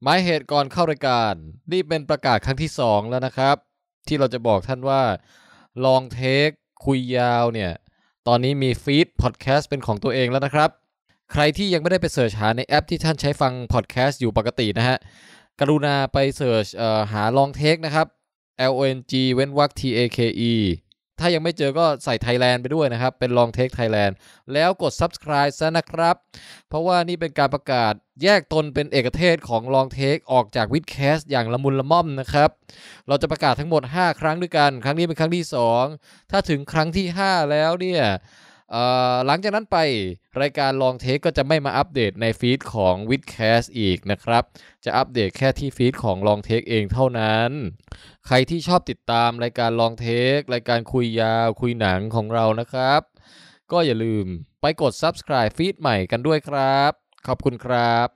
หมายเหตุก่อนเข้ารายการนี่เป็นประกาศครั้งที่2แล้วนะครับที่เราจะบอกท่านว่าลองเทคคุยยาวเนี่ยตอนนี้มีฟีดพอดแคสต์เป็นของตัวเองแล้วนะครับใครที่ยังไม่ได้ไปเสิร์ชหาในแอปที่ท่านใช้ฟังพอดแคสต์อยู่ปกตินะฮะกรุณาไปเสิร์ชหาลองเทคนะครับ LONG TAKE ถ้ายังไม่เจอก็ใส่ Thailand ไปด้วยนะครับเป็น Long Take Thailand แล้วกด Subscribe ซะนะครับเพราะว่านี่เป็นการประกาศแยกตนเป็นเอกเทศของ Long Take ออกจาก Vidcast อย่างละมุนละม่อมนะครับเราจะประกาศทั้งหมด5ครั้งด้วยกันครั้งนี้เป็นครั้งที่2ถ้าถึงครั้งที่5แล้วเนี่ยหลังจากนั้นไปรายการ Long Take ก็จะไม่มาอัปเดตในฟีดของ Vidcast อีกนะครับจะอัปเดตแค่ที่ฟีดของ Long Take เองเท่านั้นใครที่ชอบติดตามรายการ Long Take รายการคุยยาวคุยหนังของเรานะครับก็อย่าลืมไปกด Subscribe ฟีดใหม่กันด้วยครับขอบคุณครับ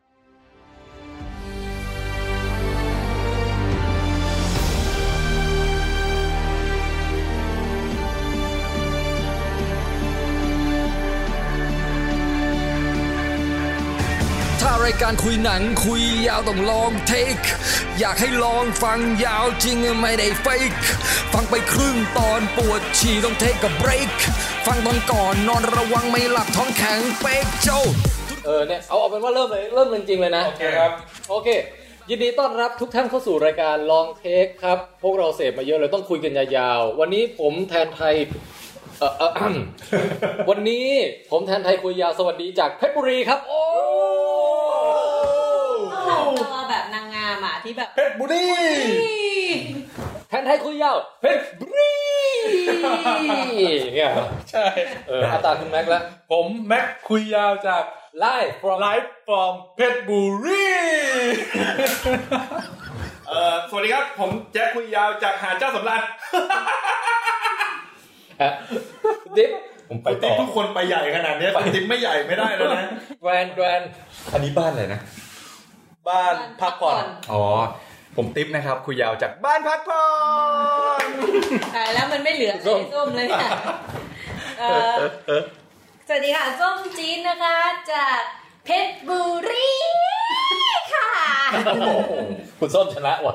ถ้ารายการคุยหนังคุยยาวต้องลองเทคอยากให้ลองฟังยาวจริงไม่ได้เฟกฟังไปครึ่งตอนปวดฉี่ต้องเทคกับเบรกฟังตอนก่อนนอนระวังไม่หลับท้องแข็งเป๊กโจเนี่ยเอาเป็นว่าเริ่มจริงๆเลยนะโอเคครับโอเคยินดีต้อนรับทุกท่านเข้าสู่รายการลองเทคครับพวกเราเสพมาเยอะเลยต้องคุยกันยาวๆวันนี้ผมแทนไทยวันนี้ผมแทนไทยคุยยาวสวัสดีจากเพชรบุรีครับโอ้ตัวแบบนางงามอ่ะที่แบบเพชรบุรีแทนไทยคุยยาวเพชรบุรีเนี่ยใช่อาตาคุณแม็กแล้วผมแม็กคุยยาวจากLive from เพชรบุรีสวัสดีครับผมแจ็คคุยยาวจากหาดเจ้าสำราญดิฟผมไปต่อทุกคนไปใหญ่ขนาดนี้ดิฟไม่ใหญ่ไม่ได้แล้วนะแกรนอันนี้บ้านอะไรนะบ้านพักผ่อนอ๋อผมติ๊บนะครับคุยยาวจากบ้านพักผ่อนแต่แล้วมันไม่เหลือส้มเลยค่ะสวัสดีค่ะส้มจีนนะคะจากเพชรบุรีค่ะคุณส้มชนะว่ะ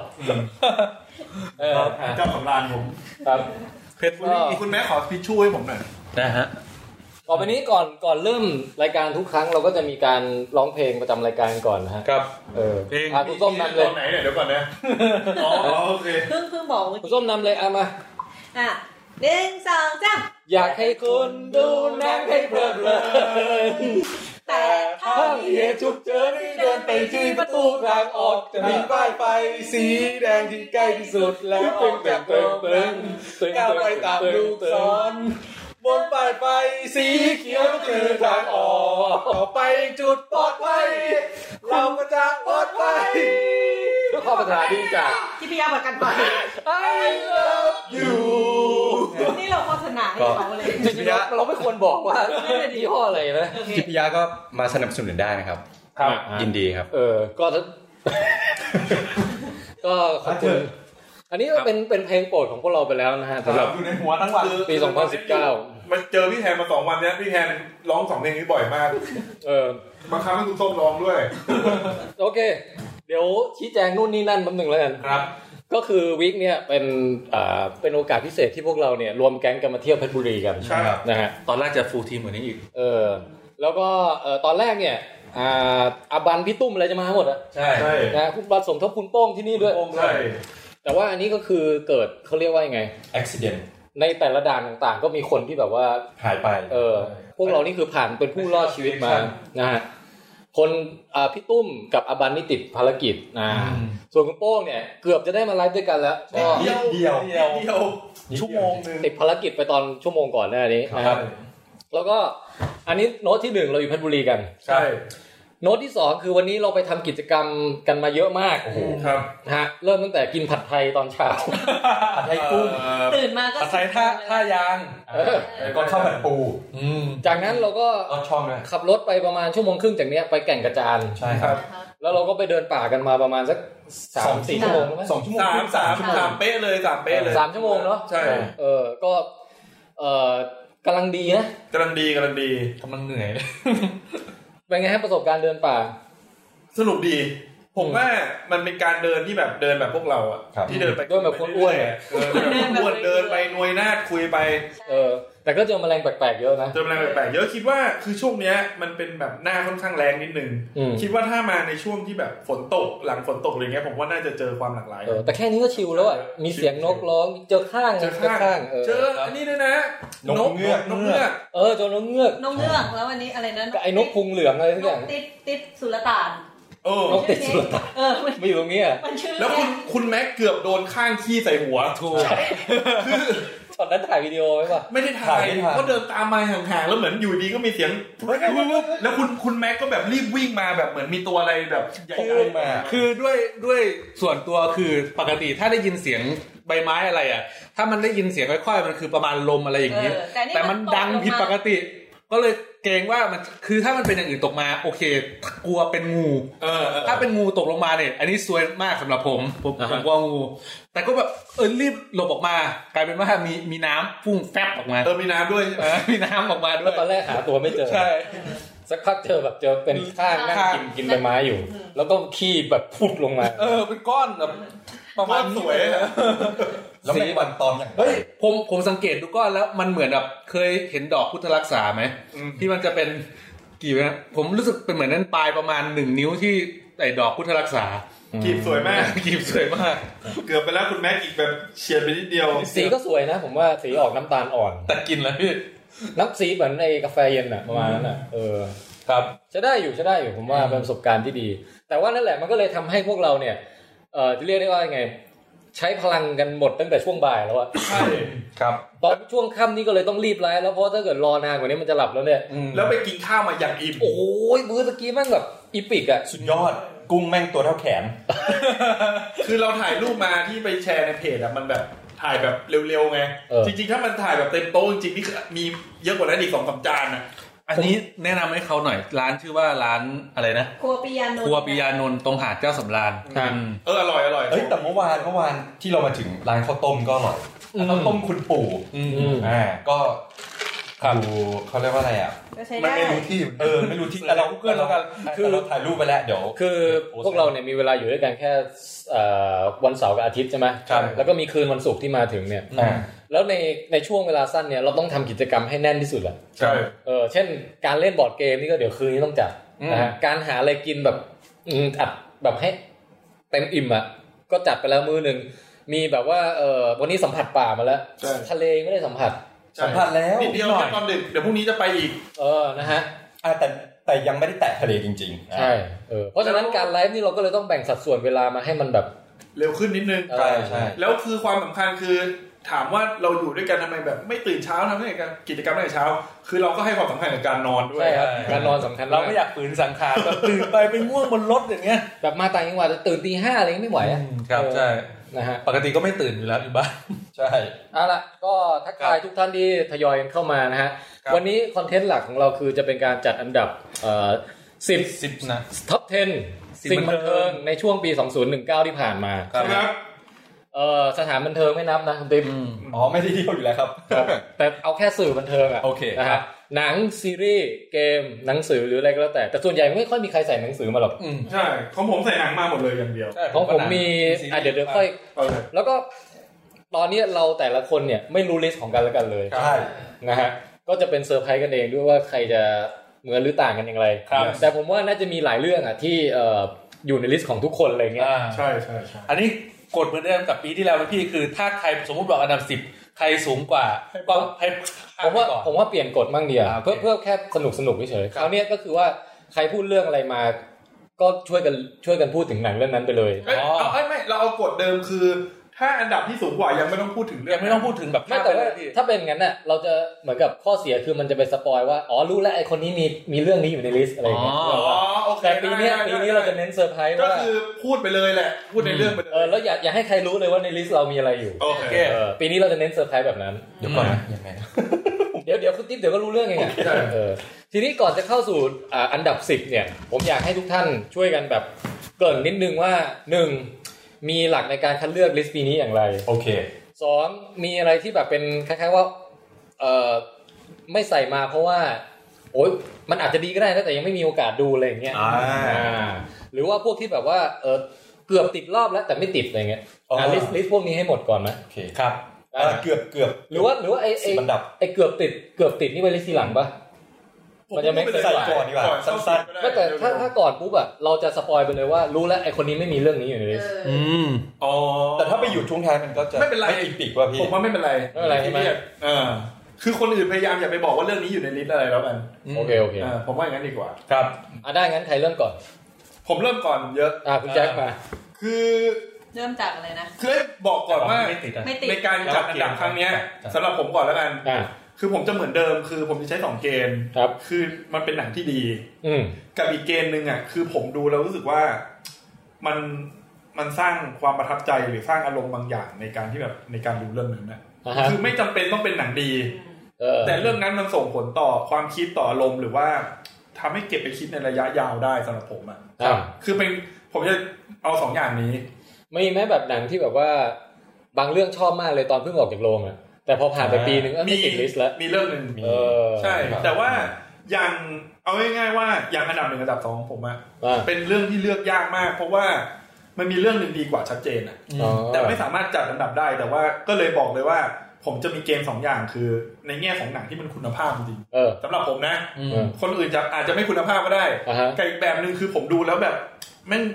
เจ้าสำราญผมครับเพชรบุรีคุณแม่ขอทิชชู่ให้ผมหน่อยนะฮะต่อไปนี้ก่อนเริ่มรายการทุกครั้งเราก็จะมีการร้องเพลงประจำรายการก่อนนะฮะครับเพลงคุณส้มนำเลยตอนไหนเนี่ยเดี๋ยวก่อนนะอ๋อโอเคเพิ่งบอกคุณส้มนำเลยเอามา 1 2 3 อยากให้คนดูหนังให้เพลิดเพลินแต่ถ้ามีเหตุฉุกเฉินให้เดินไปที่ประตูทางออกจะมีป้ายไฟสีแดงที่ใกล้ที่สุดแล้วออกแบบเปิงก้าวไปตามลูกศรบนป้ายไฟสีเขียวคือทางออกต่อไปจุดปลอดภัยเราก็จะปลอดภัยด้วยความปรารถนาดีจากที่พี่ยาประกันภัย I love you นี่เราโฆษณาให้เขาเลยจริงๆเราไม่ควรบอกว่ายี่ห้ออะไรนะทิพยาก็มาสนับสนุนได้นะครับยินดีครับก็ขอบคุณอันนี้ก็เป็นเพลงโปรดของพวกเราไปแล้วนะฮะสำหรับอยู่ในหัวทั้งวันปี2019 มันเจอพี่แทนมา2วันเนี้ยพี่แทนร้อง2เพลงนี้บ่อยมากบางครั้งให้คุณส้มร้องด้วยโอเคเดี๋ยวชี้แจงนู่นนี่นั่นแป๊บนึงแล้วกันครับก็คือวีคเนี่ยเป็นโอกาสพิเศษที่พวกเราเนี่ยรวมแก๊งกันมาเที่ยวเพชรบุรีกันใช่ครับนะฮะตอนแรกจะฟูลทีมเหมือนนี้อีกแล้วก็ตอนแรกเนี่ยอาบันพี่ตุ้มอะไรจะมาหมดอ่ะใช่นะคุณบัตรสมทบคุณโป้งที่นี่ด้วยใช่แต่ว่าอันนี้ก็คือเกิดเขาเรียกว่ายังไง accident ในแต่ละด่านต่างๆก็มีคนที่แบบว่าหายไปพวกเรานี่คือผ่านเป็นผู้รอดชีวิตมานะฮะคนพี่ตุ้มกับอาบันนี่ติดภารกิจส่วนคุณโป้งเนี่ยเกือบจะได้มาไลฟ์ด้วยกันแล้วเดียวชั่วโมงนึงติดภารกิจไปตอนชั่วโมงก่อนหน้านี้นะครับแล้วก็อันนี้โน้ตที่1เราอยู่เพชรบุรีกันใช่โน้ตที่2คือวันนี้เราไปทำกิจกรรมกันมาเยอะมากครับนะฮะเริ่มตั้งแต่กินผัดไทยตอนเช้าผัดไทยกุ้งตื่นมาก็ผัดไทยท่ายางก็ข้าวผัดปูจากนั้นเราก็ช่องนะขับรถไปประมาณ1.5 ชั่วโมงจากเนี้ยไปแก่งกระจานใช่ครับแล้วเราก็ไปเดินป่ากันมาประมาณสัก 3-4 ชั่วโมงมั้ย 2 ชั่วโมง3เป๊ะเลย3เป๊ะเลย 3 ชั่วโมงเนาะใช่ก็กำลังดีนะกำลังดีกำลังเหนื่อยเป็นไงฮะประสบการณ์เดินป่าสนุกดีผมว่ามันเป็นการเดินที่แบบเดินแบบพวกเราอ่ะที่เดินไปด้วยแบบคนอ้วนเนี่ยเดินไปนวยนาฏคุยไปแต่ก็เจอแมลงแปลกๆเยอะนะเจอแมลงแปลกๆเยอะคิดว่าคือช่วงเนี้ยมันเป็นแบบหน้าค่อนข้างแรงนิดนึงคิดว่าถ้ามาในช่วงที่แบบฝนตกหลังฝนตกอะไรเงี้ยผมว่าน่าจะเจอความหลากหลายแต่แค่นี้ก็ชิลแล้วอ่ะมีเสียงนกร้องเจอข้างเจออันนี้ด้วยนะนกเงือกเจอนกเงือกแล้ววันนี้อะไรนั้นไอ้นกพุงเหลืองอะไรทุกอย่างติดสุลต่านนกติดสุลต่านไม่อยู่ตรงนี้อ่ะแล้วคุณแม็กเกือบโดนข้างขี้ใส่หัวถูกตอนนั้นถ่ายวิดีโอไหมป่ะไม่ได้ถ่ายก็เดินตามมาห่างๆแล้วเหมือนอยู่ดีก็มีเสียงแล้วคุณแม็กก็แบบรีบวิ่งมาแบบเหมือนมีตัวอะไรแบบใหญ่ๆมาคือด้วยส่วนตัวคือปกติถ้าได้ยินเสียงใบไม้อะไรอ่ะถ้ามันได้ยินเสียงค่อยๆมันคือประมาณลมอะไรอย่างนี้แต่มันดังผิดปกติก็เลยเกรงว่ามันคือถ้ามันเป็นอย่างอื่นตกมาโอเคกลัวเป็นงูถ้าเป็นงูตกลงมาเนี่ยอันนี้ซวยมากสำหรับผมกลัวงูแต่ก็แบบรีบหลบออกมากลายเป็นว่ามีน้ำพุ่งแฟบออกมามีน้ำด้วยมีน้ำออกมาด้วยตอนแรกหาตัวไม่เจอใช่สักพักเจอเป็นข้างนั่งกินใบไม้อยู่แล้วก็ขี้แบบพุดลงมาเป็นก้อนแบบประมาณสวยแล้วสีวันตอมอย่างผมสังเกตดูก้อนแล้วมันเหมือนแบบเคยเห็นดอกพุทธรักษาไหมที่มันจะเป็นกี่นะผมรู้สึกเป็นเหมือนนั้นปลายประมาณ1นิ้วที่ไอ้ดอกพุทธรักษากีบสวยมากเกือบไปแล้วคุณแม็กอีกแบบเฉียดไปนิดเดียวสีก็สวยนะผมว่าสีออกน้ำตาลอ่อนแต่กินแล้วพี่น้ำสีเหมือนในกาแฟเย็นน่ะประมาณนั้นน่ะครับจะได้อยู่ผมว่าเป็นประสบการณ์ที่ดีแต่ว่านั่นแหละมันก็เลยทำให้พวกเราเนี่ยจะเรียกได้ว่าไงใช้พลังกันหมดตั้งแต่ช่วงบ่ายแล้วอะใช่ครับตอนช่วงค่ำนี้ก็เลยต้องรีบไลฟ์แล้วเพราะถ้าเกิดรอนานกว่านี้มันจะหลับแล้วเนี่ยแล้วไปกินข้าวมาอย่างอิ่มโอ้ยมื้อตะกี้แม่งแบบอีปิกอะสุดยอดกุ้งแม่งตัวเท่าแขนคือเราถ่ายรูปมาที่ไปแชร์ในเพจอะมันแบบถ่ายแบบเร็วๆไงจริงๆถ้ามันถ่ายแบบเต็มโต๊ะจริงๆนี่มีเยอะกว่านั้นอีก 2-3 จานอะอันนี้แนะนำให้เขาหน่อยร้านชื่อว่าร้านอะไรนะครัวปิยานนท์ตรงหาดเจ้าสำราญอร่อยแต่เมื่อวานที่เรามาถึงร้านข้าวต้มก็อร่อยข้าวต้มคุณปู่ก็อยู่เขาเรียกว่าอะไรอ่ะมันไม่รู้ที่ไม่รู้ที่แต่เรา Google แล้วกันคือเราถ่ายรูปไปแล้วเดี๋ยวคือพวกเราเนี่ยมีเวลาอยู่ด้วยกันแค่วันเสาร์กับอาทิตย์ใช่ไหมแล้วก็มีคืนวันศุกร์ที่มาถึงเนี่ยแล้วในช่วงเวลาสั้นเนี่ยเราต้องทำกิจกรรมให้แน่นที่สุดแหละใช่เช่นการเล่นบอร์ดเกมนี่ก็เดี๋ยวคืนนี้ต้องจัดนะฮะการหาอะไรกินแบบอัดแบบให้เต็มอิ่มอ่ะก็จัดไปแล้วมื้อนึงมีแบบว่าวันนี้สัมผัสป่ามาแล้วทะเลไม่ได้สัมผัสแล้วนิดเดียวตอนดึกเดี๋ยวพรุ่งนี้จะไปอีกนะฮะแต่ยังไม่ได้แตะทะเลจริงๆใช่เพราะฉะนั้นการไลฟ์นี่เราก็เลยต้องแบ่งสัดส่วนเวลามาให้มันแบบเร็วขึ้นนิดนึงใช่แล้วคือความสำคัญคือถามว่าเราอยู่ด้วยกันทำไมแบบไม่ตื่นเช้าทำกิจกรรมตั้งแต่เช้าคือเราก็ให้ความสำคัญกับการนอนด้วยใช่ครับการนอนสำคัญเราไม่อยากฝืนสังขารแบบตื่นไปง่วงบนรถอย่างเงี้ยแบบมาต่างจังหวัดจะตื่น 5:00 อะไรไม่ไหวอ่ะครับใช่นะฮะปกติก็ไม่ตื่นอยู่แล้วอยู่บ้านใช่เอาล่ะก็ทักทายทุกท่านที่ทยอยกันเข้ามานะฮะวันนี้คอนเทนต์หลักของเราคือจะเป็นการจัดอันดับ10 นะท็อป 10 สิ่งบันเทิงในช่วงปี2019ที่ผ่านมาครับสถานบันเทิงไม่นับนะคุณติ๊มไม่ได้เที่ยวอยู่แล้วครับแต่เอาแค่สื่อบันเทิงอ่ะโอเคนะฮะหนังซีรีส์เกมหนังสือหรืออะไรก็แล้วแต่ส่วนใหญ่ไม่ค่อยมีใครใส่หนังสือมาหรอกใช่ของผมใส่หนังมาหมดเลยอย่างเดียวของผมมีเดี๋ยวค่อยแล้วก็ตอนนี้เราแต่ละคนเนี่ยไม่รู้ลิสต์ของกันและกันเลยใช่นะฮะก็จะเป็นเซอร์ไพรส์กันเองด้วยว่าใครจะเหมือนหรือต่างกันอย่างไรแต่ผมว่าน่าจะมีหลายเรื่องอ่ะที่อยู่ในลิสต์ของทุกคนอะไรเงี้ยใช่อันนี้กฎเหมือนเดิมกับปีที่แล้วนะพี่คือถ้าใครสมมุติบอกอันดับ10ใครสูงกว่าก็ให้ผมว่าเปลี่ยนกฎมั่งเดียวเพื่อแค่สนุกเฉยๆคราวนี้ก็คือว่าใครพูดเรื่องอะไรมาก็ช่วยกันพูดถึงหนังเรื่องนั้นไปเลยไม่เราเอากฎเดิมคือถ้าอันดับที่สูงกว่ายังไม่ต้องพูดถึงยังไม่ต้องพูดถึงแบบไม่แต่ว่าถ้าเป็นงั้นน่ะเราจะเหมือนกับข้อเสียคือมันจะไปสปอยว่ารู้แล้วไอ้คนนี้มีเรื่องนี้อยู่ในลิสต์อะไรอย่างเงี้ยแต่ปีนี้เราจะเน้นเซอร์ไพรส์ว่าก็คือพูดไปเลยแหละพูดในเรื่องไปเลยแล้วอย่าให้ใครรู้เลยว่าในลิสต์เรามีอะไรอยู่โอเคปีนี้เราจะเน้นเซอร์ไพรส์แบบนั้นเดี๋ยวก่อนนะยังไงเดี๋ยวคุณติ๊บเดี๋ยวก็รู้เรื่องเองทีนี้ก่อนจะเข้าสู่อันดับ10เนี่ยผมอยากให้ทุกท่านช่วยกันแบบเกริ่นนิดนึงว่า1มีหลักในการคัดเลือกลิสต์ปีนี้อย่างไรโอเค 2มีอะไรที่แบบเป็นคล้ายๆว่าไม่ใส่มาเพราะว่ามันอาจจะดีก็ได้นะแต่ยังไม่มีโอกาสดูอะไรอย่างเงี้ยหรือว่าพวกที่แบบว่าเกือบติดรอบแล้วแต่ไม่ติดอะไรเงี้ยลิสต์พวกนี้ให้หมดก่อนนะโอเคครับเกือบหรือว่าไอ้เกือบติดนี่ไว้ลิสต์ทีหลังป่ะมันจะไม่ใส่ก่อนดีกว่าสั้นๆไม่แต่ถ้าก่อนปุ๊บอ่ะเราจะสปอยไปเลยว่ารู้แล้วไอ้คนนี้ไม่มีเรื่องนี้อยู่ในลิสต์แต่ถ้าไปอยู่ช่วงท้ายมันก็จะไม่อีปิกว่าพี่ผมว่าไม่เป็นไรใช่ไหมคือคนอื่นพยายามอย่าไปบอกว่าเรื่องนี้อยู่ในลิสต์อะไรแล้วกันโอเคผมว่าอย่างนั้นดีกว่าครับได้งั้นใครเริ่มก่อนผมเริ่มก่อนเยอะคุณแจ็คมาคือเริ่มจากอะไรนะคือบอกก่อนว่าในการจัดอันดับครั้งนี้สำหรับผมก่อนแล้วกันคือผมจะเหมือนเดิมคือผมจะใช้2เกณฑ์คือมันเป็นหนังที่ดีกับอีกเกณฑ์นึงอ่ะคือผมดูแล้วรู้สึกว่ามันสร้างความประทับใจหรือสร้างอารมณ์บางอย่างในการที่แบบในการดูเรื่องนึงนะคือไม่จำเป็นต้องเป็นหนังดีแต่เรื่องนั้นมันส่งผลต่อความคิดต่ออารมณ์หรือว่าทำให้เก็บไปคิดในระยะยาวได้สำหรับผมอ่ะคือเป็นผมจะเอา2อย่างนี้มีไหมแบบหนังที่แบบว่าบางเรื่องชอบมากเลยตอนเพิ่งออกจากโรงอ่ะแต่พอผ่านไปปีนึงไม่ติดลิสต์แล้วมีเรื่องนึงใช่แต่ว่าอย่างเอาง่ายๆว่าอย่างอันดับ1อันดับ2ผมอะเป็นเรื่องที่เลือกยากมากเพราะว่ามันมีเรื่องนึงดีกว่าชัดเจนอะแต่ไม่สามารถจัดอันดับได้แต่ว่าก็เลยบอกเลยว่าผมจะมีเกณฑ์2อย่างคือในแง่ของหนังที่มันคุณภาพจริงสำหรับผมนะคนอื่นอาจจะไม่คุณภาพก็ได้กับอีกแบบนึงคือผมดูแล้วแบบแม่ง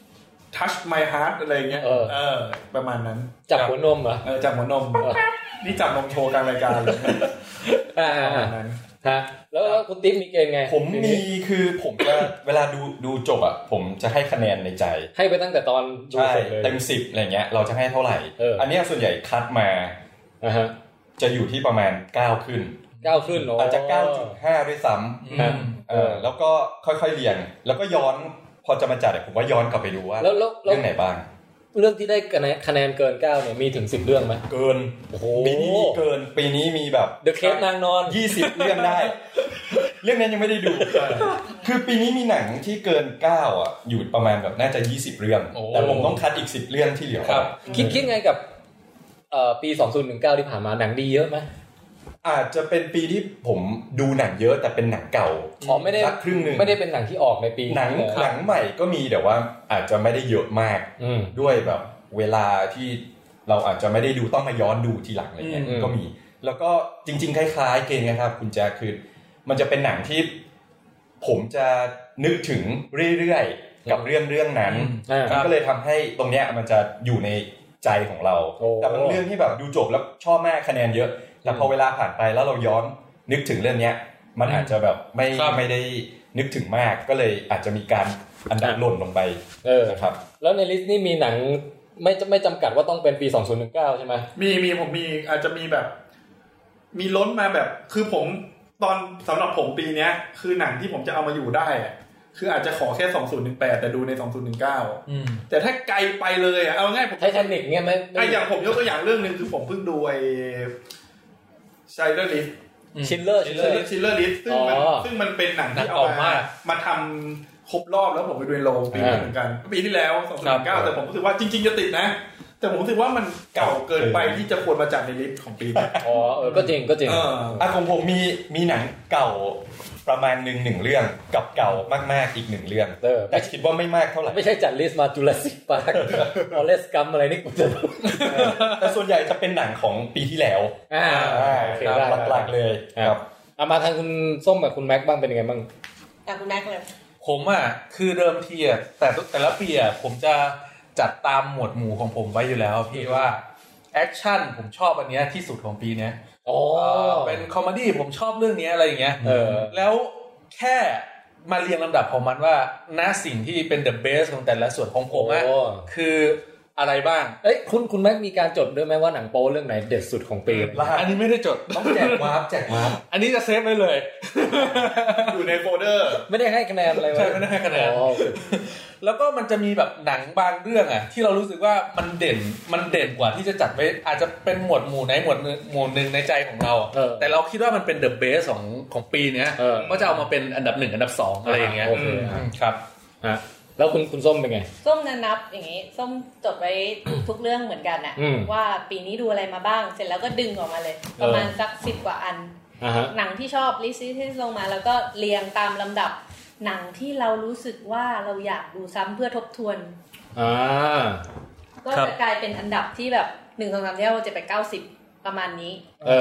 touch my heart อะไรเงี้ยประมาณนั้นจับหัวนมเหรอจับหัวนมนี่จับนมโชว์กลางรายการเลยประมาณนั้นฮะแล้วคุณติ๊บมีเกณฑ์ไงผมมีคือผมจะเวลาดูจบอ่ะผมจะให้คะแนนในใจให้ไปตั้งแต่ตอนดูเสร็จเลยเต็ม10อะไรเงี้ยเราจะให้เท่าไหร่อันนี้ส่วนใหญ่คัดมาจะอยู่ที่ประมาณ9ขึ้นอาจจะ 9.5 ด้วยซ้ำแล้วก็ค่อยๆเรียงแล้วก็ย้อนพอจะมาจัดผมว่าย้อนกลับไปดูว่าเรื่องไหนบ้างเรื่องที่ได้คะแนนเกิน9เนี่ยมีถึง10เรื่องมั้ยเกินโอ้โหปีนี้มีเกินปีนี้มีแบบ The Case นางนอน 20เรื่องได้เรื่องนั้นยังไม่ได้ดูคือปีนี้มีหนังที่เกิน9อ่ะอยู่ประมาณแบบน่าจะ20เรื่องแต่ผมต้องคัดอีก10เรื่องที่เหลือครับคิดไงกับปี2019ที่ผ่านมาหนังดีเยอะมั้ยอาจจะเป็นปีที่ผมดูหนังเยอะแต่เป็นหนังเก่าไม่ได้ครึ่งนึงไม่ได้เป็นหนังที่ออกในปีหนังใหม่ก็มีแต่ว่าอาจจะไม่ได้เยอะมากด้วยแบบเวลาที่เราอาจจะไม่ได้ดูต้องมาย้อนดูทีหลังอะไรเงี้ยก็มีแล้วก็จริงๆคล้ายๆเกณฑ์นะครับคุณแจ๊คคือมันจะเป็นหนังที่ผมจะนึกถึงเรื่อยๆกับเรื่องนั้นก็เลยทำให้ตรงเนี้ยมันจะอยู่ในใจของเราแต่บางเรื่องที่แบบดูจบแล้วชอบมากคะแนนเยอะแล้วพอเวลาผ่านไปแล้วเราย้อนนึกถึงเรื่องเนี้ยมันอาจจะแบบไม่ได้นึกถึงมากก็เลยอาจจะมีการอันดับหล่นลงไปนะครับแล้วในลิสต์นี่มีหนังไม่จำกัดว่าต้องเป็นปี2019ใช่ไหมมีผมมีอาจจะมีแบบมีล้นมาแบบคือผมตอนสำหรับผมปีเนี้ยคือหนังที่ผมจะเอามาอยู่ได้คืออาจจะขอแค่2018แต่ดูใน2019แต่ถ้าไกลไปเลยเอาง่ายผมไททานิคเงี้ยมั้ยอย่างผมยกตัวอย่างเรื่องนึงคือผมเพิ่งดูไอ้Schindler List ชิลเลอร์ลิสต์ซึ่งมันเป็นหนังที่เอามาทำครบรอบแล้วผมไปดูในโรงปีเหมือนกันปีที่แล้ว2019แต่ผมรู้สึกว่าจริงๆจะติดนะแต่ผมรู้สึกว่ามันเก่าเกินไปที่จะควรมาจัดในลิสต์ของปีนี้ก็จริงของผมมีหนังเก่าประมาณ1เรื่องกับเก่ามากๆอีก1เรื่องแต่คิดว่าไม่มากเท่าไหร่ไม่ใช่จัดลิสต์มา Jurassic Park Forrest Gump อะไรนี่กูจะแต่ส่วนใหญ่จะเป็นหนังของปีที่แล้วหลักๆเลยครับมาทางคุณส้มกับคุณแม็กบ้างเป็นยังไงบ้างคุณแม็กเลยผมคือเดิมทีแต่ละปีผมจะจัดตามหมวดหมู่ของผมไว้อยู่แล้วพี่ว่าแอคชั่นผมชอบอันเนี้ยที่สุดของปีเนี้ยเป็นคอมเมดี้ผมชอบเรื่องนี้อะไรอย่างเงี้ยแล้วแค่มาเรียงลำดับของมันว่าสิ่งที่เป็น the best ของแต่ละส่วนของผมคืออะไรบ้างคุณแม็กมีการจดด้วยไหมว่าหนังโป๊เรื่องไหนเด็ดสุดของปีอันนี้ไม่ได้จดต้องแจกวาร์ปอันนี้จะเซฟไว้เลยอยู่ในโฟลเดอร์ไม่ได้ให้คะแนนอะไรใช่ไม่ได้ให้คะแนนแล้วก็มันจะมีแบบหนังบางเรื่องที่เรารู้สึกว่ามันเด่นกว่าที่จะจัดไว้อาจจะเป็นหมวดหมู่ไหนหมวดหนึ่งในใจของเราแต่เราคิดว่ามันเป็น the best ของปีเนี้ยก็จะเอามาเป็นอันดับ1อันดับ2อะไรอย่างเงี้ยครับแล้วคุณส้มเป็นไงส้มนับอย่างงี้ส้มจดไว้ทุกเรื่องเหมือนกันว่าปีนี้ดูอะไรมาบ้างเสร็จแล้วก็ดึงออกมาเลยประมาณสัก10กว่าอันหนังที่ชอบลิสต์ที่ลงมาแล้วก็เรียงตามลำดับหนังที่เรารู้สึกว่าเราอยากดูซ้ำเพื่อทบทวนก็จะกลายเป็นอันดับที่แบบ1 2 3 4 5 6 7 8 9 10ประมาณนี้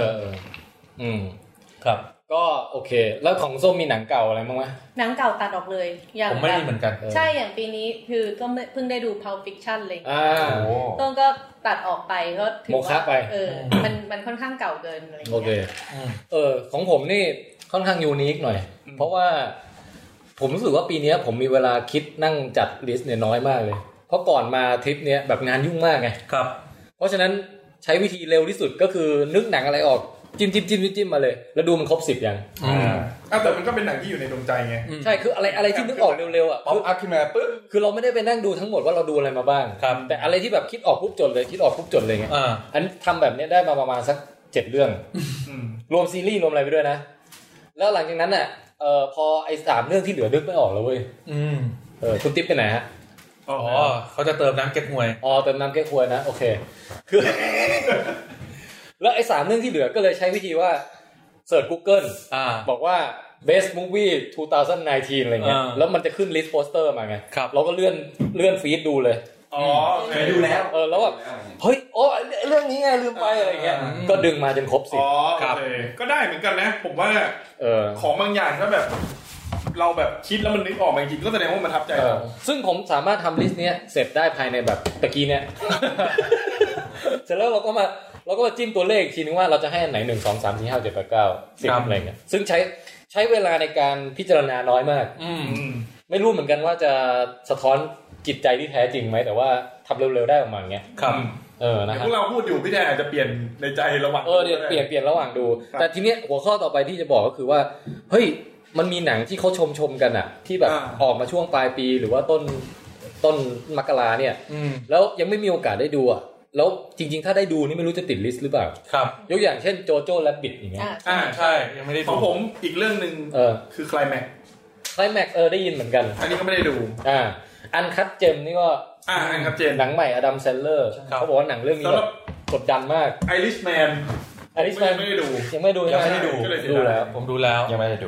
ครับก็โอเคแล้วของส้มมีหนังเก่าอะไรบ้างไหมหนังเก่าตัดออกเลยอย่างผมไม่มีเหมือนกันใช่อย่างปีนี้คือก็เพิ่งได้ดู Pulp Fiction เลยต้องก็ตัดออกไปก็ถือว่ามันค่อนข้างเก่าเกินอะไรอย่างเงี้ยของผมนี่ค่อนข้างยูนิคหน่อยเพราะว่าผมรู้สึกว่าปีนี้ผมมีเวลาคิดนั่งจัดลิสต์เนี่ยน้อยมากเลยเพราะก่อนมาทริปเนี้ยแบบงานยุ่งมากไงครับเพราะฉะนั้นใช้วิธีเร็วที่สุดก็คือนึกหนังอะไรออกจิ้มมาเลยแล้วดูมันครบ10อย่างแต่มันก็เป็นหนังที่อยู่ในดวงใจไงใช่คืออะไรที่นึกออกเร็วๆอ่ะป๊อปอัพขึ้นมาปึ๊บคือเราไม่ได้ไปนั่งดูทั้งหมดว่าเราดูอะไรมาบ้างแต่อะไรที่แบบคิดออกปุ๊บจดเลยคิดออกปุ๊บจดเลยไงอันทำแบบนี้ได้มาประมาณสัก7เรื่องรวมซีรีส์รวมอะไรไปด้วยนะแล้วหลังจากนั้นน่ะพอไอ้3เรื่องที่เหลือนึกไม่ออกแล้วเว้ยคุณติ๊บไปไหนฮะเขาจะเติมน้ำเก๊กฮวยเติมน้ำเก๊กฮวยนะโอเคคือแล้วไอ้3เรื่องที่เหลือก็เลยใช้วิธีว่าเสิร์ช Google บอกว่า best movie 2019อะไรเงี้ยแล้วมันจะขึ้นลิสต์โปสเตอร์มาไงเราก็เลื่อนฟีดดูเลยเคยดูแล้วแล้วแบบเฮ้ยเรื่องนี้ไงลืมไปอะไรเงี้ยก็ดึงมาจนครบ 10ครับก็ได้เหมือนกันนะผมว่าของบางอย่างก็แบบเราแบบคิดแล้วมันนึกออกมาจริงก็แสดงว่ามันประทับใจเราซึ่งผมสามารถทำลิสต์เนี้ยเสร็จได้ภายในแบบตะกี้เนี้ยเสร็จแล้วเราก็มาจิ้มตัวเลขทีนึงว่าเราจะให้อันไหน1 2 3 4 5 7 8 9 10อะไรเงี้ยซึ่งใช้เวลาในการพิจารณาน้อยมากไม่รู้เหมือนกันว่าจะสะท้อนจิตใจที่แท้จริงไหมแต่ว่าทำเร็วๆได้ออกมาอย่างเงี้ยครับนะครับพวกเราพูดอยู่พี่แดนอาจจะเปลี่ยนในใจระหว่างเดี๋ยวเปลี่ยนระหว่างดูแต่ทีเนี้ยหัวข้อต่อไปที่จะบอกก็คือว่าเฮ้ยมันมีหนังที่เขาชมกันอ่ะที่แบบออกมาช่วงปลายปีหรือว่าต้นมกราเนี่ยแล้วยังไม่มีโอกาสได้ดูอ่ะแล้วจริงๆถ้าได้ดูนี่ไม่รู้จะติดลิสต์หรือเปล่าครับยกอย่างเช่นโจโจ้แรบบิทอย่างเงี้ยใช่ยังไม่ได้ดูของผมอีกเรื่องนึงคือไคลแม็กได้ยินเหมือนกันอันนี้ก็ไม่ได้ดูอันคัทเจมนี่ก็อันคัทเจมหนังใหม่อดัมแซนเลอร์เขาบอกว่าหนังเรื่องนี้กดดันมากไอริชแมนไม่ได้ดูยังไม่ดูดูแล้วผมดูแล้วยังไม่ได้ดู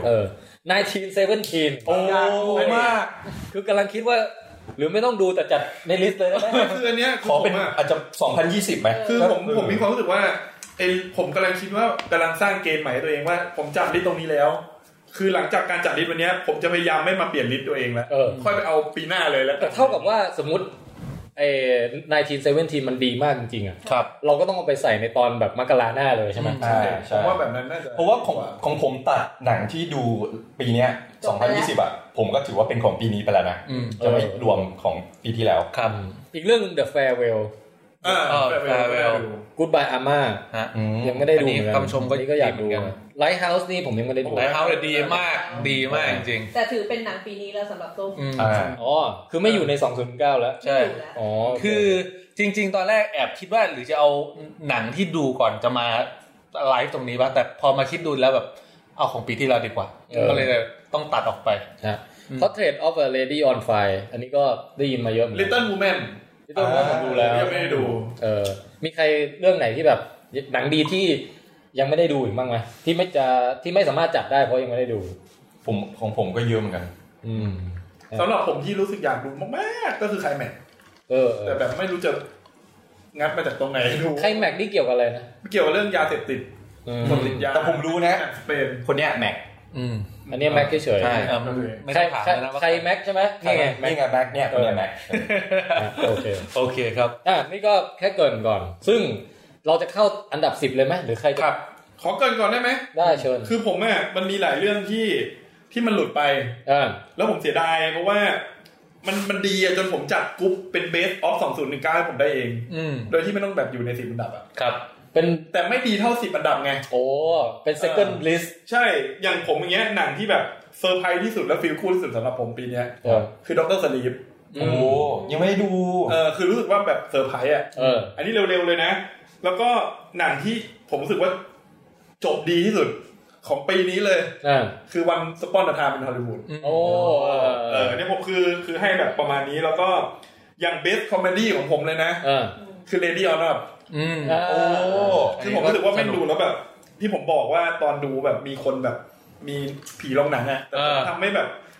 1917 โอ้มากคือกำลังคิดว่าหรือไม่ต้องดูแต่จัดในลิสต์เลยได้ไหมคืออันเนี้ยขอเป็นอาจจะ2020ไหมคือผมมีความรู้สึกว่าผมกำลังคิดว่ากำลังสร้างเกณฑ์ใหม่ตัวเองว่าผมจัดลิสต์ตรงนี้แล้วคือหลังจากการจัดลิสต์วันนี้ผมจะพยายามไม่มาเปลี่ยนลิสต์ตัวเองแล้วค่อยไปเอาปีหน้าเลยแล้วแต่เท่ากับว่าสมมุติ1917มันดีมากจริงๆอ่ะครับเราก็ต้องเอาไปใส่ในตอนแบบมกราหน้าเลยใช่ไหมใช่ผมว่าแบบนั้นน่าจะเพราะว่าของผมตัดหนังที่ดูปีนี้2020อ่ะผมก็ถือว่าเป็นของปีนี้ไปแล้วนะจะไม่รวมของปีที่แล้วครับอีกเรื่องนึง The Farewell Farewell Goodbye Amma ยังไม่ได้ดูคำชมก็อยากดู Lighthouse นี่ผมยังไม่ได้ดู Lighthouse ดีมากจริงๆแต่ถือเป็นหนังปีนี้แล้วสำหรับตุ้มคือไม่อยู่ใน2009แล้วใช่คือจริงๆตอนแรกแอบคิดว่าหรือจะเอาหนังที่ดูก่อนจะมาไลฟ์ตรงนี้ป่ะแต่พอมาคิดดูแล้วแบบเอาของปีที่แล้วดีกว่าก็เลยต้องตัดออกไป Portrait of a Lady on Fire อันนี้ก็ได้ยินมาเยอะเหมือนกัน Little Women ผมดูแล้วยังไม่ได้ดูมีใครเรื่องไหนที่แบบหนังดีที่ยังไม่ได้ดูอีกบ้างไหมที่ไม่สามารถจัดได้เพราะยังไม่ได้ดูของผมก็เยอะเหมือนกันสำหรับผมที่รู้สึกอยากดูมากๆก็คือไคลแม็กแต่แบบไม่รู้จะงัดมาจากตรงไหนดูไคลแม็กนี่เกี่ยวกับอะไรนะเกี่ยวกับเรื่องยาเสพติดคนติดยาแต่ผมรู้นะเป็นคนเนี้ยแม็กอันนี้แม็กเฉยๆใช่ไม่ได้ถามนะว่าใครแม็กใช่ไหมนี่ไงแม็กเนี่ยคนนี้แม็กโอเคครับนี่ก็แค่เกินก่อนซึ่งเราจะเข้าอันดับ10เลยไหมหรือใครครับขอเกินก่อนได้ไหมได้เชิญคือผมอ่ะมันมีหลายเรื่องที่มันหลุดไปแล้วผมเสียดายเพราะว่ามันดีจนผมจัดกรุ๊ปเป็น Best of 2019ให้ผมได้เองโดยที่ไม่ต้องแบบอยู่ใน10อันดับอ่ะครับแต่ไม่ดีเท่า10อันดับไงเป็น second list ใช่อย่างผมอย่างเงี้ยหนังที่แบบเซอร์ไพรส์ที่สุดและฟีลคูลที่สุดสำหรับผมปีนี้คือด็อกเตอร์สลีปยังไม่ได้ดูคือรู้สึกว่าแบบเซอร์ไพรส์อ่ะอันนี้เร็วๆเลยนะแล้วก็หนังที่ผมรู้สึกว่าจบดีที่สุดของปีนี้เลยคือวันสปอนเซอร์ไทม์เป็นฮอลลีวูดเนี่ยผมคือให้แบบประมาณนี้แล้วก็อย่างเบสคอมเมดี้ของผมเลยนะคือ Lady on Up คือผมรู้สึกว่าแม่งดูแล้วแบบที่ผมบอกว่าตอนดูแบบมีคนแบบมีผีลงหนังอ่ะแต่ทำให้แบบ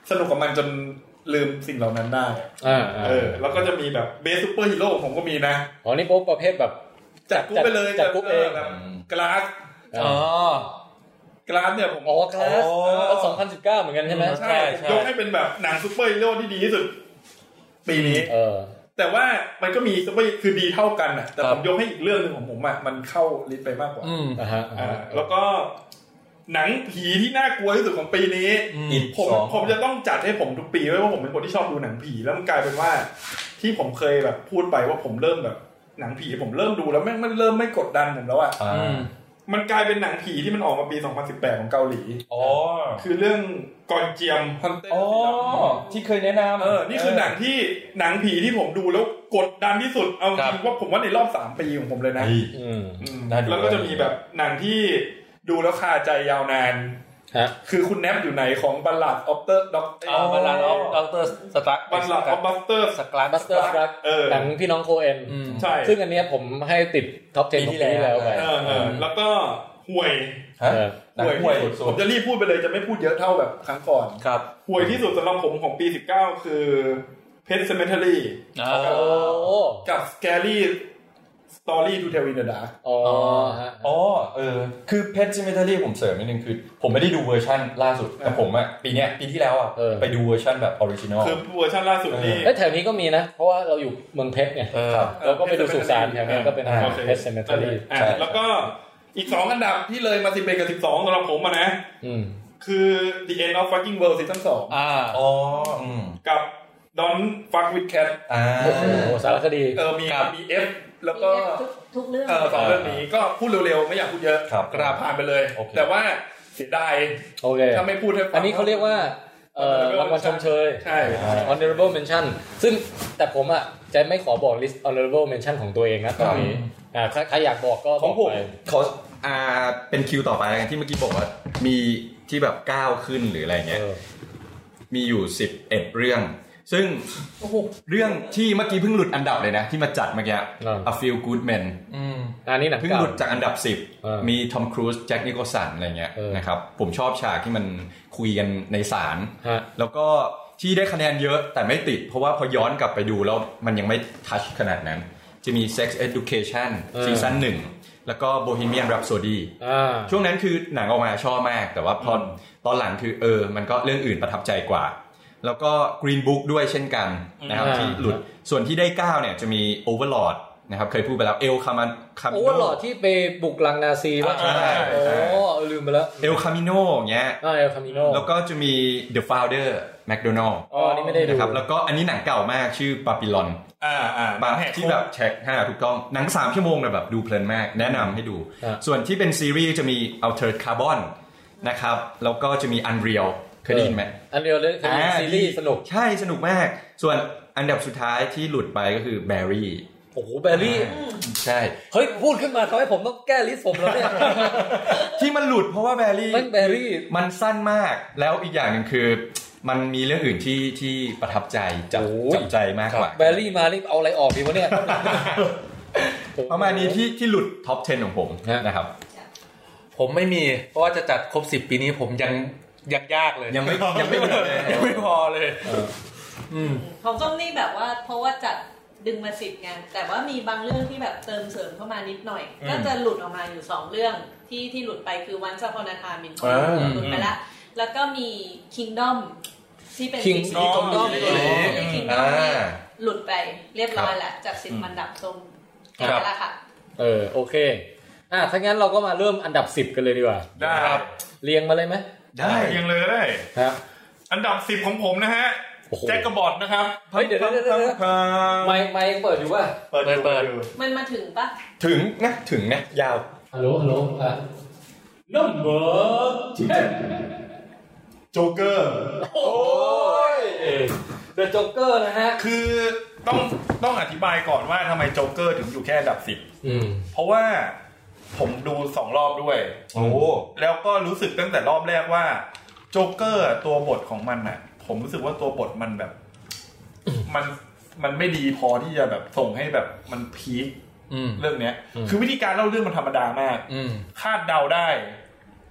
สนุกกับมันจนลืมสิ่งเหล่านั้นได้แล้วก็จะมีแบบเบสซูเปอร์ฮีโร่ผมก็มีนะอ๋อนี่ปุ๊บประเภทแบบจัดกุ๊ปไปเลยจัดกุ๊ปเองแบบกลาสกลาสเนี่ยผมกลาส2019เหมือนกันใช่ไหมใช่ยกให้เป็นแบบหนังซูเปอร์ฮีโร่ที่ดีที่สุดปีนี้แต่ว่ามันก็มีซูเปอร์คือดีเท่ากันน่ะแต่ผมยกให้อีกเรื่องนึงของผมอ่ะมันเข้าลิสต์ไปมากกว่าแล้วก็หนังผีที่น่ากลัวที่สุดของปีนี้ผมจะต้องจัดให้ผมทุกปีไว้ว่าผมเป็นคนที่ชอบดูหนังผีแล้วมันกลายเป็นว่าที่ผมเคยแบบพูดไปว่าผมเริ่มแบบหนังผีผมเริ่มดูแล้วมันเริ่มไม่กดดันผมแล้วอ่ะมันกลายเป็นหนังผีที่มันออกมาปี2018ของเกาหลีคือเรื่องกอนเจียมฮันเต้ที่เคยแนะนำนี่คือหนังผีที่ผมดูแล้วกดดันที่สุดเอาจริงว่าผมว่าในรอบ3ปีของผมเลยนะแล้วก็จะมีแบบหนังที่ดูแล้วคาใจยาวนานคือคุณแนปอยู่ไหนของบัลลัดออฟเตอร์ด็อกบัลลัดออฟเตอร์สตาร์บัลลัดออฟบัสเตอร์สตรัคหนังพี่น้องโคเอนใช่ซึ่งอันนี้ผมให้ติดท็อป 10 ของปีที่แล้วไปแล้วก็ห่วยผมจะรีบพูดไปเลยจะไม่พูดเยอะเท่าแบบครั้งก่อนห่วยที่สุดสำหรับผมของปี19คือ Pet Sematary กับ Scary Story to Tell in the Dark คือ Pet Sematary ผมเสริมนิดนึงคือผมไม่ได้ดูเวอร์ชั่นล่าสุดแต่ผมอ่ะปีที่แล้วอ่ะไปดูเวอร์ชั่นแบบออริจินอลคือเวอร์ชั่นล่าสุดนี่แถวนี้ก็มีนะเพราะว่าเราอยู่เมืองเพชรไงเราก็ไปดูสุสานแถวนี้ก็เป็น Pet Sematary แล้วก็อีก2อันดับที่เลยมา11กับ12สำหรับผมนะคือ The End of Fucking World Season 2กับ Don't Fuck with Cat โอ้โหสารคดีมี F แล้วก็ทุกเรื่อง 2เรื่องนี้ก็พูดเร็วๆไม่อยากพูดเยอะกราบผ่านไปเลยแต่ว่าเสียดายถ้าไม่พูดให้ฟังอันนี้เขาเรียกว่ารางวัลชมเชยใช่ honorable mention ซึ่งแต่ผมอ่ะจะไม่ขอบอก list honorable mention ของตัวเองนะตอนนี้ใครอยากบอกก็บอกไปเขาเป็นคิวต่อไปที่เมื่อกี้บอกว่ามีที่แบบก้าวขึ้นหรืออะไรเงี้ยมีอยู่11เรื่องซึ่งเรื่องที่เมื่อกี้เพิ่งหลุดอันดับเลยนะที่มาจัดเมื่อกี้ A Few Good Men อันนี้หนังเพิ่งหลุดจากอันดับ10มีทอมครูซแจ็คนิโคลสันอะไรเงี้ยนะครับผมชอบฉากที่มันคุยกันในศาลแล้วก็ที่ได้คะแนนเยอะแต่ไม่ติดเพราะว่าพอย้อนกลับไปดูแล้วมันยังไม่ทัชขนาดนั้นจะมี Sex Education ซีซั่น1แล้วก็ Bohemian Rhapsody ช่วงนั้นคือหนังออกมาชอบมากแต่ว่าพอตอนหลังคือมันก็เรื่องอื่นประทับใจกว่าแล้วก็ Green Book ด้วยเช่นกันนะครับที่หลุดส่วนที่ได้9เนี่ยจะมี Overlord นะครับเคยพูดไปแล้ว El Camino Overlord ที่ไปบุกลังนาซีป่ะโอ้ลืมไปแล้ว El Camino อย่างเงี้ย El Camino แล้วก็จะมี The Founder McDonald นี่ไม่ได้ดูนะครับแล้วก็อันนี้หนังเก่ามากชื่อ Babylon บางที่แบบเช็คถูกต้องหนัง3ชั่วโมงเลยแบบดูเพลินมากแนะนำให้ดูส่วนที่เป็นซีรีส์จะมี Altered Carbon นะครับแล้วก็จะมี Unrealเคยได้ยินไหมอันเดียวเลยคือซีรีส์สนุกใช่สนุกมากส่วนอันดับสุดท้ายที่หลุดไปก็คือ Barry โอ้โห Barry ใช่เฮ้ยพูดขึ้นมาทำให้ผมต้องแก้ลิสต์ผมแล้วเนี่ยที่มันหลุดเพราะว่า Barry มันสั้นมากแล้วอีกอย่างนึงคือมันมีเรื่องอื่นที่ประทับใจจับใจมากกว่า Barry มานี่เอาอะไรออกดีวะเนี่ยประมาณนี้ที่หลุดท็อป 10 ของผมนะครับผมไม่มีเพราะว่าจะจัดครบ10ปีนี้ผมยังยากเลยยังไม่เลยยังไม่พอเลยของส้มนี่แบบว่าเพราะว่าจัดดึงมา10ไงแต่ว่ามีบางเรื่องที่แบบเติมเสริมเข้ามานิดหน่อยก็จะหลุดออกมาอยู่2เรื่องที่หลุดไปคือ Once Upon a Time in Hollywood หลุดไปแล้วก็มี Kingdom ที่เป็น Kingdom หลุดไปเรียบร้อยแล้วจาก10อันดับส้มแค่นั้นแหละค่ะโอเคถ้างั้นเราก็มาเริ่มอันดับ10กันเลยดีกว่าได้ครับเรียงมาเลยไหมได้ยังเลยได้ครับอันดับ10ของผมนะฮะแจ็คกระบอดนะครับเฮ้ยเดี๋ยวไม่เปิดอยู่ป่ะเปิดมันมาถึงป่ะถึงนะยาวฮัลโหลnumber 10 Joker โอ้ย The Joker นะฮะคือต้องอธิบายก่อนว่าทำไม Joker ถึงอยู่แค่อันดับ10เพราะว่าผมดู2รอบด้วยแล้วก็รู้สึกตั้งแต่รอบแรกว่าโจ๊กเกอร์ตัวบทของมันน่ะผมรู้สึกว่าตัวบทมันแบบมันไม่ดีพอที่จะแบบส่งให้แบบมันพีคเรื่องเนี้ยคือวิธีการเล่าเรื่องมันธรรมดามากคาดเดาได้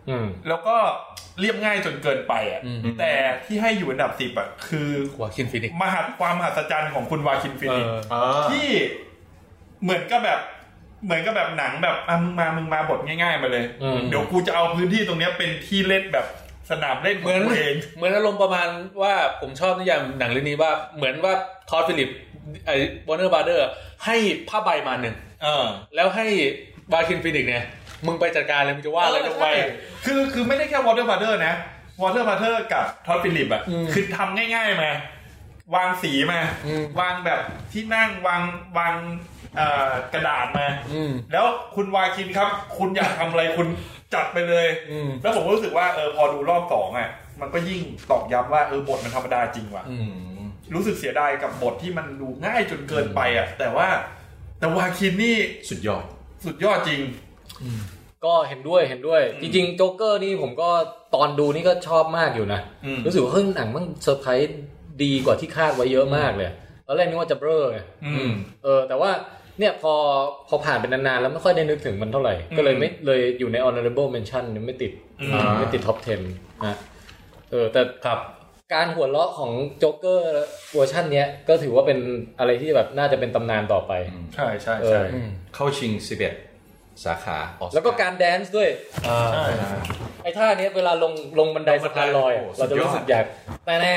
แล้วก็เรียบง่ายจนเกินไปอ่ะแต่ที่ให้อยู่อันดับ10อ่ะคือวาคินฟีนิกซ์ความมหัศจรรย์ของคุณวาคินฟีนิกซ์ที่เหมือนกับแบบหนังแบบมึงมาบทง่ายๆมาเลยเดี๋ยวกูจะเอาพื้นที่ตรงนี้เป็นที่เล่นแบบสนามเล่นของตัวเองเหมือนอารมณ์ประมาณว่าผมชอบนิยามหนังเรื่องนี้ว่าเหมือนว่าทอดฟิลิปไอ้วอร์เนอร์บราเดอร์ให้ผ้าใบมาหนึ่งแล้วให้วาคินฟีนิกซ์เนี่ยมึงไปจัดการเลยมึงจะว่าอะไรลงไปคือไม่ได้แค่วอเตอร์บราเดอร์นะวอเตอร์บราเดอร์กับทอดฟิลิปอ่ะคือทำง่ายๆมาวางสีมาวางแบบที่นั่งวางกระดาษมาแล้วคุณวาคินครับคุณอยากทำอะไรคุณจัดไปเลยแล้วผมก็รู้สึกว่าพอดูรอบ2อ่ะมันก็ยิ่งตอกย้ำว่าบทมันธรรมดาจริงว่ะรู้สึกเสียดายกับบทที่มันดูง่ายจนเกินไปอ่ะแต่วาคินนี่สุดยอดจริงก็เห็นด้วยจริงๆโจ๊กเกอร์นี่ผมก็ตอนดูนี่ก็ชอบมากอยู่นะรู้สึกว่าหนังมันเซอร์ไพรส์ดีกว่าที่คาดไว้เยอะมากเลยตอนแรกนึกว่าจะเบ้อไงแต่ว่าเนี่ยพอผ่านไปนานๆแล้วไม่ค่อยได้นึกถึงมันเท่าไหร่ก็เลยไม่เลยอยู่ใน honorable mention ไม่ติดtop 10นะแต่ครับการหัวเราะของโจ๊กเกอร์เวอร์ชันเนี้ยก็ถือว่าเป็นอะไรที่แบบน่าจะเป็นตำนานต่อไปใช่เข้าชิง11สาขาแล้วก็การแดนซ์ด้วยไอ้ท่านี้เวลาลงบันไดสะพานลอยเราจะรู้สึกอยากแต่แน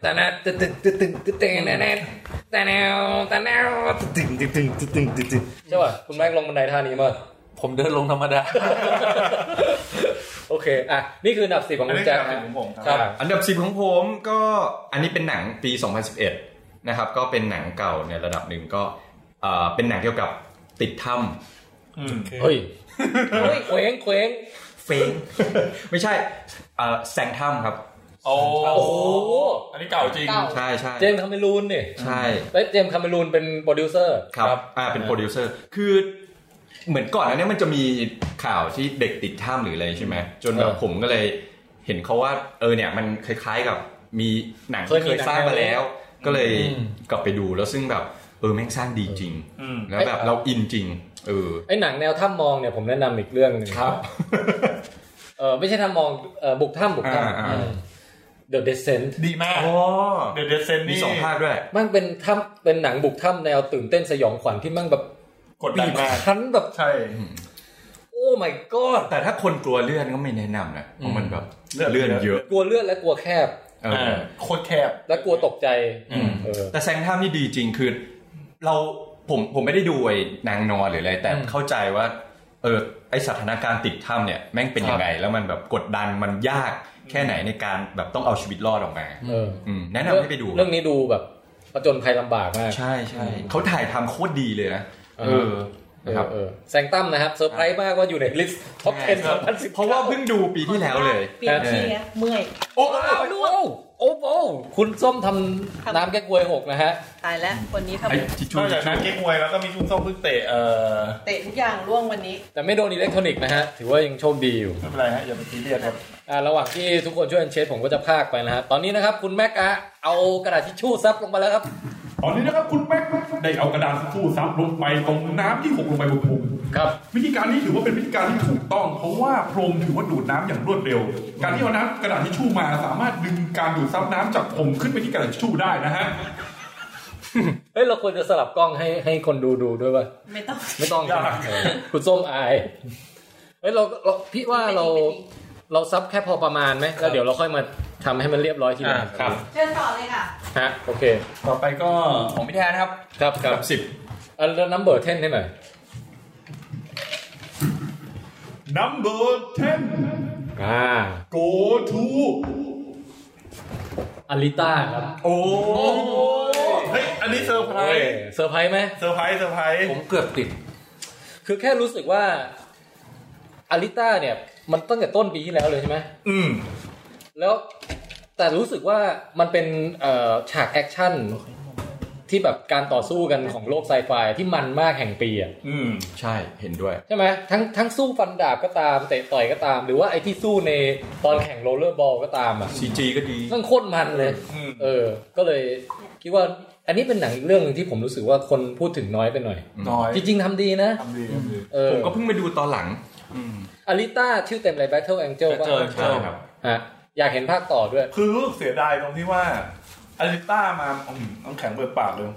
ใช่ป่ะคุณแม็กลงบันไดท่านี้มั้ยผมเดินลงธรรมดาโอเคนี่คืออันดับ10ของคุณแจ็คครับอันดับ10ของผมก็อันนี้เป็นหนังปี2011นะครับก็เป็นหนังเก่าในระดับหนึ่งก็เป็นหนังเกี่ยวกับติดถ้ำเฮ้ยเคว้งเฟงไม่ใช่แซงถ้ำครับโอ้โหอันนี้เก่าจริงใช่เจมส์คาเมรูนเนี่ยใช่เจมส์คาเมรูนเป็นโปรดิวเซอร์ครับเป็นโปรดิวเซอร์คือเหมือนก่อนอันนี้มันจะมีข่าวที่เด็กติดถ้ำหรืออะไรใช่ไหมจนแบบผมก็เลยเห็นเขาว่าเนี่ยมันคล้ายๆกับมีหนังที่เคยสร้างมาแล้วก็เลยกลับไปดูแล้วซึ่งแบบแม่งสร้างดีจริงแล้วแบบเราอินจริงไอ้หนังแนวถ้ำมองเนี่ยผมแนะนำอีกเรื่องนึงครับไม่ใช่ถ้ำมองบุกถ้ำThe Descent ดีมาก The Descent นี่มี2ภาคด้วยมันเป็นหนังบุกถ้ำแนวตื่นเต้นสยองขวัญที่มันแบบกดดันมากคันแบบใช่โอ้ my god แต่ถ้าคนกลัวเลื่อนก็ไม่แนะนำนะเพราะมันแบบเลื่อนเยอะกลัวเลื่อนและกลัวแคบโคตรแคบและกลัวตกใจแต่แซงถ้ำนี่ดีจริงคือผมไม่ได้ดูไอ้นางนอนหรืออะไรแต่เข้าใจว่าไอสถานการณ์ติดถ้ำเนี่ยแม่งเป็นยังไงแล้วมันแบบกดดันมันยากแค่ไหนในการแบบต้องเอาชีวิตรอดออกมาแนะนำให้ไปดูเรื่องนี้ดูแบบผจญภัยลำบากมากใช่เขาถ่ายทำโคตรดีเลยนะนะครับแซงตั้มนะครับเซอร์ไพรส์มากว่าอยู่ในลิสต์ท็อป 10 2010 เพราะว่าเพิ่งดูปีที่แล้วเลยเปลี่ยนที่เมื่อยโอ้คุณส้มทำน้ำแก้กวย6นะฮะตายแล้ววันนี้ทำนอกจากน้ำแก้กวยแล้วก็มีคุณส้มเพิ่งเตะทุกอย่างร่วงวันนี้แต่ไม่โดนอิเล็กทรอนิกส์นะฮะถือว่ายังโชคดีอยู่ไม่เป็นไรฮะอย่าไปซีเรียสครับระหว่างที่ทุกคนช่วยเช็ดผมก็จะพากไปนะฮะตอนนี้นะครับคุณแม็กเอากระดาษทิชชู่ซับลงมาแล้วครับตอนนี้นะครับคุณแม็กได้เอากระดาษทิชชู่ซับลงไปตรงน้ำที่หกลงไปบนพรมครับวิธีการนี้ถือว่าเป็นวิธีการที่ถูกต้องเพราะว่าพรมถือว่าดูดน้ำอย่างรวดเร็วการที่เอาน้ำกระดาษทิชชู่มาสามารถดึงการดูดซับน้ำจากพรมขึ้นไปที่กระดาษทิชชู่ได้นะฮะเราควรจะสลับกล้องให้คนดูด้วยป่ะไม่ต้องคุณส้มอายเราพี่ว่าเราซับแค่พอประมาณไหมแล้วเดี๋ยวเราค่อยมาทำให้มันเรียบร้อยทีหลังครับเชิญต่อเลยค่ะโอเคต่อไปก็ของพี่แทนครับครับ10แล้ว number 10ให้หน่อย number 10 go to อลิต้าครับโอ้เฮ้ยอันนี้เซอร์ไพรส์ไหมเซอร์ไพรส์ผมเกือบติดคือแค่รู้สึกว่าอลิต้าเนี่ยมันตั้งแต่ต้นปีที่แล้วเลยใช่ไหมแล้วแต่รู้สึกว่ามันเป็นฉากแอคชั่นที่แบบการต่อสู้กันของโลกไซไฟที่มันมากแห่งปีอ่ะใช่เห็นด้วยใช่ไหมทั้งสู้ฟันดาบก็ตามเตะต่อยก็ตามหรือว่าไอ้ที่สู้ในตอนแข่งโรลเลอร์บอลก็ตามอ่ะ CG ก็ดีมันโคตรมันเลยก็เลยคิดว่าอันนี้เป็นหนังอีกเรื่องนึงที่ผมรู้สึกว่าคนพูดถึงน้อยไปหน่อยน้อยจริงๆทำดีนะทำดีผมก็เพิ่งไปดูตอนหลังอลิต้าชื่อเต็มเลย Battle Angel ป่ะใช่ครับอยากเห็นภาคต่อด้วยคือรู้สึกเสียดายตรงที่ว่าอลิต้ามาต้องแข็งเปิดปากเลย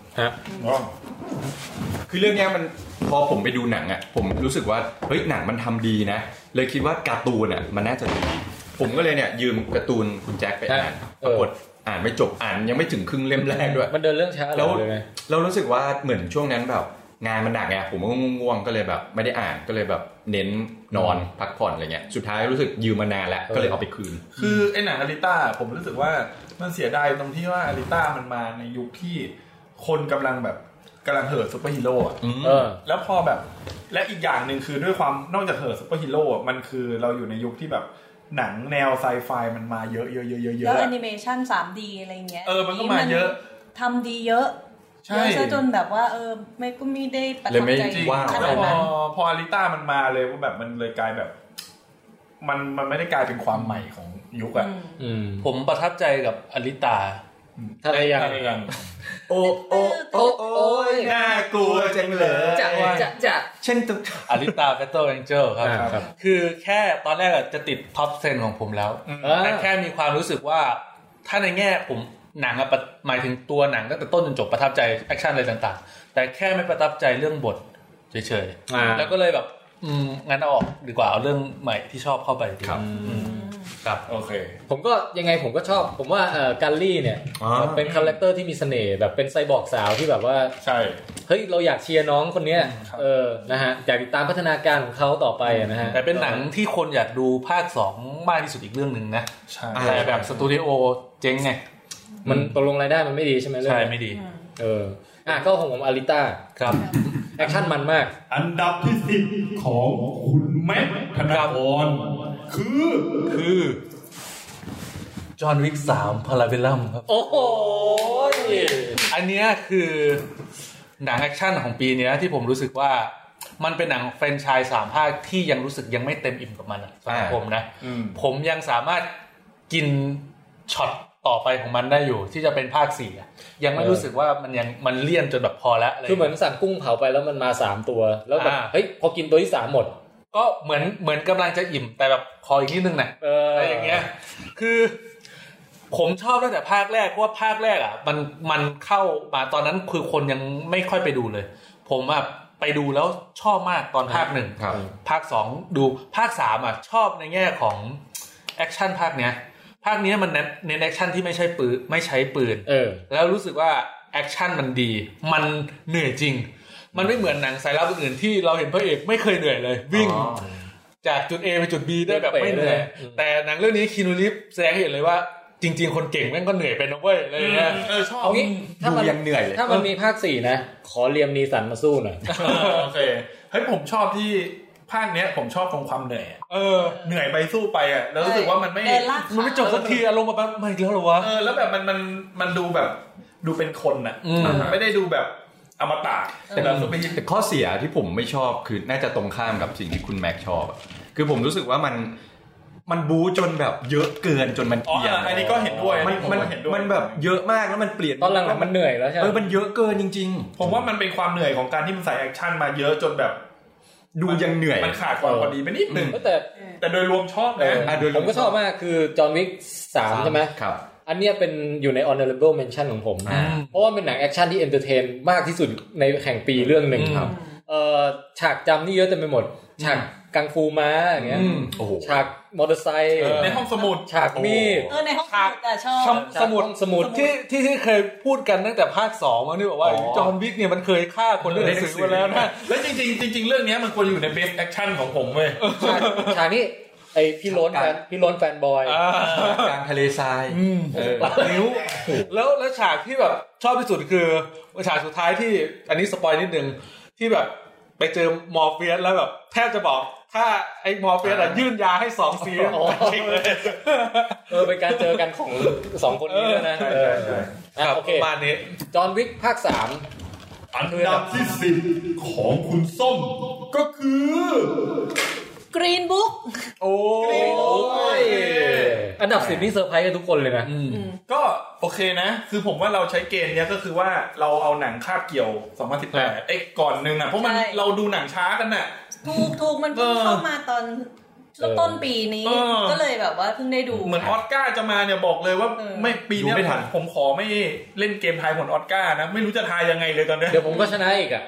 คือเรื่องนี้มันพอผมไปดูหนังอ่ะผมรู้สึกว่าเฮ้ยหนังมันทำดีนะเลยคิดว่าการ์ตูนอ่ะมันน่าจะดีผมก็เลยเนี่ยยืมการ์ตูนคุณแจ็คไปอ่านปรากฏอ่านไม่จบอ่านยังไม่ถึงครึ่งเล่มแรกด้วยมันเดินเรื่องช้าเลยเรารู้สึกว่าเหมือนช่วงนั้นแบบงานมันหนักไงผมก็ง่วงก็เลยแบบไม่ได้อ่านก็เลยแบบเน้นนอนพักผ่อนอะไรเงี้ยสุดท้ายรู้สึกยืมมานานแล้วก็เลยเอาไปคืนคือไอ้หนังอลิต้าผมรู้สึกว่ามันเสียดายตรงที่ว่าอลิต้ามันมาในยุคที่คนกำลังเหิดซุปเปอร์ฮีโร่แล้วพอแบบและอีกอย่างนึงคือด้วยความนอกจากเหิดซุปเปอร์ฮีโร่มันคือเราอยู่ในยุคที่แบบหนังแนวไซไฟมันมาเยอะๆๆๆแล้วแอนิเมชั่น 3D อะไรเงี้ยมันก็มาเยอะทำดีเยอะเยอะซะจนแบบว่าไม่ได้ประทับใจขนาดนั้นพออลิต้ามันมาเลยว่าแบบมันเลยกลายแบบมันไม่ได้กลายเป็นความใหม่ของยุคอ่ะผมประทับใจกับอลิต้าอะไรอย่างโอ้ยน่ากลัวจังเลยจะเช่นอลิต้า Battle Angel ครับคือแค่ตอนแรกจะติดท็อป10ของผมแล้วแต่แค่มีความรู้สึกว่าถ้าในแง่ผมหนังหมายถึงตัวหนังตั้งแต่ต้นจนจบประทับใจแอคชั่นอะไรต่างๆแต่แค่ไม่ประทับใจเรื่องบทเฉยๆแล้วก็เลยแบบงั้นเอาออกดีกว่าเอาเรื่องใหม่ที่ชอบเข้าไปครับโอเคผมก็ยังไงผมก็ชอบผมว่ากัลลี่เนี่ยเป็นคาแรคเตอร์ที่มีเสน่ห์แบบเป็นไซบอร์กสาวที่แบบว่าใช่เฮ้ยเราอยากเชียร์น้องคนนี้นะฮะอยากติดตามพัฒนาการของเขาต่อไปนะฮะแต่เป็นหนังที่คนอยากดูภาค2มากที่สุดอีกเรื่องนึงนะใช่แต่แบบสตูดิโอเจ๊งไงมันตกลงรายได้มันไม่ดีใช่ไหมใช่ไม่ดีก็ของผมอลิต้าครับแอคชั่นมันมากอันดับที่10ของคุณแม็กธนากรคือจอห์นวิก3พาราเบลลัมครับโอ้โหอันนี้คือหนังแอคชั่นของปีนี้ที่ผมรู้สึกว่ามันเป็นหนังแฟรนไชส์3ภาคที่ยังรู้สึกยังไม่เต็มอิ่มกับมันสำหรับผมนะผมยังสามารถกินช็อตต่อไปของมันได้อยู่ที่จะเป็นภาค4ยังไม่รู้สึกว่ามันเลี่ยนจนแบบพอแล้วคือเหมือนสั่งกุ้งเผาไปแล้วมันมา3ตัวแล้วแบบเฮ้ยพอกินตัวที่3หมดก็เหมือนกำลังจะอิ่มแต่แบบขออีกนิดนึงนะอะไรอย่างเงี้ยคือผมชอบตั้งแต่ภาคแรกเพราะว่าภาคแรกมันเข้ามาตอนนั้นคือคนยังไม่ค่อยไปดูเลยผมไปดูแล้วชอบมากตอนภาค1ภาค2ดูภาค3ชอบในแง่ของแอคชั่นภาคเนี้ยมันเน้นแอคชั่นที่ไม่ใช้ปืนแล้วรู้สึกว่าแอคชั่นมันดีมันเหนื่อยจริงมันไม่เหมือนหนังสายลับอื่นที่เราเห็นพระเอกไม่เคยเหนื่อยเลยวิ่งจากจุด A ไปจุด B ได้แบบไม่เหนื่อยแต่หนังเรื่องนี้คีนูรีฟแสดงให้เห็นเลยว่าจริงๆคนเก่งแม่งก็เหนื่อยเป็นนะเว้ยอะไรอย่างเงี้ยชอบเอางี้ถ้ามันยังเหนื่อยเลยถ้ามันมีภาค4นะขอเลียมนีสันมาสู้หน่อยโอเคเฮ้ยผมชอบที่ภาคเนี้ยผมชอบตรงความเหนื่อยเหนื่อยไปสู้ไปแล้วรู้สึกว่ามันไม่จบสักทีอารมณ์แบบไม่แล้วหรอวะแล้วแบบมันดูแบบดูเป็นคนน่ะไม่ได้ดูแบบอมตะแต่ข้อเสียที่ผมไม่ชอบคือน่าจะตรงข้ามกับสิ่งที่คุณแม็กชอบคือผมรู้สึกว่ามันบู๊จนแบบเยอะเกินจนมันเปลี่ยนอันนี้ก็เห็นด้วยมันแบบเยอะมากแล้วมันเปลี่ยนตอนหลังมันเหนื่อยแล้วใช่ไหมมันเยอะเกินจริงๆผมว่ามันเป็นความเหนื่อยของการที่มันใส่แอคชั่นมาเยอะจนแบบดูยังเหนื่อยมันขาดความพอดีไปนิดนึงแต่โดยรวมชอบนะผมก็ชอบมากคือจอห์นวิก3ใช่ไหมครับอันเนี้ยเป็นอยู่ใน honorable mention ของผมเพราะว่าเป็นหนังแอคชั่นที่เอนเตอร์เทนมากที่สุดในแห่งปีเรื่องหนึ่งครับฉากจำนี่เยอะเต็มไปหมดฉากกังฟูม้าอย่างเงี้ยฉากมอเตอร์ไซค์ในห้องสมุดฉากมีดในห้องสมุดชอบสมุดที่เคยพูดกันตั้งแต่ภาค2มานี่บอกว่าจอห์นวิกเนี่ยมันเคยฆ่าคนด้วยหนังสือมาแล้วนะแล้วจริงเรื่องนี้มันควรอยู่ในเบสแอคชั่นของผมเว้ยฉากนี้ไอพี่ล้นแฟนบอยกลางทะเลทรายปัดนิ้วแล้วฉากที่แบบชอบที่สุดคือฉากสุดท้ายที่อันนี้สปอยนิดนึงที่แบบไปเจอมอร์เฟียสแล้วแบบแทบจะบอกถ้าไอ้มอร์เฟียสยื่นยาให้2ซีจริงเลยเป็นการเจอกันของ2คนนี้ด้วยนะโอเคประมาณนี้จอห์นวิกภาค3 อันดับที่10ของคุณส้มก็คือกรีนบุ๊กอันดับ10นี่เซอร์ไพรส์กันทุกคนเลยนะก็โอเคนะคือผมว่าเราใช้เกณฑ์เนี้ยก็คือว่าเราเอาหนังคาบเกี่ยว2018ก่อนนึงอ่ะเพราะมันเราดูหนังช้ากันน่ะถูกมันเพิ่งเข้ามาตอนต้นปีนี้ก็เลยแบบว่าเพิ่งได้ดูเหมือนออสการ์จะมาเนี่ยบอกเลยว่าไม่ปีนี้ผมขอไม่เล่นเกมทายผลออสการ์นะไม่รู้จะทายยังไงเลยตอนนี้เดี๋ยวผมก็ชนะอีกอ่ะ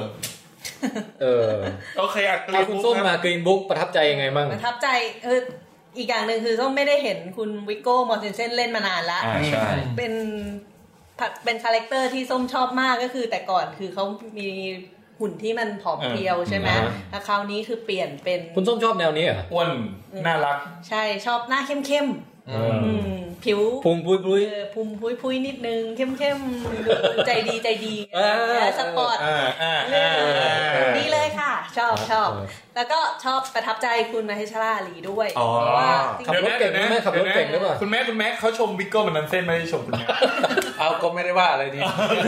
โอเคอ่ะคุณส้มมากรีนบุ๊กประทับใจยังไงบ้างประทับใจอีกอย่างนึงคือส้มไม่ได้เห็นคุณวิโก้มอร์เทนเซนเล่นมานานละใช่เป็นคาแรคเตอร์ที่ส้มชอบมากก็คือแต่ก่อนคือเขามีหุ่นที่มันผอมเพรียวใช่ไหมแล้วคราวนี้คือเปลี่ยนเป็นคุณส้มชอบแนวนี้เหรออ้วนน่ารักใช่ชอบหน้าเข้มผิวพุงพุยพุงพุยนิดนึงเข้มใจดีสปอร์ตดีเลยค่ะชอบแล้วก็ชอบประทับใจคุณมาเฮชราลีด้วยเพราะว่าขับรถเก่งไหมขับรถเก่งหรือเปล่าคุณแม่เขาชมวิกโก้มันนั้นเส้นไม่ได้ชมคุณแม่เอาก็ไม่ได้ว่าอะไรดี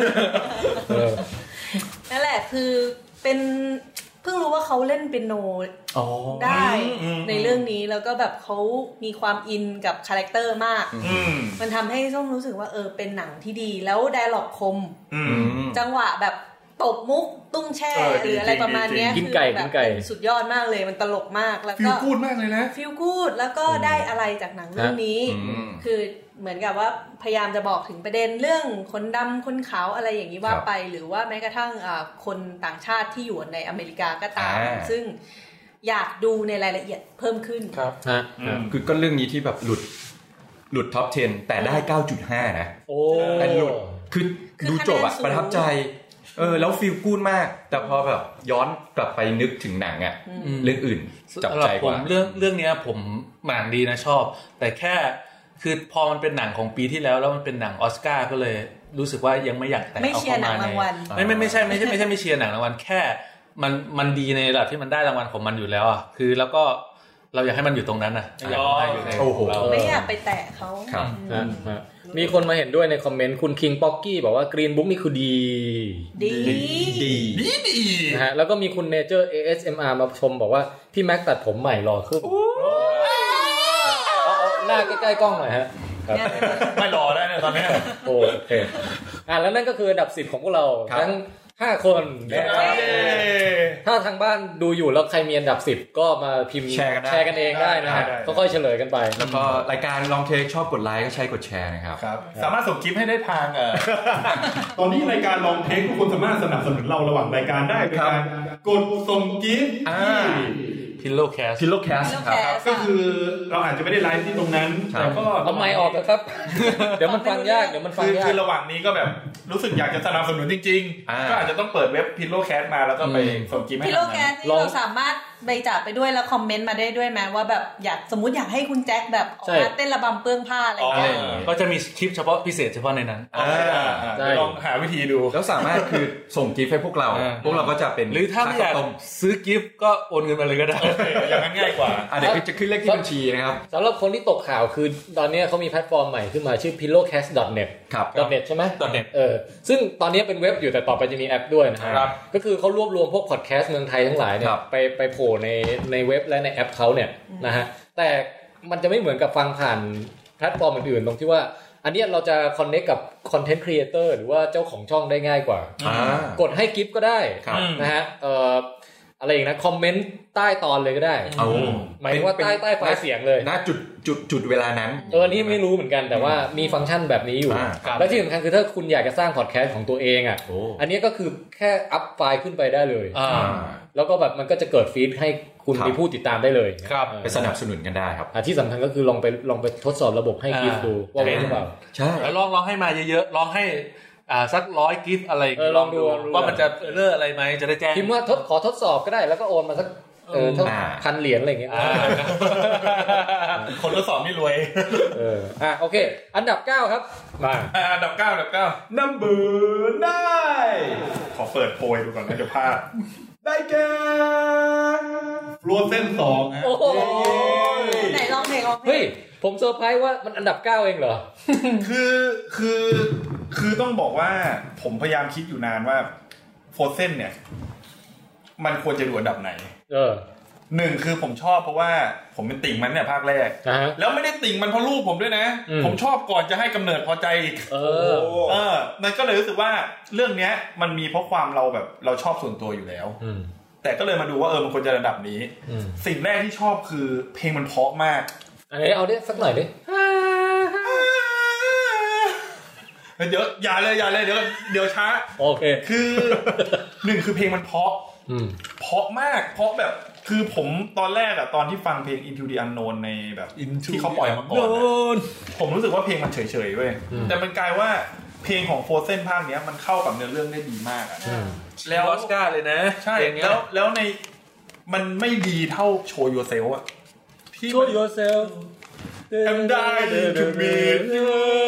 นั่นแหละคือเป็นเพิ่งรู้ว่าเขาเล่นเปียโนได้ในเรื่องนี้แล้วก็แบบเขามีความอินกับคาแรคเตอร์มากมันทำให้ส้มรู้สึกว่าเป็นหนังที่ดีแล้วไดอะล็อกคมจังหวะแบบตบมุกตุ้งแช่หรืออะไรประมาณนี้กินไก่สุดยอดมากเลยมันตลกมากแล้วก็ฟีลกู๊ดมากเลยนะฟีลกู๊ดแล้วก็ได้อะไรจากหนังเรื่องนี้คือเหมือนกับว่าพยายามจะบอกถึงประเด็นเรื่องคนดำคนขาวอะไรอย่างนี้ว่าไปหรือว่าแม้กระทั่งคนต่างชาติที่อยู่ในอเมริกาก็ตามซึ่งอยากดูในรายละเอียดเพิ่มขึ้นครับคือก็เรื่องนี้ที่แบบหลุดท็อป 10 แต่ได้ 9.5 นะแต่หลุดคือดูจบอะประทับใจแล้วฟีลกู๊ดมากแต่พอแบบย้อนกลับไปนึกถึงหนังอะเรื่องอื่นจับใจกว่าผมเรื่องนี้ผมหมานดีนะชอบแต่แค่คือพอมันเป็นหนังของปีที่แล้วมันเป็นหนังออสการ์ก็เลยรู้สึกว่ายังไม่อยากแต่เอาเข้ามาในไม่ใช่ไม่เชียร์หนังรางวัลแค่มันดีในระดับที่มันได้รางวัลของมันอยู่แล้วอ่ะคือแล้วก็เราอยากให้มันอยู่ตรงนั้นน่ะอยากให้อยู่ในเราไม่อยากไปแตะเขามีคนมาเห็นด้วยในคอมเมนต์คุณคิงป๊อกกี้บอกว่ากรีนบุ๊กนี่คือดีนะฮะแล้วก็มีคุณเนเจอร์ ASMR มาชมบอกว่าพี่แม็กตัดผมใหม่หล่อขึ้นหน้าใกล้ๆกล้องหน่อยฮะไม่รอได้นะตอนนี้โอเคแล้วนั่นก็คืออันดับ10ของพวกเราทั้ง5คนถ้าทางบ้านดูอยู่แล้วใครมีอันดับ10ก็มาพิมพ์แชร์กันเองได้นะฮะค่อยๆเฉลยกันไปแล้วก็รายการลองเทคชอบกดไลค์ก็ใช้กดแชร์นะครับสามารถส่งคลิปให้ได้ทางตอนนี้รายการลองเทคทุกคนสามารถสนับสนุนเราระหว่างรายการได้โดยการกดส่งคลิป Pillowcast ครับก็คือเราอาจจะไม่ได้ไลฟ์ที่ตรงนั้นแต่ก็เอาไมค์ออกครับเดี๋ยวมันฟังยากคือระหว่างนี้ก็แบบรู้สึกอยากจะสนับสนุนจริงๆก็อาจจะต้องเปิดเว็บ Pillowcast มาแล้วก็ไปส่งคลิปให้ Pillowcast ที่เราสามารถบริจาคไปด้วยแล้วคอมเมนต์มาได้ด้วยมั้ยว่าแบบสมมุติอยากให้คุณแจ็คแบบออกมาเต้นระบำเปื้องผ้าอะไรอย่างเงี้ยก็จะมีคลิปเฉพาะพิเศษเฉพาะในนั้นลองหาวิธีดูแล้วสามารถคือส่งกิฟต์ให้พวกเราก็จะเป็นหรือถ้าไม่อยากซื้อกิฟต์ก็โอนเงินมาเลยก็ได้อย่างนั้นง่ายกว่าเดี๋ยวจะขึ้นเลขที่บัญชีนะครับสำหรับคนที่ตกข่าวคือตอนนี้เขามีแพลตฟอร์มใหม่ขึ้นมาชื่อ pillowcast.net .net ใช่ไหม .net ซึ่งตอนนี้เป็นเว็บอยู่แต่ต่อไปจะมีแอปด้วยนะครับก็คือเขารวบรวมพวกพอดแคสต์เมืองไทยทั้งหลายเนี่ยไปโผล่ในเว็บและในแอปเขาเนี่ยนะฮะแต่มันจะไม่เหมือนกับฟังผ่านแพลตฟอร์มอื่นๆตรงที่ว่าอันนี้เราจะคอนเนคกับคอนเทนต์ครีเอเตอร์หรือว่าเจ้าของช่องได้ง่ายกว่ากดให้กิฟต์ก็ได้นะฮะอะไรอย่างนะคอมเมนต์ใต้ตอนเลยก็ได้หมายถึงว่าใต้ไฟล์เสียงเลยนะจุดเวลานั้นนี่ไม่รู้เหมือนกันแต่ว่ามีฟังก์ชันแบบนี้อยู่และที่สำคัญคือถ้าคุณอยากจะสร้างพอดแคสต์ของตัวเองอันนี้ก็คือแค่อัพไฟล์ขึ้นไปได้เลยแล้วก็แบบมันก็จะเกิดฟีดให้คุณมีผู้ติดตามได้เลยไปสนับสนุนกันได้ครับที่สำคัญก็คือลองไปทดสอบระบบให้กิฟต์ดูว่าเป็นหรือเปล่าใช่แล้วลองให้มาเยอะๆลองให้สัก100กิฟต์อะไรลองดูว่ามันจะเลิกอะไรไหมจะได้แจ้งพิมพ์ว่าขอทดสอบก็ได้แล้วก็โอนมาสักเท่า1,000 เหรียญอะไรอย่างเงี้ยคนทดสอบนี่รวยโอเคอันดับ9ครับมาอันดับ9 number 9ขอเปิดโพยดูก่อนนะจะพลาดได้แก่Frozen 2ฮะไหนลองเพลงเฮ้ยผมเซอร์ไพรส์ว่ามันอันดับ9เองเหรอคือต้องบอกว่าผมพยายามคิดอยู่นานว่า Frozen เนี่ยมันควรจะดูอันดับไหน1คือผมชอบเพราะว่าผมเป็นติ่งมันเนี่ยภาคแรกแล้วไม่ได้ติ่งมันเพราะลูกผมด้วยนะผมชอบก่อนจะให้กำเนิดพอใจอีกมันก็เลยรู้สึกว่าเรื่องเนี้ยมันมีเพราะความเราแบบเราชอบส่วนตัวอยู่แล้วแต่ก็เลยมาดูว่ามันควรจะระดับนี้สิ่งแรกที่ชอบคือเพลงมันเพราะมากอันนี้เอาดิสักหน่อยดิเดี๋ยวอย่าเลยเดี๋ยวช้าโอเคคือ1คือเพลงมันเพราะมากเพราะแบบคือผมตอนแรกอะตอนที่ฟังเพลง Into the Unknown ในแบบที่เขาปล่อยมาก่อนผมรู้สึกว่าเพลงมันเฉยๆเว้ยแต่มันกลายว่าเพลงของ Frozen ภาคเนี้ยมันเข้ากับเนื้อเรื่องได้ดีมากอะแล้วออสการ์เลยนะใช่แล้วในมันไม่ดีเท่า Show Yourself อะที่ Show Yourself I'm dying to meet you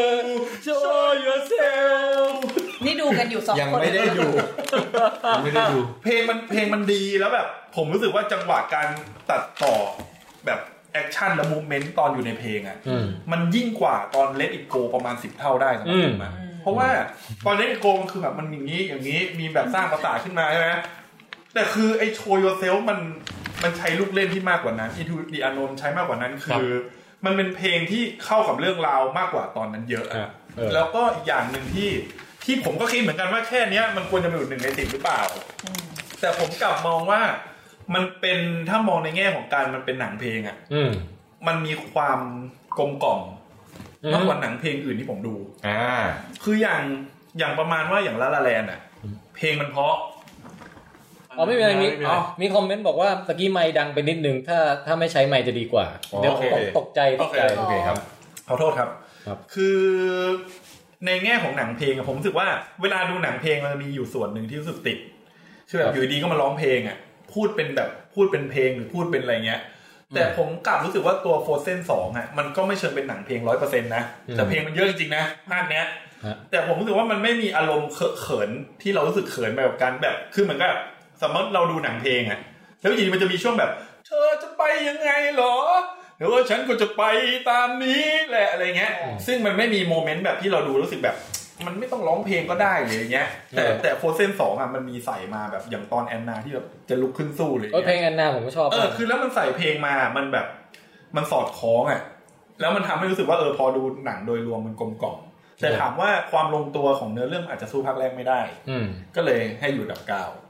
Show Yourself นี่ดูกันอยู่2คนยังไม่ได้ดูเพลงมันดีแล้วแบบผมรู้สึกว่าจังหวะการตัดต่อแบบแอคชั่นและมูฟเมนต์ตอนอยู่ในเพลงอ่ะมันยิ่งกว่าตอน Let It Go ประมาณ10เท่าได้สำหรับผมนะเพราะว่าตอน Let It Go มันคือแบบมันอย่างนี้มีแบบสร้างภาษาขึ้นมาใช่ไหมแต่คือไอ้ Show Yourself มันใช้ลูกเล่นที่มากกว่านั้น Into the Unknown ใช้มากกว่านั้นคือมันเป็นเพลงที่เข้ากับเรื่องราวมากกว่าตอนนั้นเยอะแล้วก็อีกอย่างนึงที่ผมก็คิดเหมือนกันว่าแค่นี้มันควรจะเป็น1ใน10หรือเปล่าแต่ผมกลับมองว่ามันเป็นถ้ามองในแง่ของการมันเป็นหนังเพลงอ่ะมันมีความกลมกล่อมมากกว่าหนังเพลงอื่นที่ผมดูคืออย่างประมาณว่าอย่างลาลาแลนด์อ่ะเพลงมันเพราะไม่มีอะไรมีคอมเมนต์บอกว่าตะกี้ไมค์ดังไปนิดนึงถ้าไม่ใช้ไมค์จะดีกว่าเดี๋ยวตกใจโอเคครับขอโทษครับคือในแง่ของหนังเพลงผมรู้สึกว่าเวลาดูหนังเพลงมันมีอยู่ส่วนหนึ่งที่รู้สึกติดคือแบบอยู่ดีก็มาร้องเพลงอ่ะพูดเป็นเพลงหรือพูดเป็นอะไรเงี้ยแต่ผมกลับรู้สึกว่าตัว Frozen 2อ่ะมันก็ไม่เชิงเป็นหนังเพลง 100% นะแต่เพลงมันเยอะจริงๆนะภาคเนี้ยแต่ผมรู้สึกว่ามันไม่มีอารมณ์เขินที่เรารู้สึกเขินแบบกันแบบคือเหมือนกับสมมติเราดูหนังเพลงอ่ะแล้วอยู่ดีมันจะมีช่วงแบบเธอจะไปยังไงหรอหรือว่าฉันก็จะไปตามนี้แหละอะไรเงี้ยซึ่งมันไม่มีโมเมนต์แบบที่เราดูรู้สึกแบบมันไม่ต้องร้องเพลงก็ได้เลยอย่างเงี้ยแต่โฟเซน2อ่ะมันมีใส่มาแบบอย่างตอนแอนนาที่แบบจะลุกขึ้นสู้เลยเพลงแอนนาผมก็ชอบคือแล้วมันใส่เพลงมามันแบบมันสอดคล้องอ่ะแล้วมันทำให้รู้สึกว่าพอดูหนังโดยรวมมันกลมกล่อมแต่ถามว่าความลงตัวของเนื้อเรื่องอาจจะสู้ภาคแรกไม่ได้ก็เลยให้อยู่ดับ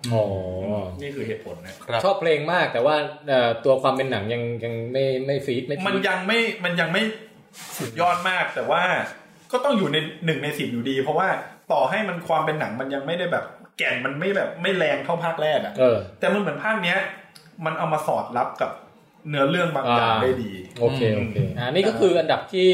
9นี่คือเหตุผลนะชอบเพลงมากแต่ว่าตัวความเป็นหนังยังไม่ฟีดมันยังไม่สุดยอดมากแต่ว่าก็ต้องอยู่ใน1ใน10อยู่ดีเพราะว่าต่อให้มันความเป็นหนังมันยังไม่ได้แบบแก่นมันไม่แบบไม่แรงเท่าภาคแรกอ่ะแต่มันเหมือนภาคเนี้ยมันเอามาสอดรับกับเนื้อเรื่องบางอย่างได้ดีโอเคนี่ก็คืออันดับที่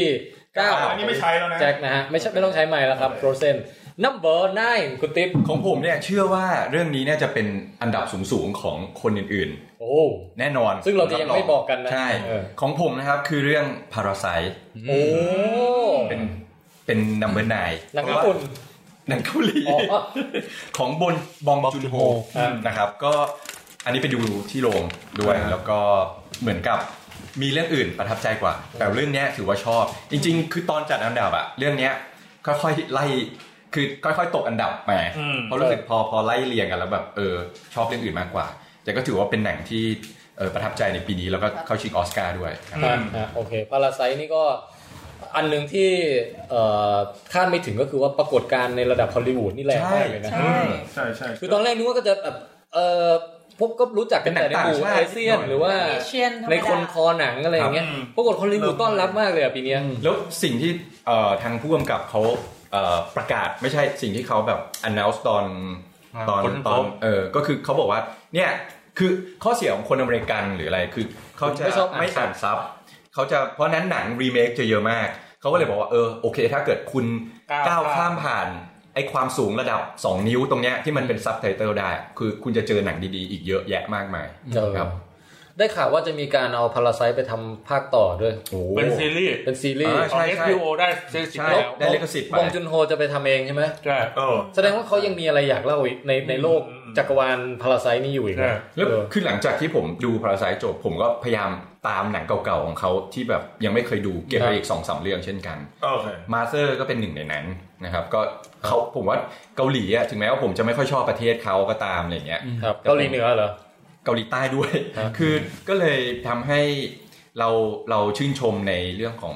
9 อันนี้ไม่ใช้แล้วนะแจ็คนะฮะไม่ต้องใช้ไมค์แล้วครับ Frozen Number 9คุณติ๊บของผมเนี่ยเชื่อว่าเรื่องนี้เนี่ยจะเป็นอันดับสูงของคนอื่นๆโอ้แน่นอนซึ่งเราจะยังไม่บอกกันนะใช่ของผมนะครับคือเรื่อง Parasite โอ้เป็น Number 9 หนังญี่ปุ่นหนังเกาหลีของบองจุนโฮนะครับก็อันนี้ไปดูที่โรงด้วยแล้วก็เหมือนกับมีเรื่องอื่นประทับใจกว่าแต่เรื่องนี้ถือว่าชอบจริงๆคือตอนจัดอันดับอะเรื่องนี้ค่อยๆไล่คือค่อยๆตกอันดับไปเพราะรู้สึกพอไล่เรียงกันแล้วแบบชอบเรื่องอื่นมากกว่าแต่ก็ถือว่าเป็นหนังที่ประทับใจในปีนี้แล้วก็เข้าชิงออสการ์ด้วยโอเคพาราไซต์นี่ก็อันนึงที่คาดไม่ถึงก็คือว่าปรากฏการณ์ในระดับฮอลลีวูดนี่แรงมากเลยนะใช่คือตอนแรกนึกว่าก็จะแบบพวกก็รู้จักกันแต่ในหมู่เอเชียนหรือว่าในคนคอหนังอะไรอย่างเงี้ยปรากฏฮอลลีวูดต้อนรับมากเลยปีนี้แล้วสิ่งที่ทางผู้กำกับเขาประกาศไม่ใช่สิ่งที่เขาแบบ announce ตอนก็คือเขาบอกว่าเนี่ยคือข้อเสียของคนอเมริกันหรืออะไรคือเขาจะไม่อ่านซับเขาจะเพราะนั้นหนังรีเมคจะเยอะมากเขาก็เลยบอกว่าโอเคถ้าเกิดคุณก้าวข้ามผ่านไอ้ความสูงระดับ2นิ้วตรงเนี้ยที่มันเป็นซับไตเติลได้คือคุณจะเจอหนังดีๆอีกเยอะแยะมากมายครับได้ข่าวว่าจะมีการเอา Parasite ไปทำภาคต่อด้วยเป็นซีรีส์ใช่ HBO ได้ได้ลิขสิทธิ์ไปบองจุนโฮจะไปทำเองใช่ไหมใช่แสดงว่าเขายังมีอะไรอยากเล่าในโลกจักรวาล Parasite นี่อยู่อีกแล้วคือหลังจากที่ผมดู Parasite จบผมก็พยายามตามหนังเก่าๆของเขาที่แบบยังไม่เคยดูเก็บไปอีก 2-3 เรื่องเช่นกันมาเซอร์ก็เป็นหนึ่งในนั้นนะครับก็ผมว่าเกาหลีถึงแม้ว่าผมจะไม่ค่อยชอบประเทศเขาก็ตามอะไรเงี้ยเกาหลีเหนือเหรอเกาหลีใต้ด้วยคือก็เลยทำให้เราชื่นชมในเรื่องของ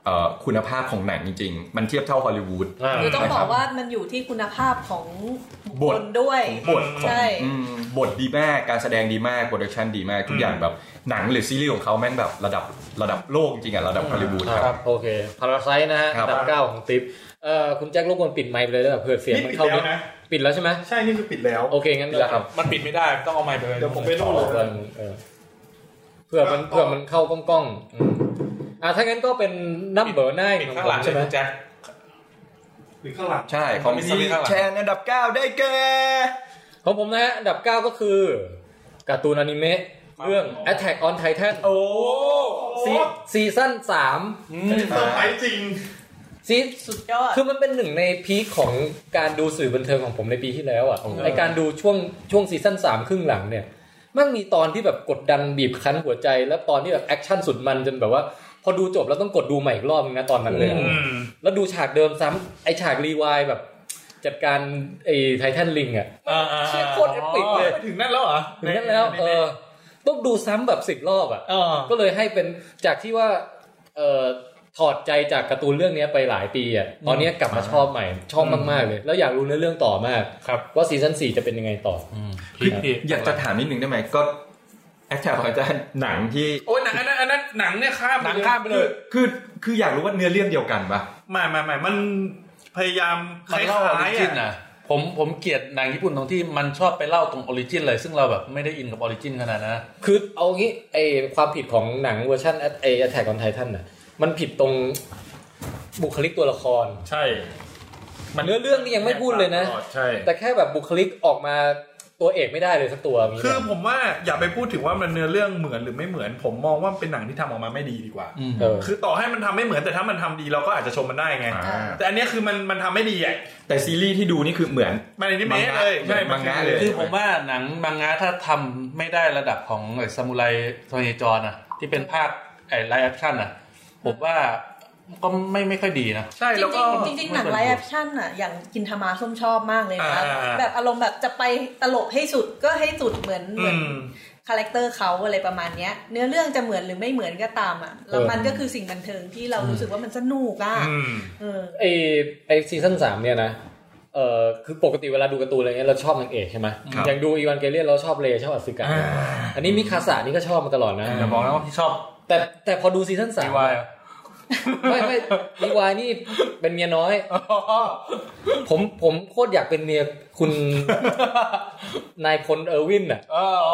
คุณภาพของหนังจริงๆมันเทียบเท่าฮอลลีวูดคือต้องบอกว่ามันอยู่ที่คุณภาพของบทด้วยบทใช่บทดีมากการแสดงดีมากโปรดักชันดีมากทุกอย่างแบบหนังหรือซีรีส์ของเขาแม่งแบบระดับโลกจริงๆระดับฮอลลีวูดครับโอเคพาราไซต์นะฮะอันดับ9ของติ๊บคุณแจ็ครบกวนปิดไมค์ไปเลยได้ป่ะเผื่อเสียงมันเข้านะปิดแล้วใช่ไหมใช่นี่คือปิดแล้วโอเคงั้นครับมันปิดไม่ได้ต้องเอาไมค์ไปเลยเดี๋ยวผมไปโน่นเลยเผื่อมันเข้ากล้องถ้างั้นก็เป็นนัมเบอร์9ของผมใช่ไหมแจ็คปิดข้างหลังใช่ของพี่แชร์อันดับ9ได้แก่ของผมนะฮะอันดับ9ก็คือการ์ตูนอนิเมะเรื่อง Attack on Titan โอ้ซีซั่น3 เซอร์ไพรส์จริงสุดยอดคือมันเป็นหนึ่งในพีคของการดูสื่อบันเทิงของผมในปีที่แล้วอ่ะไอการดูช่วงซีซั่น3ครึ่งหลังเนี่ยมันมีตอนที่แบบกดดันบีบคั้นหัวใจแล้วตอนที่แบบแอคชั่นสุดมันจนแบบว่าพอดูจบแล้วต้องกดดูใหม่อีกรอบนึงนะตอนนั้นเลยแล้วดูฉากเดิมซ้ำไอฉากรีไวด์แบบจัดการไอไททันลิงอ่ะเชี่ยโคตรเอปิกเลยถึงนั่นแล้วเหรอถึงนั่นแล้วต้องดูซ้ำแบบ10รอบอ่ะก็เลยให้เป็นจากที่ว่าถอดใจจากการ์ตูนเรื่องนี้ไปหลายปีอ่ะตอนนี้กลับมาชอบใหม่ชอบมากๆเลยแล้วอยากรู้เรื่องต่อมากว่าซีซั่น4จะเป็นยังไงต่ออยากจะถามนิดนึงได้ไหมก็แอคแท็กของอาจารย์หนังที่โอ้ยหนังอันนั้นหนังเนี่ยข้ามไปเลยคืออยากรู้ว่าเนื้อเรื่องเดียวกันป่ะไม่มันพยายามคล้ายๆนะผมเกลียดหนังญี่ปุ่นตรงที่มันชอบไปเล่าตรงออริจินเลยซึ่งเราแบบไม่ได้อินกับออริจินขนาดนั้นคือเอางี้ไอความผิดของหนังเวอร์ชันAttack on Titan น่ะมันผิดตรงบุคลิกตัวละครใช่เนื้อเรื่องนี่ยังไม่พูดเลยนะแต่แค่แบบบุคลิกออกมาตัวเอกไม่ได้เลยสักตัวคือผมว่าอย่าไปพูดถึงว่ามันเนื้อเรื่องเหมือนหรือไม่เหมือนผมมองว่าเป็นหนังที่ทำออกมาไม่ดีดีกว่าคือต่อให้มันทำไม่เหมือนแต่ถ้ามันทำดีเราก็อาจจะชมมันได้ไงแต่อันนี้คือมันทำไม่ดีอ่ะแต่ซีรีส์ที่ดูนี่คือเหมือนมันนี่เมะเลยใช่มังงะเลยคือผมว่าหนังมังงะถ้าทำไม่ได้ระดับของซามูไรโทเนจรนะที่เป็นภาคไลฟ์แอคชั่นอ่ะผมว่าก็ไม่ค่อยดีนะใช่แล้วก็จริงๆหนังไลฟ์แอคชั่นอ่ะอย่างกินทามาส้มชอบมากเลยนะแบบอารมณ์แบบจะไปตลกให้สุดก็ให้สุดเหมือนคาแรคเตอร์เขาอะไรประมาณนี้เนื้อเรื่องจะเหมือนหรือไม่เหมือนก็ตามอ่ะแล้วมันก็คือสิ่งบันเทิงที่เรารู้สึกว่ามันสนุกอ่ะไอซีซั่น3เนี่ยนะคือปกติเวลาดูการ์ตูนอะไรเงี้ยเราชอบนางเอกใช่ไหมอย่างดูอีวานเกเลียนเราชอบเลชอบอสึกะอันนี้มิคาสะนี่ก็ชอบมาตลอดนะแต่บอกแล้วว่าพี่ชอบแต่พอดูซีซั่น3ไม่รีวายนี่เป็นเมียน้อยผมโคตรอยากเป็นเมียคุณนายพลเออร์วินอ่ะ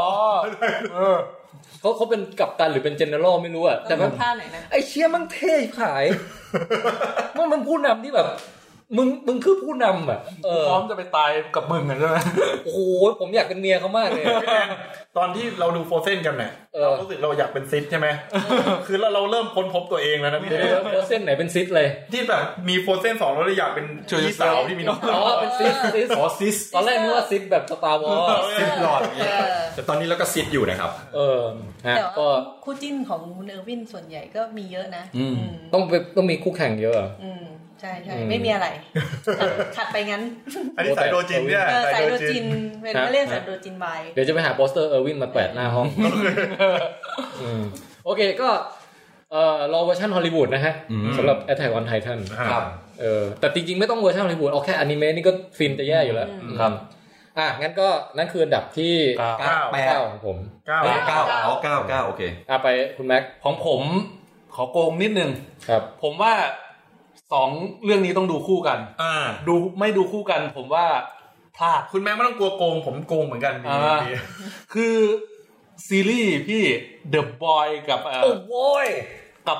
เขาเป็นกัปตันหรือเป็นเจเนอเรลไม่รู้อ่ะแต่มันไอเชี่ยมันเท่ขายมันผู้นำที่แบบมึงคือผู้นำอ่ะพร้อมจะไปตายกับมึงใช่ไหมโอ้โหผมอยากเป็นเมียเขามากเลยตอนที่เราดูโฟเซนกันเนี่ยเรารู้สึกเราอยากเป็นซิดใช่ไหมคือเราเริ่มค้นพบตัวเองแล้วนะพี่โฟเซนไหนเป็นซิดเลยที่แบบมีโฟเซน2เราเลยอยากเป็นพี่สาวที่มีน้องเป็นซิดตอนแรกนึกว่าซิดแบบสตาร์วอร์ซิดหลอดอย่างเงี้ยแต่ตอนนี้เราก็ซิดอยู่นะครับแต่ก็คู่จิ้นของเนอร์วินส่วนใหญ่ก็มีเยอะนะต้องมีคู่แข่งเยอะใช่ไม่มีอะไรขัดไปงั้นอันนี้สายโดจินเนี่ยสายโดจินเป็นเรื่องสายโดจินบายเดี๋ยวจะไปหาโปสเตอร์เออร์วินมาแปะหน้าห้องโอเคก็รอเวอร์ชันฮอลลีวูดนะฮะสำหรับ Attack on Titan ครับแต่จริงๆไม่ต้องเวอร์ชันฮอลลีวูดเอาแค่อนิเมะนี่ก็ฟินจะแย่อยู่แล้วครับงั้นก็นั่นคืออันดับที่9ของผม 9โอเคไปคุณแม็กของผมขอโกงนิดนึงครับผมว่า2เรื่องนี้ต้องดูคู่กันดูไม่ดูคู่กันผมว่าพลาดคุณแม่ไม่ต้องกลัวโกงผมโกงเหมือนกันคือซีรีส์พี่ The Boy กับ Boy กับ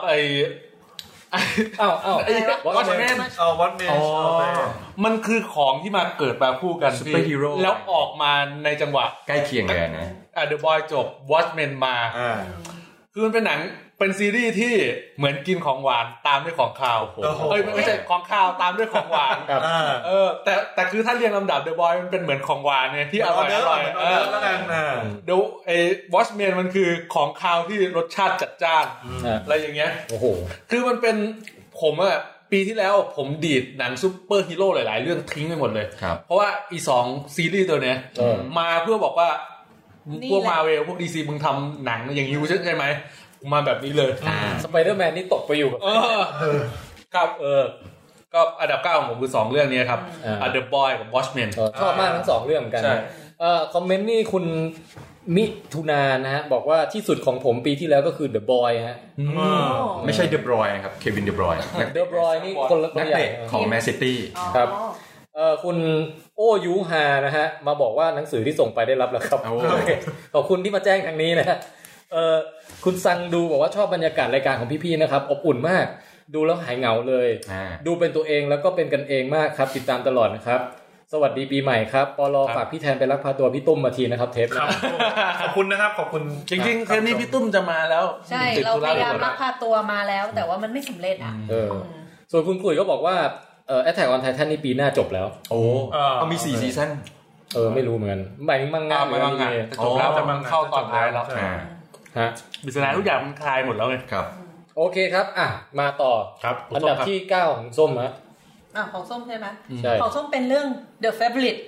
Watchmen มันคือของที่มาเกิดมาคู่กันซุปเปอร์ฮีโร่แล้วออกมาในจังหวะใกล้เคียงกันนะ The Boy จบ Watchmen มาคือมันเป็นหนังเป็นซีรีส์ที่เหมือนกินของหวานตามด้วยของคาวไม่ใช่ของคาวตามด้วยของหวานแต่คือถ้าเรียงลำดับ The Boy มันเป็นเหมือนของหวานไงที่อร่อยแล้วกันดูWatchmen มันคือของคาวที่รสชาติจัดจ้านอะไรอย่างเงี้ยโอ้โหคือมันเป็นผมปีที่แล้วผมดีดหนังซุปเปอร์ฮีโร่หลายๆเรื่องทิ้งไปหมดเลยเพราะว่าอี2ซีรีส์ตัวเนี้ยมาเพื่อบอกว่าพวก Marvel พวก DC มึงทำหนังอย่างนี้ใช่ไหมมาแบบนี้เลยสไปเดอร์แมนนี่ตกไปอยู่แบบครับก็อันดับ9ของผมคือ2เรื่องนี้ครับ The Boy กับ Watchmen ชอบมากทั้ง2เรื่องเหมือนกันคอมเมนต์นี่คุณมิถุนานะฮะบอกว่าที่สุดของผมปีที่แล้วก็คือ The Boy ฮะไม่ใช่ De Bruyne ครับ Kevin De Bruyne De Bruyne นี่คนละนักเตะของ Man City ครับคุณโอยูฮานะฮะมาบอกว่าหนังสือที่ส่งไปได้รับแล้วครับขอบคุณที่มาแจ้งทางนี้นะฮะคุณซังดูบอกว่าชอบบรรยากาศรายการของพี่ๆนะครับอบอุ่นมากดูแล้วหายเหงาเลยดูเป็นตัวเองแล้วก็เป็นกันเองมากครับติดตามตลอดนะครับสวัสดีปีใหม่ครับปลฝากพี่แทนไปลักพาตัวพี่ตุ้มมาทีนะครับเทปครับขอบคุณนะครับขอบคุณจริงๆเทปนี้พี่ตุ้มจะมาแล้วใช่เราพยายามลักพาตัวมาแล้วแต่ว่ามันไม่สำเร็จอ่ะส่วนคุณกุ๋ยก็บอกว่าAttack on Titan นี่ปีหน้าจบแล้วโอ้มี4ซีซั่นไม่รู้เหมือนกันหมายถึงมังงะจบแล้วจะมังเข้าตอนท้ายแล้วฮะบิสนาทุกอย่างมันคลายหมดแล้วไงครับโอเคครับมาต่อครับอันดับที่9ของส้มฮะของส้มใช่ไหมใช่ของส้มเป็นเรื่อง The Favorite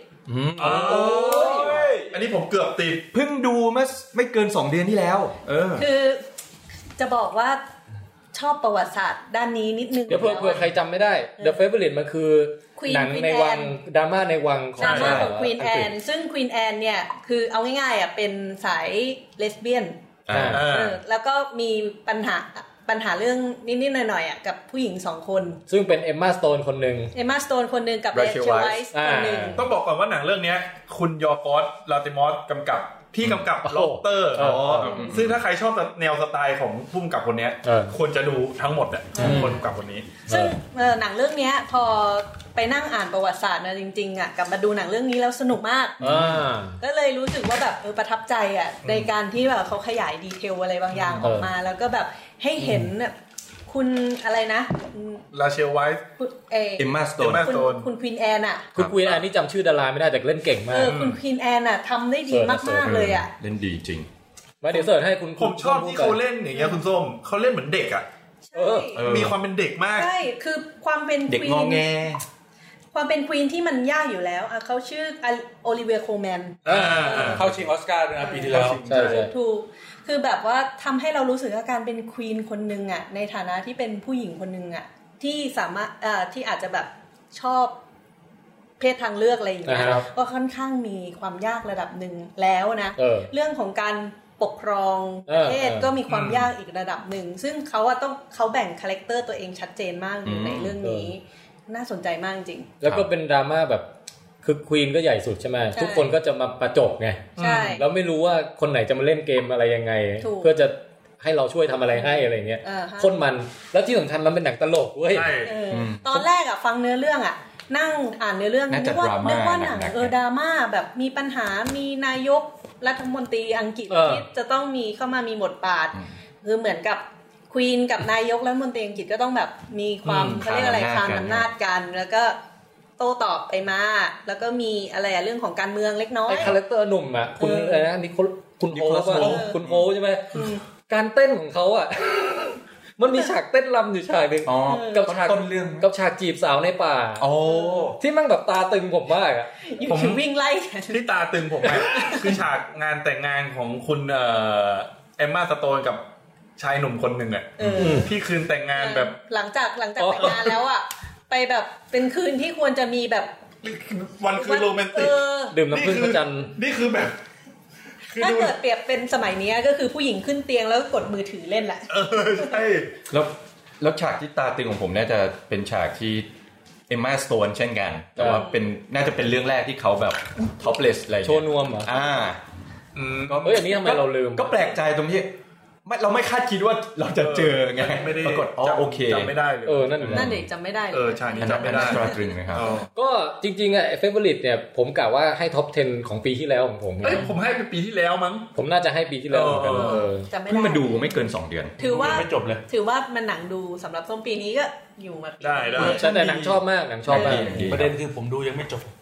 อันนี้ผมเกือบติดเพิ่งดูไม่เกิน2เดือนที่แล้วคือจะบอกว่าชอบประวัติศาสตร์ด้านนี้นิดนึงเดี๋ยวเผื่อใครจำไม่ได้ The Favorite มันคือหนังในวังดราม่าในวังของดราม่าของ Queen Anne ซึ่ง Queen Anne เนี่ยคือเอาง่ายๆเป็นสายเลสเบี้ยนแล้วก็มีปัญหาเรื่องนิดๆหน่อยๆกับผู้หญิง2คนซึ่งเป็นเอมม่าสโตนคนนึงกับเรเชลไวส์คนนึงต้องบอกก่อนว่าหนังเรื่องนี้คุณยอร์กอสลาติมอสกำกับพี่กำกับล็อกเตอร์ซึ่งถ้าใครชอบแนวสไตล์ของผู้กำกับคนนี้ควรจะดูทั้งหมดคนกำกับคนนี้ซึ่งหนังเรื่องนี้พอไปนั่งอ่านประวัติศาสตร์นะจริงๆกลับมาดูหนังเรื่องนี้แล้วสนุกมากก็เลยรู้สึกว่าแบบประทับใจในการที่แบบเขาขยายดีเทลอะไรบางอย่างออกมาแล้วก็แบบให้เห็นคุณอะไรนะราเชลไวส์เอมม่าสโตนคุณควีนแอนคุณควีนแอนนี่จำชื่อดาราไม่ได้แต่เล่นเก่งมากคุณควีนแอนทำได้ดีมากๆเลยเล่นดีจริงมาเดี๋ยวเสิร์ชให้คุณผมชอบที่เขาเล่นอย่างเงี้ยคุณส้มเขาเล่นเหมือนเด็กมีความเป็นเด็กมากใช่คือความเป็นเด็กงอแงความเป็นควีนที่มันยากอยู่แล้วเขาชื่อโอลิเวียโคลแมนเข้าชิงออสการ์นะปีที่แล้วใช่ถูกคือแบบว่าทำให้เรารู้สึกว่าการเป็นควีนคนนึงในฐานะที่เป็นผู้หญิงคนนึงที่สามารถที่อาจจะแบบชอบเพศทางเลือกอะไรอย่างเงี้ยก็ค่อนข้างมีความยากระดับหนึ่งแล้วนะเรื่องของการปกครองประเทศก็มีความยากอีกระดับหนึ่งซึ่งเขาแบ่งคาแรคเตอร์ตัวเองชัดเจนมากอยู่ในเรื่องนี้น่าสนใจมากจริงแล้วก็เป็นดราม่าแบบคือควีนก็ใหญ่สุดใช่ไหมทุกคนก็จะมาประจบไงแล้วไม่รู้ว่าคนไหนจะมาเล่นเกมอะไรยังไงเพื่อจะให้เราช่วยทำอะไรให้อะไรเงี้ยคนมันแล้วที่สำคัญมันเป็นหนังตลกเว้ยตอนแรกฟังเนื้อเรื่องนั่งอ่านเนื้อเรื่องนึกว่าหนังดราม่าแบบมีปัญหามีนายกรัฐมนตรีอังกฤษที่จะต้องมีเข้ามามีบทบาทคือเหมือนกับควีนกับนายกรัฐมนตรีอังกฤษก็ต้องแบบมีความเขาเรียกอะไรคานอำนาจกันแล้วก็โต้ตอบไปมาแล้วก็มีอะไรเรื่องของการเมืองเล็กน้อยไอ้คาแรคเตอร์หนุ่มคุณอะไรนะนี่คุณโฮป่ะคุณโฮใช่ไหมการเต้นของเขามันมีฉากเต้นรำอยู่ฉากนึงกับฉากต้นเรื่องกับฉากจีบสาวในป่าที่มันแบบตาตึงผมมากผมวิ่งไล่ที่ตาตึงผมคือฉากงานแต่งงานของคุณเอมม่าสโตนกับชายหนุ่มคนหนึ่งที่คืนแต่งงานแบบหลังจากแต่งงานแล้วไปแบบเป็นคืนที่ควรจะมีแบบวันคืนโรแมนติกดื่มน้ำผึ้งพระจันทร์นี่คือแบบถ้าเกิดเปรียบเป็นสมัยนี้ก็คือผู้หญิงขึ้นเตียงแล้วกดมือถือเล่นแหละใช่แล้วฉากที่ตาตึงของผมน่าจะเป็นฉากที่เอมม่าสโตนเช่นกันแต่ว่าน่าจะเป็นเรื่องแรกที่เขาแบบท็อปเลสอะไรโชว์นวมเหรอก็อันนี้ทำไมเราลืมก็แปลกใจตรงที่เราไม่คาดคิดว่าเราจะเจอไงปรากฏโอเคจำไม่ได้เลยนั่นเด็กจำไม่ได้ใช่นี่จำไม่ได้ตรึงนะครับก็จริงๆเฟเวอริตเนี่ยผมกะว่าให้ท็อป 10 ของปีที่แล้วของผมผมให้เป็นปีที่แล้วมั้งผมน่าจะให้ปีที่แล้วเหมือนกันจำไม่ได้มาดูไม่เกิน2เดือนถือว่าไม่จบเลยถือว่ามันหนังดูสำหรับส้มปีนี้ก็อยู่มาได้แต่หนังชอบมากหนังชอบมากประเด็นคือผมดูยังไม่จบ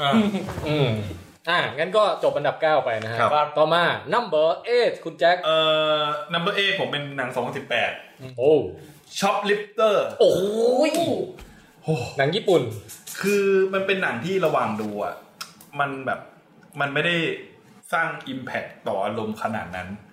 งั้นก็จบอันดับ9ไปนะฮะต่อมา number 8คุณแจ็ค number 8ผมเป็นหนัง2018 โอ้ Shoplifter โอ้ยหนังญี่ปุ่นคือมันเป็นหนังที่ระหว่างดูมันแบบมันไม่ได้สร้าง impact ต่ออารมณ์ขนาดนั้น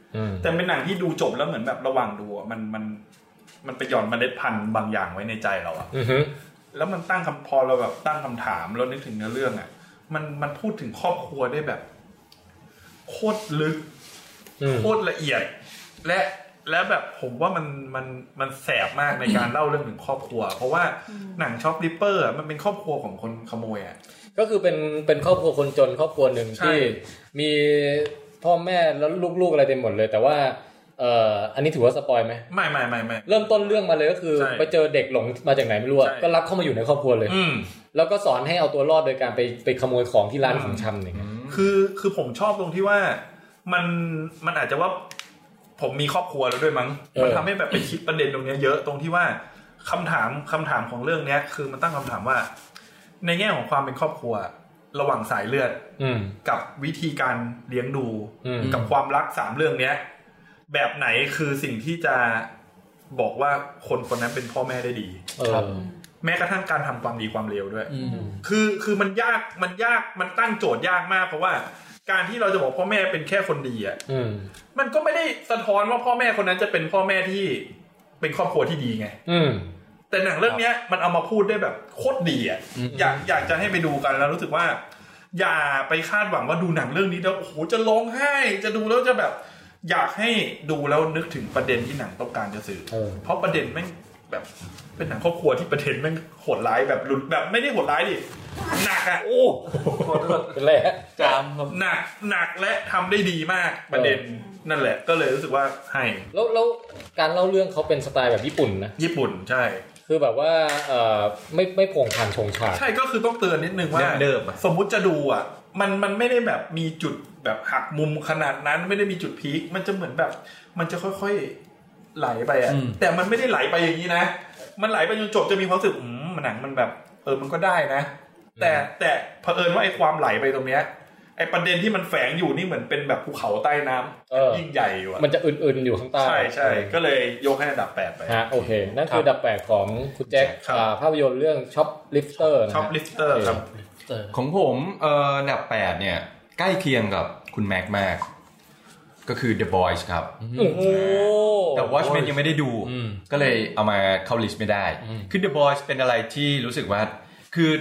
แต่เป็นหนังที่ดูจบแล้วเหมือนแบบระหว่างดูมันไปหย่อนเมล็ดพันธุ์บางอย่างไว้ในใจเราอะแล้วมันพอเราแบบตั้งคำถามแล้วนึกถึงเนื้อเรื่องอะมันพูดถึงครอบครัวได้แบบโคตรลึกโคตรละเอียดและแบบผมว่ามันแสบมากในการเล่าเรื่องถึงครอบครัวเพราะว่าหนังช็อปริปเปอร์มันเป็นครอบครัวของคนขโมยอ่ะก็คือเป็นครอบครัวคนจนครอบครัวหนึ่งที่มีพ่อแม่แล้วลูกๆอะไรเต็มหมดเลยแต่ว่าอันนี้ถือว่าสปอยไหมไม่เริ่มต้นเรื่องมาเลยก็คือไปเจอเด็กหลงมาจากไหนไม่รู้ก็รับเข้ามาอยู่ในครอบครัวเลยแล้วก็สอนให้เอาตัวรอดโดยการไปขโมยของที่ร้านของชำอย่างเงี้ยคือผมชอบตรงที่ว่ามันอาจจะว่าผมมีครอบครัวแล้วด้วยมั้งมันทำให้แบบไปคิดประเด็นตรงนี้เยอะตรงที่ว่าคำถามของเรื่องนี้คือมันตั้งคำถามว่าในแง่ของความเป็นครอบครัวระหว่างสายเลือดกับวิธีการเลี้ยงดูกับความรัก3เรื่องนี้แบบไหนคือสิ่งที่จะบอกว่าคนนั้นเป็นพ่อแม่ได้ดีแม้กระทั่งการทำความดีความเลวด้วยคือมันยากมันตั้งโจทย์ยากมากเพราะว่าการที่เราจะบอกพ่อแม่เป็นแค่คนดีอ่ะมันก็ไม่ได้สะท้อนว่าพ่อแม่คนนั้นจะเป็นพ่อแม่ที่เป็นครอบครัวที่ดีไงแต่หนังเรื่องนี้มันเอามาพูดได้แบบโคตรดีอ่ะอยากจะให้ไปดูกันแล้วรู้สึกว่าอย่าไปคาดหวังว่าดูหนังเรื่องนี้แล้วโอ้โหจะร้องไห้จะดูแล้วจะแบบอยากให้ดูแล้วนึกถึงประเด็นที่หนังต้องการจะสื่อเพราะประเด็นแม่งแบบเป็นหนังครอบครัวที่ประเด็นแม่งโหดร้ายแบบรุนแบบไม่ได้โหดร้ายดิหนักอ่ะโอ้เป็นไรจามหนักและทำได้ดีมากประเด็นนั่นแหละก็เลยรู้สึกว่าให้แล้วการเล่าเรื่องเขาเป็นสไตล์แบบญี่ปุ่นนะญี่ปุ่นใช่คือแบบว่าไม่โผงผ่านชงฉากใช่ก็คือต้องเตือนนิดนึงว่าสมมุติจะดูอ่ะมันไม่ได้แบบมีจุดแบบหักมุมขนาดนั้นไม่ได้มีจุดพีคมันจะเหมือนแบบมันจะค่อยๆไหลไปอ่ะแต่มันไม่ได้ไหลไปอย่างนี้นะมันไหลไปจนจบจะมีความรู้สึกหนังมันแบบมันก็ได้นะแต่เผอิญว่าไอ้ความไหลไปตรงเนี้ยไอ้ประเด็นที่มันแฝงอยู่นี่เหมือนเป็นแบบภูเขาใต้น้ำยิ่งใหญ่อยู่มันจะอื่นๆอยู่ข้างใต้ใช่ก็เลยยกให้อันดับ8ไปโอเคนั่นคืออันดับ8ของคุณแจ็คภาพยนตร์เรื่องช็อปลิฟเตอร์ช็อปลิฟเตอร์ครับของผมอันดับ8เนี่ยใกล้เคียงกับคุณแม็กมากก็คือ The Boys ครับแต่ Watchmen ยังไม่ได้ดูก็เลยเอามาเข้าลิสต์ไม่ได้คือ The Boys เป็นอะไรที่รู้สึกว่าคือ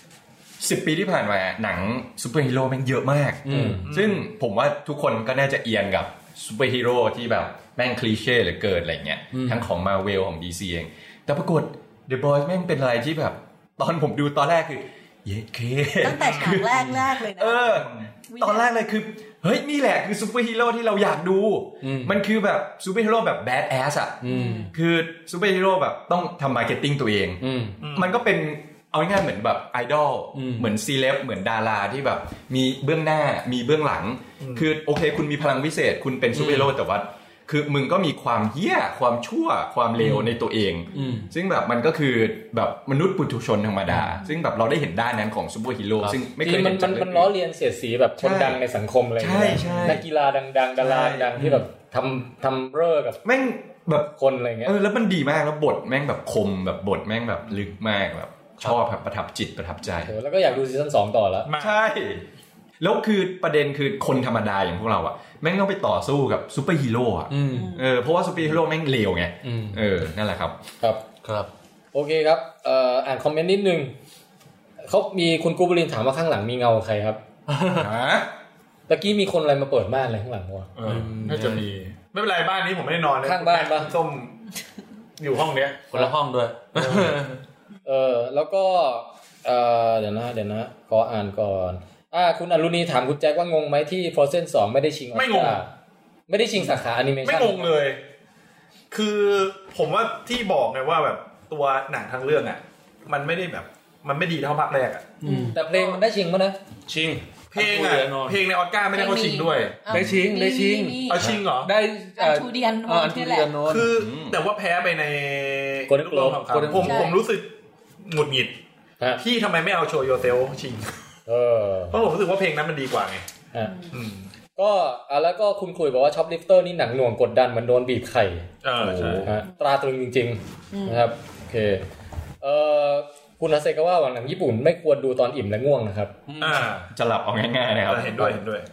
10 ปีที่ผ่านมาหนังซูเปอร์ฮีโร่แม่งเยอะมากซึ่งผมว่าทุกคนก็น่าจะเอียนกับซูเปอร์ฮีโร่ที่แบบแม่งคลีเช่เหลือเกินอะไรเงี้ยทั้งของ Marvel ของ DC เองแต่ปรากฏ The Boys แม่งเป็นอะไรที่แบบตอนผมดูตอนแรกคือเย้เคตั้งแต่ฉากแรกเลยนะตอนแรกเลยคือเฮ้ยนี่แหละคือซูเปอร์ฮีโร่ที่เราอยากดูมันคือแบบซูเปอร์ฮีโร่แบบแบดแอสอ่ะคือซูเปอร์ฮีโร่แบบต้องทำมาร์เก็ตติ้งตัวเองมันก็เป็นเอาง่ายๆเหมือนแบบไอดอลเหมือนซีเลบเหมือนดาราที่แบบมีเบื้องหน้ามีเบื้องหลังคือโอเคคุณมีพลังวิเศษคุณเป็นซูเปอร์ฮีโร่แต่ว่าคือมึงก็มีความเหี้ยความชั่วความเลวในตัวเองซึ่งแบบมันก็คือแบบมนุษย์ปุถุชนธรรมดาซึ่งแบบเราได้เห็นด้านนั้นของซูเปอร์ฮีโร่ซึ่งไม่เคยเห็นมันล้อเลียนเสียดสีแบบคนดังในสังคมอะไรอย่างเงี้ยนักกีฬาดังๆดาราดังที่แบบทำเร่อกับแม่งแบบคนอะไรเงี้ยแล้วมันดีมากแล้วบทแม่งแบบคมแบบบทแม่งแบบลึกมากแบบชอบแบบประทับจิตประทับใจแล้วก็อยากดูซีซั่น2ต่อแล้วใช่แล้วคือประเด็นคือคนธรรมดาอย่างพวกเราอ่ะแม่งต้องไปต่อสู้กับซูเปอร์ฮีโร่อ่ะเพราะว่าซูเปอร์ฮีโร่แม่งเลวไงนั่นแหละครับครับโอเคครับอ่านคอมเมนต์นิดนึงเขามีคุณกูบลินถามว่าข้างหลังมีเงาใครครับตะกี้มีคนอะไรมาเปิดม่านอะไรข้างหลังวะน่าจะมีไม่เป็นไรบ้านนี้ผมไม่ได้นอนข้างบ้านปะส้มอยู่ห้องเนี้ยคนละห้องด้วยแล้วก็เดี๋ยวนะขออ่านก่อนคุณอรุณีถามคุณแจ็คว่างงไหมที่ Frozen 2ไม่ได้ชิงไม่งงไม่ได้ชิงสาขาแอนิเมชั่นไม่งงเลยคือผมว่าที่บอกไงว่าแบบตัวหนังทั้งเรื่องอ่ะมันไม่ได้แบบมันไม่ดีเท่าภาคแรกอ่ะแต่เพลงมันได้ชิงมั้ยนะชิงเพลงในออสการ์ไม่ได้เข้าชิงด้วยได้ชิงเอาชิงเหรอได้ทูเดียนนี่แหละคือแต่ว่าแพ้ไปในโกลเด้นโกลบผมรู้สึกหงุดหงิดที่ทำไมไม่เอาโชว์โยเซลชิงเพราะผมรู้สึกว่าเพลงนั้นมันดีกว่าไงก็แล้วก็คุณคุยบอกว่าช็อปลิฟเตอร์นี่หนังหน่วงกดดันเหมือนโดนบีบไข่ใช่ตราตรึงจริงๆนะครับโอเคคุณอาเซก็ว่าหนังญี่ปุ่นไม่ควรดูตอนอิ่มและง่วงนะครับจะหลับเอาง่ายๆนะครับเห็นด้วย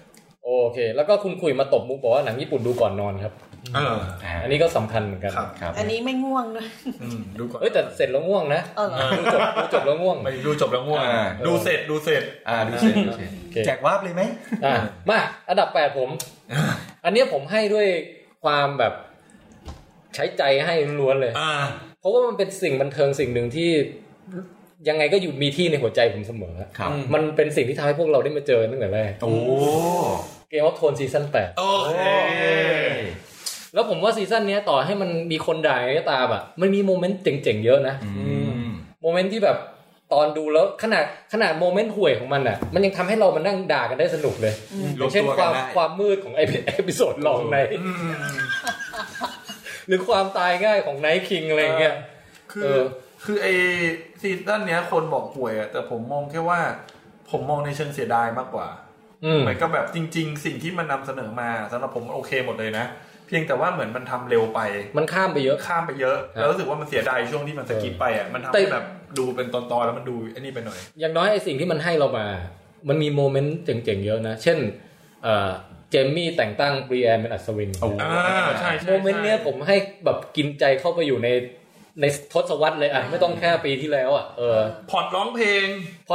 โอเคแล้วก็คุณคุยมาตบมุกบอกว่าหนังญี่ปุ่นดูก่อนนอนครับอันนี้ก็สำคัญเหมือนกันครับอันนี้ไม่ง่วงด้วยดูก่อนแต่เสร็จแล้วง่วงนะดูจบแล้วง่วงไม่ดูจบแล้วง่วงดูเสร็จดูเสร็จแจกวาร์ปเลยไหมมาอันดับ8ผมอันนี้ผมให้ด้วยความแบบใช้ใจให้ล้วนเลยเพราะว่ามันเป็นสิ่งบันเทิงสิ่งหนึ่งที่ยังไงก็อยู่มีที่ในหัวใจผมเสมอครับมันเป็นสิ่งที่ทำให้พวกเราได้มาเจอตั้งแต่แรกเกมออฟโทนซีซั่น8 โอเคแล้วผมว่าซีซั่นนี้ต่อให้มันมีคนด่าก็ตามมันมีโมเมนต์เจ๋งๆเยอะนะโมเมนต์ที่แบบตอนดูแล้วขนาดโมเมนต์ห่วยของมันมันยังทำให้เรามานั่งด่ากันได้สนุกเลยอย่างเช่นความมืดของเอพิโซดลองในหรือความตายง่ายของไนท์คิงอะไรอย่างเงี้ยคือไอซีซั่นเนี้ยคนบอกห่วยแต่ผมมองแค่ว่าผมมองในเชิงเสียดายมากกว่าเหมือนกับแบบจริงๆสิ่งที่มันนำเสนอมาสำหรับผมโอเคหมดเลยนะเพียงแต่ว่าเหมือนมันทำเร็วไปมันข้ามไปเยอะแล้วรู้สึกว่ามันเสียดายช่วงที่มันสกิปไปมันทำให้แบบดูเป็นตอนๆแล้วมันดูอันนี้ไปหน่อยอย่างน้อยไอสิ่งที่มันให้เรามามันมีโมเมนต์เจ๋งๆเยอะนะเช่นเจมมี่แต่งตั้งบรีแอนเป็นอัศวินใช่โมเมนต์เนี้ยผมให้แบบกินใจเข้าไปอยู่ในทศวรรษเลยไม่ต้องแค่ปีที่แล้วพอดร้องเพลง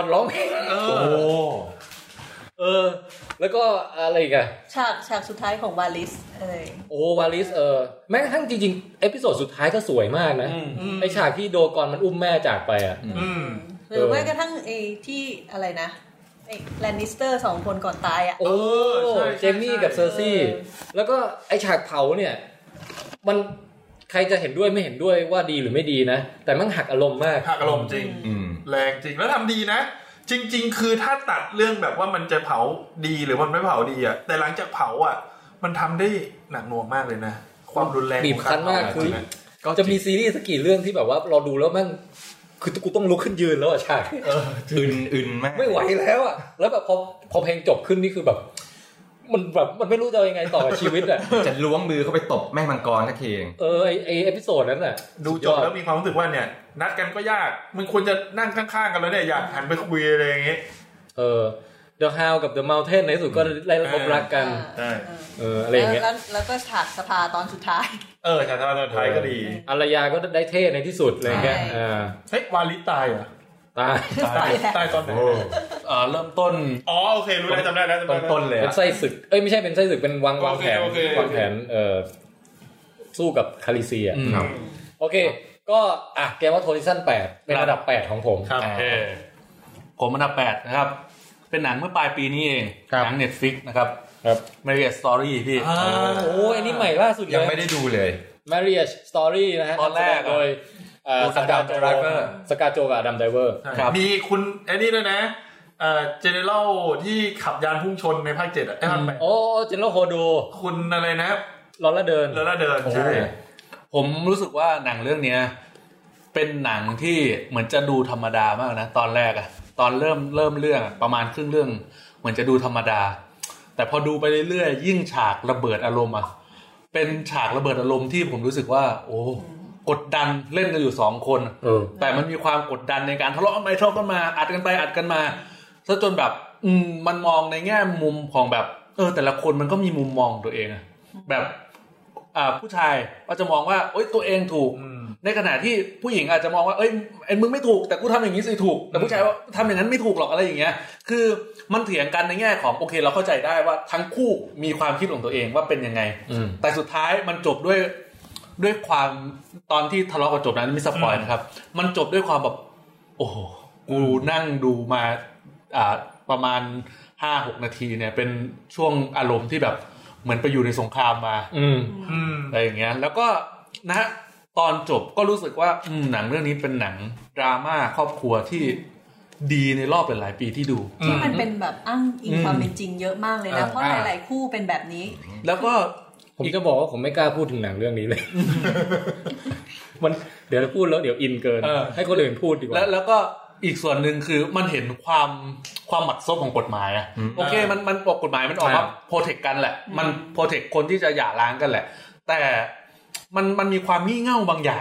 แล้วก็อะไรอีกอะฉากสุดท้ายของวาลิสวาลิสแม้กระทั่งจริงๆเอพิโซดสุดท้ายก็สวยมากนะไอฉากที่โดกอนมันอุ้มแม่จากไปหรือแม้กระทั่งไอที่อะไรนะไอแลนนิสเตอร์2คนก่อนตายเจมี่กับเซอร์ซี่แล้วก็ไอฉากเผาเนี่ยมันใครจะเห็นด้วยไม่เห็นด้วยว่าดีหรือไม่ดีนะแต่มันหักอารมณ์มากหักอารมณ์จริงแรงจริงแล้วทำดีนะจริงๆคือถ้าตัดเรื่องแบบว่ามันจะเผาดีหรือมันไม่เผาดีแต่หลังจากเผามันทำได้หนักหน่วงมากเลยนะความรุนแรงบีบคั้นมากคือจะมีซีรีส์สักกี่เรื่องที่แบบว่าเราดูแล้วมันคือกูต้องลุกขึ้นยืนแล้วใช่อื่นมากไม่ไหวแล้วแล้วแบบพอเพลงจบขึ้นนี่คือแบบมันแบบมันไม่รู้จะยังไงต่อกับชีวิตจะล้วงมือเข้าไปตบแม่มังกรทักทีไอเอพิโซดนั้นดูจบแล้วมีความรู้สึกว่าเนี่ยนัดกันก็ยากมึงควรจะนั่งข้างๆกันแล้วเนี่ยอยากหันไปคุยอะไรอย่างเงี้ย The Howl กับ The Mountain ในที่สุดก็ได้พบรักกันอะไรอย่างเงี้ยแล้วก็ฉากสภาตอนสุดท้ายฉากสภาตอนสุดท้ายก็ดีอารยาก็ได้เท่ในที่สุดอะไรอย่างเงี้ยเฮ้ยวาลิตายเหรอตายตอนไหนเริ่มต้นโอเครู้แล้วจำได้แล้วต้นเลยเป็นไส้ศึกไม่ใช่เป็นไส้ศึกเป็นวางแผนสู้กับคาลิเซียโอเคก็เกมว่าโทนิซัน8เป็นอันดับ8ของผมผมอันดับ8นะครับเป็นหนังเมื่อปลายปีนี้เองหนัง Netflix นะครับ Marriage Story พี่อันนี้ใหม่ล่าสุดยังไม่ได้ดูเลย Marriage Story นะฮะตอนแรกโดยสกาโจกับอดัมไดเวอร์มีคุณไอ้นี่ด้วยนะเจเนอเรลที่ขับยานพุ่งชนในภาค7 เจเนอเรลโฮโดคุณอะไรนะลอร่าเดินใช่ผมรู้สึกว่าหนังเรื่องนี้เป็นหนังที่เหมือนจะดูธรรมดามากนะตอนแรกตอนเริ่มเรื่องประมาณครึ่งเรื่องเหมือนจะดูธรรมดาแต่พอดูไปเรื่อยๆยิ่งฉากระเบิดอารมณ์เป็นฉากระเบิดอารมณ์ที่ผมรู้สึกว่ากดดันเล่นกันอยู่2คนแต่มันมีความกดดันในการทะเลาะกันไปทะเลาะกันมาอัดกันไปอัดกันมาซะจนแบบมันมองในแง่มุมของแบบแต่ละคนมันก็มีมุมมองตัวเองแบบผู้ชายก็จะมองว่าตัวเองถูกในขณะที่ผู้หญิงอาจจะมองว่ามึงไม่ถูกแต่กูทำอย่างนี้สิถูกแต่ผู้ชายว่าทำอย่างนั้นไม่ถูกหรอกอะไรอย่างเงี้ยคือมันเถียงกันในแง่ของโอเคเราเข้าใจได้ว่าทั้งคู่มีความคิดของตัวเองว่าเป็นยังไงแต่สุดท้ายมันจบด้วยความตอนที่ทะเลาะกันจบนั้นไม่สปอยนะครับมันจบด้วยความแบบโอ้โหกูนั่งดูมาประมาณ 5-6 นาทีเนี่ยเป็นช่วงอารมณ์ที่แบบเหมือนไปอยู่ในสงครามมาอะไรอย่างเงี้ยแล้วก็นะตอนจบก็รู้สึกว่าหนังเรื่องนี้เป็นหนังดราม่าครอบครัวที่ดีในรอบหลายปีที่ดูที่มันเป็นแบบอ้างอิงความเป็นจริงเยอะมากเลยนะเพราะหลายๆคู่เป็นแบบนี้แล้วก็ผมจะบอกว่าผมไม่กล้าพูดถึงหนังเรื่องนี้เลยมันเดี๋ยวพูดแล้วเดี๋ยวอินเกินให้คนอื่นพูดดีกว่าแล้วก็อีกส่วนหนึ่งคือมันเห็นความหมัดซบของกฎหมายโอเคมันกฎหมายมันออกมาโปรเทคกันแหละมันโปรเทคคนที่จะหย่าร้างกันแหละแต่มันมีความงี่เง่าบางอย่าง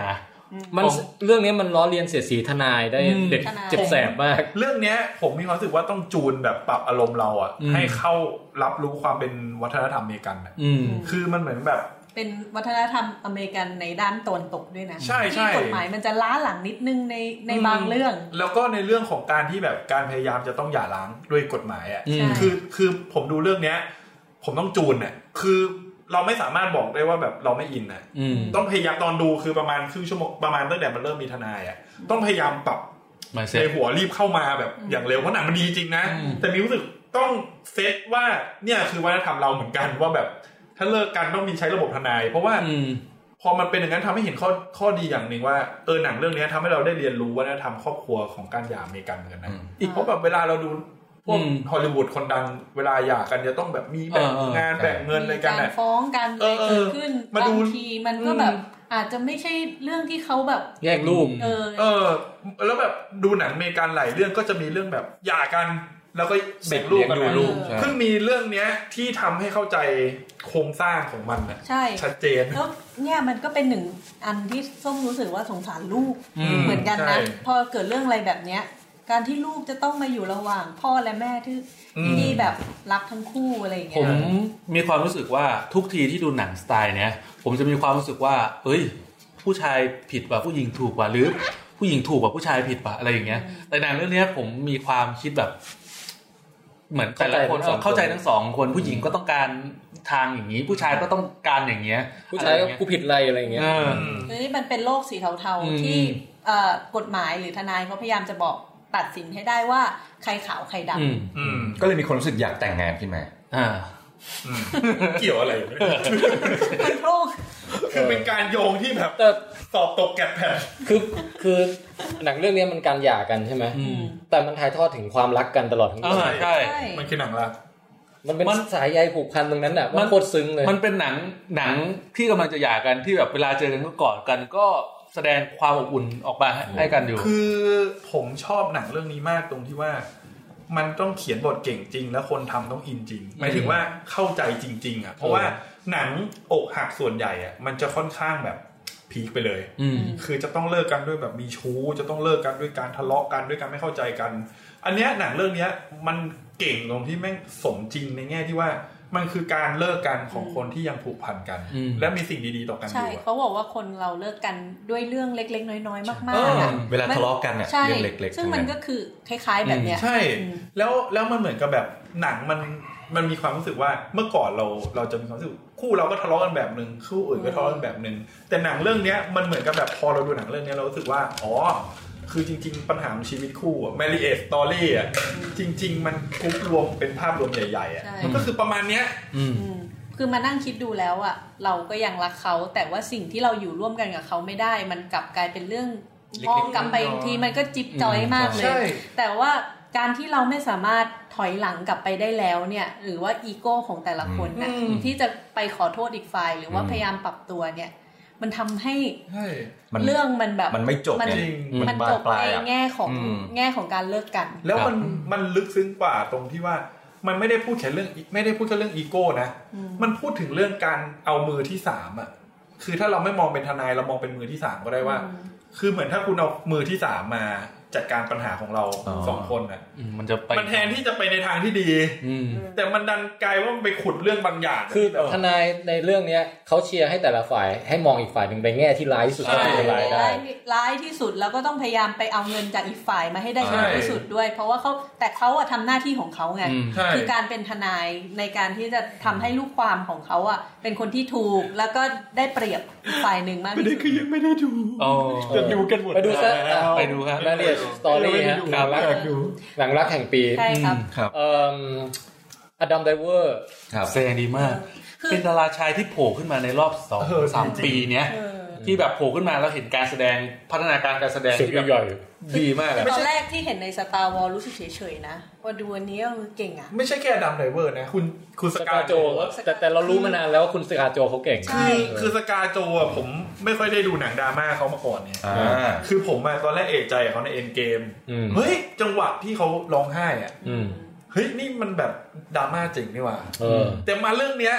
มันเรื่องนี้มันล้อเลียนเสียดสีทนายได้เด็ดเจ็บแสบมากเรื่องนี้ผมมีความรู้สึกว่าต้องจูนแบบปรับอารมณ์เราอ่ะให้เข้ารับรู้ความเป็นวัฒนธรรมอเมริกันคือมันเหมือนแบบเป็นวัฒนธรรมอเมริกันในด้านตะวันตกด้วยนะใช่ที่กฎหมายมันจะล้าหลังนิดนึงในบางเรื่องแล้วก็ในเรื่องของการที่แบบการพยายามจะต้องหย่าร้างด้วยกฎหมายอ่ะคือผมดูเรื่องนี้ผมต้องจูนอ่ะคือเราไม่สามารถบอกได้ว่าแบบเราไม่อินนะต้องพยายามตอนดูคือประมาณครึ่งชั่วโมงประมาณตั้งแต่มันเริ่มมีทนายอ่ะต้องพยายามปรับในหัวรีบเข้ามาแบบอย่างเร็วเพราะหนังมันดีจริงนะแต่มีรู้สึกต้องเซตว่าเนี่ยคือวัฒนธรรมเราเหมือนกันว่าแบบถ้าเลิกกันต้องมีใช้ระบบทนายเพราะว่าพอมันเป็นอย่างนั้นทำให้เห็นข้อดีอย่างนึงว่าหนังเรื่องนี้ทำให้เราได้เรียนรู้วัฒนธรรมครอบครัวของการหย่าอเมริกันเหมือนกันนะอีกเพราะแบบเวลาเราดูพวกฮอลลีวูดคนดังเวลาหย่ากันจะต้องแบบมีแบ่งงานแบ่งเงินอะไรกันการฟ้องกันเกิดขึ้นบางทีมันก็แบบอาจจะไม่ใช่เรื่องที่เขาแบบแยกลูกแล้วแบบดูหนังอเมริกันหลายเรื่องก็จะมีเรื่องแบบหย่ากันแล้วก็แบ่งลูกกันเพิ่งมีเรื่องเนี้ยที่ทำให้เข้าใจโครงสร้างของมันนะชัดเจนแล้วเนี่ยมันก็เป็นหนึ่งอันที่ส้มรู้สึกว่าสงสารลูกเหมือนกันนะพอเกิดเรื่องอะไรแบบเนี้ยการที่ลูกจะต้องมาอยู่ระหว่างพ่อและแม่ที่แบบรักทั้งคู่อะไรอย่างเงี้ยผมมีความรู้สึกว่าทุกทีที่ดูหนังสไตล์เนี้ยผมจะมีความรู้สึกว่าเอ้ยผู้ชายผิดกว่าผู้หญิงถูกกว่าหรือผู้หญิงถูกกว่าผู้ชายผิดกว่าอะไรอย่างเงี้ยแต่หนังเรื่องนี้ผมมีความคิดแบบเหมือนแต่ละคนเข้าใจทั้งสองคนผู้หญิงก็ต้องการทางอย่างนี้ผู้ชายก็ต้องการอย่างเงี้ยผู้ชายก็กูผิดอะไรอย่างเงี้ยนี่มันเป็นโลกสีเทาๆที่กฎหมายหรือทนายเขาพยายามจะบอกตัดสินให้ได้ว่าใครขาวใครดำก็เลยมีคนรู้สึกอยากแต่งงานขึ้นมาเกี่ยวอะไรมันโลกคือเป็นการโยงที่แบบสอบตกแกะแผ่นคือหนังเรื่องนี้มันการหย่ากันใช่ไหมแต่มันถ่ายทอดถึงความรักกันตลอดทั้งเรื่องใช่มันคือหนังรักมันเป็นสายใยผูกพันตรงนั้นน่ะมันโคตรซึ้งเลยมันเป็นหนังที่กำลังจะหย่ากันที่แบบเวลาเจอกันก็กอดกันก็แสดงความอบอุ่นออกมาให้กันอยู่คือผมชอบหนังเรื่องนี้มากตรงที่ว่ามันต้องเขียนบทเก่งจริงแล้วคนทำต้องอินจริงหมายถึงว่าเข้าใจจริงๆอ่ะเพราะว่าหนังอกหักส่วนใหญ่อ่ะมันจะค่อนข้างแบบพีคไปเลยคือจะต้องเลิกกันด้วยแบบมีชู้จะต้องเลิกกันด้วยการทะเลาะกันด้วยการไม่เข้าใจกันอันเนี้ยหนังเรื่องนี้มันเก่งตรงที่แม่งสมจริงในแง่ที่ว่ามันคือการเลิกกันของคนที่ยังผูกพันกันและมีสิ่งดีๆต่อกันอยู่ใช่เขาบอกว่าคนเราเลิกกันด้วยเรื่องเล็กๆน้อยๆมากๆเวลาทะเลาะกันเนี่ยเรื่องเล็กๆซึ่งมันก็คือคล้ายๆแบบเนี้ยใช่แล้วมันเหมือนกับแบบหนังมันมีความรู้สึกว่าเมื่อก่อนเราจะมีความรู้สึกคู่เราก็ทะเลาะกันแบบนึงคู่อื่นก็ทะเลาะกันแบบนึงแต่หนังเรื่องนี้มันเหมือนกับแบบพอเราดูหนังเรื่องนี้เรารู้สึกว่าอ๋อคือจริงๆปัญหาของชีวิตคู่อ่ะ Marriage Story อ่ะจริงๆมันกรุ๊ปรวมเป็นภาพรวมใหญ่ๆอ่ะมันก็คือประมาณเนี้ยคือมานั่งคิดดูแล้วอ่ะเราก็ยังรักเขาแต่ว่าสิ่งที่เราอยู่ร่วมกันกับเขาไม่ได้มันกลับกลายเป็นเรื่องมองกลับไปอีกทีมันก็จิ๊บจ้อยมากเลยแต่ว่าการที่เราไม่สามารถถอยหลังกลับไปได้แล้วเนี่ยหรือว่าอีโก้ของแต่ละคนนะที่จะไปขอโทษอีกฝ่ายหรือว่าพยายามปรับตัวเนี่ยมันทำให้เรื่องมันแบบมันไม่จบมันจบในแง่ของการเลิกกันแล้วมันลึกซึ้งกว่าตรงที่ว่ามันไม่ได้พูดแค่เรื่องอีโก้นะมันพูดถึงเรื่องการเอามือที่สามอ่ะคือถ้าเราไม่มองเป็นทนายเรามองเป็นมือที่สามก็ได้ว่าคือเหมือนถ้าคุณเอามือที่สามมาจัดการปัญหาของเราสองคนน่ะมันแทนที่จะไปในทางที่ดีแต่มันดันกลายว่ามันไปขุดเรื่องบางอย่างคือทนายในเรื่องนี้เขาเชียร์ให้แต่ละฝ่ายให้มองอีกฝ่ายหนึ่งในแง่ที่ร้ายที่สุดที่จะร้ายที่สุดแล้วก็ต้องพยายามไปเอาเงินจากอีกฝ่ายมาให้ได้มากที่สุดด้วยเพราะว่าเขาทำหน้าที่ของเขาไงคือการเป็นทนายในการที่จะทำให้ลูกความของเขาเป็นคนที่ถูกแล้วก็ได้เปรียบอีกฝ่ายหนึ่งมากที่สุดคือยังไม่ได้ดูจะดูกันหมดไปดูซะไปดูครับสตอรี่ฮะหนังรักแห่งปีใช่ครับอดัมไดเวอร์แสดงดีมากเป็นดาราชายที่โผล่ขึ้นมาในรอบ 2-3 ปีเนี้ยที่แบบโผล่ขึ้นมาแล้วเห็นการแสดงพัฒนาการการแสดงที่ใหญ่ดีมากตอนแรกที่เห็นใน Star Wars รู้สึกเฉยๆนะว่าดูอันนี้เก่งอ่ะไม่ใช่แค่อดัมไดเวอร์นะคุณสกาโจแต่เรารู้มานานแล้วว่าคุณสกาโจเขาเก่งคือสกาโจอ่ะผมไม่ค่อยได้ดูหนังดราม่าเขามาก่อนเนี่ยคือผมตอนแรกเอะใจเขาในเอ็นเกมเฮ้ยจังหวะที่เขาร้องไห้อ่ะเฮ้ยนี่มันแบบดราม่าจริงนี่หว่าแต่มาเรื่องเนี้ย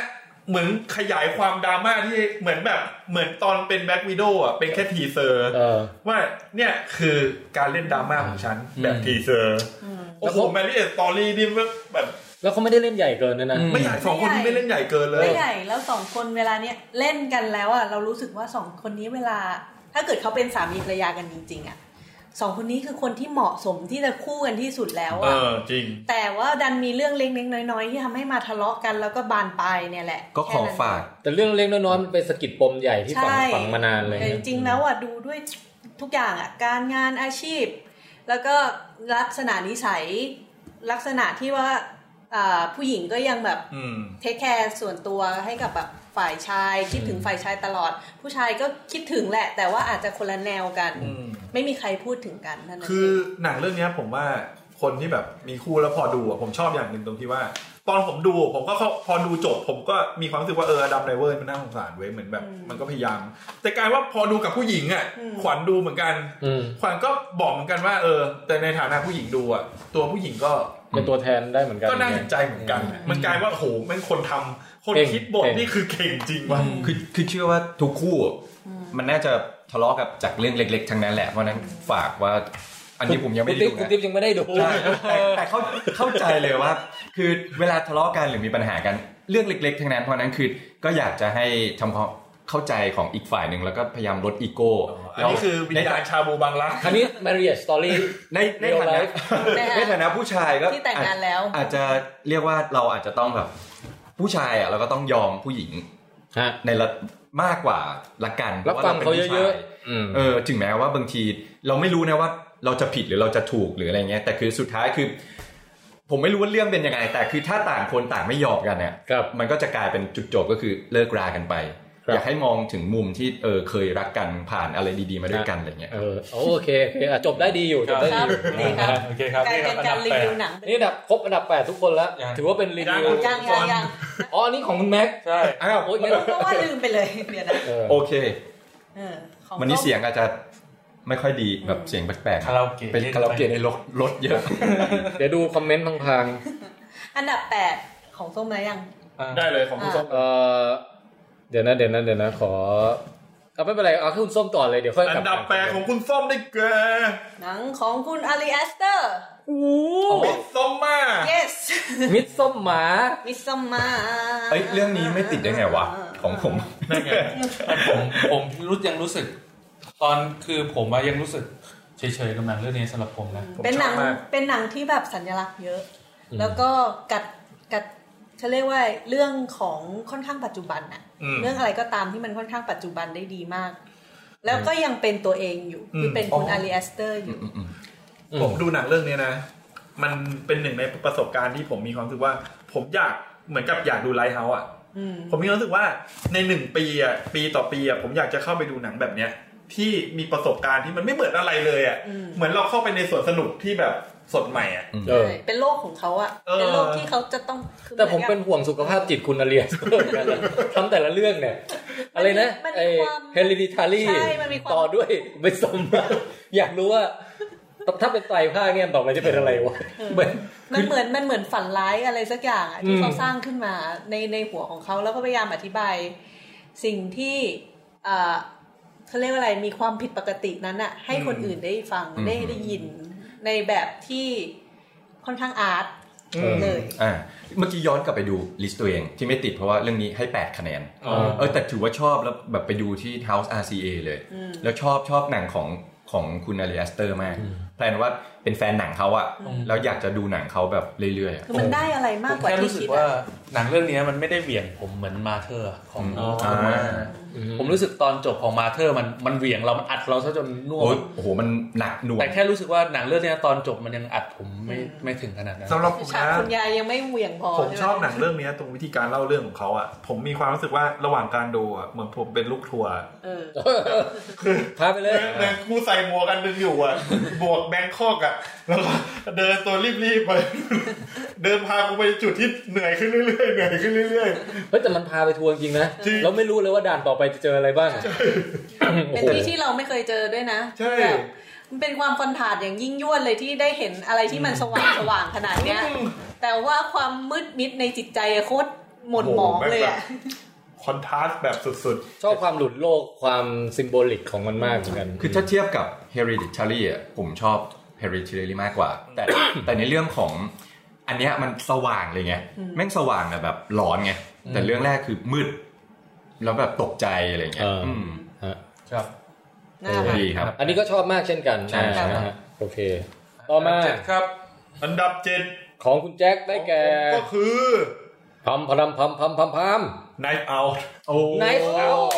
เหมือนขยายความดราม่าที่เหมือนตอนเป็นแบ็ควิโดว์อ่ะเป็นแค่ทีเซอร์ว่าเนี่ยคือการเล่นดราม่าของฉันแบบทีเซอร์โอ้โหแมรี่สตอรี่นี่แบบแล้วเขาไม่ได้เล่นใหญ่เกินนะไม่ใหญ่2คนนี้ไม่เล่นใหญ่เกินเลยไม่ใหญ่แล้ว2คนเวลาเนี้ยเล่นกันแล้วอ่ะเรารู้สึกว่า2คนนี้เวลาถ้าเกิดเขาเป็นสามีภรรยากันจริงๆอ่ะ2คนนี้คือคนที่เหมาะสมที่จะคู่กันที่สุดแล้วอ่ะจริงแต่ว่าดันมีเรื่องเล็กๆน้อยๆที่ทำให้มาทะเลาะกันแล้วก็บานปลายเนี่ยแหละก็ขอฝากแต่เรื่องเล็กๆน้อยๆมันเป็นสะกิดปมใหญ่ที่ฝังมานานเลยจริงๆแล้วอ่ะดูด้วยทุกอย่างอ่ะการงานอาชีพแล้วก็ลักษณะนิสัยลักษณะที่ว่าผู้หญิงก็ยังแบบเทคแคร์ส่วนตัวให้กับแบบฝ่ายชายคิดถึงฝ่ายชายตลอดผู้ชายก็คิดถึงแหละแต่ว่าอาจจะคนละแนวกันไม่มีใครพูดถึงกันนั่นเองคือหนังเรื่องนี้ผมว่าคนที่แบบมีคู่แล้วพอดูผมชอบอย่างหนึ่งตรงที่ว่าตอนผมดูผมก็พอดูจบผมก็มีความรู้สึกว่าอดัมไดเวอร์มันน่าสงสารเว้ยเหมือนแบบมันก็พยายามแต่กลายว่าพอดูกับผู้หญิงอ่ะขวัญดูเหมือนกันขวัญก็บอกเหมือนกันว่าแต่ในฐานะผู้หญิงดูอ่ะตัวผู้หญิงก็เป็นตัวแทนได้เหมือนกันก็น่าเห็นใจเหมือนกันมันกลายว่าโหแม่งคนทำคนคิดบทนี่คือเก่งจริงว่ะคือเชื่อว่าทุกคู่มันน่าจะทะเลาะกับจากเรื่องเล็กๆทั้งนั้นแหละเพราะนั้นฝากว่าอันนี้ผมยังไม่ได้ดูคุณติ๊บยังไม่ได้ดูแต่เข้าใจเลยว่าคือเวลาทะเลาะกันหรือมีปัญหากันเรื่องเล็กๆทั้งนั้นเพราะนั้นคือก็อยากจะให้ทำความเข้าใจของอีกฝ่ายนึงแล้วก็พยายามลดอีโก้อันนี้คือวิญญาณชาบูบางรักอันนี้ marriage story ในฐานะผู้ชายก็ที่แต่งงานแล้วอาจจะเรียกว่าเราอาจจะต้องแบบผู้ชายเราก็ต้องยอมผู้หญิงในระมากกว่าละกันรับฟังเขาเยอะๆถึงแม้ว่าบางทีเราไม่รู้นะว่าเราจะผิดหรือเราจะถูกหรืออะไรเงี้ยแต่คือสุดท้ายคือผมไม่รู้ว่าเรื่องเป็นยังไงแต่คือถ้าต่างคนต่างไม่ยอมกันเนี่ยมันก็จะกลายเป็นจุดจบก็คือเลิกรากันไปอยากให้มองถึงมุมที่เคยรักกันผ่านอะไรดีๆมาด้วยกันอะไรเงี้ยโอเคจบได้ดีอยู่จบได้ดีดีครับโอเคครับนี่การรีวิวหนังนี่ดับครบอันดับ8ทุกคนแล้วถือว่าเป็นรีวิวยังอ๋ออันนี้ของคุณแม็กใช่อ้าวโอ๊ยเพราะว่าลืมไปเลยเดี๋ยวนะโอเควันนี้เสียงอาจจะไม่ค่อยดีแบบเสียงแปลกๆเป็นคาราโอเกะในรถเยอะเดี๋ยวดูคอมเมนต์พังๆอันดับ8ของส้มแล้วยังได้เลยของส้มเดี๋ยวนะขอเอาไม่เป็นไรเอาคุณส้มก่อนเลยเดี๋ยวค่อยอันดับ8ของคุณส้มได้แก่หนังของคุณอารีแอสเตอร์มิดซัมมา yes มิดซัมมาเรื่องนี้ไม่ติดได้ไงวะของผมได้ไงผมยังรู้สึกตอนคือผมยังรู้สึกเฉยๆกับหนังเรื่องนี้สำหรับผมนะเป็นหนังที่แบบสัญลักษณ์เยอะแล้วก็กัดเขาเรียกว่าเรื่องของค่อนข้างปัจจุบันอะเรื่องอะไรก็ตามที่มันค่อนข้างปัจจุบันได้ดีมากแล้วก็ยังเป็นตัวเองอยู่คือเป็นคุณอารีแอสเตอร์อยู่ผมดูหนังเรื่องนี้นะมันเป็นหนึ่งในประสบการณ์ที่ผมมีความรู้สึกว่าผมอยากเหมือนกับอยากดูไลท์เฮาส์อ่ะผมมีความรู้สึกว่าใน1ปีอ่ะปีต่อปีอ่ะผมอยากจะเข้าไปดูหนังแบบเนี้ยที่มีประสบการณ์ที่มันไม่เหมือนอะไรเลยอ่ะเหมือนเราเข้าไปในสวนสนุกที่แบบสดใหม่อ่ะเป็นโลกของเขาอ่ะเป็นโลกที่เขาจะต้องแต่ผมเป็นห่วงสุขภาพจิตคุณอาเลียสทำแต่ละเรื่องเนี่ยอะไรนะHereditary ต่อด้วยไม่สมอยากรู้ว่าถ้าเป็นไตรภาคเนี่ยต่อไปจะเป็นอะไรวะมันเหมือนฝันร้ายอะไรสักอย่างที่เขาสร้างขึ้นมาในหัวของเขาแล้วก็พยายามอธิบายสิ่งที่เขาเรียกว่าอะไรมีความผิดปกตินั้นอ่ะให้คนอื่นได้ฟังได้ยินในแบบที่ค่อนข้างอาร์ตเลยเมื่อกี้ย้อนกลับไปดูลิสต์ตัวเองที่ไม่ติดเพราะว่าเรื่องนี้ให้8คะแนนแต่ถือว่าชอบแล้วแบบไปดูที่ House RCA เลยแล้วชอบหนังของคุณอารีแอสเตอร์มากแพลนว่าเป็นแฟนหนังเขาอะแล้วอยากจะดูหนังเขาแบบเรื่อยๆคือมันได้อะไรมากกว่าที่คิดว่าหนังเรื่องนี้มันไม่ได้เหวี่ยงผมเหมือนมาเธอของผมรู้สึกตอนจบของมาเธอมันเหวี่ยงเรามันอัดเราซะจนน่วมโอ้โหมันหนักหน่วงแต่แค่รู้สึกว่าหนังเรื่องนี้ตอนจบมันยังอัดผมไม่ถึงขนาดนั้นสำหรับผมนะคุณยายยังไม่เหวี่ยงพอผมชอบหนังเรื่องนี้ตรงวิธีการเล่าเรื่องของเขาอะผมมีความรู้สึกว่าระหว่างการดูอะเหมือนผมเป็นลูกทัวร์คือพาไปเลยกูใส่หมวกกันดึงอยู่อะบวกแบงคอกอะแล้วก็เดินตัวรีบๆไปเดินพากูไปจุดที่เหนื่อยขึ้นเรื่อยๆเฮ้ยแต่มันพาไปทัวร์จริงนะเราไม่รู้เลยว่าด่านต่อไปจะเจออะไรบ้างเป็นที่เราไม่เคยเจอด้วยนะใช่มันเป็นความคอนทราสต์อย่างยิ่งยวดเลยที่ได้เห็นอะไรที่มันสว่างขนาดเนี้ยแต่ว่าความมืดมิดในจิตใจโคตรหมดหมองเลยอ่ะคอนทราสต์แบบสุดๆชอบความหลุดโลกความซิมโบลิกของมันมากเหมือนกันคือถ้าเทียบกับ Hereditary อ่ะผมชอบ Hereditary มากกว่าแต่ในเรื่องของอันเนี้ยมันสว่างเลยไงแม่งสว่างแบบร้อนไงแต่เรื่องแรกคือมืดแล้วแบบตกใจอะไรเงี้ยครับดีครับอันนี้ก็ชอบมากเช่นกันนะฮะโอเคต่อมาครับอันดับ7 ของคุณแจ็คได้แก่ก็คือพัม Knives Out โอ้ Knives Out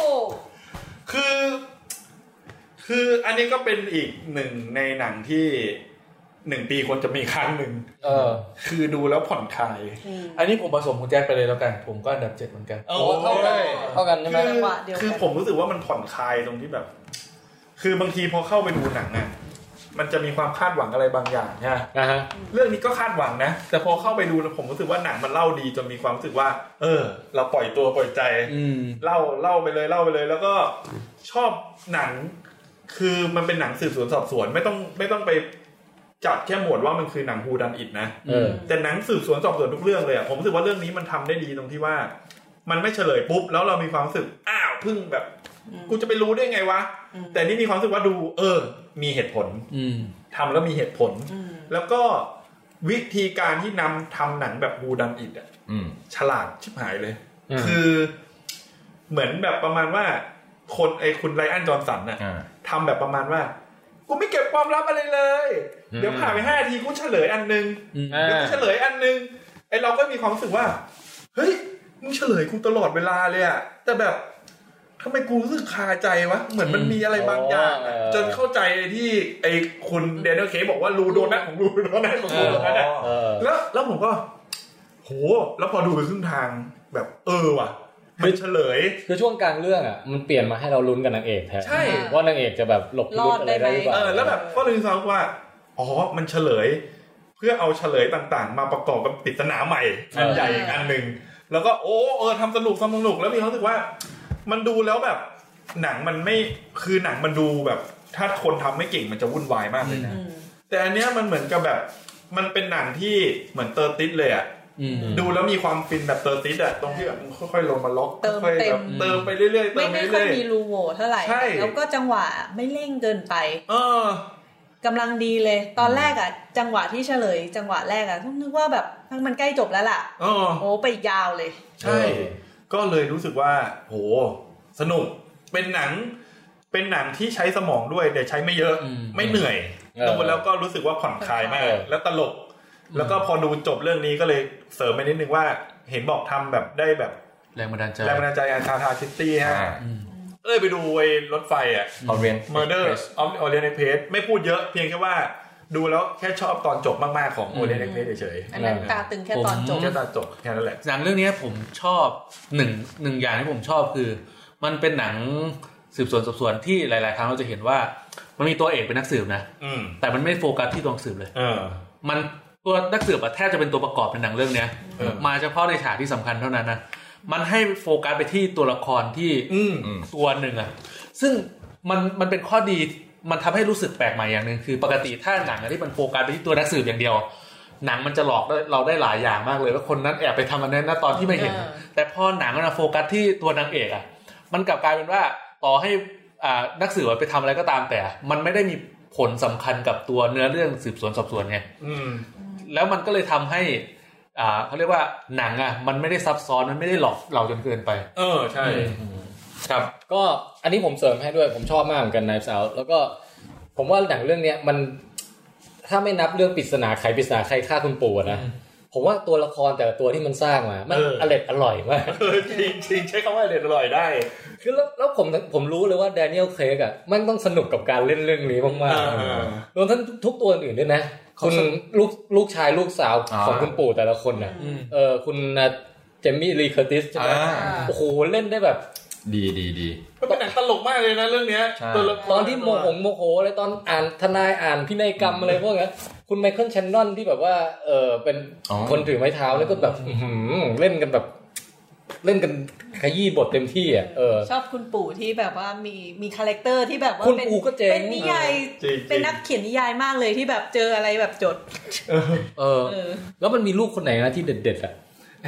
คืออันนี้ก็เป็นอีกหนึ่งในหนังที่1 ปีควรจะมีครั้งหนึ่งคือดูแล้วผ่อนคลายอันนี้ผมผสมคุณแจ็คไปเลยแล้วกันผมก็อันดับ7เหมือนกันโอ้เท่ากันใช่ไหมคือผมรู้สึกว่ามันผ่อนคลายตรงที่แบบคือบางทีพอเข้าไปดูหนังอ่ะมันจะมีความคาดหวังอะไรบางอย่างใช่ไหมเรื่องนี้ก็คาดหวังนะแต่พอเข้าไปดูแล้วผมรู้สึกว่าหนังมันเล่าดีจนมีความรู้สึกว่าเราปล่อยตัวปล่อยใจเล่าไปเลยแล้วก็ชอบหนังคือมันเป็นหนังสืบสวนสอบสวนไม่ต้องไปจับแค่หมวดว่ามันคือหนังฮูดันอิทนะแต่หนังสืบสวนสอบสวนทุกเรื่องเลยอ่ะผมรู้สึกว่าเรื่องนี้มันทำได้ดีตรงที่ว่ามันไม่เฉลยปุ๊บแล้วเรามีความรู้สึกเพิ่งแบบกูจะไปรู้ได้ไงวะแต่นี่มีความรู้สึกว่าดูมีเหตุผลทำแล้วมีเหตุผลแล้วก็วิธีการที่นำทำหนังแบบฮูดันอิทอ่ะฉลาดชิบหายเลยคือเหมือนแบบประมาณว่าคุณไรอันจอห์นสันน่ะทำแบบประมาณว่ากูไม่เก็บความลับอะไรเลยเดี๋ยวผ่านไป5 นาทีกูเฉลยอันนึงเดี๋ยวกูเฉลยอันนึงเราก็มีความรู้สึกว่าเฮ้ยมึงเฉลยกูตลอดเวลาเลยอ่ะแต่แบบทำไมกูรู้สึกคาใจวะเหมือนมันมีอะไรบางอย่างจนเข้าใจที่คุณเดนิเอลเคบอกว่ารูโดนัทของรูโดนัทของรูโดนัทอ่ะแล้วผมก็โหแล้วพอดูไปครึ่งทางแบบว่ะมันเฉลยคือช่วงกลางเรื่องอ่ะมันเปลี่ยนมาให้เราลุ้นกับนางเอกแทนว่านางเอกจะแบบหลบรอดอะไรได้หรือเปล่าแล้วแบบก็เลยรู้สึกว่ามันเฉลยเพื่อเอาเฉลยต่างๆมาประกอบกับปริศนาใหม่อันใหญ่อีกอันนึงแล้วก็ทำสนุกแล้วมีความรู้สึกว่ามันดูแล้วแบบหนังมันไม่คือหนังมันดูแบบถ้าคนทำไม่เก่งมันจะวุ่นวายมากเลยนะแต่อันเนี้ยมันเหมือนกับแบบมันเป็นหนังที่เหมือนเตอร์ติสเลยอ่ะดูแล้วมีความฟินแบบเตอร์ติสอ่ะตรงที่แบบค่อยๆลงมาล็อกค่อยๆเติมไปเรื่อยๆไม่ค่อยมีรูโหว่เท่าไหร่แล้วก็จังหวะไม่เร่งเกินไปกำลังดีเลยตอนแรกอ่ะจังหวะที่เฉลยจังหวะแรกอ่ะต้องนึกว่าแบบมันใกล้จบแล้วล่ะไปยาวเลยใช่ก็เลยรู้สึกว่าโหสนุกเป็นหนังที่ใช้สมองด้วยแต่ใช้ไม่เยอะไม่เหนื่อยแล้วก็รู้สึกว่าผ่อนคลายมากแล้วตลกแล้วก็พอดูจบเรื่องนี้ก็เลยเสริมไปนิดนึงว่าเห็นบอกทำแบบได้แบบแรงบันดาลใจทาซิตี้ฮะไปดูรถไฟอ่ะ Murder of Orient Express ไม่พูดเยอะเพียงแค่ว่าดูแล้วแค่ชอบตอนจบมากๆของ Orient Express เฉยๆอันนั้นตาตึงแค่ตอนจบแค่นั้นแหละหนังเรื่องนี้ผมชอบหนึ่งอย่างที่ผมชอบคือมันเป็นหนังสืบสวนสอบสวนที่หลายๆครั้งเราจะเห็นว่ามันมีตัวเอกเป็นนักสืบนะแต่มันไม่โฟกัสที่ตัวนักสืบเลยมันตัวนักสืบแทบจะเป็นตัวประกอบในหนังเรื่องนี้มาเฉพาะในฉากที่สำคัญเท่านั้นนะมันให้โฟกัสไปที่ตัวละครที่ตัวหนึ่งอ่ะซึ่งมันเป็นข้อดีมันทำให้รู้สึกแปลกใหม่อย่างนึงคือปกติถ้าหนังที่มันโฟกัสไปที่ตัวนักสืบอย่างเดียวหนังมันจะหลอกเราได้หลายอย่างมากเลยว่าคนนั้นแอบไปทำอันนั้นนะตอนที่ไม่เห็นแต่พอหนังมันโฟกัสที่ตัวนางเอกอ่ะมันกลับกลายเป็นว่าต่อให้นักสืบไปทำอะไรก็ตามแต่มันไม่ได้มีผลสำคัญกับตัวเนื้อเรื่องสืบสวนสอบสวนไงแล้วมันก็เลยทำให้เขาเรียกว่าหนังมันไม่ได้ซับซ้อนมันไม่ได้หลอกเราจนเกินไปใช่ครับก็อันนี้ผมเสริมให้ด้วยผมชอบมากเหมือนกัน Knives Out แล้วก็ผมว่าหนังเรื่องนี้มันถ้าไม่นับเรื่องปริศนาใครฆ่าคุณปู่นะผมว่าตัวละครแต่ละตัวที่มันสร้างมามันอร่อยมากจริงใช้คำว่าอร่อยได้คือแล้วผมรู้เลยว่าแดเนียลเครกมันต้องสนุกกับการเล่นเรื่องนี้มากๆรวมทั้งทุกตัวอื่นด้วยนะคุณลูกชายลูกสาวของคุณปู่แต่ละคนน่ะคุณเจมี่ลีเคอร์ติสใช่ไหมโอ้โหเล่นได้แบบดีมันเป็นหนังตลกมากเลยนะเรื่องนี้ตอนที่โมโหอะไรตอนอ่านทนายอ่านพินัยกรรมอะไรพวกนั้นคุณไมเคิลแชนนอนที่แบบว่าเป็นคนถือไม้เท้าแล้วก็แบบเล่นกันแบบเล่นกันขยี้บทเต็มที่อ่ะชอบคุณปู่ที่แบบว่ามีคาแรคเตอร์ที่แบบว่าเป็นนิยายเป็นนักเขียนนิยายมากเลยที่แบบเจออะไรแบบจดแล้วมันมีลูกคนไหนนะที่เด็ดๆอ่ะ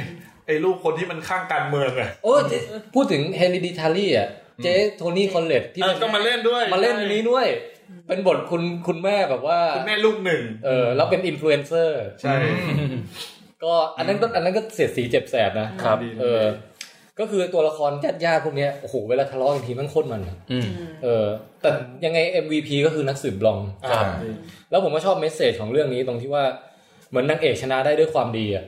ไอ้ลูกคนที่มันข้างการเมืองอ่ะโอ้พูดถึง Hereditary อ่ะเจ๊โทนี่คอนเลตที่ก็มาเล่นด้วยมาเล่นนี้ด้วยเป็นบทคุณแม่แบบว่าคุณแม่ลูกหนึ่งแล้วเป็นอินฟลูเอนเซอร์ใช่ก็อันนั้นก็เสียดสีเจ็บแสบนะครับก็คือตัวละครญาติพวกนี้โอ้โหเวลาทะเลาะกันทีมันโคตรมันแต่ยังไง MVP ก็คือนักสืบบลองแล้วผมก็ชอบเมสเสจของเรื่องนี้ตรงที่ว่าเหมือนนางเอกชนะได้ด้วยความดีอ่ะ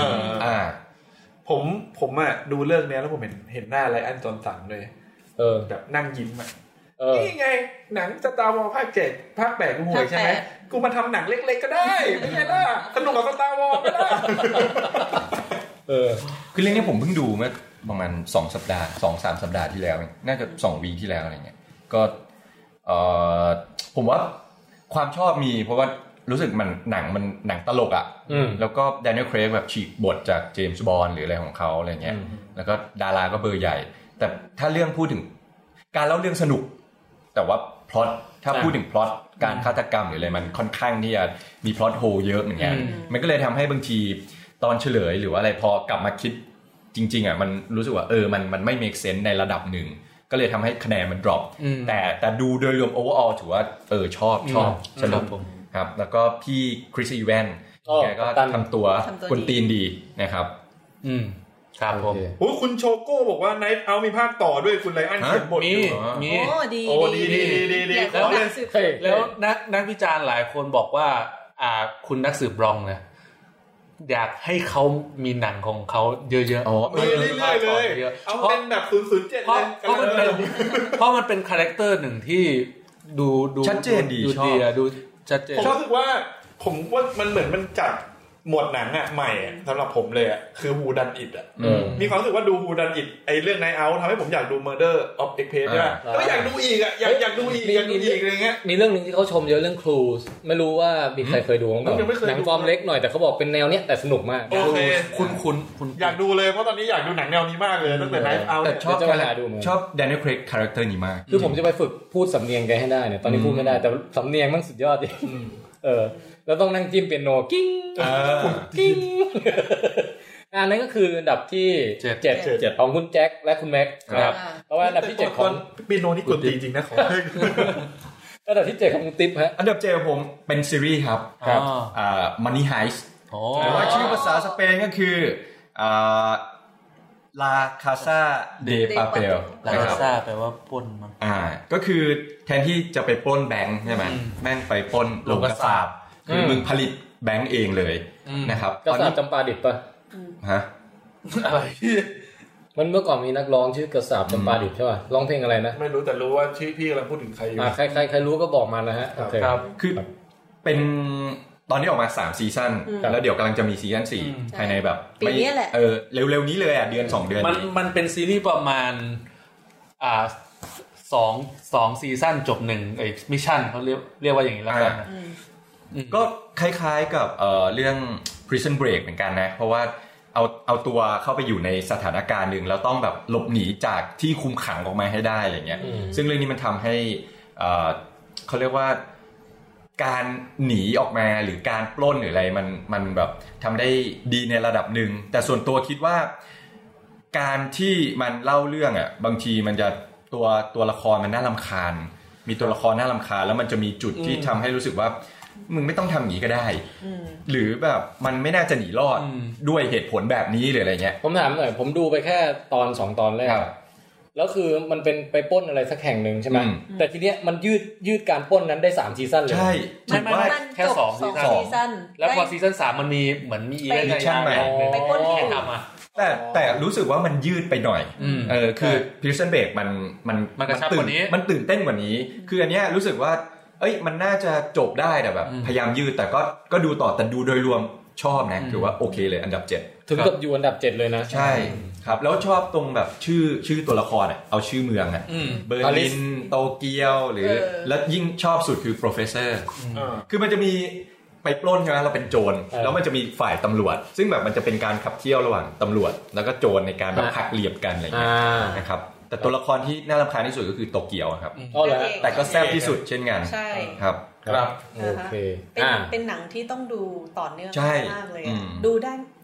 ผมอ่ะดูเรื่องนี้แล้วผมเห็นหน้าไรอันจอนสันเลยแบบนั่งยิ้มอ่ะนี่ไงหนังสตาร์วอร์ภาค7ภาค8กูห่วยใช่ไหมกูมาทำหนังเล็กๆก็ได้ไม่ใช่ล่ะสนุกกับสตาร์วอร์ก็ได้คือเรื่องนี้ผมเพิ่งดูเมื่อประมาณ2 สัปดาห์ 2-3 สัปดาห์ที่แล้วน่าจะ2 วีคที่แล้วอะไรเงี้ยก็ผมว่าความชอบมีเพราะว่ารู้สึกมันหนังตลกอ่ะแล้วก็แดเนียล เครกแบบฉีกบทจากเจมส์บอนด์หรืออะไรของเขาอะไรเงี้ยแล้วก็ดาราก็เบอร์ใหญ่แต่ถ้าเรื่องพูดถึงการเล่าเรื่องสนุกแต่ว่าพล็อตถ้าพูดถึงพล็อตการฆาตกรรมหรืออะไรมันค่อนข้างที่จะมีพล็อตโฮเยอะเหมือนกันมันก็เลยทำให้บางทีตอนเฉลยหรือว่าอะไรพอกลับมาคิดจริงๆอ่ะมันรู้สึกว่ามันไม่ make sense ในระดับหนึ่งก็เลยทำให้คะแนนมัน drop แต่ดูโดยรวม overall ถือว่าชอบสนุกครับแล้วก็พี่คริสอีแวนแกก็ทำตัวคนตีนดีนะครับครับผมโอ้คุณโชโก้บอกว่า Night Out มีภาคต่อด้วยคุณไลอ้อนเขียนบทมีโอ้ดีแล้วนักวิจารณ์หลายคนบอกว่าคุณนักสืบรองเนี่ยอยากให้เขามีหนังของเขาเยอะๆมีเรื่อยๆเลยเอาเป็นแบบ007เลยเพราะมันเป็นคาแรคเตอร์หนึ่งที่ดูชัดเจนดีชอบดูชัดเจนผมรู้สึกว่ามันเหมือนมันจัดหมวดหนังอ่ะใหม่สำหรับผมเลยอ่ะคือ Who Done It อ่ะมีความรู้สึกว่าดู Who Done It ไอ้เรื่อง Night Out ทำให้ผมอยากดู Murder of X-Page ใช่ป่ะก็อยากดูอีกอ่ะอยากดูอีกอะไรเงี้ยมีเรื่องนึงที่เขาชมเยอะเรื่อง Cruise ไม่รู้ว่ามีใครเคยดูบ้างหนังฟอร์มเล็กหน่อยแต่เขาบอกเป็นแนวเนี้ยแต่สนุกมากโอเคคุณอยากดูเลยเพราะตอนนี้อยากดูหนังแนวนี้มากเลยตั้งแต่ Night Out แต่ชอบ Daniel Craig คาแรคเตอร์นี้มากคือผมจะไปฝึกพูดสำเนียงแกให้ได้เนี่ยตอนนี้พูดไม่ได้แต่สำเนียงมันสุดยอดจริงแล้วต้องนั่งจิ้มเปียโนกิ้งกิ้งอันนั้นก็คืออันดับที่7ของคุณแจ็คและคุณแม็กครับเพราะว่าอันดับที่7ของเปียโนนี่กดจริงๆนะของอันดับที่7ของคุณติ๊บฮะอันดับ7ของผมเป็นซีรีส์ครับMoney Heist หรือว่าชื่อภาษาสเปนก็คือLa Casa de Papel ลาคาซ่าแปลว่าปล้นมั้งก็คือแทนที่จะไปปล้นแบงค์ใช่ไหมแม่งไปปล้นโรงกษาปณ์คือมึงผลิตแบงค์เองเลยนะครับกษาปณ์จำปาดิบป่ะฮะอะไรมันเมื่อก่อนมีนักร้องชื่อกษาปณ์จำปาดิบใช่ป่ะร้องเพลงอะไรนะไม่รู้แต่รู้ว่าชื่อพี่กำลังพูดถึงใครอยู่ใครรู้ก็บอกมานะฮะครับคือเป็นตอนนี้ออกมา3ซีซั่นแล้วเดี๋ยวกำลังจะมีซีซั่น4ภายในแบบปีนี้แหละเร็วๆนี้เลยเดือน2เดือนมันเป็นซีรีส์ประมาณ2ซีซั่นจบ1มิชชั่นเขาเรียกว่าอย่างนี้แล้วกันก็คล้ายๆกับเรื่อง Prison Break เหมือนกันนะเพราะว่าเอาตัวเข้าไปอยู่ในสถานการณ์นึงแล้วต้องแบบหลบหนีจากที่คุมขังออกมาให้ได้อะไรเงี้ยซึ่งเรื่องนี้มันทำให้เขาเรียกว่าการหนีออกมาหรือการปล้นหรืออะไรมันแบบทำได้ดีในระดับหนึ่งแต่ส่วนตัวคิดว่าการที่มันเล่าเรื่องบางทีมันจะตัวละครมันน่ารำคาญมีตัวละครน่ารำคาญแล้วมันจะมีจุดที่ทำให้รู้สึกว่ามึงไม่ต้องทำอย่างนี้ก็ได้หรือแบบมันไม่น่าจะหนีรอดด้วยเหตุผลแบบนี้หรืออะไรเงี้ยผมถามหน่อยผมดูไปแค่ตอน2ตอนแรกแล้วคือมันเป็นไปปล้นอะไรสักแห่งนึงใช่ไหมแต่ทีเนี้ยมันยืดการปล้นนั้นได้3ซีซั่นเลยใช่ถือว่าแค่2ซีซั่นแล้วพอซีซั่น3มันมีเหมือนมีอีเวนต์ใหม่ไปปล้นแข่งมาแต่รู้สึกว่ามันยืดไปหน่อยคือ Prison Break มันตื่นเต้นกว่านี้คืออันเนี้ยรู้สึกว่ามันน่าจะจบได้แต่แบบพยายามยืดแต่ก็ดูต่อแต่ดูโดยรวมชอบนะคือว่าโอเคเลยอันดับ7 ถึงกับอยู่อันดับ7เลยนะใช่ครับแล้วชอบตรงแบบชื่อตัวละครเอาชื่อเมืองเบอร์ลินโตเกียวหรือแล้วยิ่งชอบสุดคือ professor คือมันจะมีไปปล้นใช่ไหมเราเป็นโจรแล้วมันจะมีฝ่ายตำรวจซึ่งแบบมันจะเป็นการขับเคี่ยวระหว่างตำรวจแล้วก็โจรในการแบบหักเหลี่ยมกันอะไรอย่างเงี้ยนะครับแต่ตัวละครที่น่ารำคาญที่สุดก็คือโตเกียวครับแต่ก็แซ่บที่สุดเช่นกันใช่ครับโอเคเป็นหนังที่ต้องดูต่อเนื่องมากเลยดูได้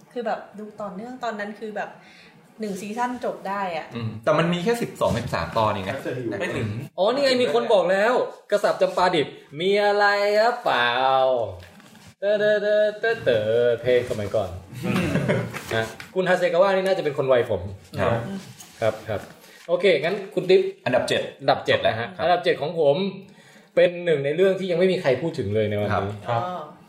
คือแบบดูต่อเนื่องตอนนั้นคือแบบ1ซีซั่นจบได้อ่ะแต่มันมีแค่12-13ตอนนี่ไงไม่ถึงอ๋อนี่ไงมีคนบอกแล้วกษัตริย์จำปาดิบมีอะไรหรือเปล่าเตเพลงสมัยก่อนนะคุณฮาเซกาวะนี่น่าจะเป็นคนวัยผมครับโอเคงั้นคุณติ๊บอันดับ7 แล้วฮะอันดับ7ของผมเป็นหนึ่งในเรื่องที่ยังไม่มีใครพูดถึงเลยในวันนี้ครับ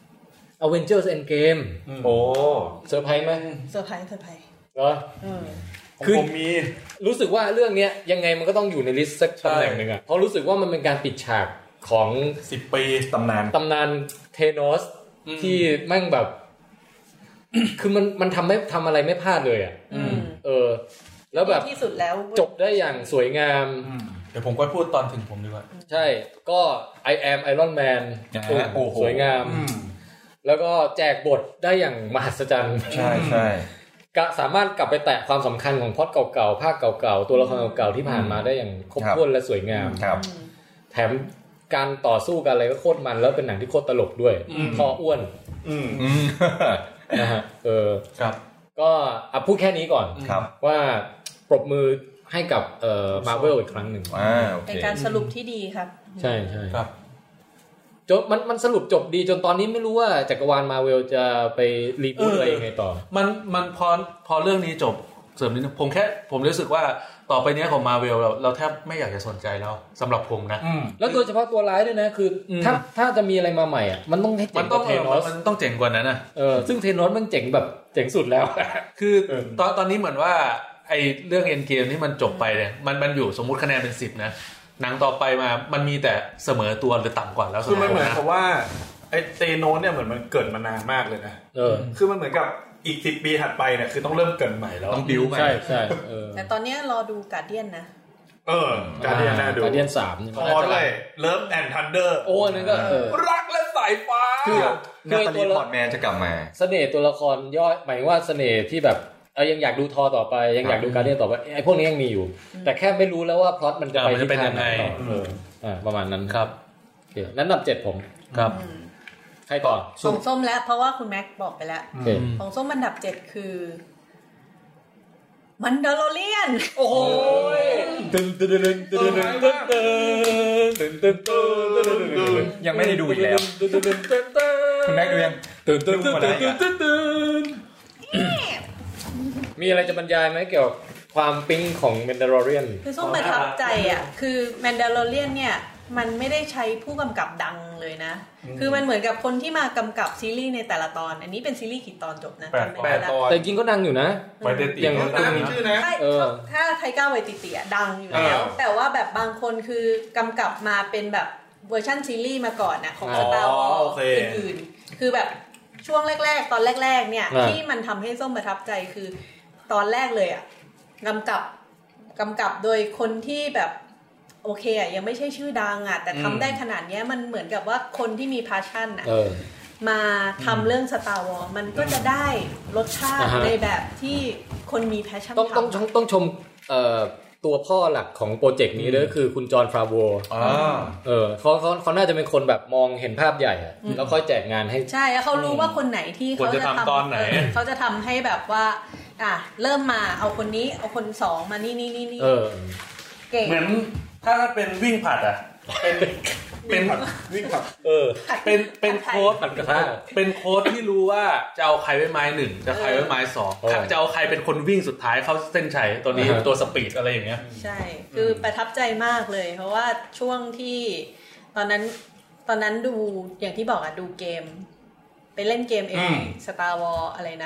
Avengers Endgame โอ้เซอร์ไพรส์มั้ยเซอร์ไพรส์เหรอคือผมมีรู้สึกว่าเรื่องนี้ยังไงมันก็ต้องอยู่ในลิสต์สักตำแหน่งนึงอ่ะเพราะรู้สึกว่ามันเป็นการปิดฉากของ 10ปีตำนานเทโนสที่แม่งแบบคือมันทำอะไรไม่พลาดเลยอ่ะแล้วแบบที่สุดแล้วจบได้อย่างสวยงามเดี๋ยวผมก็พูดตอนถึงผมดีกว่าใช่ก็ I am Iron Man สวยงามแล้วก็แจกบทได้อย่างมหัศจรรย์ใช่ก็สามารถกลับไปแตะความสำคัญของพล็อตเก่าๆภาคเก่าๆตัวละครเก่าๆที่ผ่านมาได้อย่างครบถ้วนและสวยงามแถมการต่อสู้กันอะไรก็โคตรมันแล้วเป็นหนังที่โคตรตลกด้วยพออ้วนนะฮะครับก็พูดแค่นี้ก่อนว่าปรบมือให้กับMarvel อีกครั้งหนึ่งเป็นการสรุปที่ดีครับใช่ๆครับจนมันสรุปจบดีจนตอนนี้ไม่รู้ว่าจักรวาล Marvel จะไปรีบูทอะไรยังไงต่อมันพอเรื่องนี้จบเสริมนิดนึงผมรู้สึกว่าต่อไปนี้ของ Marvel เราแทบไม่อยากจะสนใจแล้วสำหรับผมนะแล้วโดยเฉพาะตัวร้ายด้วยนะคือถ้าจะมีอะไรมาใหม่อ่ะมันต้องให้เจ๋งกว่าเทโนสมันต้องเจ๋งกว่านั้นนะซึ่งเทโนสมันเจ๋งแบบเจ๋งสุดแล้วคือตอนนี้เหมือนว่าไอ้เรื่อง Endgame ที่มันจบไปเนี่ยมันอยู่สมมุติคะแนนเป็น10นะหนังต่อไปมันมีแต่เสมอตัวหรือต่ำกว่าแล้วคือมันเหมือนกับว่าไอ้เทโนสเนี่ยเหมือนมันเกิดมานานมากเลยนะคือมันเหมือนกับอีก10ปีถัดไปเนี่ยคือต้องเริ่มเกิดใหม่แล้วต้องบิวใหม่ใช่แต่ตอนนี้รอดูการ์เดียนนะการ์เดียนน่าดูการ์เดียน3นี่พอด้วยเลิฟแอนด์ทันเดอร์โอ้นั่นก็รักและสายฟ้าคือตัวละครแมนจะกลับมาเสน่ห์ตัวละครย่อยหมายว่าเสน่ห์ที่แบบยังอยากดูทอต่อไปยังอยากดูการ์เดียนต่อไปไอ้พวกนี้ยังมีอยู่แต่แค่ไม่รู้แล้วว่าพล็อตมันจะไปที่ทางไหนต่อประมาณนั้นครับโอเคนั้นอันดับ7ผมครับใครต่อของส้มแล้วเพราะว่าคุณแม็กบอกไปแล้วของส้มอันดับ7คือมันดาโลเลียนโอ้ยตึ้งยังไม่ได้ดูอีกแล้วคุณแม็กดูยังมีอะไรจะบรรยายไหมเกี่ยวกับความปิ๊งของแมนดาโลเลียนคือส้มประทับใจอ่ะคือแมนดาโลเลียนเนี่ยมันไม่ได้ใช้ผู้กำกับดังเลยนะคือมันเหมือนกับคนที่มากำกับซีรีส์ในแต่ละตอนอันนี้เป็นซีรีส์กี่ตอนจบนะ 8 ตอนแต่จริงก็ดังอยู่นะอย่างมีชื่อนะถ้าไทก้าไวติติดังอยู่แล้วแต่ว่าแบบบางคนคือกำกับมาเป็นแบบเวอร์ชั่นซีรีส์มาก่อนนะของ Star Wars อื่นๆคือแบบช่วงแรกๆตอนแรกๆเนี่ยที่มันทำให้ส้มประทับใจคือตอนแรกเลยอ่ะกำกับโดยคนที่แบบโอเคอ่ะยังไม่ใช่ชื่อดังอ่ะแต่ทำได้ขนาดนี้มันเหมือนกับว่าคนที่มี passion อ่ะมาทำเรื่อง Star Wars มันก็จะได้รสชาติในแบบที่คนมี passion ต้องชมตัวพ่อหลักของโปรเจกต์นี้เลยคือคุณจอห์นฟราโวเขาน่าจะเป็นคนแบบมองเห็นภาพใหญ่อ่ะแล้วค่อยแจกงานให้ใช่แล้วเขารู้ว่าคนไหนที่เขาจะทำตอนไหนเขาจะทำให้แบบว่าเริ่มมาเอาคนนี้เอาคน2มานี่เก่งเหมือนถ้าเป็นวิ่งผัดอ่ะเป็นวิ่งผัดเป็นโค้ดเป็นโค้ดที่รู้ว่าจะเอาใครไว้ไม้1จะใครไว้ไม้2จะเอาใครเป็นคนวิ่งสุดท้ายเข้าเส้นชัยตัวนี้ตัวสปีดอะไรอย่างเงี้ยใช่คือประทับใจมากเลยเพราะว่าช่วงที่ตอนนั้นดูอย่างที่บอกดูเกมไปเล่นเกมStar Wars อะไรนะ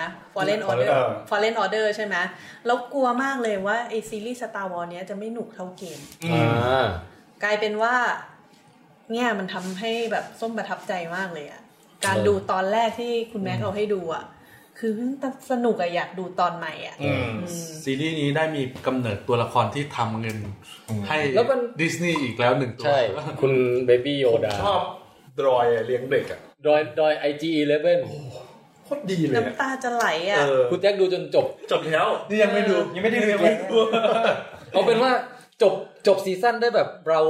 Fallen Order ใช่ไหมแล้วกลัวมากเลยว่าไอซีรีส์ Star Wars เนี้ยจะไม่หนุกเท่าเกมกลายเป็นว่าเนี่ยมันทำให้แบบส้มประทับใจมากเลยอ่ะการดูตอนแรกที่คุณแม็กเอาให้ดูอ่ะคือสนุกอะอยากดูตอนใหม่อ่ะซีรีส์นี้ได้มีกำเนิดตัวละครที่ทำเงินให้ดิสนีย์อีกแล้ว1ตัวใช่คุณเบบี้โยดาชอบดรอยเลี้ยงเด็กอ่ะดอย IG11 โคตรดีเลยน้ำตาจะไหลอ่ะคุณแจ็คดูจนจบแล้วนี่ยังไม่ได้ดูเอาเป็นว่าจบซีซั่นได้แบบบราโว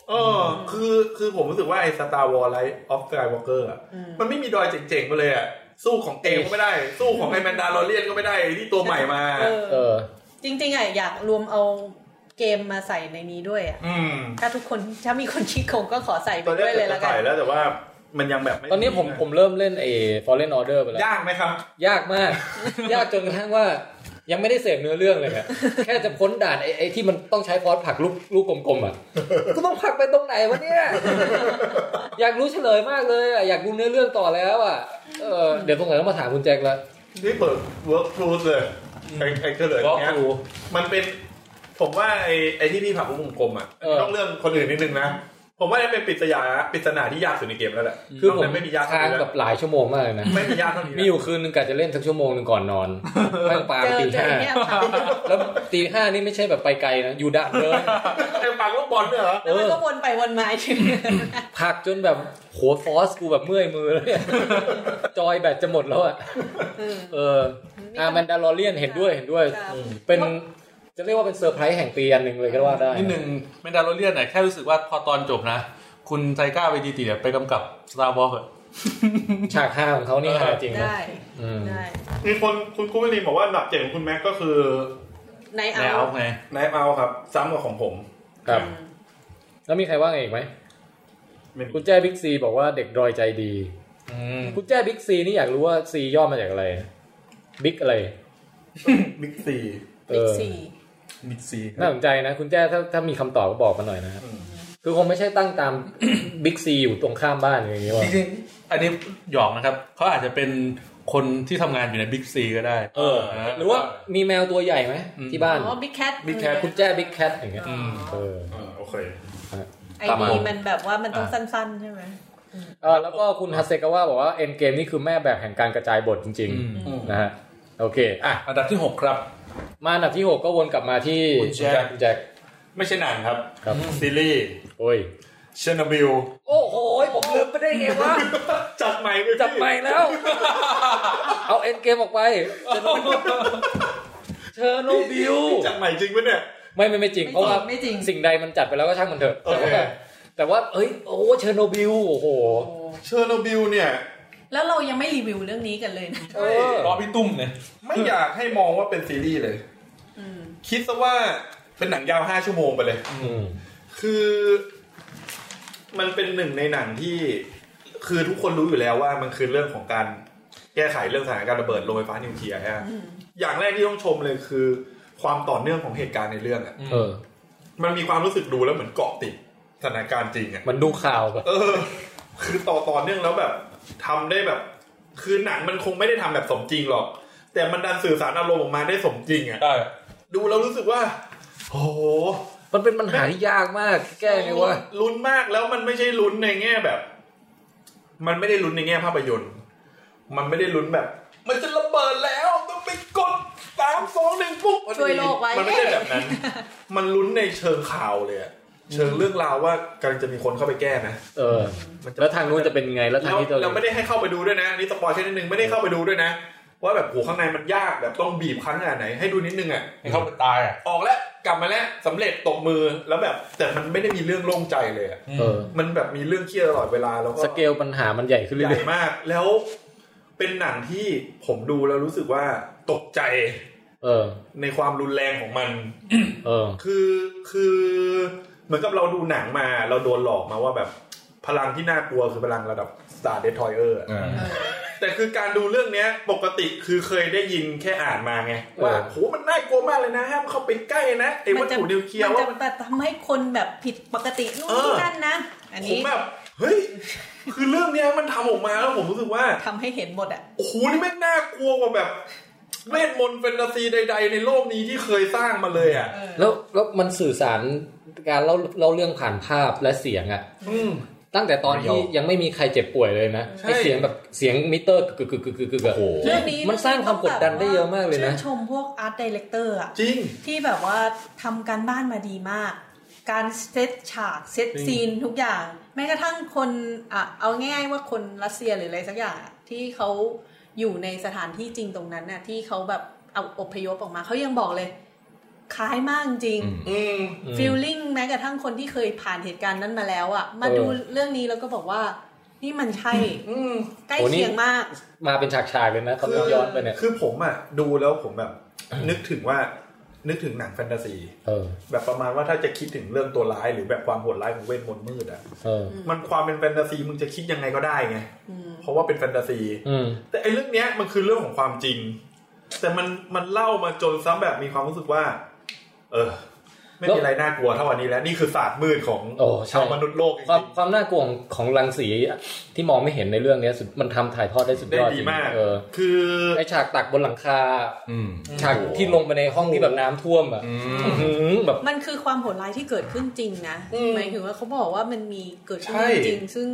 คือผมรู้สึกว่าไอ้ Star Wars Light of Skywalker อ่ะมันไม่มีดอยเจ๋งๆมาเลยอ่ะสู้ของเกมก็ไม่ได้สู้ของไอ้แมนดาลอเรียนก็ไม่ได้ที่ตัวใหม่มาจริงๆอยากรวมเอาเกมมาใส่ในนี้ด้วยถ้ามีคนคิดคงก็ขอใส่ไปด้วยเลยแล้วกันใส่แล้วแต่ว่ามันยังแบบตอนนี้ผมเริ่มเล่นFallen Order ไปแล้วยากไหมครับยากมากยากจนกระทั่งว่ายังไม่ได้เสพเนื้อเรื่องเลยแค่จะพ้นด่านไอ้ที่มันต้องใช้ฟอสผลักลูกกลมๆอ่ะกูต้องผลักไปตรงไหนวะเนี่ยอยากรู้เฉลยมากเลยอ่ะอยากดูเนื้อเรื่องต่อแล้วอ่ะเดี๋ยวตรงไหนต้องมาถามคุณแจ็คละนี่เปิด work through เลยไอ้เฉลยเนี้ยมันเป็นผมว่าไอ้ที่พี่ผลักลูกกลมๆอ่ะต้องเรื่องคนอื่นนิดนึงนะผมว่านี่เป็นปริศนาที่ยากสุดในเกมแล้วแหละคือผมไม่มียากค้างแบบหลายชั่วโมงมากเลยนะไม่มียากเท่านี้มีอยู่คืนนึงกะจะเล่นสักชั่วโมงนึงก่อนนอนตั้งปางตี 5แล้วตี 5นี่ไม่ใช่แบบไปไกลนะอยู่ด่านเดินไอ้ปางลูกบอลเนี่ยเหรอแล้วมันก็วนไปวนมาใช่มั้ยพักจนแบบโหฟอสกูแบบเมื่อยมือแล้วเนี่ยจอยแบตจะหมดแล้วอ่ะแมนดาลอเรียนเห็นด้วยเป็นจะเรียกว่าเป็นเซอร์ไพรส์แห่งปีอันนึงเลยก็ว่าได้นิดนึงแมนดาลอเรียนน่ะแค่รู้สึกว่าพอตอนจบนะคุณไซก้าเวทีไปกำกับ Star Wars ฉาก5ของเขานี่ฮาจริงนะได้มีคุณวิลลีบอกว่าอันดับ7ของคุณแม็กก็คือไนท์เอาไงไนท์เอาครับซ้ำกับของผมครับแล้วมีใครว่าไงอีกไหมคุณแจ้บิ๊กซีบอกว่าเด็กดอยใจดีคุณแจ้บิ๊กซีนี่อยากรู้ว่าซีย่อมาจากอะไรบิ๊กอะไรบิ๊กซีมิดซีน่าสนใจนะคุณแจ้ถ้ามีคำตอบก็บอกมาหน่อยนะครับคือคงไม่ใช่ตั้งตามบิ๊กซีอยู่ตรงข้ามบ้านอย่างนี้ว่าจริงๆอันนี้หยอกนะครับเขาอาจจะเป็นคนที่ทำงานอยู่ในบิ๊กซีก็ได้หรือว่ามีแมวตัวใหญ่ไหมที่บ้านบิ๊กแคทคุณแจ้บิ๊กแคทอย่างเงี้ยโอเคไอ้นี่มันแบบว่ามันต้องสั้นๆใช่ไหมแล้วก็คุณฮัสเซกาวะบอกว่าเอ็นเกมนี่คือแม่แบบแห่งการกระจายบทจริงๆนะฮะโอเคอันดับที่6ครับมาอันดับที่6ก็วนกลับมาที่คุณแจ็คไม่ใช่หนังครับซีรีส์โอ้ยเชอร์โนบิลโอ้โหผมลืมไปได้ไงวะจัดใหม่แล้วเอาเอ็นเกมออกไปเชอร์โนบิลจัดใหม่จริงปะเนี่ยไม่จริงเพราะว่าสิ่งใดมันจัดไปแล้วก็ช่างมันเถอะแต่ว่าเชอร์โนบิลโอ้โหเชอร์โนบิลเนี่ยแล้วเรายังไม่รีวิวเรื่องนี้กันเลยนะรอพี่ตุ้มเนี่ยไม่อยากให้มองว่าเป็นซีรีส์เลยคิดซะว่าเป็นหนังยาว5ชั่วโมงไปเลยคือมันเป็นหนึ่งในหนังที่คือทุกคนรู้อยู่แล้วว่ามันคือเรื่องของการแก้ไขเรื่องสถานการณ์ระเบิดโรงไฟฟ้านิวเคลียร์ฮะอย่างแรกที่ต้องชมเลยคือความต่อเนื่องของเหตุการณ์ในเรื่องมันมีความรู้สึกดูแล้วเหมือนเกาะติดสถานการณ์จริงมันดูข่าวแบบคือต่อเนื่องแล้วแบบทำได้แบบคือหนังมันคงไม่ได้ทำแบบสมจริงหรอกแต่มันดันสื่อสารอารมณ์ออกมาได้สมจริงอ่ะดูแล้วรู้สึกว่าโอ้โหมันเป็นปัญหาที่ยากมากแก้ไงวะลุ้นมากแล้วมันไม่ใช่ลุ้นในแง่แบบมันไม่ได้ลุ้นในแง่ภาพยนตร์มันไม่ได้ลุ้นแบบมันจะระเบิดแล้วต้องไปกด3 2 1ปุ๊บช่วยโลกไว้มันไม่ใช่แบบนั้นมันลุ้นในเชิงข่าวเลยเชิงเรื่องราวว่ากำลังจะมีคนเข้าไปแก้นะแล้วทางนู้นจะเป็นไงแล้วทางนี้เราไม่ได้ให้เข้าไปดูด้วยนะนี่สปอยล์แค่นิดนึงไม่ได้เข้าไปดูด้วยนะว่าแบบโหข้างในมันยากแบบต้องบีบคั้นขนาดไหนให้ดูนิดนึงให้เข้าไปตายออกแล้วกลับมาแล้วสำเร็จตบมือแล้วแบบแต่มันไม่ได้มีเรื่องโล่งใจเลยมันแบบมีเรื่องเครียดตลอดเวลาแล้วก็สเกลปัญหามันใหญ่ขึ้นเรื่อยๆมากแล้วเป็นหนังที่ผมดูแล้วรู้สึกว่าตกใจในความรุนแรงของมันคือเหมือนกับเราดูหนังมาเราโดนหลอกมาว่าแบบพลังที่น่ากลัวคือพลังระดับ Star Destroyer แต่คือการดูเรื่องนี้ปกติคือเคยได้ยินแค่อ่านมาไงว่าโหมันน่ากลัวมากเลยนะห้ามเข้าไปใกล้นะไอ้วัตถุนิวเคลียร์ว่ามันจะทำให้คนแบบผิดปกตินู่นนี่นั่นนะอันนี้ผมแบบเฮ้ยคือเรื่องนี้มันทำออกมาแล้วผมรู้สึกว่าทำให้เห็นหมดอ่ะโอ้โหนี่แม่งน่ากลัวกว่าแบบเวทมนต์แฟนตาซีใดๆในโลกนี้ที่เคยสร้างมาเลยอ่ะแล้วมันสื่อสารการเล่าเรื่องผ่านภาพและเสียงอ่ะตั้งแต่ตอนที่ยังไม่มีใครเจ็บป่วยเลยนะไอเสียงแบบเสียงมิเตอร์กึกๆๆๆโอ้โหมันสร้างความกดดันได้เยอะมากเลยนะชื่นชมพวกอาร์ตไดเรคเตอร์อ่ะจริงที่แบบว่าทำการบ้านมาดีมากการเซตฉากเซตซีนทุกอย่างแม้กระทั่งคนเอาง่ายๆว่าคนรัสเซียหรืออะไรสักอย่างที่เขาอยู่ในสถานที่จริงตรงนั้นน่ะที่เขาแบบเอาอพยพออกมาเขายังบอกเลยคล้ายมากจริงฟีลลิ่งแม้กระทั่งคนที่เคยผ่านเหตุการณ์นั้นมาแล้วอ่ะมาดูเรื่องนี้แล้วก็บอกว่านี่มันใช่ใกล้เคียงมากมาเป็นฉากๆเลยนะตอนย้อนไปเนี่ยคือผมอ่ะดูแล้วผมแบบนึกถึงหนังแฟนตาซีแบบประมาณว่าถ้าจะคิดถึงเรื่องตัวร้ายหรือแบบความโหดร้ายของเวทมนต์มืดอ่ะมันความเป็นแฟนตาซีมึงจะคิดยังไงก็ได้ไงเพราะว่าเป็นแฟนตาซีแต่ไอ้เรื่องเนี้ยมันคือเรื่องของความจริงแต่มันเล่ามาจนซ้ำแบบมีความรู้สึกว่าไม่มีอะไรน่ากลัวเท่าวันนี้แล้วนี่คือศาสตร์มืดของชาวมนุษย์โลกจริงๆความน่ากลัวของรังสีที่มองไม่เห็นในเรื่องนี้มันทำถ่ายทอดได้สุดยอดจริงคือไอฉากตักบนหลังคาฉากที่ลงไปในห้องที่แบบน้ำท่วมอ่ะแบบมันคือความโหดร้ายที่เกิดขึ้นจริงนะหมายถึงว่าเขาบอกว่ามันมีเกิดขึ้นจริงซึ่ง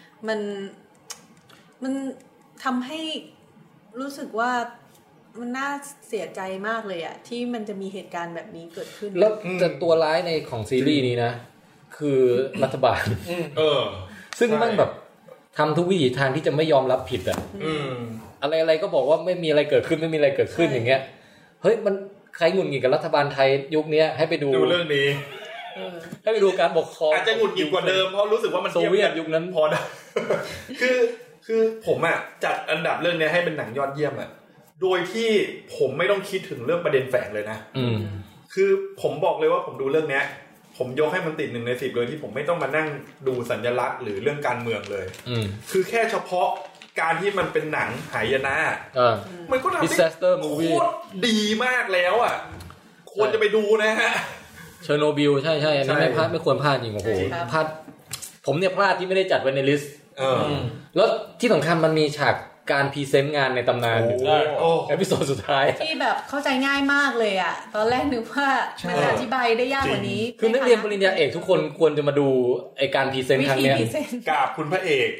มันทำให้รู้สึกว่ามันน่าเสียใจมากเลยอะที่มันจะมีเหตุการณ์แบบนี้เกิดขึ้นแล้วแต่ตัวร้ายในของซีรีส์นี้นะคือรัฐบาลซึ่งมันแบบทำทุกวิถีทางที่จะไม่ยอมรับผิดอะอะไรก็บอกว่าไม่มีอะไรเกิดขึ้นไม่มีอะไรเกิดขึ้นอย่างเงี้ยเฮ้ยมันใครหงุดหงิดกับรัฐบาลไทยยุคนี้ให้ไปดูเรื่องนี้ให้ไปดูการปกครองอาจจะหงุดหงิดกว่าเดิมเพราะรู้สึกว่ามันโซเวียตยุคนั้นพอได้คือผมอะจัดอันดับเรื่องนี้ให้เป็นหนังยอดเยี่ยมอะโดยที่ผมไม่ต้องคิดถึงเรื่องประเด็นแฝงเลยนะคือผมบอกเลยว่าผมดูเรื่องนี้ผมยกให้มันติด1 ใน 10เลยที่ผมไม่ต้องมานั่งดูสัญลักษณ์หรือเรื่องการเมืองเลยคือแค่เฉพาะการที่มันเป็นหนังหายนะมันก็ทำได้โคตรดีมากแล้วอ่ะควรจะไปดูนะฮะเชอร์โนบิลใช่ๆอันนี้ไม่ควรพลาดจริงโอ้โหพลาดผมเนี่ยพลาดที่ไม่ได้จัดไว้ในลิสต์แล้วที่สำคัญมันมีฉากการพรีเซนต์งานในตำนานอยู่เอพิโซดสุดท้ายที่แบบเข้าใจง่ายมากเลยอ่ะตอนแรกนึกว่ามันจะอธิบายได้ยากกว่านี้คือนักเรียนปริญญาเอกทุกคนควรจะมาดูไอ้การพรีเซนต์ครั้งนี้กราบคุณพระเอก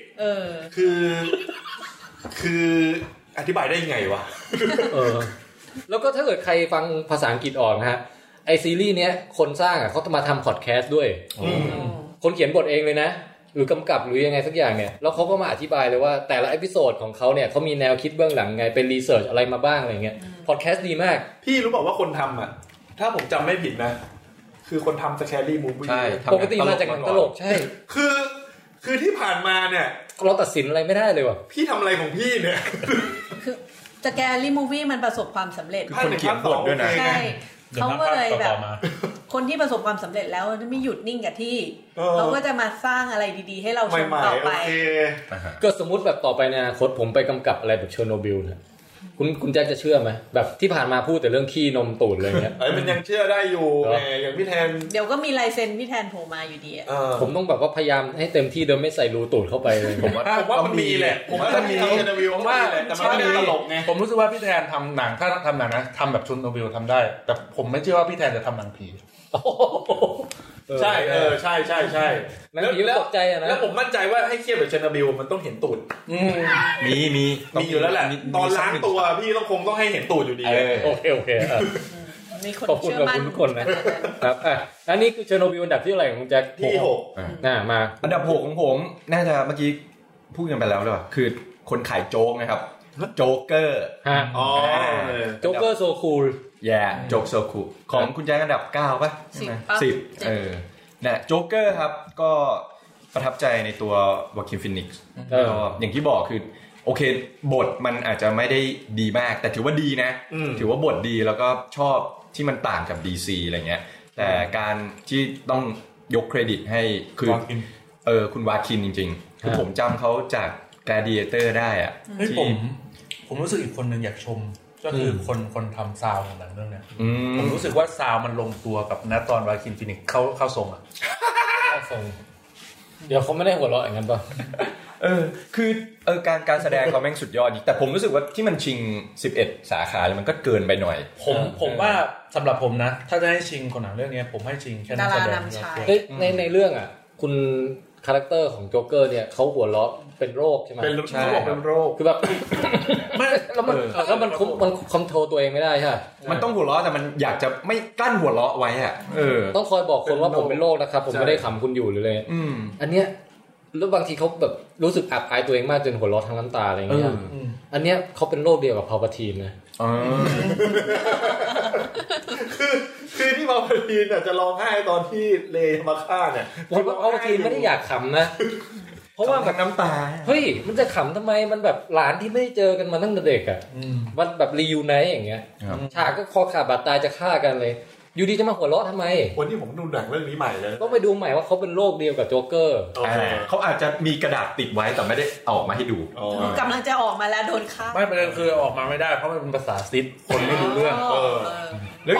คืออธิบายได้ยังไงวะแล้วก็ถ้าเกิดใครฟังภาษาอังกฤษออกนะฮะไอซีรีส์เนี้ยคนสร้างอ่ะเขาจะมาทำพอดแคสต์ด้วยคนเขียนบทเองเลยนะหรือกำกับหรือยังไงสักอย่างเนี่ยแล้วเขาก็มาอธิบายเลยว่าแต่ละเอพิโซดของเขาเนี่ยเขามีแนวคิดเบื้องหลังไงเป็นรีเสิร์ชอะไรมาบ้างอะไรเงี้ยพอดแคสต์ดีมากพี่รู้บอกว่าคนทำอ่ะถ้าผมจำไม่ผิดนะคือคนทำ Scary Movie ปกติมาจากหนังตลกใช่คือที่ผ่านมาเนี่ยเราตัดสินอะไรไม่ได้เลยว่ะพี่ทำอะไรของพี่เนี่ยคือ Scary Movie มันประสบความสำเร็จคนเขียนบทด้วยนะใช่เขาก็เลยแบบคนที่ประสบความสำเร็จแล้วไม่หยุดนิ่งกับที่เขาก็จะมาสร้างอะไรดีๆให้เราชมต่อไปก็สมมุติแบบต่อไปในอนาคตผมไปกำกับอะไรแบบเชอร์โนบิลเนี่ยคุณแจ็คจะเชื่อไหมแบบที่ผ่านมาพูดแต่เรื่องขี้นมตูดอะไรเงี้ยมันยังเชื่อได้อยู่อย่างพี่แทนเดี๋ยวก็มีลายเซ็นพี่แทนโผล่มาอยู่ดีผมต้องแบบว่าพยายามให้เต็มที่โดยไม่ใส่รูตูดเข้าไปเลยผมว่ามันมีแหละผมว่ามีเชอร์โนบิลว่าแต่มันไม่ตลกไงผมรู้สึกว่าพี่แทนทำหนังถ้าทำหนังนะทำแบบเชอร์โนบิลทำได้แต่ผมไม่เชื่อว่าพี่แทนจะทำหนังผีใช่ใช่แล้วตกใจอะนะแล้วผมมั่นใจว่าให้เทียบกับเชอร์โนบิลมันต้องเห็นตูดมีอยู่แล้วแหละตอนล้างตัวพี่ต้องให้เห็นตูดอยู่ดีโอเคขอบคุณทุกคนนะครับอันนี้คือเชอร์โนบิลอันดับที่อะไรของแจ็คที่6 มาอันดับ6ของผมน่าจะเมื่อกี้พูดกันไปแล้วด้วยคือคนขายโจ๊กนะครับโจ๊กเกอร์โจ๊กเกอร์โซคูลโจ๊กโซคูลของคุณแจ็คอันดับ9ป่ะ10เนี่ยโจ๊กเกอร์ครับก็ประทับใจในตัววาคินฟีนิกซ์อย่างที่บอกคือโอเคบทมันอาจจะไม่ได้ดีมากแต่ถือว่าดีนะถือว่าบทดีแล้วก็ชอบที่มันต่างกับ DC อะไรเงี้ยแต่การที่ต้องยกเครดิตให้คือคุณวาคินจริงๆคือผมจำเขาจาก Gladiator ได้อ่ะผมรู้สึกอีกคนนึงอยากชมก็คือคนทำซาวด์ของหนังเรื่องนี้ผมรู้สึกว่าซาวด์มันลงตัวกับณตอนวาคินฟีนิกซ์เข้าทรงอ่ะเข้าทรงเดี๋ยวเขาไม่ได้หัวเราะอย่างนั้นป่ะคือการแสดงเขาแม่งสุดยอดแต่ผมรู้สึกว่าที่มันชิง11สาขามันก็เกินไปหน่อยผมว่าสำหรับผมนะถ้าจะให้ชิงคนหนังเรื่องนี้ผมให้ชิงแค่นักแสดงในเรื่องอ่ะคุณคาแรคเตอร์ของโจ๊กเกอร์เนี่ยเขาหัวเราะเป็นโรคใช่ไหมเขาบอกเป็นโรคคือแบบแล้วมันคอนโทรลตัวเองไม่ได้ใช่มันต้องหัวเราะแต่มันอยากจะไม่กั้นหัวเราะไว้อ่ะต้องคอยบอกคนว่าผมเป็นโรคนะครับผมไม่ได้ขำคุณอยู่หรืออะไรอันเนี้ยแล้วบางทีเขาแบบรู้สึกอับอายตัวเองมากจนหัวเราะทั้งน้ำตาอะไรอย่างเงี้ยอันเนี้ยเขาเป็นโรคเดียวกับพาวเวอร์ทีนนะคือที่พาวเวอร์ทีนจะร้องไห้ตอนที่เลมาฆ่าเนี่ยพาวเวอร์ทีนไม่ได้อยากขำนะเพราะว่าแบบน้ำตาเฮ้ยมันจะขำทำไมมันแบบหลานที่ไม่เจอกันมาตั้งแต่เด็กอ่ะมันแบบรียูไนท์อย่างเงี้ยฉากก็คอขาดบาดตายจะฆ่ากันเลยอยู่ดีจะมาหัวเราะทำไมวันที่ผมดูหนังเรื่องนี้ใหม่เลยต้องไปดูใหม่ว่าเขาเป็นโรคเดียวกับโจ๊กเกอร์เขาอาจจะมีกระดาษติดไว้แต่ไม่ได้ออกมาให้ดูกำลังจะออกมาแล้วโดนฆ่าไม่ประเด็นคือออกมาไม่ได้เพราะมันเป็นภาษาซิดคนไม่รู้เรื่องแล้ว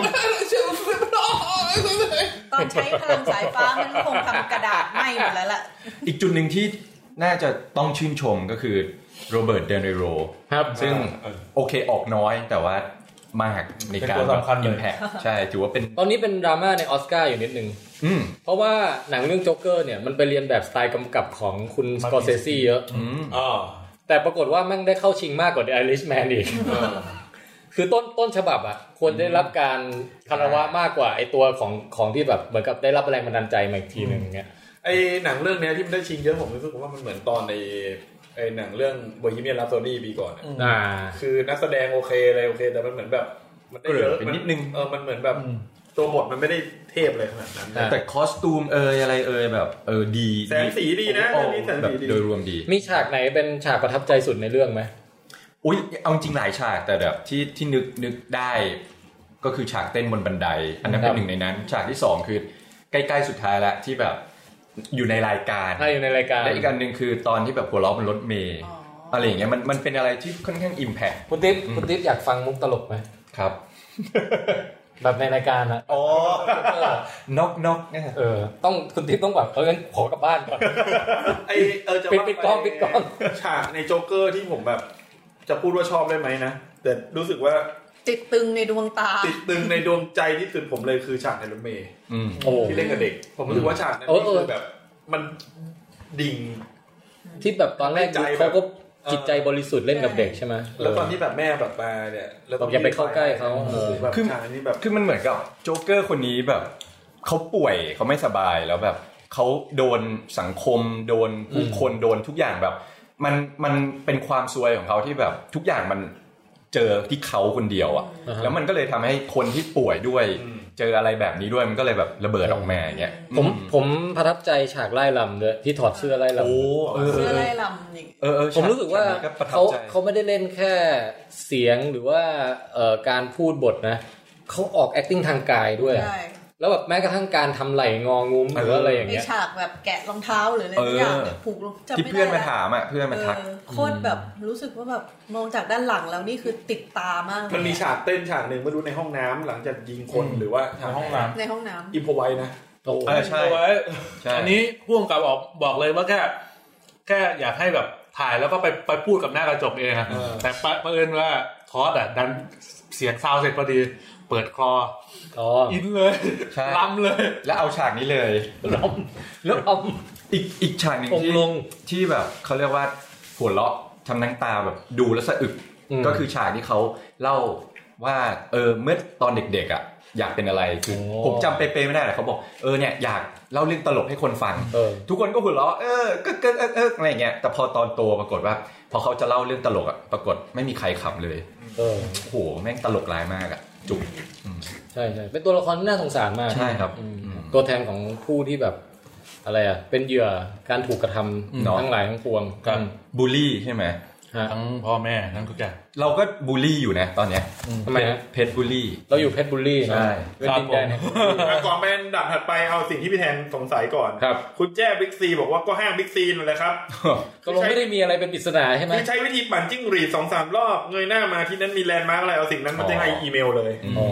ตอนใช้พลังสายฟ้ามันคงทำกระดาษไหม้หมดแล้วล่ะอีกจุดหนึ่งที่น่าจะต้องชื่นชมก็คือโรเบิร์ต เดนิโรซึ่งโอเคออกน้อยแต่ว่ามากในการอิมแพคใช่ถือว่าเป็นตอนนี้เป็นดราม่าในออสการ์อยู่นิดนึงเพราะว่าหนังเรื่องโจ๊กเกอร์เนี่ยมันไปเรียนแบบสไตล์กำกับของคุณสกอร์เซซีเยอะแต่ปรากฏว่าแม่งได้เข้าชิงมากกว่า The Irishman อีกคือต้นฉบับอ่ะควรได้รับการคารวะมากกว่าไอตัวของที่แบบเหมือนกับได้รับแรงบันดาลใจมาอีกทีนึงอย่างเงี้ยไอหนังเรื่องนี้ที่มันได้ชิงเยอะผมรู้สึกว่ามันเหมือนตอนในไอหนังเรื่อง Bohemian Rhapsody ปีก่อนคือนักแสดงโอเคอะไรโอเคแต่มันเหมือนแบบมันได้เยอะนิดนึงมันเหมือนแบบตัวบทมันไม่ได้เทพเลยขนาดนั้นแต่คอสตูมอะไรแบบดีแสงสีดีนะมีแสงสีดีโดยรวมดีมีฉากไหนเป็นฉากประทับใจสุดในเรื่องไหมอุ๊ยเอาจริงหลายฉากแต่แบบที่นึกได้ก็คือฉากเต้นบนบันไดอันนั้นเป็นหนึ่งในนั้นฉากที่2คือใกล้ๆสุดท้ายแล้วที่แบบอยู่ในรายการอยู่ในรายการและอีกอันนึงคือตอนที่แบบหัวเราะบนรถเมล์อะไรอย่างเงี้ยมันเป็นอะไรที่ค่อนข้างอิมแพคคุณติ๊บอยากฟังมุกตลกไหมครับแบบในรายการนะนกต้องคุณติ๊บต้องแบบงั้นขอกลับบ้านก่อนจะปิดกล้องฉากในโจ๊กเกอร์ที่ผมแบบจะพูดว่าชอบได้ไหมนะแต่รู้สึกว่าติดตึงในดวงตาติดตึงในดวงใจที่สุดผมเลยคือฉากในรถเมล์ที่เล่นกับเด็กผมรู้สึกว่าฉากนั้นคือแบบมันดิ่งที่แบบตอนแรกเขาก็จิตใจบริสุทธิ์เล่นกับเด็กใช่ไหมแล้วตอนที่แบบแม่แบบมาเนี่ยแล้วอย่าไปเข้าใกล้เขาคือฉากนี้แบบคือมันเหมือนกับโจ๊กเกอร์คนนี้แบบเขาป่วยเขาไม่สบายแล้วแบบเขาโดนสังคมโดนผู้คนโดนทุกอย่างแบบมันเป็นความซวยของเขาที่แบบทุกอย่างมันเจอที่เขาคนเดียวอ่ะแล้วมันก็เลยทำให้คนที่ป่วยด้วยเจออะไรแบบนี้ด้วยมันก็เลยแบบระเบิดออกมาอย่างเงี้ยผมประทับใจฉากไล่ลำด้วยที่ถอดเสื้อไล่ลำเสื้อไล่ลำจริงผมรู้สึกว่าเขาไม่ได้เล่นแค่เสียงหรือว่าการพูดบทนะเขาออก acting ทางกายด้วยแล้วแบบแม้กระทั่งการทำไหล่งองุ้มหรืออะไรอย่างเงี้ยฉากแบบแกะรองเท้าหรืออะไรอย่างผูกที่เพื่อนมาถามอ่ะเพื่อนมาทักโคตรแบบรู้สึกว่าแบบมองจากด้านหลังแล้วนี่คือติดตามากมันมีฉากเต้นฉากนึงไม่รู้ในห้องน้ำหลังจากยิงคนหรือว่าทางห้องน้ำในห้องน้ำอิมโพไว้นะใช่อันนี้พ่วงกับบอกเลยว่าแค่อยากให้แบบถ่ายแล้วก็ไปพูดกับหน้ากระจกเองแต่เผอิญว่าทอสอ่ะดันเสียงซาวเสร็จพอดีเปิดคลออินเลยล้ำเลยแล้วเอาฉากนี้เลยแล้วเอาอีกฉากนึงที่แบบเขาเรียกว่าหัวเราะทำน้ำตาแบบดูแล้วสะอึกก็คือฉากที่เขาเล่าว่าเมื่อตอนเด็กๆอ่ะอยากเป็นอะไรคือผมจำเป๊ะๆไม่ได้แต่เขาบอกเนี่ยอยากเล่าเรื่องตลกให้คนฟังทุกคนก็หัวเราะก็อะไรอย่างเงี้ยแต่พอตอนโตปรากฏว่าพอเขาจะเล่าเรื่องตลกอ่ะปรากฏไม่มีใครขำเลยโอ้โหแม่งตลกร้ายมากอ่ะจุกใช่เป็นตัวละครที่น่าสงสารมากใช่ครับตัวแทนของผู้ที่แบบอะไรอ่ะเป็นเหยื่อการถูกกระทำทั้งหลายทั้งปวงการบูลลี่ใช่ไหมทั้งพ่อแม่ทั้งทุกอย่างเราก็บูลลี่อยู่นะตอนเนี้ยทำไมฮะเพชรบูลลี่เราอยู่เพชรบูลลี่ใช่ครับผมก่อนเป็นดับถัดไปเอาสิ่งที่พี่แทนสงสัยก่อนครับคุณแจ้บิ๊กซีบอกว่าก็ห้างบิ๊กซีนั่นแหละครับก็ไม่ได้มีอะไรเป็นปริศนาใช่ไหมใช้วิธีปั่นจิ้งหรีด 2-3 รอบเงยหน้ามาที่นั้นมีแลนด์มาร์กอะไรเอาสิ่งนั้นมันจะให้อีเมลเลย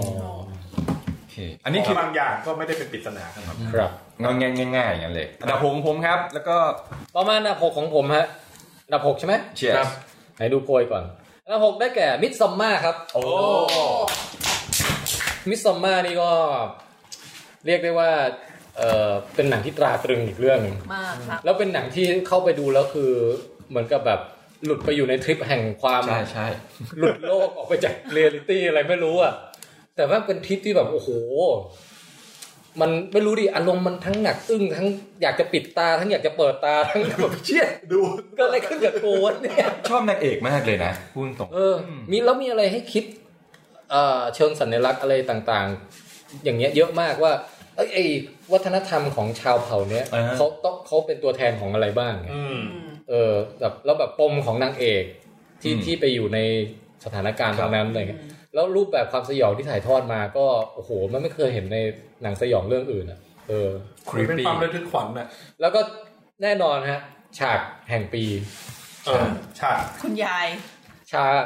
อันนี้คือบางอย่างก็ไม่ได้เป็นปริศนาครับง่ายๆอย่างนั้นเลยอันดับผมครับแล้วก็ประมาณอันดับ6ของผมฮะอันดับ6ใช่ไหมครับให้ดูโพยก่อนอันดับ6ได้แก่มิดซัมมาครับโอ้มิดซัมมานี่ก็เรียกได้ว่าเป็นหนังที่ตราตรึงอีกเรื่องนึงมากครับแล้วเป็นหนังที่เข้าไปดูแล้วคือเหมือนกับแบบหลุดไปอยู่ในทริปแห่งความใช่หลุดโลกออกไปจากเรียลลิตี้อะไรไม่รู้อ่ะแต่ว่าเป็นทริปที่แบบโอ้โหมันไม่รู้ดิอารมณ์มันทั้งหนักอึ้งทั้งอยากจะปิดตาทั้งอยากจะเปิดตาทั้งแบบเชี่ยดูก็อะไรขึ้นกับกูเนี่ยชอบนางเอกมากเลยนะพูดตรงมีแล้วมีอะไรให้คิดเชิงสัญลักษณ์อะไรต่างๆอย่างเงี้ยเยอะมากว่าไอ้วัฒนธรรมของชาวเผ่าเนี้ยเขาเป็นตัวแทนของอะไรบ้างแบบแล้วแบบปมของนางเอกที่ไปอยู่ในสถานการณ์ตรงนั้นอะไรเงี้ยแล้วรูปแบบความสยองที่ถ่ายทอดมาก็โอ้โหมันไม่เคยเห็นในหนังสยองเรื่องอื่นอ่ะเป็นความระทึกขวัญน่ะแล้วก็แน่นอนฮะฉากแห่งปีฉากคุณยายฉาก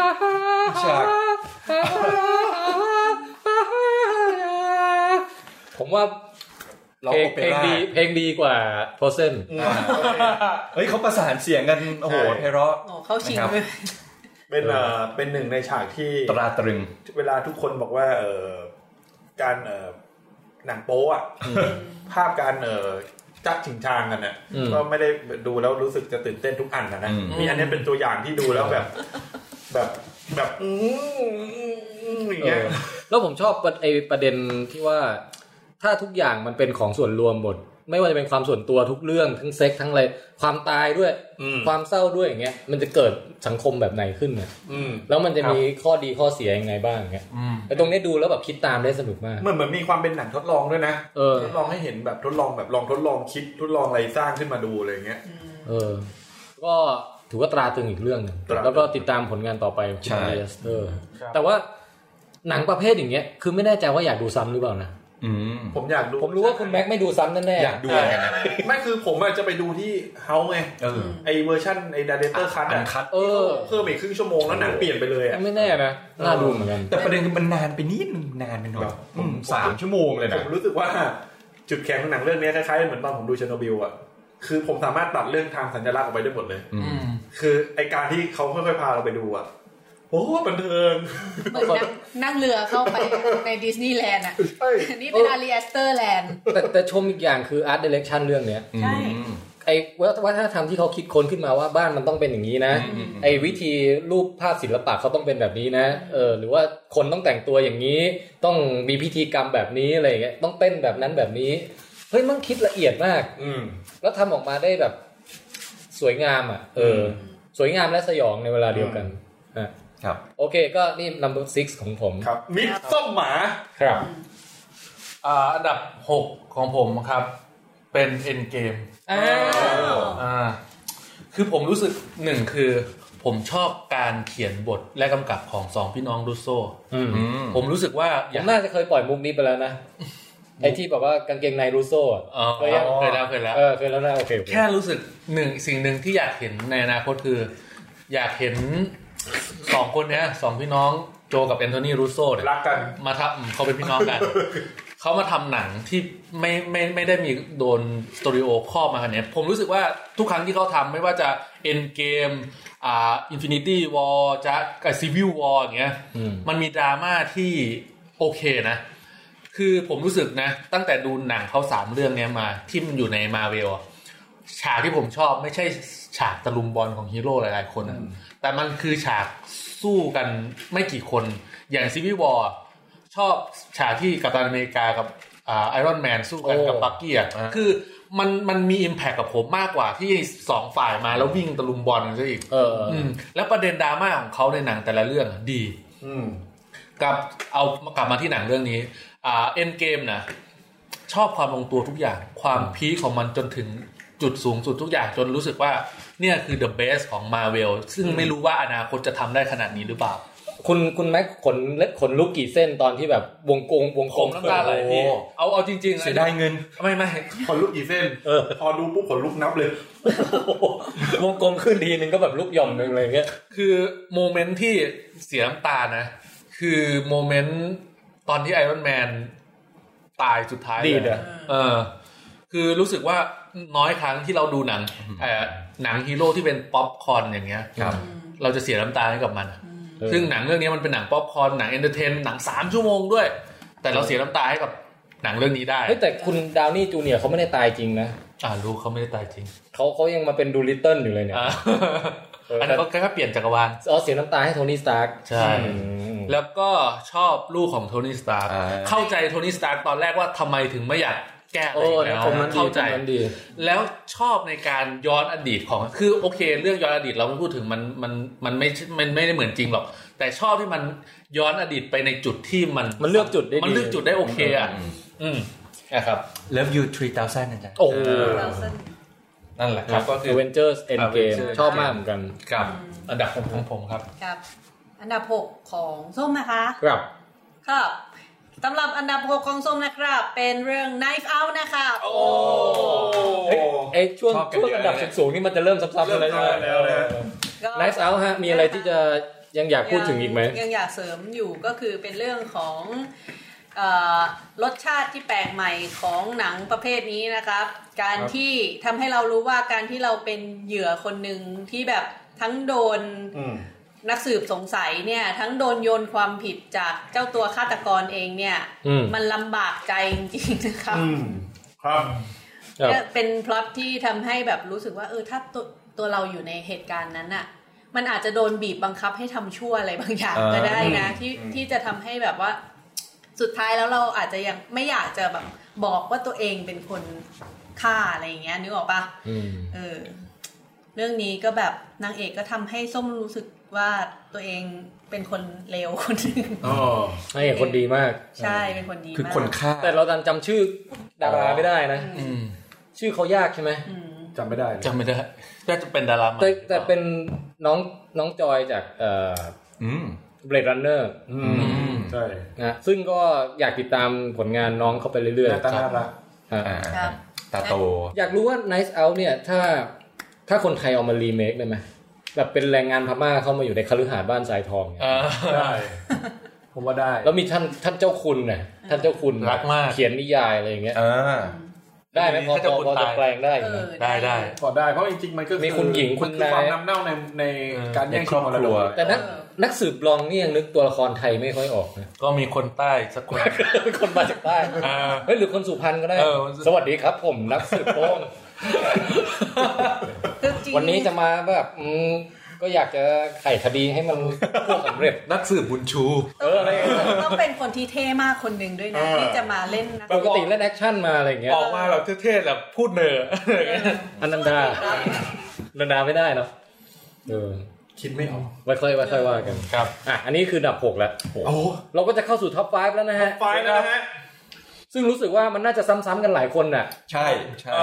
ผมว่าเพลงดีกว่า Frozen เฮ้ยเขาประสานเสียงกันโอ้โหไพเราะเขาชิงเลยเป็นหนึ่งในฉากที่ตราตรึงเวลาทุกคนบอกว่าการหนังโป๊อ่ะภาพการจัดชิงชางกันเนี่ยก็ไม่ได้ดูแล้วรู้สึกจะตื่นเต้นทุกอันนะมีอันนี้เป็นตัวอย่างที่ดูแล้วแบบอย่างเงี้ยแล้วผมชอบประเด็นที่ว่าถ้าทุกอย่างมันเป็นของส่วนรวมหมดไม่ว่าจะเป็นความส่วนตัวทุกเรื่องทั้งเซ็กทั้งอะไรความตายด้วยความเศร้าด้วยอย่างเงี้ยมันจะเกิดสังคมแบบไหนขึ้นเนี่ยแล้วมันจะมีข้อดีข้อเสียยังไงบ้างเงี้ยแต่ตรงนี้ดูแล้วแบบคิดตามได้สนุกมากเหมือนมีความเป็นหนังทดลองด้วยนะทดลองให้เห็นแบบทดลองแบบลองทดลองคิดทดลองอะไรสร้างขึ้นมาดูอะไรเงี้ยก็ถือว่าตราตรึงอีกเรื่องนึงแล้วก็ติดตามผลงานต่อไปของคุณเลสเตอร์แต่ว่าหนังประเภทอย่างเงี้ยคือไม่แน่ใจว่าอยากดูซ้ำหรือเปล่านะผมอยากดูผมรู้ว่าคุณแม็กไม่ดูซ้ำแน่ๆอยากดูเหมือนกันนะไม่คือผมจะไปดูที่เฮาไงไอเวอร์ชันไอ Director Cut เพิ่มอีกครึ่งชั่วโมงแล้วหนังเปลี่ยนไปเลยไม่แน่นะน่าดูเหมือนกันแต่ประเด็นคือมันนานไปนิดนึงนานไปหน่อย3 ชั่วโมงเลยนะผมรู้สึกว่าจุดแข็งของหนังเรื่องนี้คล้ายๆเหมือนตอนผมดูเชอร์โนบิลอ่ะคือผมสามารถตัดเรื่องทางสัญลักษณ์ออกไปได้หมดเลยคือไอการที่เขาค่อยๆพาเราไปดูอ่ะโอ้บันเทิงเหมือนนั่งเรือเข้าไปในดิสนีย์แลนด์อ่ะนี่เป็นอารีแอสเตอร์แลนด์แต่ชมอีกอย่างคืออาร์ตดิเรกชันเรื่องเนี้ยใช่ไอ้วัฒนธรรมที่เขาคิดค้นขึ้นมาว่าบ้านมันต้องเป็นอย่างนี้นะไอ้วิธีรูปภาพศิลปะเขาต้องเป็นแบบนี้นะหรือว่าคนต้องแต่งตัวอย่างนี้ต้องมีพิธีกรรมแบบนี้อะไรอย่างเงี้ยต้องเต้นแบบนั้นแบบนี้เฮ้ยมันคิดละเอียดมากแล้วทำออกมาได้แบบสวยงามอ่ะสวยงามและสยองในเวลาเดียวกันครับโอเคก็นี่ number 6ของผมครับมิดส้มหมาครับอันดับ6ของผมครับเป็น Endgame คือผมรู้สึก1คือผมชอบการเขียนบทและกำกับของ2พี่น้องรูโซ่ผมรู้สึกว่าผมน่าจะเคยปล่อยมุกนี้ไปแล้วนะไอ้ที่บอกว่ากางเกงในรูโซ่เคยแล้วเคยแล้วเคยแล้วนะโอเคแค่รู้สึกสิ่งหนึ่งที่อยากเห็นในอนาคตคืออยากเห็น2คนเนี้ย2พี่น้องโจกับแอนโทนีรูโซ่เนี่ยรักกันมาทำเขาเป็นพี่น้องกันเขามาทำหนังที่ไม่ได้มีโดนสตูดิโอครอบมาขนาดนี้ผมรู้สึกว่าทุกครั้งที่เขาทำไม่ว่าจะ Endgame Infinity War จะ Civil War อย่างเงี้ยมันมีดราม่าที่โอเคนะคือผมรู้สึกนะตั้งแต่ดูหนังเขา3เรื่องนี้มาที่มันอยู่ใน Marvel ฉากที่ผมชอบไม่ใช่ฉากตะลุมบอลของฮีโร่หลายๆคนแต่มันคือฉากสู้กันไม่กี่คนอย่าง Civil War ชอบฉากที่กัปตันอเมริกากับไอรอนแมนสู้กันกับบักกี้อ่ะคือมันมี impact กับผมมากกว่าที่2ฝ่ายมาแล้ววิ่งตะลุมบอลกันซะอีกแล้วประเด็นดราม่าของเขาในหนังแต่ละเรื่องดีกับเอากลับมาที่หนังเรื่องนี้Endgame นะชอบความลงตัวทุกอย่างความพีคของมันจนถึงจุดสูงสุดทุกอย่างจนรู้สึกว่าเนี่ยคือ the best ของ Marvel ซึ่งไม่รู้ว่าอนาคตจะทำได้ขนาดนี้หรือเปล่าคุณแม็กขนลุกกี่เส้นตอนที่แบบวงกลมน้ำตาไหลพี่เอาจริงๆเสียดายเงินไม่ขนลุกกี่เส้นพอดูปุ๊บขนลุกนับเลยวงกลมขึ้นทีนึงก็แบบลุกหย่อมนึงอะไรเงี้ยคือโมเมนต์ที่เสียน้ำตานะคือโมเมนต์ตอนที่ไอรอนแมนตายสุดท้ายเลยคือรู้สึกว่าน้อยครั้งที่เราดูหนังฮีโร่ที่เป็นป๊อปคอร์นอย่างเงี้ยเราจะเสียน้ำตาให้กับมันซึ่งหนังเรื่องนี้มันเป็นหนังป๊อปคอร์นหนังเอนเตอร์เทนหนัง3ชั่วโมงด้วยแต่เราเสียน้ำตาให้กับหนังเรื่องนี้ได้แต่คุณดาวนี่จูเนียร์เขาไม่ได้ตายจริงนะรู้เขาไม่ได้ตายจริงเขายังมาเป็นดูลิตเติ้ลอยู่เลยเนี่ยอันนั้นก็แค่เปลี่ยนจักรวาลเสียน้ำตาให้โทนี่สตาร์กใช่แล้วก็ชอบลูกของโทนี่สตาร์กเข้าใจโทนี่สตาร์กตอนแรกว่าทำไมถึงไม่อยากแก้อะไรแล้วเข้าใจแล้วชอบในการย้อนอดีตของคือโอเคเรื่องย้อนอดีตเราไม่พูดถึงมันไม่ได้เหมือนจริงหรอกแต่ชอบที่มันย้อนอดีตไปในจุดที่มันเลือกจุดได้มันเลือกจุดได้โอเคอ่ะครับ Love You 3000นะจ๊ะโอ้นั่นแหละครับก็คือ Avengers Endgame ชอบมากเหมือนกันครับอันดับของผมครับครับอันดับ6ของส้มนะคะครับครับสำหรับอันดับ6ของส้มนะครับเป็นเรื่อง Knife Out นะคะโอ้ไอ้ช่วงอันดับสูงๆนี่มันจะเริ่มซ้ำๆกันแล้วนะ Knife Out ฮะมีอะไรที่จะยังอยากพูดถึงอีกไหมยังอยากเสริมอยู่ก็คือเป็นเรื่องของรสชาติที่แปลกใหม่ของหนังประเภทนี้นะครับการที่ทำให้เรารู้ว่าการที่เราเป็นเหยื่อคนหนึ่งที่แบบทั้งโดนนักสืบสงสัยเนี่ยทั้งโดนโยนความผิดจากเจ้าตัวฆาตกรเองเนี่ยมันลำบากใจจริงๆนะครับครับเป็นพล็อตที่ทำให้แบบรู้สึกว่าถ้าตัวเราอยู่ในเหตุการณ์นั้นน่ะมันอาจจะโดนบีบบังคับให้ทำชั่วอะไรบางอย่างก็ได้นะที่จะทำให้แบบว่าสุดท้ายแล้วเราอาจจะยังไม่อยากจะแบบบอกว่าตัวเองเป็นคนฆ่าอะไรอย่างเงี้ยนึกออกปะเรื่องนี้ก็แบบนางเอกก็ทำให้ส้มรู้สึกว่าตัวเองเป็นคนเลวคนนึงนางเอกคนดีมากใช่เป็นคนดีมากคือคนฆ่าแต่เราจำชื่อดาราไม่ได้นะชื่อเขายากใช่ไหมจำไม่ได้น่าจะเป็นดาราแต่เป็นน้องจอยจากBlade Runner ใช่นะซึ่งก็อยากติดตามผลงานน้องเขาไปเรื่อยๆน่ารักตาโตอยากรู้ว่า Knives Out เนี่ยถ้าคนไทยเอามารีเมคได้ไหมแบบเป็นแรงงานพม่าเข้ามาอยู่ในคฤหาสน์บ้านทรายทองได้ผมว่าได้แล้วมีท่านเจ้าคุณเนี่ยท่านเจ้าคุณรักมากเขียนนิยายอะไรอย่างเงี้ยได้ไหมพอจะแปลงได้ได้พอได้เพราะจริงๆมันก็มีคุณหญิงคุณนายความน้ำเน่าในการแย่งชิงมรดกแต่นักสืบลองนี่ยังนึกตัวละครไทยไม่ค่อยออกนะก็มีคนใต้สักคนเป็นคนมาจากใต้เฮ้ยหรือคนสุพรรณก็ได้สวัสดีครับผมนักสืบโป้งวันนี้จะมาแบบก็อยากจะไขคดีให้มันสำเร็จนักสืบบุญชูต้องเป็นคนที่เท่มากคนหนึ่งด้วยนะที่จะมาเล่นนะปกติเล่นแอคชั่นมาอะไรอย่างเงี้ยออกมาแบบเท่ๆแบบพูดเนออนันดาไม่ได้เนาะคิดไม่ออกไม่ค่อยว่ากันครับอันนี้คืออันดับ6แล้วเราก็จะเข้าสู่ท็อป5แล้วนะฮะท็อป5แล้วนะฮะซึ่งรู้สึกว่ามันน่าจะซ้ำๆกันหลายคนน่ะใช่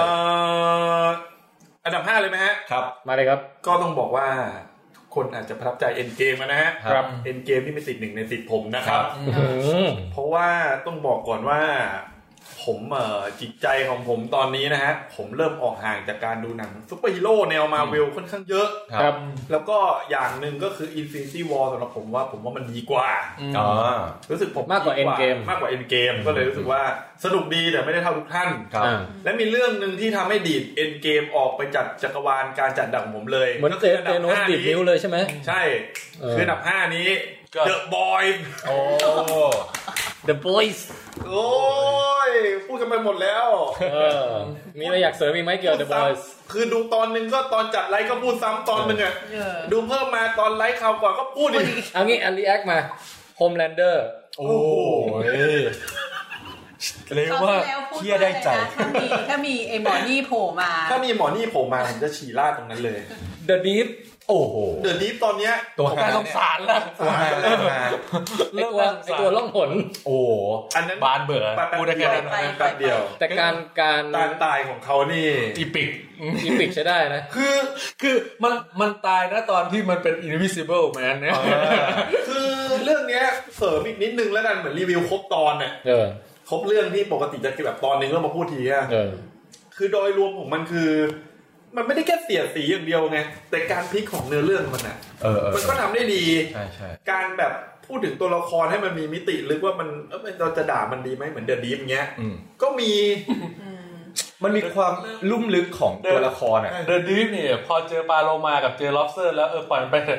อันดับ5เลยไหมฮะครับมาเลยครับก็ต้องบอกว่าทุกคนอาจจะประทับใจ Endgame นะฮะครับ Endgame ที่ไม่ติด1ใน10ผมนะครับเพราะว่าต้องบอกก่อนว่าผมจิตใจของผมตอนนี้นะฮะผมเริ่มออกห่างจากการดูหนังซุปเปอร์ฮีโร่แนว Marvel ค่อนข้างเยอะครับแล้วก็อย่างนึงก็คือ Infinity War สำหรับผมว่ามันดีกว่ารู้สึกผมมากกว่า Endgame ก็เลยรู้สึกว่าสนุกดีแต่ไม่ได้เท่าทุกท่านและมีเรื่องนึงที่ทำให้ดีด Endgame ออกไปจากจักรวาลการจัดดังของผมเลยเหมือนเตโนสดีดนิ้วเลยใช่ไหมใช่คืออันดับ5นี้ The Boys The Boys โอ้ยพูดกันไปหมดแล้วมีอะไรอยากเสริมอีกไหมเกี่ยวกับ The Boys คือดูตอนนึงก็ตอนจัดไลฟ์ก็พูดซ้ำตอนนึงอ่ะดูเพิ่มมาตอนไลฟ์คราวก่อนก็พูดอีกเอางี้อันรีแอคมา Homelander โอ้ยเรียกว่าเหี้ยได้ใจถ้ามีไอ้หมอนี่โผล่มาผมจะฉี่ราดตรงนั้นเลย The Deep โอ้โหเดอะดีฟตอนเนี้ยตัวหาสงสารแล้วไอตัวล่องหนโอ้อันนั้นบานเบื่อพูดได้แค่นั้นแป๊บเดียวแต่การตายของเขานี่อีปิกใช้ได้นะคือมันตายนะตอนที่มันเป็น Invisible Man เนี่ยคือเรื่องเนี้ยเสริมอีกนิดนึงแล้วกันเหมือนรีวิวครบตอนน่ะครบเรื่องที่ปกติจะแบบตอนนึงแล้วมาพูดทีอ่ะคือโดยรวมของมันคือมันไม่ได้แค่เสียดสีอย่างเดียวไงแต่การพลิกของเนื้อเรื่องมันน่ะมันก็ทำได้ดีใช่การแบบพูดถึงตัวละครให้มันมีมิติลึกว่ามันเราจะด่ามันดีไหมเหมือนเดอะดีฟเงี้ยก็มีมันมีความลุ่มลึกของตัวละครอ่ะเดอะดีฟนี่พอเจอปลาโลมากับเจอล็อบสเตอร์แล้วปล่อยมันไปเถอะ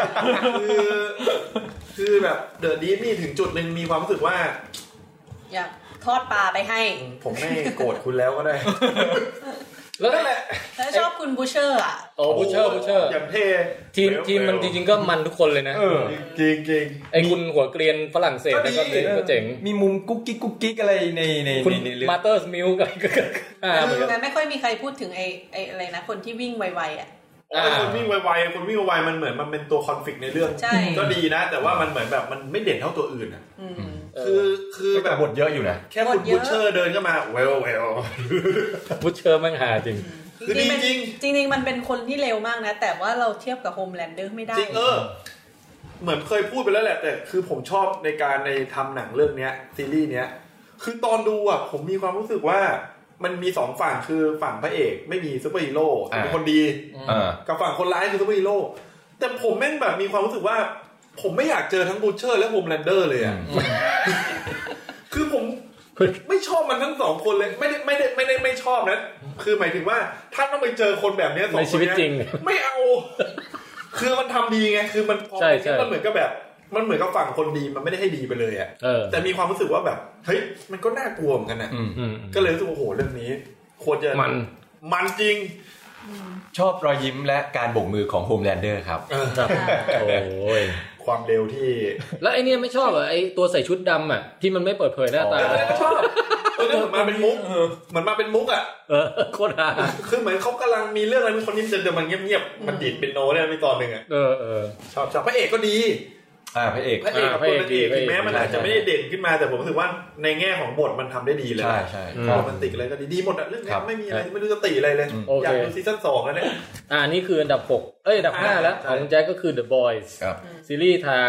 คือแบบเดอะดีฟนี่ถึงจุดนึงมีความรู้สึกว่าอยากทอดปลาไปให้ผมไม่โกรธคุณแล้วก็ได้แล้วนั่นแหละแล้วชอบคุณบูเชอร์อ่ะบูเชอร์อย่างเท่ทีมมันจริงๆก็มันทุกคนเลยนะจริงไอ้คุณหัวเกรียนฝรั่งเศสก็เจ๋งมีมุมกุ๊กกิ๊กอะไรในคุณมาสเตอร์สมิลกับแต่ไม่ค่อยมีใครพูดถึงไอ้อะไรนะคนที่วิ่งไวๆอ่ะคนวิ่งไวๆคนวิ่งไวๆมันเหมือนมันเป็นตัวคอนฟลิกต์ในเรื่องก็ดีนะแต่ว่ามันเหมือนแบบมันไม่เด่นเท่าตัวอื่นอ่ะคือแบบบทเยอะอยู่นะแค่คุณบูชเชอร์เดินเข้ามาเวลบูชเชอร์มันหาจริงคือจริงมันเป็นคนที่เร็วมากนะแต่ว่าเราเทียบกับโฮมแลนเดอร์ไม่ได้จริงเหมือนเคยพูดไปแล้วแหละแต่คือผมชอบในการในทำหนังเรื่องนี้ซีรีส์เนี้ยคือตอนดูอ่ะผมมีความรู้สึกว่ามันมีสองฝั่งคือฝั่งพระเอกไม่มีซูเปอร์ฮีโร่เป็นคนดีกับฝั่งคนร้ายคือซูเปอร์ฮีโร่แต่ผมแม่งแบบมีความรู้สึกว่าผมไม่อยากเจอทั้งบูชเชอร์และโฮมแลนเดอร์เลยอ่ะคือผมไม่ชอบมันทั้งสองคนเลยไม่ชอบนะคือหมายถึงว่าถ้าต้องไปเจอคนแบบนี้สองคนนี้ไม่เอาคือมันทำดีไงคือมันพอมันเหมือนกับแบบมันเหมือนกับฝั่งคนดีมันไม่ได้ให้ดีไปเลยอ่ะแต่มีความรู้สึกว่าแบบเฮ้ยมันก็น่ากลัวเหมือนกันนะก็เลยรู้สึกโอ้โหเรื่องนี้ควรจะมันจริงชอบรอยยิ้มและการโบกมือของโฮมแลนเดอร์ครับโอ้ยความเร็วที่แล้วไอ้นี่ไม่ชอบเหรอไอ้ตัวใส่ชุดดำอ่ะที่มันไม่เปิดเผยหน้าตาไม่ชอบเหมือนมาเป็นมุกเหมือนมาเป็นมุกอ่ะโคตรฮาคือเหมือนเขากำลังมีเรื่องอะไรคนนี้มันจะเดินมันเงียบๆมันดีดเป็นโน้ตเนี่ยมีตอนนึงอ่ะชอบพระเอกก็ดีพระเอกกับตัวนักเอกแม้มันอาจจะไม่ได้เด่นขึ้นมาแต่ผมรู้สึกว่าในแง่ของบทมันทำได้ดีเลยใช่โรแมนติกอะไรก็ดีหมดอ่ะเรื่องนี้ไม่มีอะไรไม่รู้จะติอะไรเลยอยากดูซีซั่น2แล้วเนี่ยนี่คืออันดับ6อันดับ5แล้วของแจ็คก็คือ The Boys ซีรีส์ทาง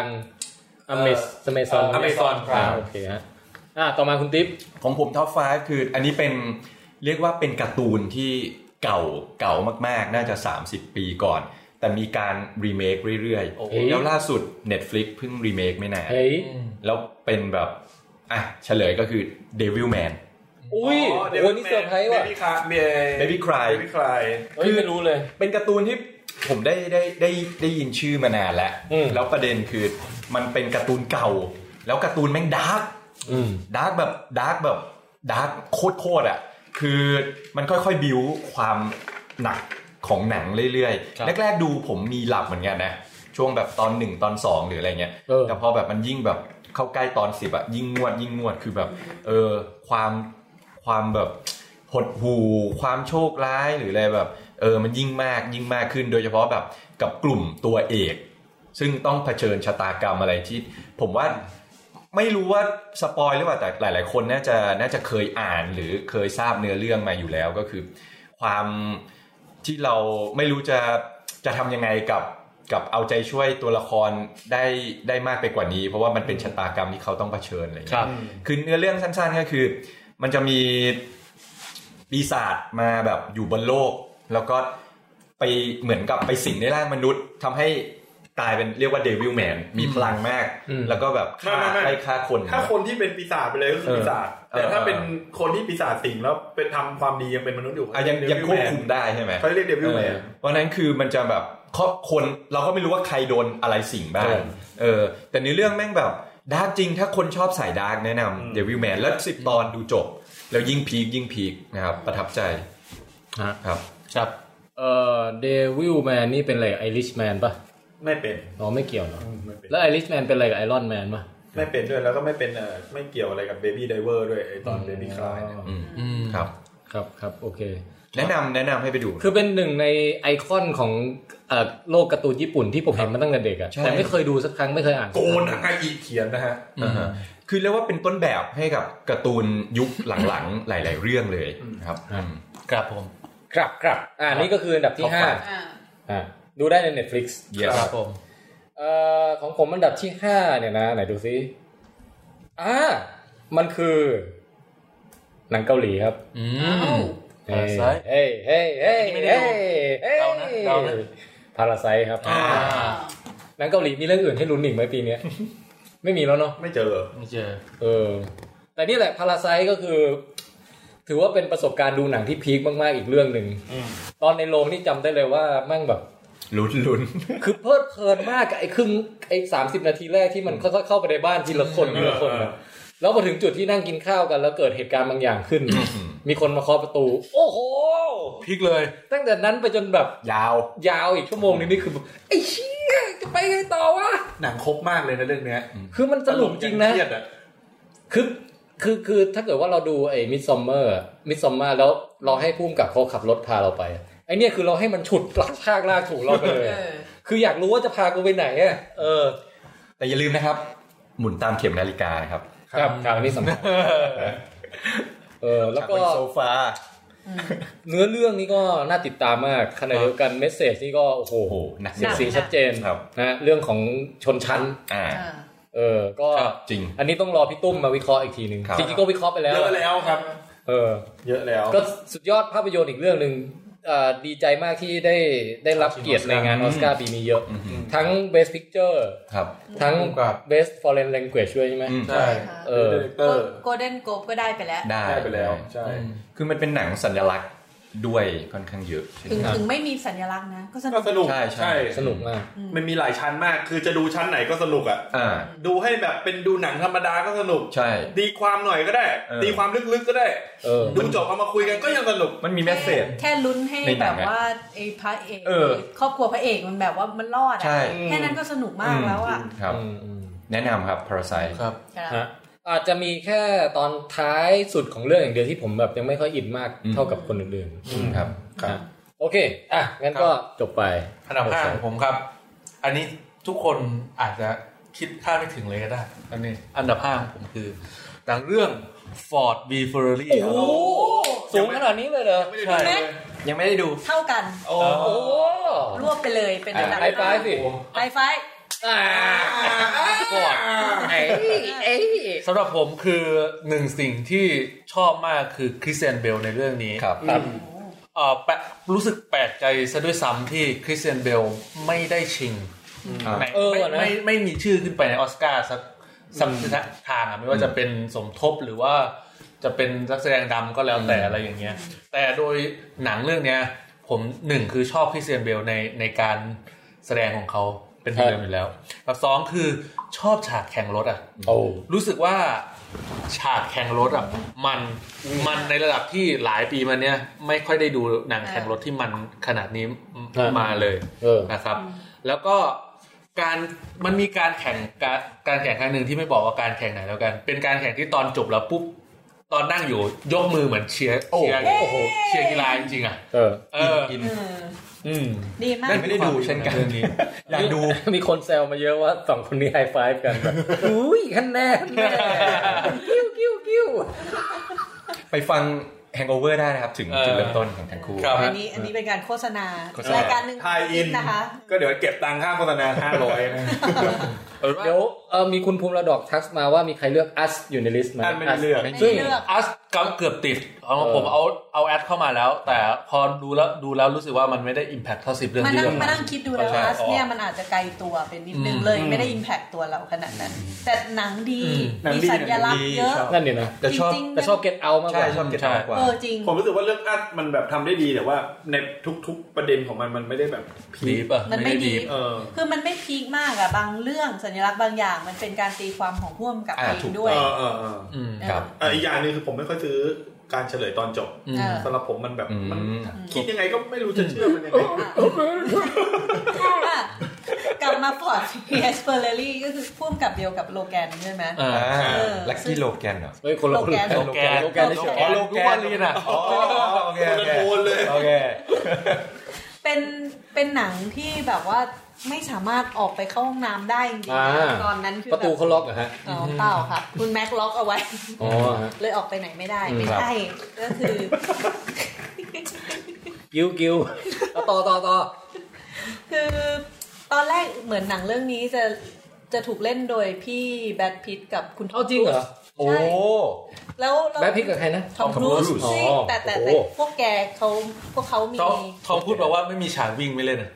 Amazon โอเคฮะต่อมาคุณติ๊บของผมท็อป5คืออันนี้เป็นเรียกว่าเป็นการ์ตูนที่เก่ามากๆน่าจะ30ปีก่อนแต่มีการรีเมคเรื่อยๆแล้วล่าสุด Netflix เพิ่งรีเมคไม่นานแล้วเป็นแบบเฉลยก็คือ Devilman อุ้ยโอ้นี่เซอร์ไพรส์ว่ะ Baby Cry คือไม่รู้เลยเป็นการ์ตูนที่ผมได้ยินชื่อมานานแล้วประเด็นคือมันเป็นการ์ตูนเก่าแล้วการ์ตูนแม่งดาร์กแบบดาร์กโคตรอ่ะคือมันค่อยๆบิ้วความหนักของหนังเรื่อยๆแรกๆดูผมมีหลับเหมือนกันนะช่วงแบบตอน1ตอน2หรืออะไรเงี้ยแต่พอแบบมันยิ่งแบบเข้าใกล้ตอน10อ่ะยิ่งงวดคือแบบความแบบหดหู่ความโชคร้ายหรืออะไรแบบมันยิ่งมากขึ้นโดยเฉพาะแบบกับกลุ่มตัวเอกซึ่งต้องเผชิญชะตากรรมอะไรที่ผมว่าไม่รู้ว่าสปอยหรือเปล่าแต่หลายๆคนน่าจะเคยอ่านหรือเคยทราบเนื้อเรื่องมาอยู่แล้วก็คือความที่เราไม่รู้จะทำยังไงกับเอาใจช่วยตัวละครได้มากไปกว่านี้เพราะว่ามันเป็นชะตากรรมที่เขาต้องเผชิญอะไรอย่างเงี้ยคือเนื้อเรื่องสั้นๆก็คือมันจะมีปีศาจมาแบบอยู่บนโลกแล้วก็ไปเหมือนกับไปสิงในร่างมนุษย์ทำให้ตายเป็นเรียกว่าเดวิลแมนมีพลังมากแล้วก็แบบฆ่าคนถ้าคนที่เป็นปีศาจไปเลยก็คือปีศาจแต่ถ้าเป็นคนที่ปีศาจสิงแล้วเป็นทำความดียังเป็นมนุษย์อยู่ยังควบคุมได้ใช่ไหมเขาเรียกเดวิลแมนเพราะนั้นคือมันจะแบบคนเราก็ไม่รู้ว่าใครโดนอะไรสิงบ้างแต่ในเรื่องแม่งแบบดาร์กจริงถ้าคนชอบสายดาร์กแนะนำเดวิลแมนแล้ว10 ตอนดูจบแล้วยิ่งพีคนะครับประทับใจครับเดวิลแมนนี่เป็นอะไรไอริชแมนป่ะไม่เป็นไม่เกี่ยวเนาะแล้วไอริชแมนเป็นอะไรกับไอรอนแมนป่ะไม่เป็นด้วยแล้วก็ไม่เป็นไม่เกี่ยวอะไรกับเบบี้ไดเวอร์ด้วยไอตอนเบบี้คลายเนี่ยครับโอเคแนะนำให้ไปดูคือเป็นหนึ่งในไอคอนของโลกการ์ตูนญี่ปุ่นที่ผมเห็นมาตั้งแต่เด็กอ่ะแต่ไม่เคยดูสักครั้งไม่เคยอ่านโกนไออีเขียนนะฮะคือเรียกว่าเป็นต้นแบบให้กับการ์ตูนยุคหลังๆหลายๆเรื่องเลยครับผมครับนี่ก็คืออันดับที่5ดูได้ใน Netflix ครับผมของผมอันดับที่5เนี่ยนะไหนดูซิมันคือหนังเกาหลีครับพาราไซต์เเรานะพาราไซต์ครับหนังเกาหลีมีเรื่องอื่นให้ลุ้นอีกไหมปีนี้ไม่มีแล้วเนาะไม่เจอแต่นี่แหละพาราไซต์ก็คือถือว่าเป็นประสบการณ์ดูหนังที่พีคมากๆอีกเรื่องนึงตอนในโรงนี่จำได้เลยว่าแม่งแบบลุ้นคือเพลิดเพลินมากกับไอ้30 นาทีแรกที่มันค่อยๆเข้าไปในบ้านทีละคนแล้วพอถึงจุดที่นั่งกินข้าวกันแล้วเกิดเหตุการณ์บางอย่างขึ้นมีคนมาเคาะประตูโอ้โหพลิกเลยตั้งแต่นั้นไปจนแบบยาวอีกชั่วโมงนึงนี่คือไอ้เชี่ยจะไปไงต่อวะหนังครบมากเลยนะเรื่องเนี้ยคือมันสนุกจริงนะคือถ้าเกิดว่าเราดูไอ้มิดซัมเมอร์แล้วเราให้พุ่มกับเขาขับรถพาเราไปไอเนี่ยคือเราให้มันฉุดลากถูกเราไปเลยคืออยากรู้ว่าจะพากูไปไหนอ่ะแต่อย่าลืมนะครับหมุนตามเข็มนาฬิกาครับครับนี่สำคัญแล้วก็โซฟาเนื้อเรื่องนี้ก็น่าติดตามมากขณะเดียวกันเมสเสจนี่ก็โอ้โหสีชัดเจนนะเรื่องของชนชั้นก็จริงอันนี้ต้องรอพี่ตุ้มมาวิเคราะห์อีกทีนึงจริงๆก็วิเคราะห์ไปแล้วเยอะแล้วครับเยอะแล้วก็สุดยอดภาพยนตร์อีกเรื่องนึงดีใจมากที่ได้รับเกียรติในงานออสการ์ปีนี้เยอะทั้ง Best Picture ทั้ง Best Foreign Language ด้วยใช่ไหมใช่ Golden Globe ก็ได้ไปแล้วได้ไปแล้วใช่คือมันเป็นหนังสัญลักษณ์ด้วยค่อนข้างเยอะถึงไม่มีสัญลักษณ์นะก็สนุกใช่สนุกมากมันมีหลายชั้นมากคือจะดูชั้นไหนก็สนุกอ่ะดูให้แบบเป็นดูหนังธรรมดาก็สนุกใช่ตีความหน่อยก็ได้ตีความลึกๆก็ได้ดูจบเอามาคุยกันก็ยังสนุกมันมีเมสเสจแค่ลุ้นให้แบบว่าไอ้พระเอกครอบครัวพระเอกมันแบบว่ามันรอดอ่ะแค่นั้นก็สนุกมากแล้วอ่ะครับแนะนำครับ Parasite ครับอาจจะมีแค่ตอนท้ายสุดของเรื่องอย่างเดียวที่ผมแบบยังไม่ค่อยอินมากเท่ากับคนอื่นๆครับโอเคงั้นก็จบไปอันดับ5ของผมครับอันนี้ทุกคนอาจจะคิดคาดไม่ถึงเลยก็ได้อันดับ5ของผมคือหนังเรื่อง Ford v Ferrari โอ้สูงขนาดนี้เลยเหรอใช่ยังไม่ได้ดูเท่ากันโอ้รวบไปเลยเป็นอันดับไฮไฟว์สิไฮไฟว์ฟอร์ดสำหรับผมคือหนึ่งสิ่งที่ชอบมากคือคริสเตียนเบลในเรื่องนี้ครับรู้สึกแปลกใจซะด้วยซ้ำที่คริสเตียนเบลไม่ได้ชิงไม่มีชื่อขึ้นไปในออสการ์สักทางไม่ว่าจะเป็นสมทบหรือว่าจะเป็นนักแสดงดำก็แล้วแต่อะไรอย่างเงี้ยแต่โดยหนังเรื่องนี้ผมหนึ่งคือชอบคริสเตียนเบลในการแสดงของเขาเป็นเดิมอยู่แล้วกับ2คือชอบฉากแข่งรถรู้สึกว่าฉากแข่งรถมันในระดับที่หลายปีมาเนี้ยไม่ค่อยได้ดูหนังแข่งรถที่มันขนาดนี้มาเลยนะครับแล้วก็มันมีการแข่งครั้งหนึ่งที่ไม่บอกว่าการแข่งไหนแล้วกันเป็นการแข่งที่ตอนจบแล้วปุ๊บตอนนั่งอยู่ยกมือเหมือนเชียร์กีฬาจริงๆดีมากไม่ได้ดูเช่นกันอยากดูมีคนแซวมาเยอะว่า2คนนี้ไฮไฟว์กันแบบอุ้ยคะแนนกิ้วไปฟัง Hangover ได้นะครับถึงจุดเริ่มต้นของทั้งคู่อันนี้เป็นการโฆษณารายการนึงไทยอินนะคะก็เดี๋ยวเก็บตังค่าโฆษณา500นะเดี๋ยวมีคุณภูมิระดอกทักมาว่ามีใครเลือก us อยู่ในลิสต์มั้ยไม่ได้เลือกซึ่ง us เกือบติดผมเอาแอดเข้ามาแล้วแต่พอดูแล้วรู้สึกว่ามันไม่ได้ impact เท่า10เรื่องที่มานั่งคิดดูแล้ว us เนี่ยมันอาจจะไกลตัวเป็นนิดนึงเลยไม่ได้ impact ตัวเราขนาดนั้นแต่หนังดีมีสัญลักษณ์เยอะนั่นนี่นะแต่ชอบ get out มากกว่าชอบ get out กว่าจริงผมรู้สึกว่าเรื่อง us มันแบบทำได้ดีแต่ว่าในทุกประเด็นของมันไม่ได้แบบพีคมันไม่ดีคือมันไม่พีคมากบางเรื่องสัญลักษณ์บางอย่างมันเป็นการตีความของผู้กำกับเองด้วยครับอีกอย่างนึงคือผมไม่ค่อยซื้อการเฉลยตอนจบสำหรับผมมันแบบมันคิดยังไงก็ไม่รู้จะเชื่อมันยังไงกลับมาฟอร์ด PS Ferrari ก็คือผู้กำกับเดียวกับโลแกนใช่ไหมลัคกี้โลแกนเหรอเฮ้ยคนละโลแกนโลแกนโลแกนลีน่ะโอเคโอเคเป็นหนังที่แบบว่าไม่สามารถออกไปเข้าห้องน้ำได้จริงๆตอนนั้นคือประตูเขาล็อกเหรอฮะเปล่าครับคุณแม็กล็อกเอาไว้เลยออกไปไหนไม่ได้ไม่ใช่ก็คือกิ้วต่อคือตอนแรกเหมือนหนังเรื่องนี้จะถูกเล่นโดยพี่แบทพิตกับคุณทอมจริงเหรอโอ้แล้วแบทพิตกับใครนะทอมครูซแต่พวกเขามีทอมพูดบอกว่าไม่มีฉากวิ่งไม่เล่น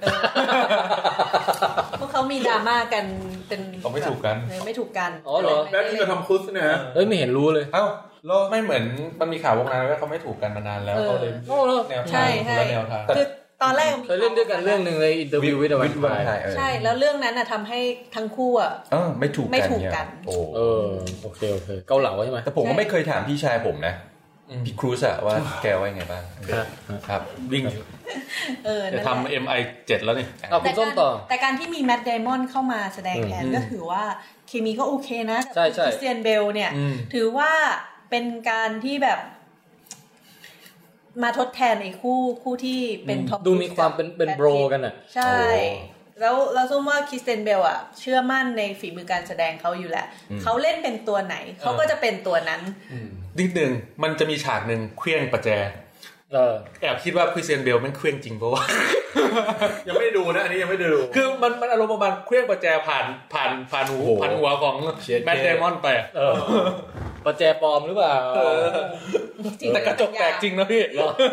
พวกเขามีดราม่ากันเป็นไม่ถูกกันอ๋อเหรอแบทพิตกับทอมครูซเนี่ยไม่เห็นรู้เลยไม่เหมือนมันมีข่าววงในว่าเขาไม่ถูกกันมานานแล้วเขาเลยแนวทางคนละแนวทางคือตอนแรกเคยเล่นด้วยกันเรื่องนึงใน Interview with the Vampire ใช่แล้วเรื่องนั้นน่ะทำให้ทั้งคู่ไม่ถูกกันโอเคเกาเหลาใช่ไหมแต่ผมก็ไม่เคยถามพี่ชายผมนะพี่ครูซว่าแกว่าไงบ้างครับวิ่งจะทำ MI7 แล้วนี่คุณส้มต่อแต่การที่มีแมทเดมอนเข้ามาแสดงแทนก็ถือว่าเคมีก็โอเคนะคริสเตียนเบลเนี่ยถือว่าเป็นการที่แบบมาทดแทนไอ้คู่ที่เป็นท็อปดูมีความเป็นโบรกันอ่ะใช่แล้วเราส้มว่าคริสเตนเบลอ่ะเชื่อมั่นในฝีมือการแสดงเขาอยู่แหละเขาเล่นเป็นตัวไหนเขาก็จะเป็นตัวนั้นนิดนึงมันจะมีฉากนึงเคลื่องประแจแอบคิดว่าคริสเตียนเบลมันเคลื่องจริงเพราะว่ายังไม่ได้ดูนะอันนี้ยังไม่ได้ดูคือมันอารมณ์ประมาณเคลื่องประแจผ่านหัวของแมทเดมอนไปประแจปลอมหรือเปล่าแต่กระจกแตกจริงนะพี่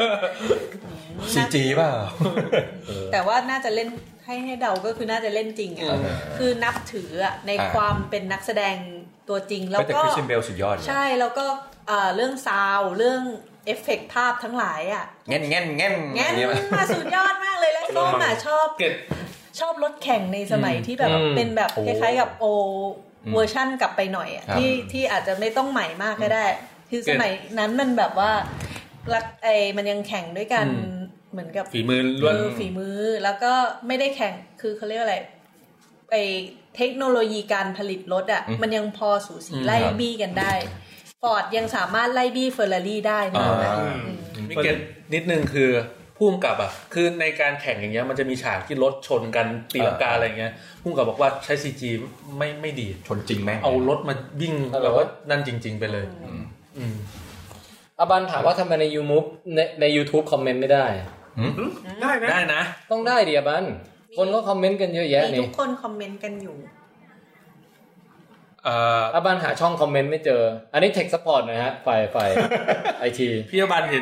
CG ป่ะแต่ว่าน่าจะเล่นให้เดาก็คือน่าจะเล่นจริงอ่ะคือนับถืออ่ะในความเป็นนักแสดงตัวจริงแล้วก็คริสเตียนเบลสุดยอดใช่แล้วก็เรื่องซาวด์เรื่องเอฟเฟกต์ภาพทั้งหลายอ่ะแง่นมาสุดยอดมากเลยแล้วส้มอ่ะชอบรถแข่งในสมัยที่แบบเป็นแบบคล้ายๆกับโอเวอร์ชั่นกลับไปหน่อยอ่ะที่อาจจะไม่ต้องใหม่มากก็ได้คือสมัยนั้นมันแบบว่ามันยังแข่งด้วยกันเหมือนกับฝีมือล้วนฝีมือแล้วก็ไม่ได้แข่งคือเขาเรียกอะไรเทคโนโลยีการผลิตรถอ่ะมันยังพอสูสีไล่บี้กันได้ฟอร์ดยังสามารถไล่บี้เฟอร์รารี่ได้นะมีเกณฑ์นิดนึงคือพุ่มกับอ่ะคือในการแข่งอย่างเงี้ยมันจะมีฉากที่รถชนกันตีลังกาอะไรเงี้ยพุ่มกับบอกว่าใช้ CG ไม่ดีชนจริงแม่งเอารถมาวิ่งแบบว่านั่นจริงๆไปเลยอาบันถามว่าทำไมใน YouTube คอมเมนต์ไม่ได้ได้นะต้องได้ดิอาบันคนก็คอมเมนต์กันเยอะแยะนี่ทุกคนคอมเมนต์กันอยู่อาบันหาช่องคอมเมนต์ไม่เจออันนี้ Tech Support นะฮะฝ่าย IT พี่อาบันเห็น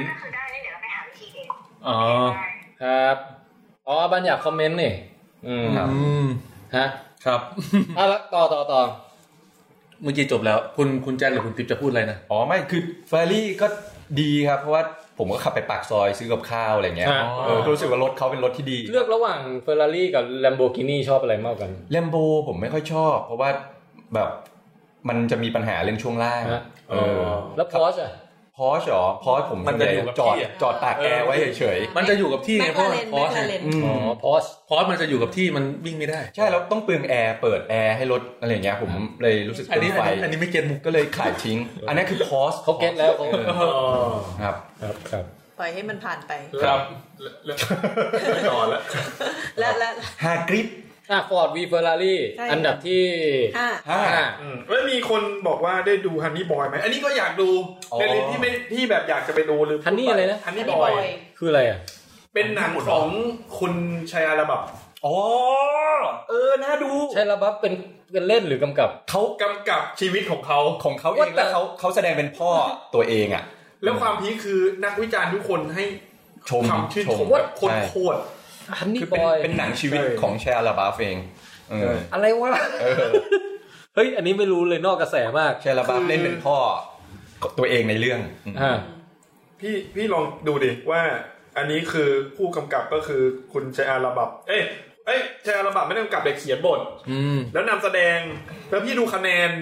ครับอาบันอยากคอมเมนต์นี่ฮะครับแล้วต่อเมื่อกี้จบแล้วคุณแจ๊คหรือคุณติ๊บจะพูดอะไรนะไม่คือเฟอร์รี่ก็ดีครับเพราะว่าผมก็ขับไปปากซอยซื้อกับข้าวอะไรเงี้ยรู้สึกว่ารถเขาเป็นรถที่ดีเลือกระหว่าง Ferrari กับ Lamborghini ชอบอะไรมากกัน Lambo ผมไม่ค่อยชอบเพราะว่าแบบมันจะมีปัญหาเรื่องช่วงล่างแล้ว Porsche อ่ะ Porsche เหรอ Porsche ผมมันจะจอดตากแอร์ไว้เฉยๆมันจะอยู่กับที่ไงเพราะ Porsche มันจะอยู่กับที่มันวิ่งไม่ได้ใช่แล้วต้องเปลืองแอร์เปิดแอร์ให้รถอะไรอย่างเงี้ยผมเลยรู้สึกอันนี้ไม่เก็ตมุกก็เลยขายทิ้งอันนี้คือ Porsche เขาเก็ตแล้วครับปล่อยให้มันผ่านไปครับไม่ต่อแล้วและฮากริป Ford v Ferrari อันดับที่ 5แล้วมีคนบอกว่าได้ดู Honey Boy มั้ยอันนี้ก็อยากดูเป็นที่แบบอยากจะไปดูหรือ Honey อะไรนะ Honey Boy คืออะไรอ่ะเป็นหนังของคุณชัยอาระบับน่าดูชัยอาระบับเป็นเล่นหรือกำกับเขากำกับชีวิตของเขาเองแล้วเขาแสดงเป็นพ่อตัวเองอ่ะแล้วความพีคคือนักวิจารณ์ทุกคนให้ชมว่าคนโคตรคือเป็นหนังชีวิตของแชร์ลาบาฟเองอะไรวะเฮ้ยอันนี้ไม่รู้เลยนอกกระแสมากแชร์ลาบาฟเล่นเป็นพ่อตัวเองในเรื่องพี่ลองดูดิว่าอันนี้คือผู้กำกับก็คือคุณแชร์ลาบาฟแชร์ลาบาฟไม่ได้กำกับแต่เขียนบทแล้วนำแสดงแล้วพี่ดูคะแนน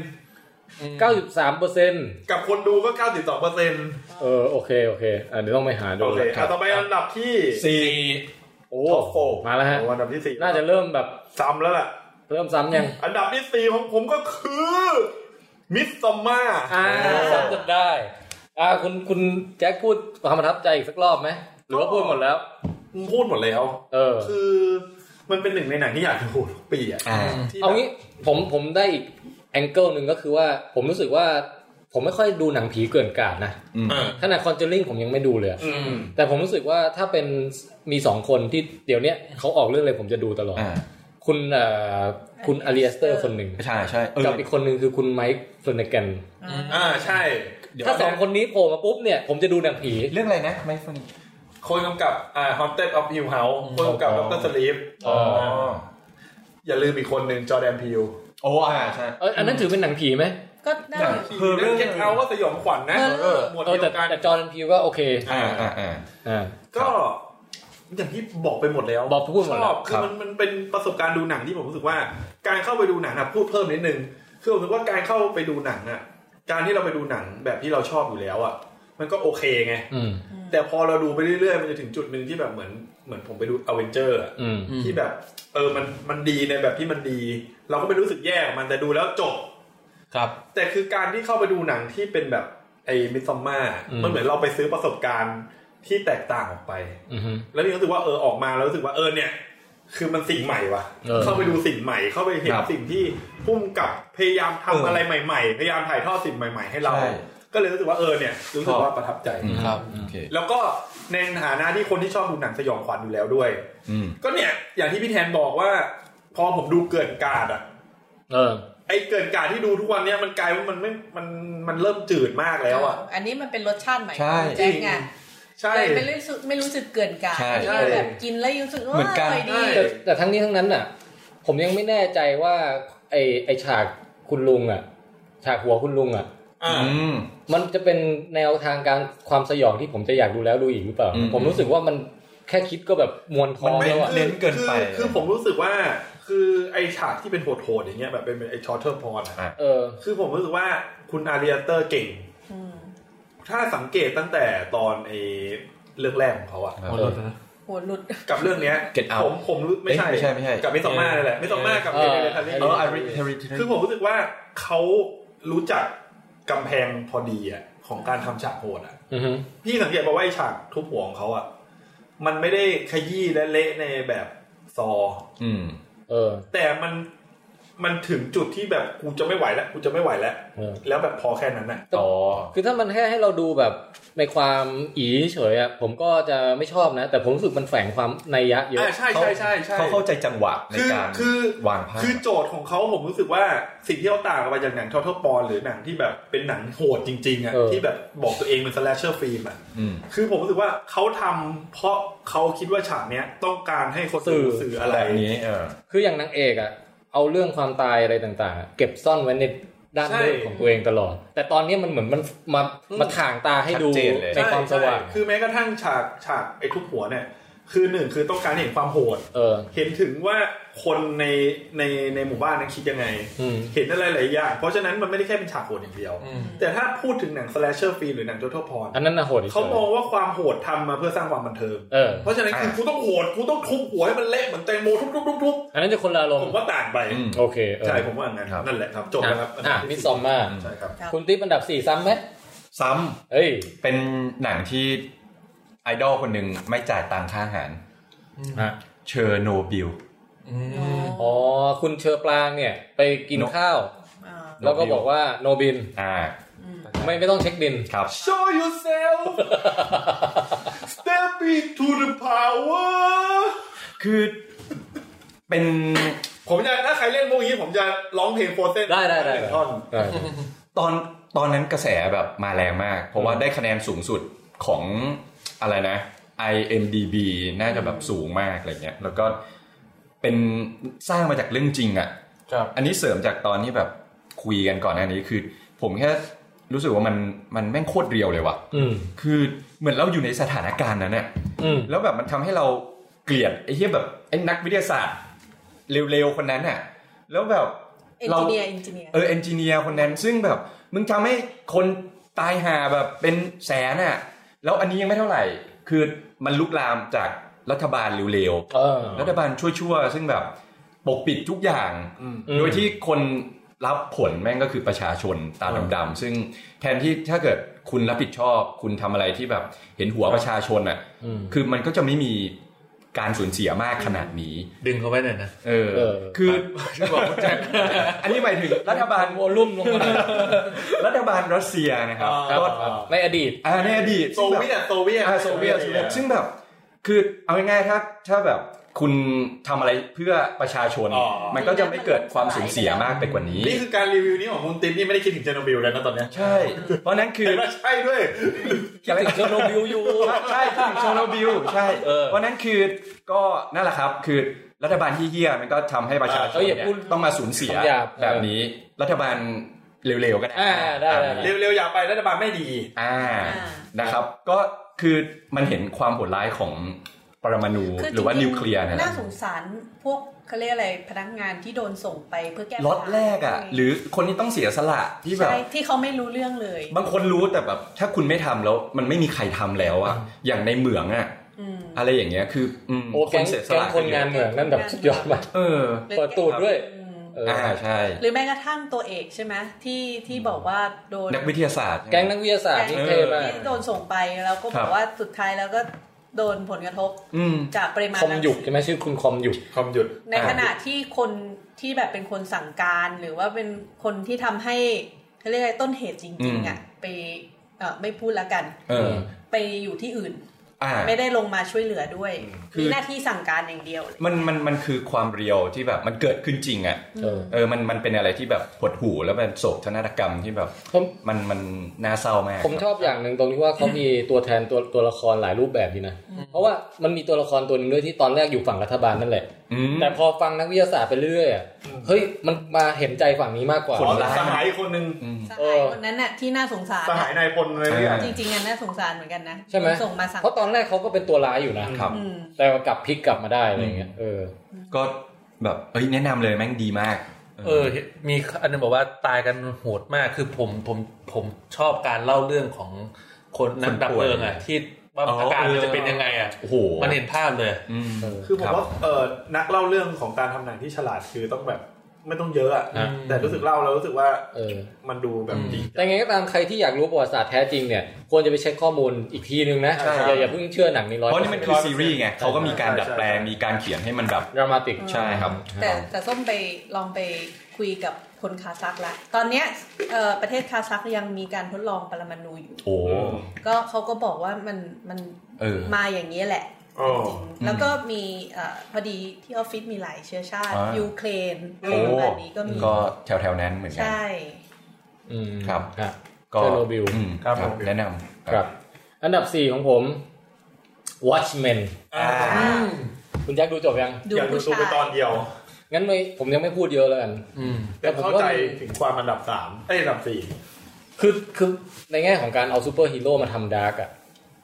93% กับคนดูก็ 92% โอเคเดี๋ยวต้องไปหาดูเลยต่อไปอันดับที่4 มาแล้วฮะอันดับที่4 น่าจะเริ่มแบบซ้ำแล้วล่ะเริ่มซ้ำยังอันดับที่4ของผมก็คือมิสซัมมาซ้ำจนได้คุณแจ็คพูดความประทับใจอีกสักรอบไหมหรือว่าพูดหมดแล้วพูดหมดแล้วคือมันเป็นหนึ่งในหนังที่อยากดูทุกปีเอางี้ผมได้อีกแองเกิลนึงก็คือว่าผมรู้สึกว่าผมไม่ค่อยดูหนังผีเกินกาดนะขนาด Conjuring ผมยังไม่ดูเลยแต่ผมรู้สึกว่าถ้าเป็นมี2คนที่เดี๋ยวนี้เขาออกเรื่องอะไรผมจะดูตลอดคุณอารีสเตอร์คนหนึ่งใช่กับอีกคนนึงคือคุณไมค์ฟลานาแกนใช่ถ้า2คนนี้โผล่มาปุ๊บเนี่ยผมจะดูหนังผีเรื่องอะไรนะไมค์ฟลานาแกนคนกำกับHaunted of Hill House คนกำกับดร.สลีฟอย่าลืมอีกคนนึงจอร์แดนพีลใช่อันนั้นถือเป็นหนังผีไหมก็ได้เรื่องเก็ตเอาก็สยองขวัญนะหมดเดียวกันแต่จอร์แดนพีลก็โอเคก็อย่างที่บอกไปหมดแล้วพูดหมดแล้วคือมันเป็นประสบการณ์ดูหนังที่ผมรู้สึกว่าการเข้าไปดูหนังพูดเพิ่มนิดนึงคือผมรู้สึกว่าการเข้าไปดูหนังการที่เราไปดูหนังแบบที่เราชอบอยู่แล้วมันก็โอเคไงแต่พอเราดูไปเรื่อยๆมันจะถึงจุดนึงที่แบบเหมือนผมไปดูอเวนเจอร์ที่แบบมันดีในแบบที่มันดีเราก็ไม่รู้สึกแย่มันแต่ดูแล้วจบครับแต่คือการที่เข้าไปดูหนังที่เป็นแบบไอ้มิดซัมมามันเหมือนเราไปซื้อประสบการณ์ที่แตกต่างออกไปแล้วนี่รู้สึกว่าออกมาแล้วรู้สึกว่าเนี่ยคือมันสิ่งใหม่ว่ะเข้าไปดูสิ่งใหม่เข้าไปเห็นสิ่งที่พุ่มกับพยายามทำอะไรใหม่ๆพยายามถ่ายทอดสิ่งใหม่ๆให้เราก็เลยรู้สึกว่าเนี่ยรู้สึกว่าประทับใจครับแล้วก็ในฐานะที่คนที่ชอบดูหนังสยองขวัญอยู่แล้วด้วยก็เนี่ยอย่างที่พี่แทนบอกว่าพอผมดูเกินกาดไอ้เกินกาดที่ดูทุกวันนี้มันกลายว่ามันไม่มันเริ่มจืดมากแล้วอันนี้มันเป็นรสชาติใหม่จริงไงใช่ไม่รู้สึกเกินกาดแบบกินแล้วรู้สึกว่าอร่อยดีแต่ทั้งนี้ทั้งนั้นน่ะผมยังไม่แน่ใจว่าไอ้ฉากคุณลุงฉากหัวคุณลุงมันจะเป็นแนวทางการความสยองที่ผมจะอยากดูแล้วดูอีกหรือเปล่าผมรู้สึกว่ามันแค่คิดก็แบบมวนท้องแล้วเน้นเกินไปคือผมรู้สึกว่าคือไอ้ฉากที่เป็นโหดๆอย่างเงี้ยแบบเป็นไอ้ชอร์เทอร์พอร์นคือผมรู้สึกว่าคุณอารีเตอร์เก่งถ้าสังเกตตั้งแต่ตอนไอ้เรื่องแรกของเขาหัวหลุดกับเรื่องเนี้ยผมไม่ใช่กับมิซอมม่านั่นแหละมิซอมม่ากับเฮเรดิทารี่คือผมรู้สึกว่าเขารู้จักกำแพงพอดีของการทำฉากโหดพี่สังเกตว่าไอ้ฉากทุบหัวของเขามันไม่ได้ขยี้และเละในแบบซอแต่มันถึงจุดที่แบบกูจะไม่ไหวแล้วแล้วแบบพอแค่นั้นคือถ้ามันให้เราดูแบบในความอีเฉยผมก็จะไม่ชอบนะแต่ผมรู้สึกมันแฝงความนัยยะเยอะใช่เขาเข้าใจจังหวะในการวางภาพคือโจทย์ของเขาผมรู้สึกว่าสิ่งที่เขาต่างกันไปจากหนังTotal Pornหรือหนังที่แบบเป็นหนังโหดจริงๆที่แบบบอกตัวเองเป็น slasher film คือผมรู้สึกว่าเขาทำเพราะเขาคิดว่าฉากเนี้ยต้องการให้คนสื่ออะไรนี้คืออย่างนางเอกเอาเรื่องความตายอะไรต่างๆเก็บซ่อนไว้ในด้านมืดของตัวเองตลอดแต่ตอนนี้มันเหมือนมันมาถ่างตาให้ดูในความสว่างคือแม้กระทั่งฉากไอ้ทุบหัวเนี่ยคือหนึ่งคือต้องการเห็นความโหดเห็นถึงว่าคนในหมู่บ้านนั้นคิดยังไงเห็นอะไรหลายอย่างเพราะฉะนั้นมันไม่ได้แค่เป็นฉากโหดอย่างเดียวแต่ถ้าพูดถึงหนัง slasher film หรือหนัง Total Porn อันนั้นน่ะโหดเขามองว่าความโหดทำมาเพื่อสร้างความบันเทิงเพราะฉะนั้นคือกูต้องโหดกูต้องทุบหัวให้มันเละเหมือนแตงโมทุบอันนั้นจะคนละอารมณ์ผมว่าต่างไปโอเคใช่ผมว่างั้นนั่นแหละครับจบแล้วครับมิดซอมม่าใช่ครับคุณติ๊บอันดับ4ซ้ำมั้ยซ้ำเป็นหนังที่ไอดอลคนนึงไม่จ่ายตังค่าอาหารเชอร์โนบิลคุณเชอปลางเนี่ยไปกินข้าวแล้วก็บอกว่าโนบินไม่ต้องเช็คบินครับ Show yourself Step into the power คือเป็นผมจะถ้าใครเล่นมุกนี้ผมจะร้องเพลงโฟเซนได้ท่อนตอนนั้นกระแสแบบมาแรงมากเพราะว่าได้คะแนนสูงสุดของอะไรนะIMDb น่าจะแบบสูงมากอะไรเงี้ยแล้วก็เป็นสร้างมาจากเรื่องจริงอันนี้เสริมจากตอนที่แบบคุยกันก่อนหน้านี้คือผมแค่รู้สึกว่ามันแม่งโคตรเรียวเลยว่ะคือเหมือนเราอยู่ในสถานการณ์นั้นเนี่ยแล้วแบบมันทำให้เราเกลียดไอ้เหี้ยแบบไอ้นักวิทยาศาสตร์เร็วๆคนนั้นน่ะแล้วแบบเราเอนจิเนียร์คนนั้นซึ่งแบบมึงทำให้คนตายห่าแบบเป็นแสนน่ะแล้วอันนี้ยังไม่เท่าไหร่คือมันลุกลามจากรัฐบาลเร็วๆรัฐบาลชั่วๆซึ่งแบบปกปิดทุกอย่างโดยที่คนรับผลแม่งก็คือประชาชนตาดำๆซึ่งแทนที่ถ้าเกิดคุณรับผิดชอบคุณทำอะไรที่แบบเห็นหัวประชาชนคือมันก็จะไม่มีการสูญเสียมากขนาดนี้ดึงเขาไว้หน่อยนะคือบอกคุณแจ็คอันนี้หมายถึงรัฐบาลวอลลุ่มลงมารัฐบาลรัสเซียนะครับก็ในอดีตในอดีตโซเวียตซึ่งแบบคือเอาง่ายๆถ้าแบบคุณทำอะไรเพื่อประชาชนมันก็จะไม่เกิดความสูญเสียมากไปกว่านี้นี่คือการรีวิวนี้ของคุณติ๊บนี่ไม่ได้คิดถึงเชอร์โนบิลเลยนะตอนนี้ใช่เพราะนั้นคือใช่ด้วยคิดถึงเชอร์โนบิลอยู่ใช่คิดถึงเชอร์โนบิลใช่เพราะนั้นคือก็นั่นแหละครับคือรัฐบาลที่เหี้ยมันก็ทำให้ประชาชนต้องมาสูญเสียแบบนี้รัฐบาลเร็วๆก็ได้เร็วๆอย่าไปรัฐบาลไม่ดีนะครับก็คือมันเห็นความโหดร้ายของปรมาณูหรือว่านิวเคลียร์นะน่าสงสารพวกเขาเรียกอะไรพนักงานที่โดนส่งไปเพื่อแก้ล็อตแรกหรือคนที่ต้องเสียสละที่แบบที่เขาไม่รู้เรื่องเลยบางคนรู้แต่แบบถ้าคุณไม่ทำแล้วมันไม่มีใครทำแล้วอย่างในเหมืองอะไรอย่างเงี้ยคือคนเสียสละคนงานเหมืองนั่นแบบสุดยอดมากเปิดตูดด้วยใช่หรือแม้กระทั่งตัวเอกใช่ไหมที่บอกว่าโดนนักวิทยาศาสตร์แก๊งนักวิทยาศาสตร์ที่โดนส่งไปแล้วก็บอกว่าสุดท้ายแล้วก็โดนผลกระทบจากปริมาณคอมหยุดใช่ไหมชื่อคุณคอมหยุดในขณะที่คนที่แบบเป็นคนสั่งการหรือว่าเป็นคนที่ทำให้เขาเรียกอะไรต้นเหตุจริงๆอ่ะไปไม่พูดแล้วกันไปอยู่ที่อื่นไม่ได้ลงมาช่วยเหลือด้วยมีหน้าที่สั่งการอย่างเดียวมันคือความเรียวที่แบบมันเกิดขึ้นจริงอ่ะมันเป็นอะไรที่แบบหดหู่แล้วเป็นโศกนาฏกรรมที่แบบมันน่าเศร้ามากผมชอบอย่างนึงตรงที่ว่าเขามีตัวแทนตัวละครหลายรูปแบบดีนะเพราะว่ามันมีตัวละครตัวนึงด้วยที่ตอนแรกอยู่ฝั่งรัฐบาลนั่นแหละแต่พอฟังนักวิทยาศาสตร์ไปเรื่อยๆเฮ้ยมันมาเห็นใจฝั่งนี้มากกว่าสหายคนนึงสหายคนนั้นน่ะที่น่าสงสารสหายนายพลเลยจริงๆอ่ะน่าสงสารเหมือนกันนะใช่ไหมส่งมาสั่งเพราะตอนแรกเขาก็เป็นตัวร้ายอยู่นะครับแต่กลับพลิกกลับมาได้อะไรเงี้ยก็แบบแนะนำเลยแม่งดีมากมีอันนึงบอกว่าตายกันโหดมากคือผมชอบการเล่าเรื่องของคนนักดับเพลิงอ่ะที่ว่าอาการมันจะเป็นยังไงอ่ะโอ้โหมันเห็นภาพเลยคือผมว่านักเล่าเรื่องของการทำหนังที่ฉลาดคือต้องแบบไม่ต้องเยอะอ่ะแต่รู้สึกเล่าแล้วรู้สึกว่ามันดูแบบดีแต่ไงก็ตามใครที่อยากรู้ประวัติศาสตร์แท้จริงเนี่ยควรจะไปเช็คข้อมูลอีกทีนึงนะอย่าเพิ่งเชื่อหนังนี้100% เพราะนี่มันคือซีรีส์ไงเขาก็มีการดัดแปลงมีการเขียนให้มันแบบดรามาติกใช่ครับแต่ส้มไปลองไปคุยกับคนคาซัคละตอนเนี้ยประเทศคาซัคยังมีการทดลองปรมาณูอยู่ก็เขาก็บอกว่ามันมาอย่างนี้แหละแล้วก็มีพอดีที่ออฟฟิศมีหลายเชื้อชาติยูเครนแบบนี้ก็มีก็แถวๆนั้นเหมือนกันใช่ครับก็เชอร์โนบิลแนะนำครับอันดับ4ของผม Watchmen คุณแจ็คดูจบยังอยากดูไปตอนเดียวงั้นผมยังไม่พูดเยอะแล้วกันแต่เข้าใจถึงความอันดับ3อันดับ4 คือในแง่ของการเอาซูเปอร์ฮีโร่มาทำดาร์กอ่ะ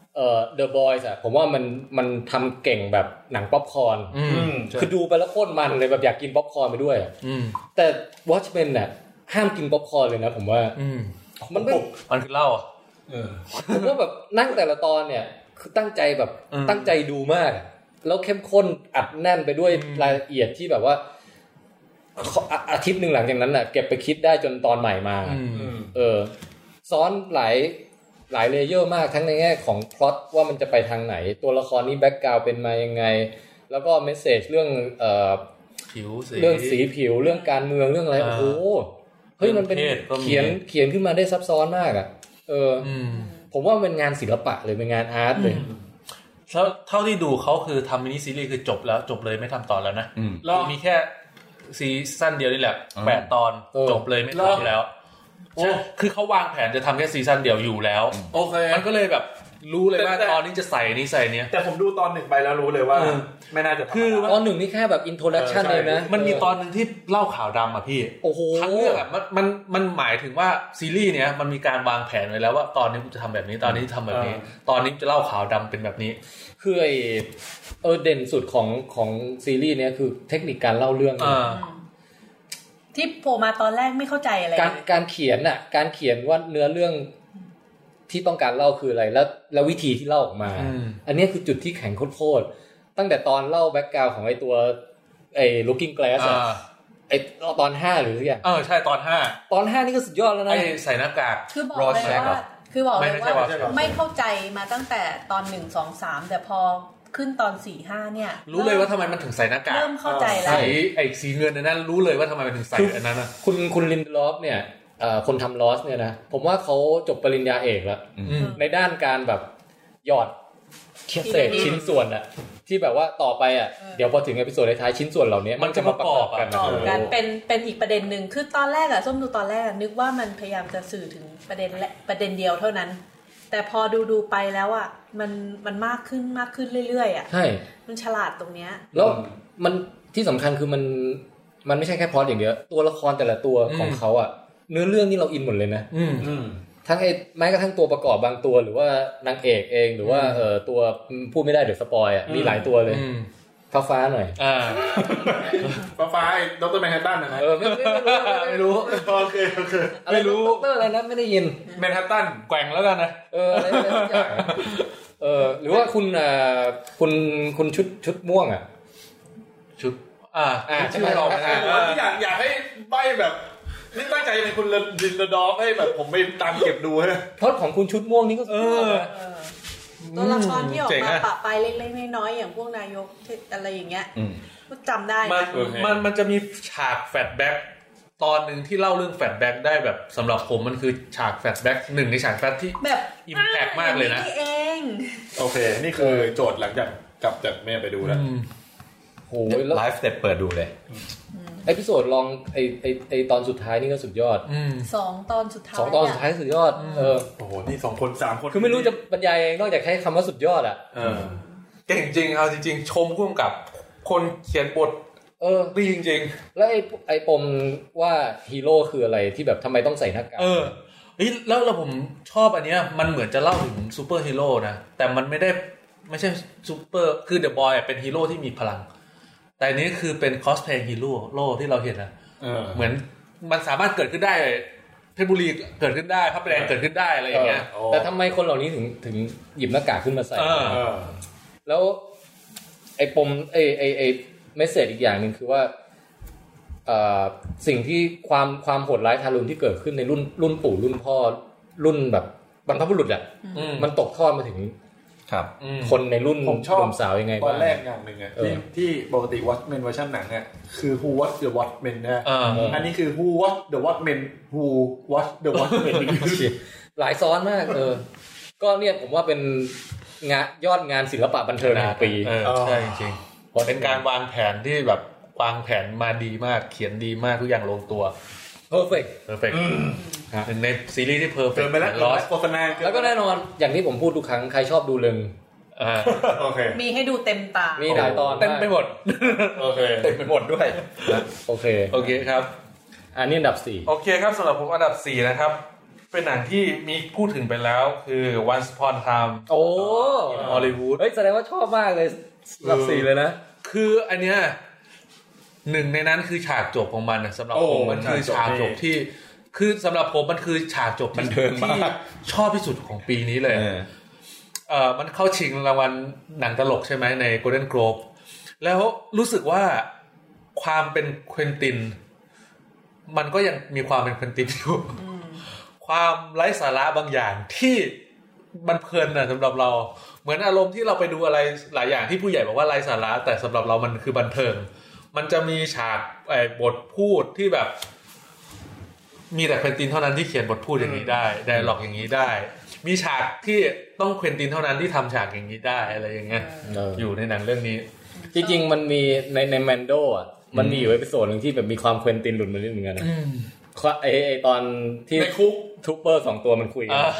The Boys อ่ะผมว่ามันทำเก่งแบบหนังป๊อปคอร์นคือดูไปแล้วโคตรมันเลยแบบอยากกินป๊อปคอร์นไปด้วยแต่ Watchmen น่ะห้ามกินป๊อปคอร์นเลยนะผมว่ามันคือเหล้าผมว่าแบบนั่งแต่ละตอนเนี่ยคือตั้งใจแบบตั้งใจดูมากแล้วเข้มข้นอัดแน่นไปด้วยรายละเอียดที่แบบว่าอาทิตย์นึงหลังจากนั้นน่ะเก็บไปคิดได้จนตอนใหม่มาซ้อนหลายเลเยอร์มากทั้งในแง่ของพล็อตว่ามันจะไปทางไหนตัวละครนี้แบ็คกราวด์เป็นมายังไงแล้วก็เมสเสจเรื่องผิวเรื่องสีผิวเรื่องการเมืองเรื่องอะไรโอ้โหเฮ้ยมันเป็นเขียนขึ้นมาได้ซับซ้อนมากอ่ะผมว่าเป็นงานศิลปะเลยเป็นงานอาร์ตเลยแล้วเท่าที่ดูเขาคือทำมินิซีรีส์คือจบแล้วจบเลยไม่ทำต่อแล้วนะแล้วมีแค่ซีซั่นเดียวนี่แหละ8 ตอนจบเลยไม่ทำแล้วคือเขาวางแผนจะทำแค่ซีซั่นเดียวอยู่แล้วโอเคมันก็เลยแบบรู้เลยว่าตอนนี้จะใส่นี้ใส่เนี้ยแต่ผมดูตอน1ไปแล้วรู้เลยว่าไม่น่าจะคือตอน1นี่แค่แบบอินโทรดักชั่นเลยนะมันมีตอนนึงที่เล่าข่าวดำอ่ะพี่โอ้โหทั้งเรื่องอ่ะมันหมายถึงว่าซีรีส์เนี้ยมันมีการวางแผนไว้แล้วว่าตอนนี้จะทำแบบนี้ตอนนี้ทำแบบนี้ตอนนี้จะเล่าข่าวดำเป็นแบบนี้คือไอเด่นสุดของซีรีส์เนี้ยคือเทคนิคการเล่าเรื่องที่โผล่มาตอนแรกไม่เข้าใจอะไรการเขียนน่ะการเขียนว่าเนื้อเรื่องที่ต้องการเล่าคืออะไรแล้ววิธีที่เล่าออกมาอันนี้คือจุดที่แข็งโคตรตั้งแต่ตอนเล่าแบ็คกราวด์ของไอ้ตัวLooking Glass ไอ้ตอน5หรือสักอย่างใช่ตอน 5นี่ก็สุดยอดแล้วนะไอ้ใส่หน้ากากคือบอกเลยว่าไม่เข้าใจมาตั้งแต่ตอน1 2 3แต่พอขึ้นตอน 4-5 เนี่ยรู้เลยว่าทำไมมันถึงใส่หน้ากากเริ่มเข้าใจแล้วไอ้สีเงินนั้นรู้เลยว่าทำไมมันถึงใส่อันนั้นนะคุณลินดลอฟเนี่ยคนทำลอสเนี่ยนะผมว่าเขาจบปริญญาเอกแล้วในด้านการแบบหยอดเศษชิ้นส่วนอะที่แบบว่าต่อไปอะเดี๋ยวพอถึงเอพิโซดท้ายชิ้นส่วนเหล่านี้มันจะมาประกอบกันเป็นอีกประเด็นนึงคือตอนแรกอะส้มดูตอนแรกนึกว่ามันพยายามจะสื่อถึงประเด็นเดียวเท่านั้นแต่พอดูไปแล้วอ่ะมันมากขึ้นเรื่อยๆอ่ะใช่มันฉลาดตรงเนี้ยแล้วมันที่สำคัญคือมันไม่ใช่แค่พล็อตอย่างเดียวตัวละครแต่ละตัวของเขาอ่ะเนื้อเรื่องนี่เราอินหมดเลยนะทั้งแม้กระทั่งตัวประกอบบางตัวหรือว่านางเอกเองหรือว่าตัวพูดไม่ได้เดี๋ยวสปอยอ่ะมีหลายตัวเลยฟ้าหน่อยฟ้าไอ้ดร.แมนฮัตตันนะไม่รู้โอเคไม่รู้ดร.อะไรนะไม่ได้ยินแมนฮัตตันแกว่งแล้วกันนะอะไรสักอย่างหรือว่าคุณชุดม่วงอ่ะชุดชื่อไม่ออกอยากให้ใบแบบนี่ตั้งใจจะเป็นคุณดินดอฟให้แบบผมไปตามเก็บดูฮะพล็อตของคุณชุดม่วงนี่ก็ตัวละครที่ออกมาปะปลายเล็กๆน้อยๆอย่างพวกนายกอะไรอย่างเงี้ยก็จำได้มันจะมีฉากแฟลชแบ็กตอนนึงที่เล่าเรื่องแฟลชแบ็กได้แบบสำหรับผมมันคือฉากแฟลชแบ็กหนึ่งในฉากแฟลชที่แบบอิมแพคมากเลยนะโอเคนี่คือโจทย์หลังจากกลับจากแม่ไปดูแล้วโหไลฟ์สเต็ปเปิดดูเลยเอพิโซดลองไอตอนสุดท้ายนี่ก็สุดยอด 2 ตอนสุดท้าย 2 ตอนสุดท้ายสุดยอดโอ้โหนี่2 คน 3 คนคือไม่รู้จะบรรยายเองนอกจากใช้คำว่าสุดยอดอ่ะเก่งจริงเอาจริงๆชมร่วมกับคนเขียนบทดีจริงๆแล้วไอปมว่าฮีโร่คืออะไรที่แบบทำไมต้องใส่หน้ากากแล้วผมชอบอันเนี้ยมันเหมือนจะเล่าถึงซูเปอร์ฮีโร่นะแต่มันไม่ใช่ซูเปอร์คือเดอะบอยเป็นฮีโร่ที่มีพลังแต่นี้คือเป็นคอสเพลย์ฮีโร่ที่เราเห็นนะเหมือนมันสามารถเกิดขึ้นได้เพชรบุรีเกิดขึ้นได้พระประแดงเกิดขึ้นได้อะไรอย่างเงี้ยแต่ทำไมคนเหล่านี้ถึงหยิบหน้ากากขึ้นมาใส่แล้วไอ้ปมไอ้เมสเสจอีกอย่างนึงคือว่าสิ่งที่ความโหดร้ายทารุณที่เกิดขึ้นในรุ่นปู่รุ่นพ่อรุ่นแบบบรรพบุรุษอ่ะมันตกทอดมาถึงคนในรุ่นหนุ่มสาวยังไงตอนแรกอย่างนึงอ่ะที่ปกติ Watchmen เวอร์ชันหนังอ่ะคือ Who Was the Watchmen นะอันนี้คือ Who Was the Watchmen Who Was the Watchmen หลายซ้อนมากก็เนี่ยผมว่าเป็นยอดงานศิลปะบันเทิงของปีใช่จริงๆเป็นการวางแผนที่แบบวางแผนมาดีมากเขียนดีมากทุกอย่างลงตัว perfect ในซีรีส์ที่ perfect ไปแล้วโฆษณาแล้วก็แน่นอนอย่างที่ผมพูดทุกครั้งใครชอบดูเรื่องโอเคมีให้ดูเต็มตามีหลายตอนเต็มไปหมดโอเคเต็มไปหมดด้วยโอเคครับอันนี้อันดับ4 โอเคครับสำหรับผมอันดับ4นะครับเป็นหนังที่มีพูดถึงไปแล้วคือ Once Upon a Time ฮอลลีวูดแสดงว่าชอบมากเลยอันดับ4เลยนะคืออันเนี้ยหนึ่งในนั้นคือฉากจบของมันสำหรับผมมันคือฉากจบที่คือสำหรับผมมันคือฉากจบบันเทิงมากชอบที่สุดของปีนี้เลยมันเข้าชิงรางวัลหนังตลกใช่ไหมใน Golden Globe แล้วรู้สึกว่าความเป็นเควินตินมันก็ยังมีความเป็นเควินตินอยู่ความไร้สาระบางอย่างที่มันเพลินสำหรับเราเหมือนอารมณ์ที่เราไปดูอะไรหลายอย่างที่ผู้ใหญ่บอกว่าไร้สาระแต่สำหรับเรามันคือบันเทิงมันจะมีฉากบทพูดที่แบบมีแต่เควินตินเท่านั้นที่เขียนบทพูดอย่างนี้ได้ไดอะล็อกอย่างนี้ได้มีฉากที่ต้องเควินตินเท่านั้นที่ทำฉากอย่างนี้ได้อะไรอย่างเงี้ยอยู่ในหนังเรื่องนี้จริงๆมันมีในแมนโดอ่ะมันมีอยู่เอพิโซดนึงที่แบบมีความเควินตินหลุดมานิดนึงนะไอตอนที่ในคุกทูเปอร์2ตัวมันคุยกัน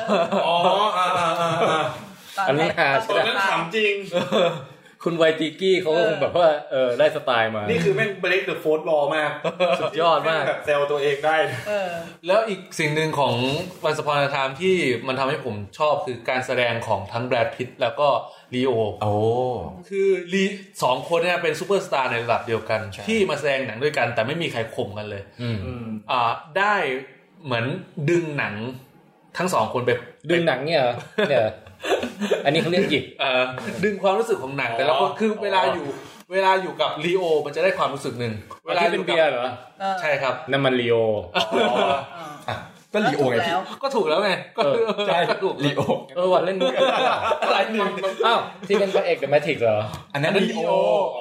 อันนั้นขำจริงคุณไวติกี้เขาก็คงแบบว่าได้สไตล์มานี่คือแม่งเบรกเดอะโฟร์วอลมากสุดยอดมากแบบเซลตัวเองได้แล้วอีกสิ่งหนึ่งของ Once Upon a Time ที่มันทำให้ผมชอบคือการแสดงของทั้งแบรดพิตต์แล้วก็ลีโอคือ2คนเนี่ยเป็นซูเปอร์สตาร์ในระดับเดียวกันที่มาแสดงหนังด้วยกันแต่ไม่มีใครข่มกันเลยได้เหมือนดึงหนังทั้ง2คนไปดึงหนังเนี่ยอันนี้เขาเรียกหยิบดึงความรู้สึกของหนังแต่ละคนคือเวลาอยู่กับลีโอมันจะได้ความรู้สึกนึงเวลาเป็นเบียร์เหรอใช่ครับนั่นมันลีโอก็ลีโอไงพี่ก็ถูกแล้วไงก็ใช่ถูกลีโอวันเล่นมุกอะไรหนึ่งอ้าวที่เป็นพระเอกเดอะแมทริกซ์เหรออันนั้นลีโอ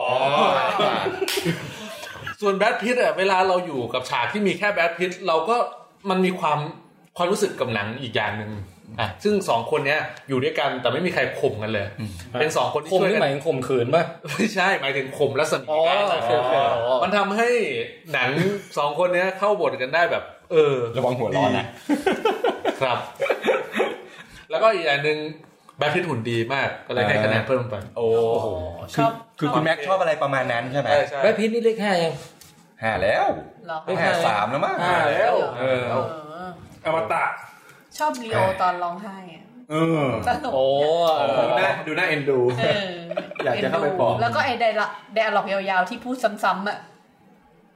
ส่วนแบทพิทต์เวลาเราอยู่กับฉากที่มีแค่แบทพิทต์เราก็มันมีความรู้สึกกับหนังอีกอย่างนึงซึ่ง2คนเนี้ยอยู่ด้วยกันแต่ไม่มีใครข่มกันเลยเป็น2คนที่ช่วยกันหมายถึงข่มขืนป่ะไม่ใช่หมายถึงข่มรัศมีมันทำให้หนัง2คนเนี้ยเข้าบทกันได้แบบระวังหัวร้อนนะครับแล้วก็อีกอย่างนึงแบทพิทต์หุ่นดีมากก็เลยให้คะแนนเพิ่มไปโอ้โหคือคุณแม็กชอบอะไรประมาณนั้นใช่ไหมแบทพิทต์นี่เลข5ยัง 5แล้วเลข3แล้วมั้ง 5แล้วอมตะชอบลีโอตอนร้องไห้สนุกดูหน้าเอ็นดูอยากจะเข้าไปปลอบแล้วก็ไอ้ไดอะล็อกยาวๆที่พูดซ้ำๆ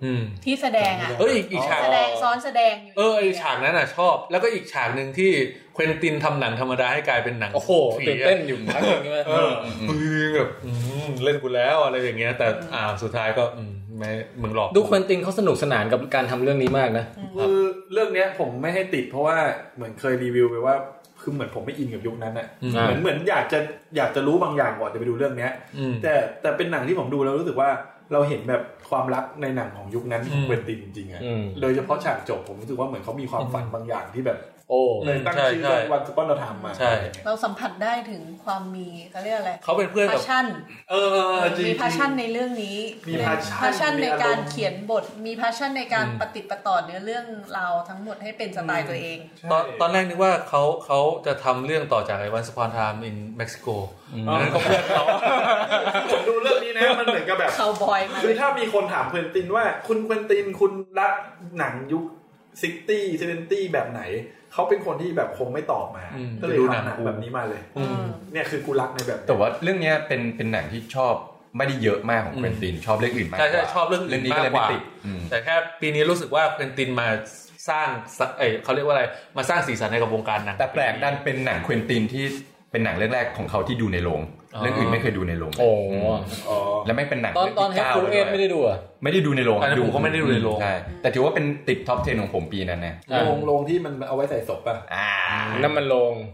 ที่แสดงอ่ะอีกฉากแสดงซ้อนแสดงอยู่ไอฉากนั้นอ่ะชอบแล้วก็อีกฉากนึงที่เควินตินทำหนังธรรมดาให้กลายเป็นหนังโอ้โหตื่นเต้นอยู่พักนึงแบบเล่นกูแล้วอะไรอย่างเงี้ยแต่สุดท้ายก็ไม่มึงหลอกดูเควินตินเขาสนุกสนานกับการทำเรื่องนี้มากนะคือเรื่องนี้ผมไม่ให้ติดเพราะว่าเหมือนเคยรีวิวไปว่าคือเหมือนผมไม่อินกับยุคนั้นน่ะเหมือนอยากจะรู้บางอย่างก่อนจะไปดูเรื่องนี้แต่เป็นหนังที่ผมดูแล้วรู้สึกว่าเราเห็นแบบความรักในหนังของยุคนั้นของเควินตินจริงๆอ่ะโดยเฉพาะฉากจบผมรู้สึกว่าเหมือนเขามีความฝันบางอย่างที่แบบเลยตั้งชื่อเรื่องวันสปอนเซอร์ทำมาเราสัมผัสได้ถึงความมีเขาเรียกอะไรเขาเป็นเพื่อนกับ passion มี passion ในเรื่องนี้มี passion ในการเขียนบทมี passion ในการปฏิปต่อเนื้อเรื่องเราทั้งหมดให้เป็นสไตล์ตัวเองตอนแรกนึกว่าเขาจะทำเรื่องต่อจากไอ้ Once Upon a Time in Mexico นั่นก็เพื่อนเขาผมดูเรื่องนี้นะมันเหมือนกับแบบคาวบอยมาคือถ้ามีคนถามเควินตินว่าคุณเควินตินคุณรักหนังยุค60 70แบบไหนเขาเป็นคนที่แบบคงไม่ตอบมาก็เลยทำหนังแบบนี้มาเลยเนี่ยคือกูรักในแบบแต่ว่าเรื่องนี้เป็นหนังที่ชอบไม่ได้เยอะมากของเควินตินชอบเรื่องอื่นมากกว่าใช่ชอบเรื่องนี้ก็เลยไม่ติดแต่แค่ปีนี้รู้สึกว่าเควินตินมาสร้างเขาเรียกว่าอะไรมาสร้างสีสันในกับวงการหนังแต่แปลกดันเป็นหนังเควินตินที่เป็นหนังเรื่องแรกของเขาที่ดูในโรงเรื่องอื่นไม่เคยดูในโรงแล้วไม่เป็นหนังตอนให้คุณเอฟไม่ได้ดูอ่ะไม่ได้ดูในโรงดูเขาไม่ได้ดูในโรงใช่แต่ถือว่าเป็นติดท็อป 10ของผมปีนั้นนะโรงที่มันเอาไว้ใส่ศพป่ะนั่นมันโรง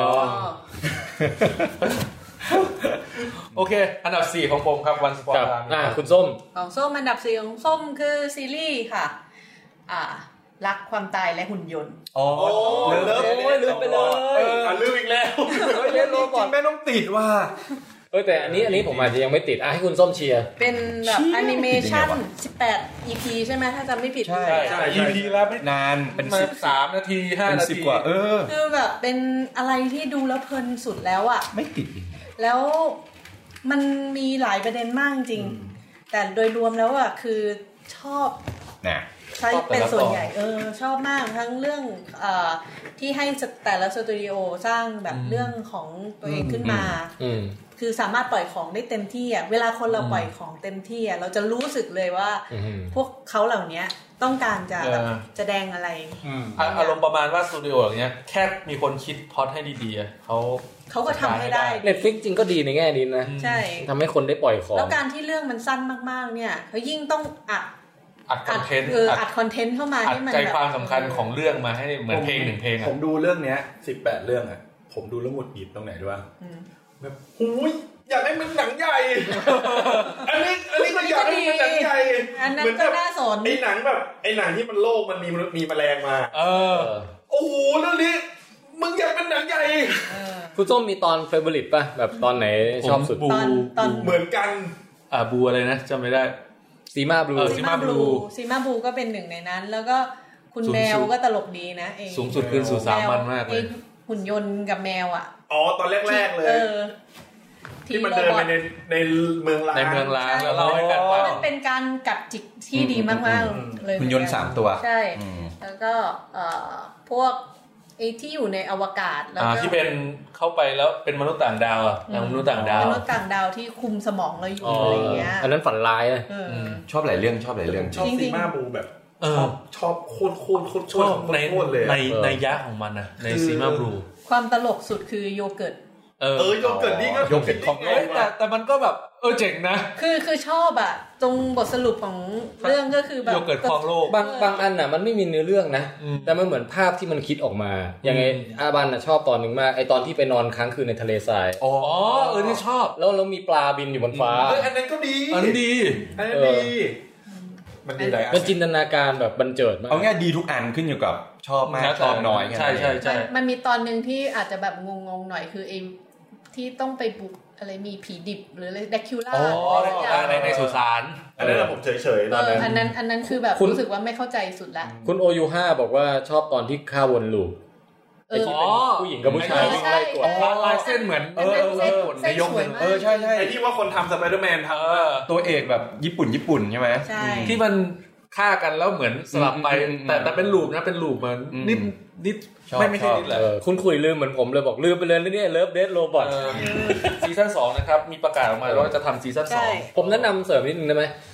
โอเคอันดับ4ของผมครับ Once Upon a Time คุณส้มของส้มอันดับ4ของส้มคือซีรีส์ค่ะรักความตายและหุ่นยนต์ลืมไปเลยลืมอีกแล้วเล่นโรบอทแม่ต้องติดว่าแต่อันนี้ผมอาจจะยังไม่ติดให้คุณส้มเชียร์เป็นแบบแอนิเมชั่น18 EP ใช่ไหมถ้าจำไม่ผิดใช่ EP แล้วไม่นานเป็น 13 นาที5 นาทีกว่าคือแบบเป็นอะไรที่ดูแล้วเพลินสุดแล้วอ่ะไม่ติดแล้วมันมีหลายประเด็นมากจริงแต่โดยรวมแล้วอ่ะคือชอบใช้เป็นส่วนใหญ่ชอบมากทั้งเรื่องที่ให้แต่ละสตูดิโอสร้างแบบเรื่องของตัวเองขึ้นมาคือสามารถปล่อยของได้เต็มที่อ่ะเวลาคนเราปล่อยของเต็มที่อ่ะเราจะรู้สึกเลยว่าพวกเขาเหล่านี้ต้องการจะแสดงอะไรอารมณ์ประมาณว่าสตูดิโออย่างเงี้ยแค่มีคนคิดพล็อตให้ดีๆเขาก็ทำให้ได้ Netflix จริงก็ดีในแง่นี้นะใช่ทำให้คนได้ปล่อยของแล้วการที่เรื่องมันสั้นมากๆเนี่ยเขายิ่งต้องอัดคอนเทนต์อัดคอนเทนต์เข้ามาให้มันใจความสำคัญของเรื่องมาให้เหมือนเพลง1เพลงผมดูเรื่องเนี้ย18เรื่องอ่ะผมดูแล้วหงุดหงิดตรงไหนด้วยว่าแบบหูยอยากให้มันหนังใหญ่อันนี้ก็อยากให้มันหนังใหญ่อันนั้นก็น่าสนไอ้หนังแบบไอ้หนังที่มันโลกมันมีแมลงมาโอ้โหเรื่องนี้มึงอยากเป็นหนังใหญ่คุณส้มมีตอนเฟเวอริตป่ะแบบตอนไหนชอบสุดตอนเหมือนกันบูอะไรนะจำไม่ได้ซีมาบลูก็เป็นหนึ่งในนั้นแล้วก็คุณแมวก็ตลกดีนะสูงสุดคืนสู่สามัญมากเลยหุ่นยนต์กับแมวตอนแรกๆเลยที่มันเดินไปในเมืองล้างแล้วเล่าให้กันฟังมันเป็นการกัดจิกที่ดีมากๆเลยหุ่นยนต์3ตัวใช่แล้วก็พวกที่อยู่ในอวกาศแล้วก็ที่เป็นเข้าไปแล้วเป็นมนุษย์ต่างดาวมนุษย์ต่างดาวที่คุมสมองเราอยู่อะไรเงี้ยอันนั้นฝันร้ายเลยชอบหลายเรื่องชอบซีมาบูแบบชอบโคตรเลยในยะของมันนะในซีมาบูความตลกสุดคือโยเกิร์ตโยเกิร์ตนี่ก็โยเกิร์ตของแต่มันก็แบบเจ๋งนะคือชอบตรงบทสรุปของเรื่องก็คือแบบโยเกิร์ตของโลกบางอันมันไม่มีเนื้อเรื่องนะแต่มันเหมือนภาพที่มันคิดออกมาอย่างไงอาบันชอบตอนนึงมากไอตอนที่ไปนอนค้างคืนในทะเลทรายนี่ชอบแล้วมีปลาบินอยู่บนฟ้าอันนั้นก็ดีอันนั้นดีมันดีหลายอันมันจินตนาการแบบบันเจิดมากเอาง่ายดีทุกอันขึ้นอยู่กับชอบมากชอบน้อยใช่มันมีตอนนึงที่อาจจะแบบงงๆหน่อยคือที่ต้องไปบุกอะไรมีผีดิบหรืออะไรแดคิวล่าในสุสานอันนั้นผมเฉยๆตอนนั้นอันนั้นคือแบบรู้สึกว่าไม่เข้าใจสุดละคุณโอยู5บอกว่าชอบตอนที่ฆ่าวนลูปผู้หญิงกับผู้ชายวิ่งไล่กวดลายเส้นเหมือนในยกหนึ่งใช่ไอ้ที่ว่าคนทำสไปเดอร์แมนตัวเอกแบบญี่ปุ่นใช่ไหมที่มันฆ่ากันแล้วเหมือนสลับไปแต่เป็นลูปนะเป็นลูปเหมือนนิดไม่ใช่นิดแหละคุณคุยลืมเหมือนผมเลยบอกลืมไปเลยเนี่ยเลิฟเดธโรบอทซีซั่น2นะครับมีประกาศออกมาว่าจะทำซีซั่น2 ผมแนะนำเสริมนิดนึงได้ไหม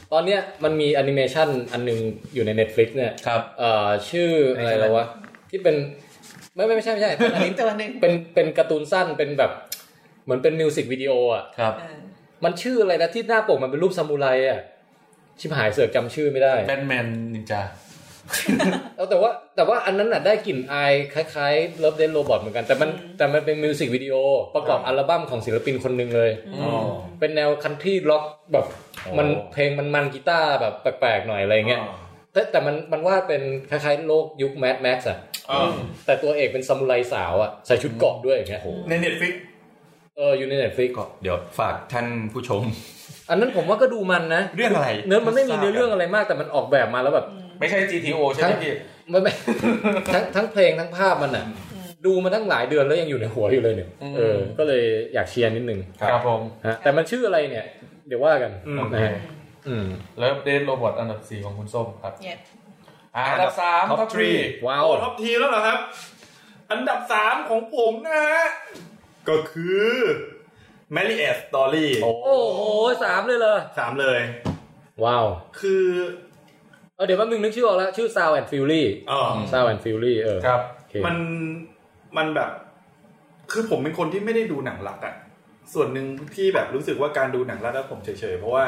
ตอนเนี้ยมันมีแอนิเมชันอันนึงอยู่ใน Netflix เนี่ยครับชื่ออะไรแล้ววะที่เป็นไม่ใช่เป็นอันนี้ตัวนึงเป็นการ์ตูนสั้นเป็นแบบเหมือนเป็นมิวสิกวิดีโออ่ะครับมันชื่ออะไรนะที่หน้าปกมันเป็นรูปซามูไรอ่ะชิบหายเสือกจำชื่อไม่ได้แบทแมนนินจาแต่ว่าอันนั้นน่ะได้กลิ่นอายคล้ายๆ Love Death Robot เหมือนกันแต่มันเป็นมิวสิกวิดีโอประกอบอัลบั้มของศิลปินคนนึงเลยเป็นแนวคันทรีร็อกแบบมันเพลงมันกีตาร์แบบแปลกๆหน่อยอะไรเงี้ยแต่มันว่าเป็นคล้ายๆโลกยุค Mad Max อ่ะแต่ตัวเอกเป็นซามูไรสาวอ่ะใส่ชุดเกราะด้วยอย่างเงี้ยใน Netflix อยู่ใน Netflix ก็เดี๋ยวฝากท่านผู้ชมอันนั้นผมว่าก็ดูมันนะเรื่องอะไรเนื้อมันไม่มีเนื้อเรื่องอะไรมากแต่มันออกแบบมาแล้วแบบไม่ใช่ GTO ใช่ไหมพี่ไม่ทั้งเพลงทั้งภาพมันน่ะดูมาตั้งหลายเดือนแล้วยังอยู่ในหัวอยู่เลยเนี่ยก็เลยอยากเชียร์นิดนึงครับผมแต่มันชื่ออะไรเนี่ยเดี๋ยวว่ากันนะฮะแล้วเดนโรบอทอันดับ4ของคุณส้มครับอันดับ3 Top 3 ว้าวท็อปทีแล้วเหรอครับอันดับ3ของผมนะฮะก็คือ Marriage Story โอ้โห3เลยเหรอ 3เลยว้าวคือเดี๋ยวแป๊บนึงนึกชื่อออกแล้วชื่อ Sound and Fury Sound and Fury ครับมันแบบคือผมเป็นคนที่ไม่ได้ดูหนังรักอ่ะส่วนหนึ่งที่แบบรู้สึกว่าการดูหนังรักแล้วผมเฉยๆเพราะว่า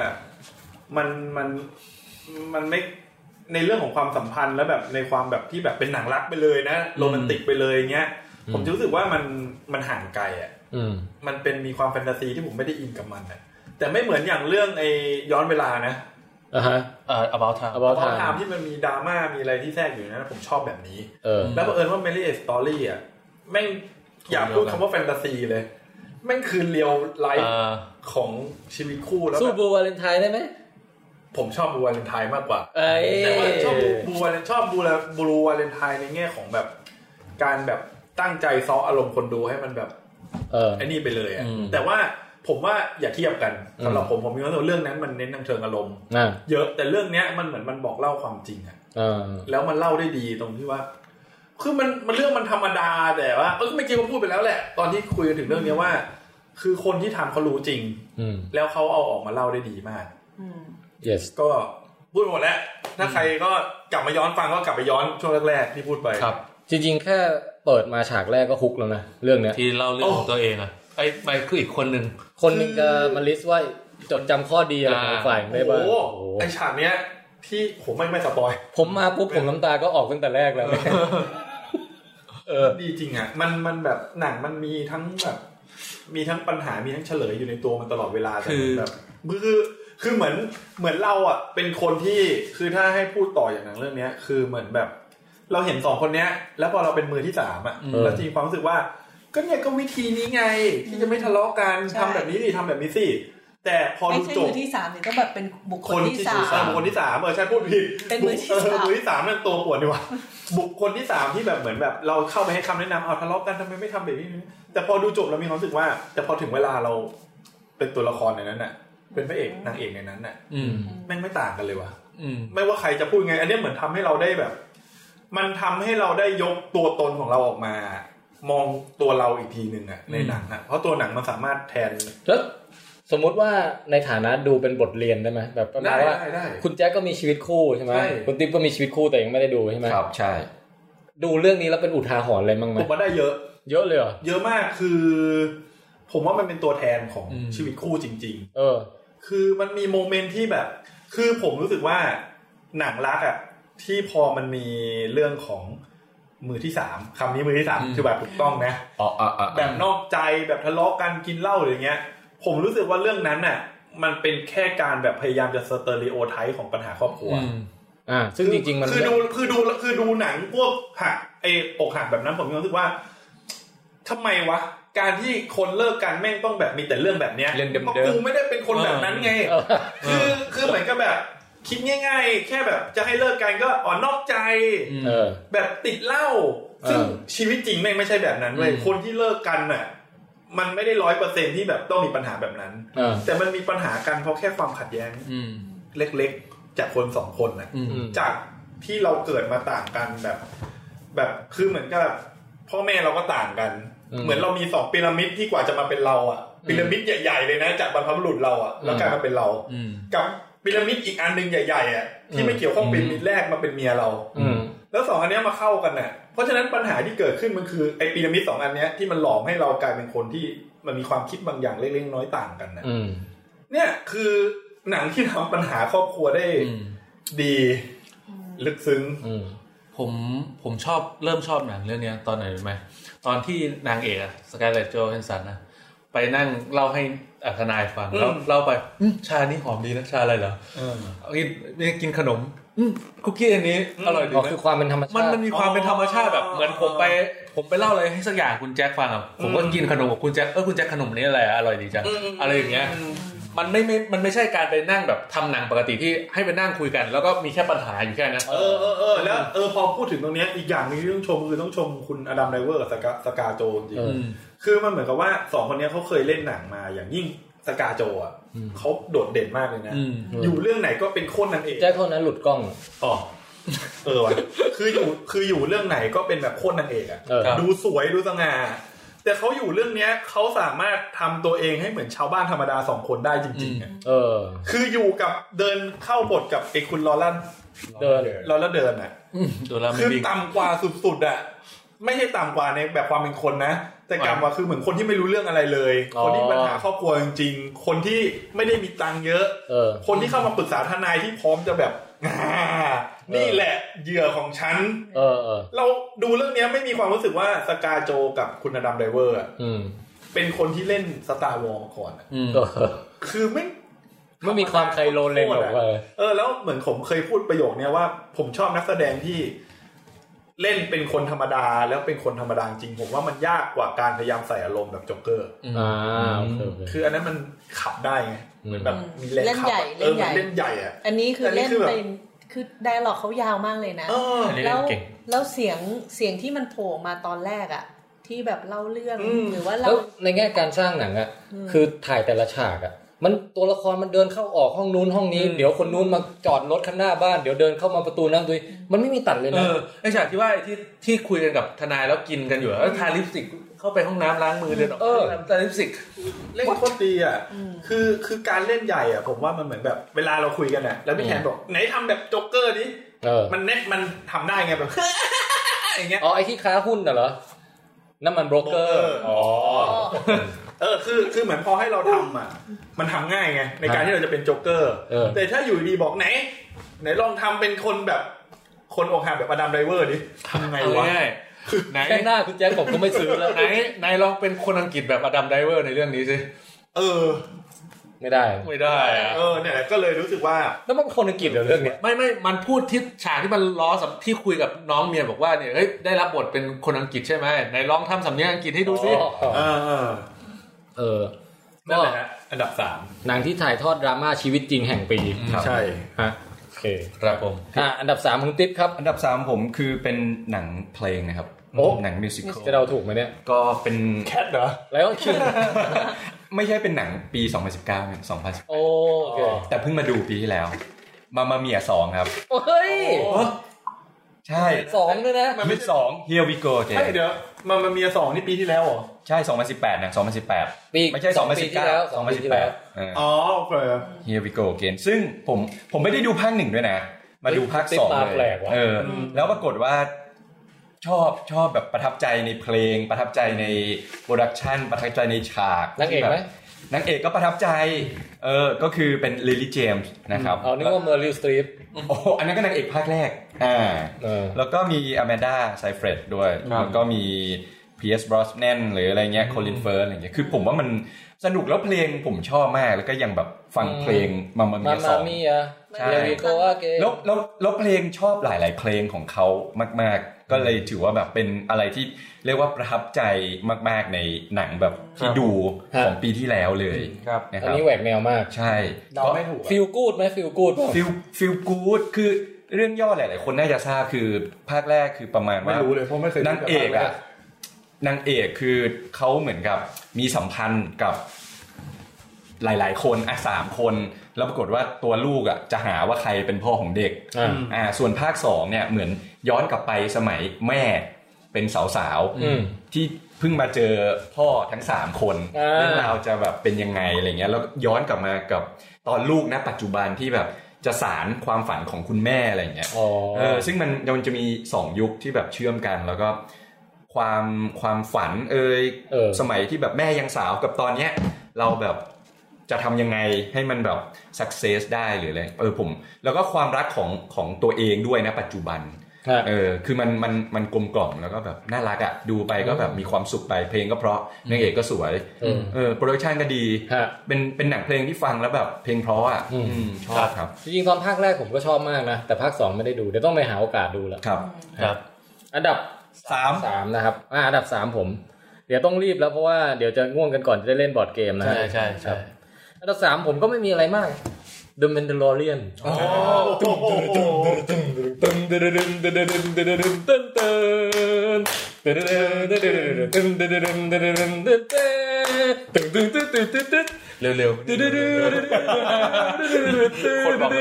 มันไม่ในเรื่องของความสัมพันธ์แล้วแบบในความแบบที่แบบเป็นหนังรักไปเลยนะโรแมนติกไปเลยเงี้ยผมรู้สึกว่ามันห่างไกลอ่ะมันเป็นมีความแฟนตาซีที่ผมไม่ได้อินกับมันอ่ะแต่ไม่เหมือนอย่างเรื่องไอ้ย้อนเวลานะ About Time ที่มันมีดราม่ามีอะไรที่แทรกอยู่นะผมชอบแบบนี้แล้วบังเอิญว่า Marriage Story อ่ะแม่งอย่าพูดคำว่าแฟนตาซีเลยแม่งคือเรียลไลฟ์ของชีวิตคู่แล้วสู้บูวาเลนไทน์ได้ไหมผมชอบบูวาเลนไทน์มากกว่าแต่ว่าชอบบูวาเลนไทน์ในแง่ของแบบการแบบตั้งใจซ้ออารมณ์คนดูให้มันแบบไอ้นี่ไปเลยอ่ะแต่ว่าผมว่าอย่าเทียบกันสำหรับผมมีความรู้สึกเรื่องนั้นมันเน้นทางเชิงอารมณ์เยอะแต่เรื่องนี้มันเหมือนมันบอกเล่าความจริงอ่ะแล้วมันเล่าได้ดีตรงที่ว่าคือมันเรื่องมันธรรมดาแต่ว่าไม่อกี้ผมพูดไปแล้วแหละตอนที่คุยกันถึงเรื่องนี้ว่าคือคนที่ทำเขารู้จริงแล้วเขาเอาออกมาเล่าได้ดีมาก yes ก็พูดหมดแล้วถ้าใครก็กลับมาย้อนฟังก็กลับไปย้อนช่วงแรกๆที่พูดไปครับจริงๆแค่เปิดมาฉากแรกก็ฮุกแล้วนะเรื่องนี้ที่เล่าเรื่องของตัวเองอะไปคืออีกคนนึงจะมาลิสต์ว่าจดจำข้อดีอะไรของฝ่ายได้บ้างไอฉากเนี้ยที่ผมไม่สปอยผมมาปุ๊บผมน้ำตาก็ออกตั้งแต่แรกแล้วดีจริงอ่ะมันแบบหนังมันมีทั้งแบบมีทั้งปัญหามีทั้งเฉลยอยู่ในตัวมันตลอดเวลาแต่แบบคือเหมือนเราอ่ะเป็นคนที่คือถ้าให้พูดต่ออย่างหนังเรื่องนี้คือเหมือนแบบเราเห็น2คนเนี้ยแล้วพอเราเป็นมือที่3อ่ะแล้วจริงความรู้สึกว่าก็เนี่ยก็วิธีนี้ไงที่จะไม่ทะเลาะกันทำแบบนี้ดิทำแบบนี้สิแต่พอดูจบมือที่3เนี่ยก็แบบเป็นบุคคลที่3 บุคคลที่3ใช่พูดผิดเป็นมือที่3นั่นตัวปวดดีกว่าบุคคลที่3ที่แบบเหมือนแบบเราเข้าไปให้คำแนะนำเอาทะเลาะกันทำไมไม่ทำแบบนี้แต่พอดูจบเรามีความรู้สึกว่าแต่พอถึงเวลาเราเป็นตัวละครในนั้นน่ะเป็นพระเอกนางเอกในนั้นน่ะแม่งไม่ต่างกันเลยว่ะไม่ว่าใครจะพูดไงอันนี้เหมือนทำให้เราได้แบบมันทำให้เราได้ยกตัวตนของเราออกมามองตัวเราอีกทีนึงอ่ะในหนังอ่ะเพราะตัวหนังมันสามารถแทนแล้วสมมติว่าในฐานะดูเป็นบทเรียนได้ไหมแบบประมาณว่าคุณแจ็คก็มีชีวิตคู่ใช่ไหมคุณติ๊บก็มีชีวิตคู่แต่ยังไม่ได้ดูใช่ไหมครับใช่ดูเรื่องนี้แล้วเป็นอุทาหรณ์อะไรบ้างไหมผมว่าได้เยอะเลยเหรอเยอะมากคือผมว่ามันเป็นตัวแทนของชีวิตคู่จริงๆคือมันมีโมเมนต์ที่แบบคือผมรู้สึกว่าหนังรักอ่ะที่พอมันมีเรื่องของมือที่3คำนี้มือที่3คือแบบถูกต้องนะแบบนอกใจแบบทะเลาะกันกินเหล้าอะไรเงี้ยผมรู้สึกว่าเรื่องนั้นน่ะมันเป็นแค่การแบบพยายามจะสเตอริโอไทป์ของปัญหาครอบครัวซึ่งจริงๆมันคือดูหนังพวกหักอกหักแบบนั้นผมรู้สึกว่าทำไมวะการที่คนเลิกกันแม่งต้องแบบมีแต่เรื่องแบบเนี้ยเพราะกูไม่ได้เป็นคนแบบนั้นไงคือเหมือนกับแบบคิดง่ายๆแค่แบบจะให้เลิกกันก็นอกใจแบบติดเหล้าซึ่งชีวิตจริงไม่ใช่แบบนั้นเว้ยคนที่เลิกกันน่ะมันไม่ได้ 100% ที่แบบต้องมีปัญหาแบบนั้นแต่มันมีปัญหากันเพราะแค่ความขัดแย้งเล็กๆจากคน2คนน่ะจากที่เราเกิดมาต่างกันแบบคือเหมือนกับพ่อแม่เราก็ต่างกันเหมือนเรามี2พีระมิดที่กว่าจะมาเป็นเราอ่ะพีระมิดใหญ่ๆเลยนะจากบรรพบุรุษเราอ่ะแล้วกลายมาเป็นเรากับพีระมิดอีกอันนึงใหญ่ๆอ่ะที่ไม่เกี่ยวข้องพีระมิดแรกมาเป็นเมียเราแล้ว2อันนี้มาเข้ากันน่ะเพราะฉะนั้นปัญหาที่เกิดขึ้นมันคือไอ้พีระมิด2อันนี้ที่มันหลอมให้เรากลายเป็นคนที่มันมีความคิดบางอย่างเล็กๆน้อยๆต่างกันน่ะเนี่ยคือหนังที่ทำปัญหาครอบครัวได้ดีลึกซึ้งผมชอบเริ่มชอบหนังเรื่องนี้ตอนไหนรู้ไหมตอนที่นางเอกสกาเลตโจแฮนสันนะไปนั่งเล่าให้ทนายฟังแล้วเล่าไปชานี่หอมดีนะชาอะไรเหรอกินขนมคุกกี้อันนี้อร่อยดีนะคือความเป็นธรรมชาติมันมีความเป็นธรรมชาติแบบเหมือนผมไปเล่าอะไรให้สักอย่างคุณแจ็คฟังอ่ะผมก็กินขนมกับคุณแจ็คคุณแจ็คขนมนี้อะไรอร่อยดีจังอะไรอย่างเงี้ยมันไม่ใช่การไปนั่งแบบทำหนังปกติที่ให้ไปนั่งคุยกันแล้วก็มีแค่ปัญหาอยู่แค่นั้นแล้วพอพูดถึงตรงนี้อีกอย่างนึงที่ต้องชมคือต้องชมคุณอดัมไดเวอร์กับสกาโจจริงคือมันเหมือนกับว่า2คนนี้เขาเคยเล่นหนังมาอย่างยิ่งสกาโจอ่ะเขาโดดเด่นมากเลยนะอยู่เรื่องไหนก็เป็นโคนนางเอกแจ็คคนนั้นหลุดกล้องวะคืออยู่เรื่องไหนก็เป็นแบบโคนนางเอกอ่ะดูสวยดูสง่าแต่เขาอยู่เรื่องนี้เขาสามารถทำตัวเองให้เหมือนชาวบ้านธรรมดา2คนได้จริงๆอ่ะคืออยู่กับเดินเข้าบทกับไอ้คุณลอร่าเดินอ่ะคือต่ำกว่าสุดๆอ่ะไม่ใช่ต่ำกว่าในแบบความเป็นคนนะแต่กลับว่าคือเหมือนคนที่ไม่รู้เรื่องอะไรเลยคนที่ปัญหาครอบครัวจริงๆคนที่ไม่ได้มีตังค์เยอะคนที่เข้ามาปรึกษาทนายที่พร้อมจะแบบนี่แหละเหยื่อของฉันเราดูเรื่องนี้ไม่มีความรู้สึกว่าสกาโจกับคุณอดัมไดเวอร์เป็นคนที่เล่นสตาร์วอร์มาก่อนคือไม่มีความไคโลเลนหรอกแล้วเหมือนผมเคยพูดประโยคนี้ว่าผมชอบนักแสดงที่เล่นเป็นคนธรรมดาแล้วเป็นคนธรรมดาจริงผมว่ามันยากกว่าการพยายามใส่อารมณ์แบบโจ๊กเกอร์คืออันนั้นมันขับได้ไงเหมือนแบบมีแรงขับเล่นใหญ่อะอันนี้คือเล่นเป็นคือไดอะล็อกเขายาวมากเลยนะแล้วเสียงที่มันโผล่มาตอนแรกอะที่แบบเล่าเรื่องหรือว่าเราในแง่การสร้างหนังอะคือถ่ายแต่ละฉากอะมันตัวละครมันเดินเข้าออกห้องนู้นห้องนี้เดี๋ยวคนนู้นมาจอดรถข้างหน้าบ้านเดี๋ยวเดินเข้ามาประตูนั้นด้วยมันไม่มีตัดเลยนะไอ้ฉากที่ว่าที่คุยกันกับทนายแล้วกินกันอยู่แล้วทาลิปสติกเข้าไปห้องน้ำล้างมือเดินออกทาลิปสติกเล่นโคตรดีอ่ะคือการเล่นใหญ่อ่ะผมว่ามันเหมือนแบบเวลาเราคุยกันอ่ะแล้วพี่แทนบอกไหนทำแบบโจ๊กเกอร์ดิมันทำได้ไงแบบอย่างเงี้ยไอ้ที่ค้าหุ้นน่ะเหรอน้ำมันโบรกเกอร์คือเหมือนพอให้เราทำอ่ะมันทำง่ายไงในการที่เราจะเป็นโจ๊กเกอร์แต่ถ้าอยู่ดีบอกไหนลองทำเป็นคนแบบคนอกหักแบบอดัมไดเวอร์ดิทำไงวะแค่หน้าคุณแจ็คผมก็ไม่ซื้อแล้วไหนลองเป็นคนอังกฤษแบบอดัมไดเวอร์ในเรื่องนี้สิไม่ได้เนี่ยก็เลยรู้สึกว่าแล้วมันคนอังกฤษเหรอเรื่องนี้ไม่มันพูดที่ฉากที่มันล้อที่คุยกับน้องเมียบอกว่าเนี่ยเฮ้ยได้รับบทเป็นคนอังกฤษใช่ไหมไหนลองทำสำเนียงอังกฤษให้ดูสินั่นแหละฮะอันดับ 3หนังที่ถ่ายทอดดราม่าชีวิตจริงแห่งปีใช่ฮะโอเคครับผมอันดับ3ของติ๊บครับอันดับ3ผมคือเป็นหนังเพลงนะครับหนังมิวสิคัลจะเดาถูกไหมเนี่ยก็เป็นแคทเหรอแล้วชื่อไม่ใช่เป็นหนังปี2019เนี่ย2010 โอเคแต่เพิ่งมาดูปีที่แล้วมาเมีย2ครับเฮ้ยใช่ 2ด้วยนะมันไม่2 Here we go ใช่เดี๋ยวมาเมีย2นี่ปีที่แล้วเหรอใช่2018นะ2018ไม่ใช่2019 2018 โอเค Here we go again ซึ่งผมไม่ได้ดูภาค1ด้วยนะมาดูภาค2เลยแล้วปรากฏว่าชอบแบบประทับใจในเพลงประทับใจในโปรดักชันประทับใจในฉากนางเอกไหมนางเอกก็ประทับใจก็คือเป็นลิลลี่เจมส์นะครับนึกว่าเมอร์ลิลสตรีปอันนั้นก็นางเอกภาคแรกแล้วก็มีอแมนดาไซเฟรดด้วยแล้วก็มีพีเอสบรอสแนนหรืออะไรเงี้ยโคลินเฟิร์สอะไรเงี้ยคือผมว่ามันสนุกแล้วเพลงผมชอบมากแล้วก็ยังแบบฟังเพลงมาเมีย2ใช่แล้วเพลงชอบหลายๆเพลงของเขามากๆก็เลยถือว่าแบบเป็นอะไรที่เรียกว่าประทับใจมากๆในหนังแบบที่ดูของปีที่แล้วเลยอันนี้แหวกแนวมากใช่ก็ไม่ถูกฟีลกู๊ดไหมฟีลกู๊ดฟีลกู๊ดคือเรื่องย่อหลายๆคนน่าจะทราบคือภาคแรกคือประมาณว่าไม่รู้เลยเพราะไม่เคยนางเอกคือเขาเหมือนกับมีสัมพันธ์กับหลายๆคน3คนแล้วปรากฏว่าตัวลูกจะหาว่าใครเป็นพ่อของเด็กส่วนภาค2เนี่ยเหมือนย้อนกลับไปสมัยแม่เป็นสาวๆที่เพิ่งมาเจอพ่อทั้ง3คนเรื่องราวจะแบบเป็นยังไงอะไรเงี้ยแล้วย้อนกลับมากับตอนลูกณปัจจุบันที่แบบจะสารความฝันของคุณแม่อะไรเงี้ยซึ่งมันจะมี2ยุคที่แบบเชื่อมกันแล้วก็ความฝันสมัยที่แบบแม่ยังสาวกับตอนเนี้ยเราแบบจะทำยังไงให้มันแบบ success ได้หรืออะไรผมแล้วก็ความรักของตัวเองด้วยนะปัจจุบันคือมันกลมกล่อมแล้วก็แบบน่ารักอ่ะดูไปก็แบบมีความสุขไปเพลงก็เพราะนางเอกก็สวยโปรดักชันก็ดีเป็นหนังเพลงที่ฟังแล้วแบบเพลงเพราะอ่ะชอบครับจริงๆตอนภาคแรกผมก็ชอบมากนะแต่ภาค2ไม่ได้ดูเดี๋ยวต้องไปหาโอกาสดูแล้วครับอันดับ3นะครับอันดับ3ผมเดี๋ยวต้องรีบแล้วเพราะว่าเดี๋ยวจะง่วงกันก่อนจะได้เล่นบอร์ดเกมนะใช่ๆๆอันดับ3ผมก็ไม่มีอะไรมาก The Mandalorian เร็วๆคนบอก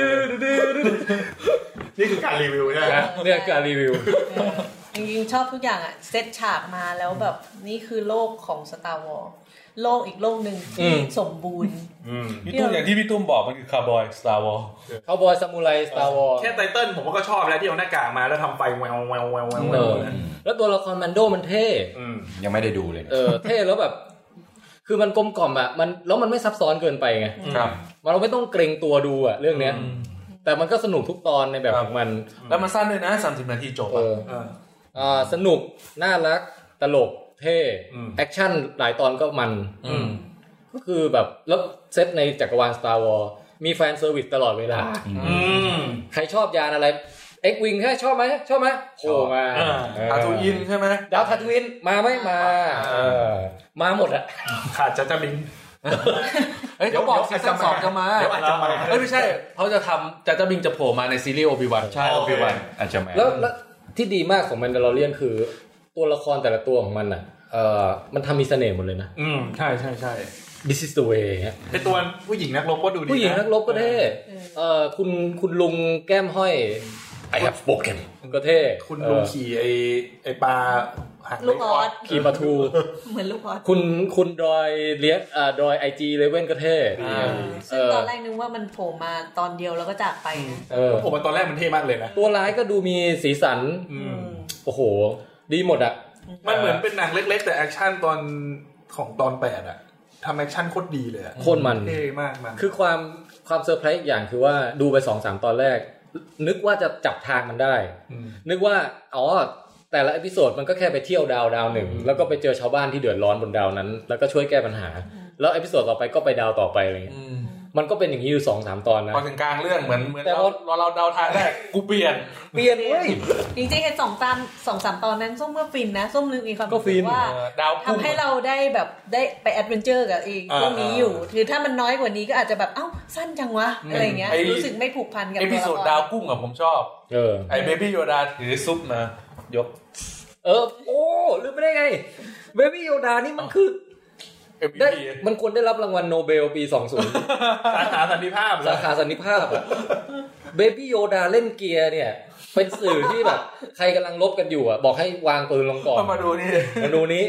นี่คือการรีวิวใช่ไหมเนี่ยการรีวิวจริงๆชอบทุกอย่างอ่ะเซตฉากมาแล้วแบบนี่คือโลกของ Star Wars โลกอีกโลกนึงที่สมบูรณ์พี่ตุ้มอย่างที่พี่ตุ้มบอกมันคือคาวบอย Star Wars คาวบอยซามูไร Star Wars แค่ไตเติ้ลผมก็ชอบแล้วที่เอาหน้ากากมาแล้วทำไฟแววแล้วตัวละครแมนโดมันเท่ยังไม่ได้ดูเลยเท่แล้วแบบคือมันกลมกล่อมอ่ะมันแล้วมันไม่ซับซ้อนเกินไปไงครับเราไม่ต้องเกรงตัวดูอ่ะเรื่องเนี้ยแต่มันก็สนุกทุกตอนในแบบของมันแล้วมันสั้นด้วยนะ30นาทีจบสนุกน่ารักตลกเท่แอคชั่นหลายตอนก็มันก็คือแบบแล้วเซตในจักรวาล Star Wars มีแฟนเซอร์วิสตลอดเวลาใครชอบยานอะไรX-Wing แค่ชอบไหมโผล่มาทาทูอินใช่ไหมดาวทาทูอินมาไหมมาหมดอะขาดจะบินเดี๋ยวบอกซีซั่น2จะมาเดี๋ยวอาจจะมาไม่ใช่เขาจะทำจะบิงจะโผล่มาในซีรีส์ Obi-Wan ใช่ Obi-Wan อาจจะมาแล้วที่ดีมากของ Mandalorian คือตัวละครแต่ละตัวของมันน่ะมันทำมีเสน่ห์หมดเลยนะใช่ This is the way ไอตัวผู้หญิงนักรบก็ดูดีผู้หญิงนักรบก็เท่คุณลุงแก้มห้อย I have spoken ก็เท่คุณลุงขี่ไอปลาลูกออสขี่ปลาทูเหมือนลูกออสคุณดอยเลี้ยงดอย IG Level ก็เท่ซึ่งตอนแรกนึกว่ามันโผล่มาตอนเดียวแล้วก็จากไปโผล่มาตอนแรกมันเท่มากเลยนะตัวร้ายก็ดูมีสีสันโอ้โหดีหมดอ่ะมันเหมือนเป็นหนังเล็กๆแต่แอคชั่นตอนของตอน8อ่ะทำแอคชั่นโคตรดีเลยโคตรมันเท่มากมันคือความเซอร์ไพรส์อย่างคือว่าดูไป 2-3 ตอนแรกนึกว่าจะจับทางมันได้นึกว่าแต่ละเอพิโซดมันก็แค่ไปเที่ยวดาวหนึ่งแล้วก็ไปเจอชาวบ้านที่เดือดร้อนบนดาวนั้นแล้วก็ช่วยแก้ปัญหาแล้วเอพิโซดต่อไปก็ไปดาวต่อไปอะไรเงี้ยมันก็เป็นอย่างนี้อยู่ 2-3 ตอนนะพอถึงกลางเรื่องเหมือนเราเดาทางแรกกูเปลี่ยนเว้ยจริงๆไอ้2-3 ตอนนั้นส้มก็ฟินนะส้มนึกมีความรู้สึกว่าทำให้เราได้แบบได้ไปแอดเวนเจอร์กับอีกพวกนี้อยู่คือถ้ามันน้อยกว่านี้ก็อาจจะแบบสั้นจังวะอะไรเงี้ยรู้สึกไม่ผูกพันกับเอพิโซดดาวกุ้งอ่ะผมชอบไอ้เบบี้โยดาถือซุปมายกลืมไปได้ไงเบบี้โยดานี่มันคือได้มันควรได้รับรางวัลโนเบลปี20 สาขาสันติภาพเบบี้โยดาเล่นเกียร์เนี่ยเป็นสื่อที่แบบใครกำลังลบกันอยู่อ่ะบอกให้วางปืนลงก่อนมาดูนี้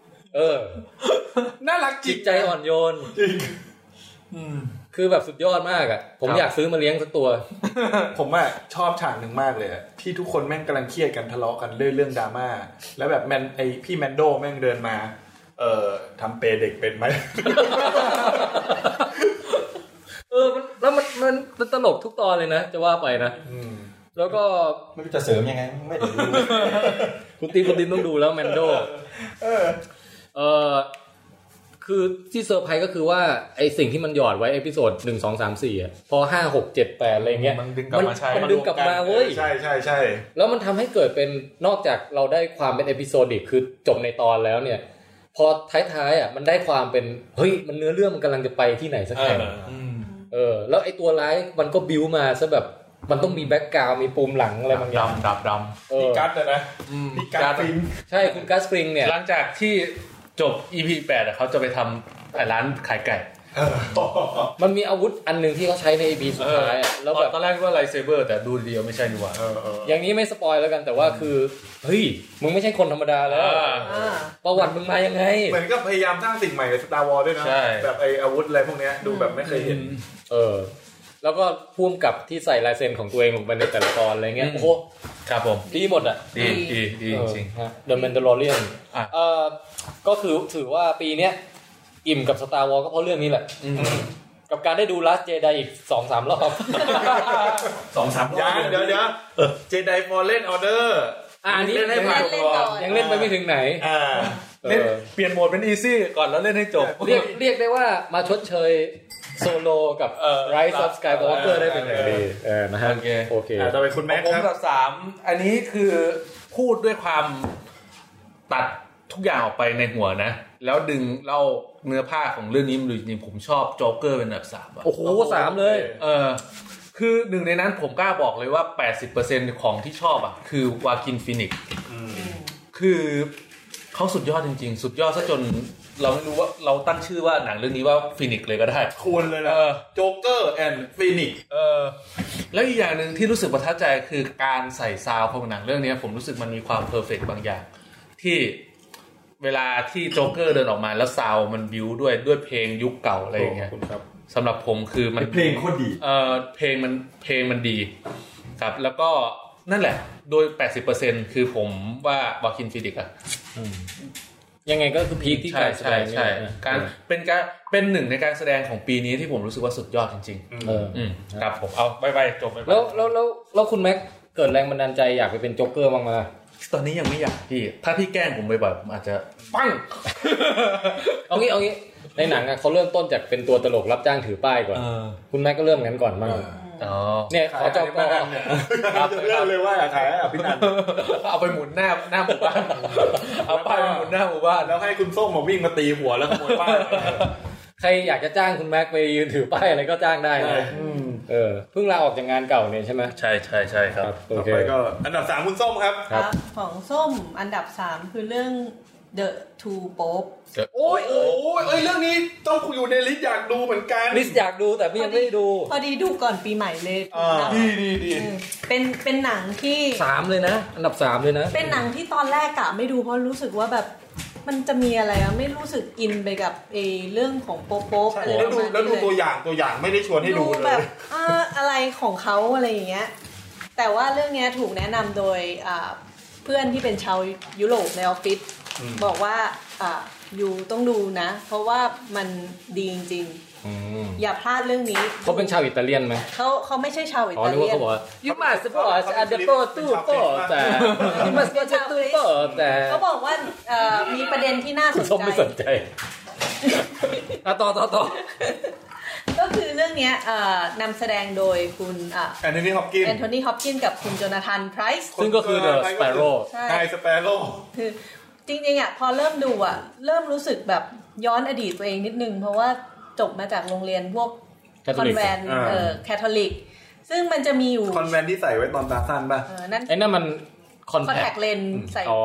น่ารักจิตใจอ่อนโยนจริงคือแบบสุดยอดมากอ่ะผมอยากซื้อมาเลี้ยงสักตัวผมอ่ะชอบฉากหนึ่งมากเลยที่ทุกคนแม่งกำลังเครียดกันทะเลาะกันเรื่องดราม่าแล้วแบบพี่แมนโดแม่งเดินมาทำเปเด็กเป็นไหมแล้วมันตลกทุกตอนเลยนะจะว่าไปนะแล้วก็ไม่รู้จะเสริมยังไงไม่ได้ดูคุณตีต้องดูแล้วแมนโดคือที่เซอร์ไพรส์ก็คือว่าไอสิ่งที่มันหยอดไว้เอพิโซด1 2 3 4อ่ะพอ5 6 7 8อะไรเงี้ยมันดึงกลับมาใช่มันดึงกลับมาเว้ยใช่แล้วมันทำให้เกิดเป็นนอกจากเราได้ความเป็นเอพิโซดิกคือจบในตอนแล้วเนี่ยพอท้ายๆอ่ะมันได้ความเป็นเฮ้ยมันเนื้อเรื่องมันกำลังจะไปที่ไหนสักแห่งแล้วไอตัวร้ายมันก็บิ้วมาซะแบบมันต้องมีแบ็คกราวด์มีปุ่มหลังอะไรบางอย่างดำพี่กัสนะพี่กัสฟริงใช่คุณกัสฟริงเนี่ยหลังจากที่จบ EP 8เขาจะไปทำร้านขายไก่มันมีอาวุธอันนึงที่เขาใช้ใน EP สุดท้ายแล้วแบบตอนแรกว่าไลท์เซเบอร์แต่ดูเดียวไม่ใช่ดีกว่าอย่างนี้ไม่สปอยแล้วกันแต่ว่าคือเฮ้ยมึงไม่ใช่คนธรรมดาแล้วประวัติมึงมายังไงเหมือนกับพยายามสร้างสิ่งใหม่กับ Star Wars ด้วยนะแบบไอ้อาวุธอะไรพวกนี้ดูแบบไม่เคยเห็นแล้วก็พ่วงกับที่ใส่ลายเซ็นของตัวเองลงไปในแต่ละตอนอะไรเงี้ยโอ้โหครับผมดีหมดอ่ะดีจริงๆ The Mandalorian ก็คือถือว่าปีเนี้ยอิ่มกับ Star Wars ก็เพราะเรื่องนี้แหละกับการได้ดู Last Jedi อีก 2-3 รอบ 2-3 รอบเดี๋ยว Jedi Fallen Order อันนี้เล่นให้ผ่านก่อนยังเล่นไปไม่ถึงไหนเล่นเปลี่ยนโหมดเป็น Easy ก่อนแล้วเล่นให้จบเรียกได้ว่ามาชดเชยโซโลกับ Rise of Skywalker ได้เป็นอย่างดีนะฮะโอเคต่อไปคุณแม็กครับผมกับ3อันนี้คือพูดด้วยความตัดทุกอย่างออกไปในหัวนะแล้วดึงเล่าเนื้อผ้าของเรื่องนี้มาดูจริงๆผมชอบโจ๊กเกอร์เป็นอันดับ3 โอ้โห3เลยคือหนึ่งในนั้นผมกล้าบอกเลยว่า 80% ของที่ชอบอ่ะคือวาคินฟีนิกซ์คือเขาสุดยอดจริงๆสุดยอดซะจนเราไม่รู้ว่าเราตั้งชื่อว่าหนังเรื่องนี้ว่าฟีนิกซ์เลยก็ได้ควรเลยนะโจ๊กเกอร์แอนด์ฟีนิกซ์แล้วอีกอย่างนึงที่รู้สึกประทับใจคือการใส่ซาวด์ของหนังเรื่องนี้ผมรู้สึกมันมีความเพอร์เฟคบางอย่างที่เวลาที่โจ๊กเกอร์เดินออกมาแล้วซาวด์มันบิวด้วยเพลงยุคเก่าอะไรอย่างเงี้ยสำหรับผมคือมันเพลงโคตรดีเพลงมันดีครับแล้วก็นั่นแหละโดย 80% คือผมว่าวาคินฟีนิกซ์อ่ะยังไงก็คือพีคที่การแสดงใช่การเป็นหนึ่งในการแสดงของปีนี้ที่ผมรู้สึกว่าสุดยอดจริงๆครับผมเอาไปจบไปแล้วคุณแม็กเกิดแรงบันดาลใจอยากไปเป็นโจ๊กเกอร์บ้างมั้ยตอนนี้ยังไม่อยากพี่ถ้าพี่แกล้งผมบ่อยๆผมอาจจะปังเอางี้ในหนังอ่ะเขาเริ่มต้นจากเป็นตัวตลกรับจ้างถือป้ายก่อนคุณแม็กก็เริ่มงั้นก่อนมั้งเนี่ยขอจบก่อนครับเริ่มเลยว่าขายให้พี่นันเอาไปหมุนหน้าหมู่บ้านเอาป้ายไปหมุนหน้าหมู่บ้านแล้วให้คุณส้มมาวิ่งมาตีหัวแล้วขโมยป้ายใครอยากจะจ้างคุณแม็กไปยืนถือป้ายอะไรก็จ้างได้นะเพิ่งลาออกจากงานเก่าเนี่ยใช่ไหมใช่ครับต่อไปก็อันดับ3คุณส้มครับของส้มอันดับ3คือเรื่อง The Two Pope โอ้ยเรื่องนี้ต้องอยู่ในลิสต์อยากดูเหมือนกันลิสต์อยากดูแต่พี่ยังไม่ได้ดูพอดีดูก่อนปีใหม่เลยดีเป็นหนังที่ 3เลยนะอันดับ3เลยนะเป็นหนังที่ตอนแรกกะไม่ดูเพราะรู้สึกว่าแบบมันจะมีอะไรอ่ะไม่รู้สึกอินไปกับเรื่องของโป๊ะอะไรประมาณนี้แล้วดูตัวอย่างไม่ได้ชวนให้ดูเลยแบบอะไรของเขาอะไรอย่างเงี้ยแต่ว่าเรื่องนี้ถูกแนะนำโดยเพื่อนที่เป็นชาวยุโรปในออฟฟิศบอกว่าอยู่ต้องดูนะเพราะว่ามันดีจริงๆอย่าพลาดเรื่องนี้เขาเป็นชาวอิตาเลียนไหมเขาไม่ใช่ชาวอิตาเลียนเขาบอกว่า You must watch at the Porto แต่ You must watch at the Porto แต่เขาบอกว่ามีประเด็นที่น่าสนใจไม่สนใจต่อก็คือเรื่องนี้นำแสดงโดยคุณแอนโทนี ฮอปกินกับคุณโจนาธานไพรส์ซึ่งก็คือ The Sparrow ใช่ Sparrow คือจริงๆพอเริ่มดูเริ่มรู้สึกแบบย้อนอดีตตัวเองนิดนึงเพราะว่าจบมาจากโรงเรียนพวกคอนแวนต์แคทอลิกซึ่งมันจะมีอยู่คอนแวนต์ที่ใส่ไว้ตอนตาสั้นป่ะนั่นมันคอนแทคเลนส์ใส่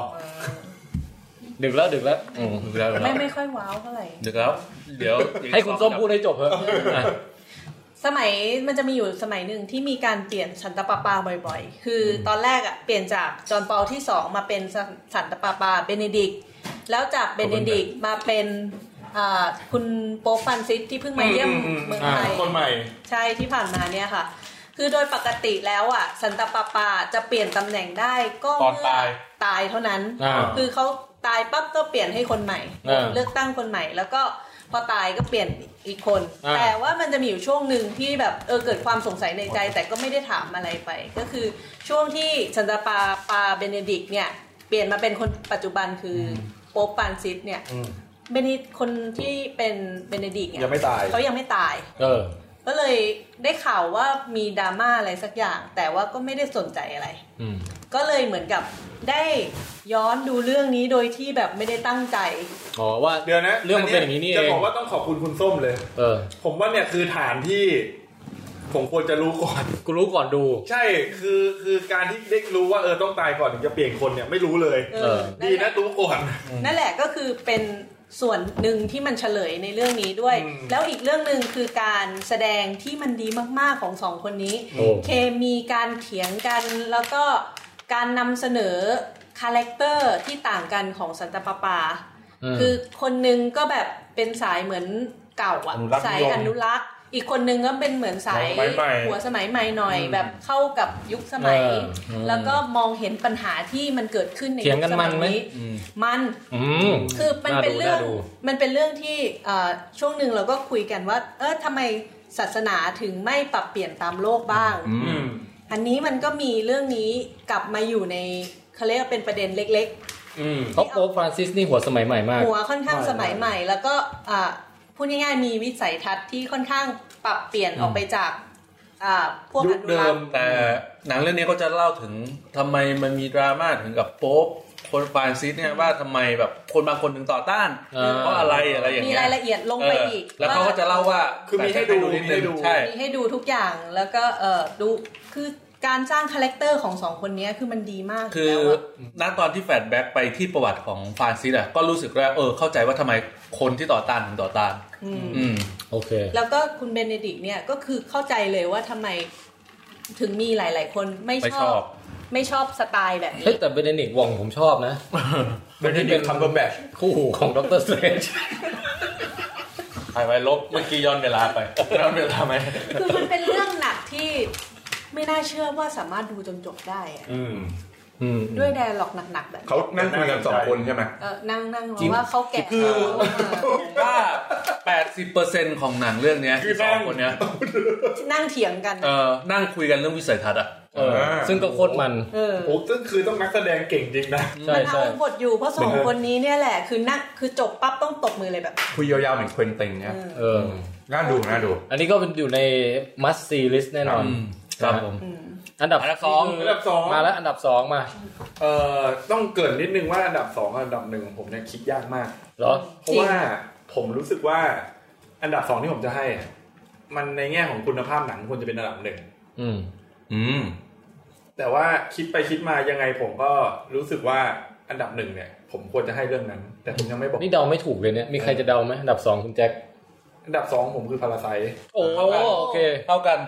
ดึกแล้วไม่ค่อยว้าวเท่าไหร่ดึกแล้วเดี๋ยวให้คุณส้มพูดให้จบเถอะสมัยมันจะมีอยู่สมัยหนึ่งที่มีการเปลี่ยนสันตะปาปาบ่อยๆคือตอนแรกเปลี่ยนจากจอห์นปอลที่2มาเป็นสันตะปาปาเบเนดิกต์แล้วจากเบเนดิกต์มาเป็นคุณโป๊ปฟรานซิสที่เพิ่งมาเยี่ยมเมืองไทยคนใหม่ใช่ที่ผ่านมาเนี่ยค่ะคือโดยปกติแล้วสันตะปาปาจะเปลี่ยนตำแหน่งได้ก็เมื่อตายเท่านั้นคือเขาตายปั๊บก็เปลี่ยนให้คนใหม่เลือกตั้งคนใหม่แล้วก็พอตายก็เปลี่ยนอีกคนแต่ว่ามันจะมีอยู่ช่วงหนึ่งที่แบบเกิดความสงสัยในใจแต่ก็ไม่ได้ถามอะไรไปก็คือช่วงที่สันตะปาเบเนดิกต์เนี่ยเปลี่ยนมาเป็นคนปัจจุบันคือโป๊ปฟรานซิสเนี่ยคนที่เป็นเบเนดิกต์เนี่ยเขายังไม่ตายก็เลยได้ข่าวว่ามีดราม่าอะไรสักอย่างแต่ว่าก็ไม่ได้สนใจอะไรก็เลยเหมือนกับได้ย้อนดูเรื่องนี้โดยที่แบบไม่ได้ตั้งใจว่าเดี๋ยวนะเรื่องมันเป็นอย่างนี้นี่เองจะบอกว่าต้องขอบคุณคุณส้มเลยผมว่าเนี่ยคือฐานที่ผมควรจะรู้ก่อนดูใช่คือการที่ได้รู้ว่าต้องตายก่อนถึงจะเปลี่ยนคนเนี่ยไม่รู้เลยดีนะรู้ก่อนนั่นแหละก็คือเป็นส่วนหนึ่งที่มันเฉลยในเรื่องนี้ด้วยแล้วอีกเรื่องนึงคือการแสดงที่มันดีมากๆของสองคนนี้เคมีการเถียงกันแล้วก็การนำเสนอคาแรคเตอร์ที่ต่างกันของสันตะปาปาคือคนนึงก็แบบเป็นสายเหมือนเก่าอ่ะสายอนุรักษ์อีกคนนึงก็เป็นเหมือนสายหัวสมัยใหม่หน่อยแบบเข้ากับยุคสมัยแล้วก็มองเห็นปัญหาที่มันเกิดขึ้นในยุคสมัยนี้มันคือมันเป็นเรื่องที่ช่วงหนึ่งเราก็คุยกันว่าทำไมศาสนาถึงไม่ปรับเปลี่ยนตามโลกบ้างอันนี้มันก็มีเรื่องนี้กลับมาอยู่ในเขาเรียกว่าเป็นประเด็นเล็กๆเพราะโป๊ปฟรานซิสนี่หัวสมัยใหม่มากหัวค่อนข้างสมัยใหม่แล้วก็พูดง่ายๆมีวิสัยทัศน์ที่ค่อนข้างปรับเปลี่ยนออกไปจากพวกอนุรักษ์แต่หนังเรื่องนี้ก็จะเล่าถึงทำไมมันมีดราม่าถึงกับโป๊ปคนฟรานซิสเนี่ยว่าทำไมแบบคนบางคนถึงต่อต้านเพราะอะไรอย่างเงี้ยมีรายละเอียดลงไปอีกแล้วเขาก็จะเล่าว่าคือมีให้ดูใช่มีให้ดูทุกอย่างแล้วก็ดูคือการสร้างคาแรคเตอร์ของสองคนนี้คือมันดีมากคือณตอนที่แฟลชแบ็กไปที่ประวัติของฟรานซิสก็รู้สึกว่าเข้าใจว่าทำไมคนที่ต่อต้านถึงต่อต้านโอเคแล้วก็คุณเบเนดิกต์เนี่ยก็คือเข้าใจเลยว่าทำไมถึงมีหลายๆคนไม่ชอบสไตล์แบบนี้แต่เบเนดิกต์วองผมชอบนะเบเนดิกต์คัมเบอร์แบชคู่หูของด็อกเตอร์สเตรนจ์ไปลบเมื่อกี้ย้อนเวลาไปย้อนเวลาไหมคือมันเป็นเรื่องหนักที่ไม่น่าเชื่อว่าสามารถดูจนจบได้ด้วยไดอะล็อกหนักๆแบบเขานั่งคุยกัน2คนใช่ไหมนั่งว่าเขาแกะคือว่า 80% ของหนังเรื่องนี้คือ2คนเนี้ยนั่งเถียงกันนั่งคุยกันเรื่องวิสัยทัศน์ซึ่งก็โคตรมันโอ้ซึ่งคือต้องนักแสดงเก่งจริงนะมันเอาบทอยู่เพราะ2คนนี้เนี่ยแหละคือจบปั๊บต้องตบมือเลยแบบคุยยาวๆเหมือนเควินตินเนี่ยน่าดูอันนี้ก็เป็นอยู่ใน must see list แน่นอนครับผมอันดับ2มาแล้วอันดับ2มาต้องเกริ่นนิดนึงว่าอันดับ2กับอันดับ1ของผมเนี่ยคิดยากมากเหรอเพราะว่าผมรู้สึกว่าอันดับ2ที่ผมจะให้มันในแง่ของคุณภาพหนังควรจะเป็นอันดับ1แต่ว่าคิดไปคิดมายังไงผมก็รู้สึกว่าอันดับ1เนี่ยผมควรจะให้เรื่องนั้นแต่ผมยังไม่บอกนี่เดาไม่ถูกเลยเนี่ยมีใครจะเดาไหมอันดับ2คุณแจ็คอันดับ2ผมคือพาราไซต์โอเคเท่ากัน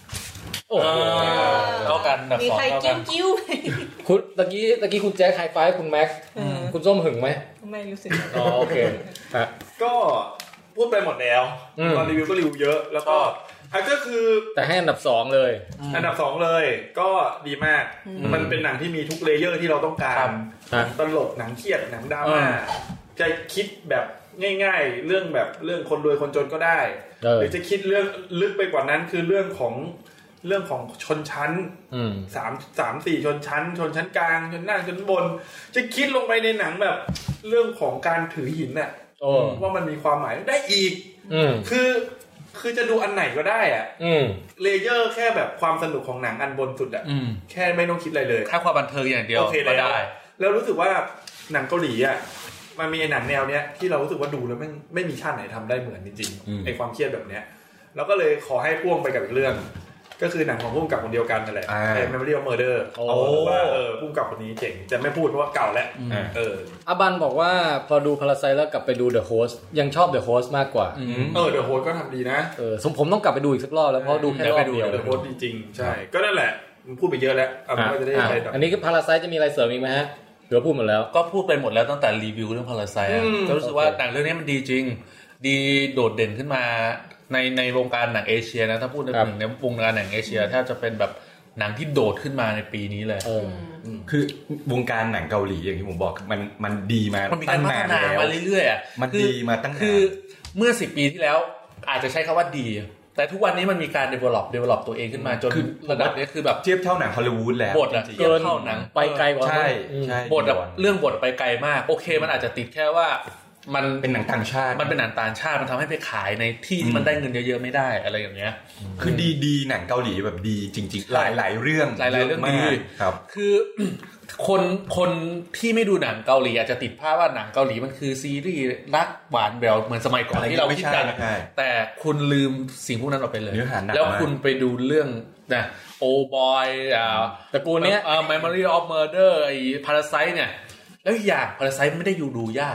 เท่ากันมีใครกิ้วคุณตะกี้คุณแจ็คไฮไฟว์คุณแม็กคุณส้มหึงไหมไม่รู้สึกโอเคก็พูดไปหมดแล้วตอนรีวิวก็รีวิวเยอะแล้วก็คือแต่ให้อันดับ2เลยอันดับ2เลยก็ดีมากมันเป็นหนังที่มีทุกเลเยอร์ที่เราต้องการหนังตลกหนังเครียดหนังดราม่าจะคิดแบบง่ายๆเรื่องคนรวยคนจนก็ได้หรือจะคิดเรื่องลึกไปกว่านั้นคือเรื่องของชนชั้น3-4 ชนชั้นกลางชนล่างชนบนจะคิดลงไปในหนังแบบเรื่องของการถือหินน่ะว่ามันมีความหมายได้อีกคือจะดูอันไหนก็ได้อ่ะเลเยอร์แค่แบบความสนุกของหนังอันบนสุดอ่ะแค่ไม่ต้องคิดอะไรเลยแค่ความบันเทิงอย่างเดียวก็ได้แล้วรู้สึกว่าหนังเกาหลีอ่ะมันมีหนังแนวเนี้ยที่เรารู้สึกว่าดูแล้วไม่มีชาติไหนทำได้เหมือนจริงๆไอ้ความเครียดแบบเนี้ยแล้วก็เลยขอให้พ่วงไปกับอีกเรื่องก็คือหนังของผู้กำกับคนเดียวกันนั่นแหละMemory of Murder ว่าผู้กำกับคนนี้เจ๋งจะไม่พูดเพราะว่าเก่าแล้วอบันบอกว่าพอดู Parasite แล้วกลับไปดู The Host ยังชอบ The Host มากกว่า The Host ก็ทำดีนะผมต้องกลับไปดูอีกสักรอบแล้วเพราะดูแค่รอบเดียว The Host จริงๆใช่ก็นั่นแหละพูดไปเยอะแล้วก็จะได้อันนี้ก็ Parasite จะมีอะไรเสริมอีกไหมฮะหรือพูดหมดแล้วก็พูดไปหมดแล้วตั้งแต่รีวิวเรื่อง Parasite ก็รู้สึกว่าหนังเรื่องนี้มันดีจริงดีโดดเด่นขึ้นมาในวงการหนังเอเชียนะถ้าพูดถึงในวงการหนังเอเชียแทบจะเป็นแบบหนังที่โดดขึ้นมาในปีนี้เลยคือวงการหนังเกาหลีอย่างที่ผมบอกมันดีมาตั้งนานแล้วมาเรื่อยๆอ่ะมันดีมาตั้งนานคือเมื่อ10 ปีที่แล้วอาจจะใช้คำว่าดีแต่ทุกวันนี้มันมีการ develop ตัวเองขึ้นมาจนระดับนี้คือแบบเทียบเท่าหนังฮอลลีวูดแล้วบทเทียบเท่าหนังไปไกลกว่าใช่บทเรื่องบทไปไกลมากโอเคมันอาจจะติดแค่ว่ามันเป็นหนังต่างชาติมันเป็นหนังต่างชาติมันทำให้ไปขายในที่ที่มันได้เงินเยอะๆไม่ได้อะไรอย่างเงี้ยคือดีหนังเกาหลีแบบดีจริงๆหลายเรื่องหลายเรื่องดีครับคือคนที่ไม่ดูหนังเกาหลีอาจจะติดภาพว่าหนังเกาหลีมันคือซีรีส์รักหวานแหววเหมือนสมัยก่อนที่เราคิดกันแต่คุณลืมสิ่งพวกนั้นออกไปเลยแล้วคุณไปดูเรื่องนะโอบอยตระกูลเนี้ย Memory of Murder ไอ้ Parasite เนี่ยแล้วอย่าง Parasite ไม่ได้ดูยาก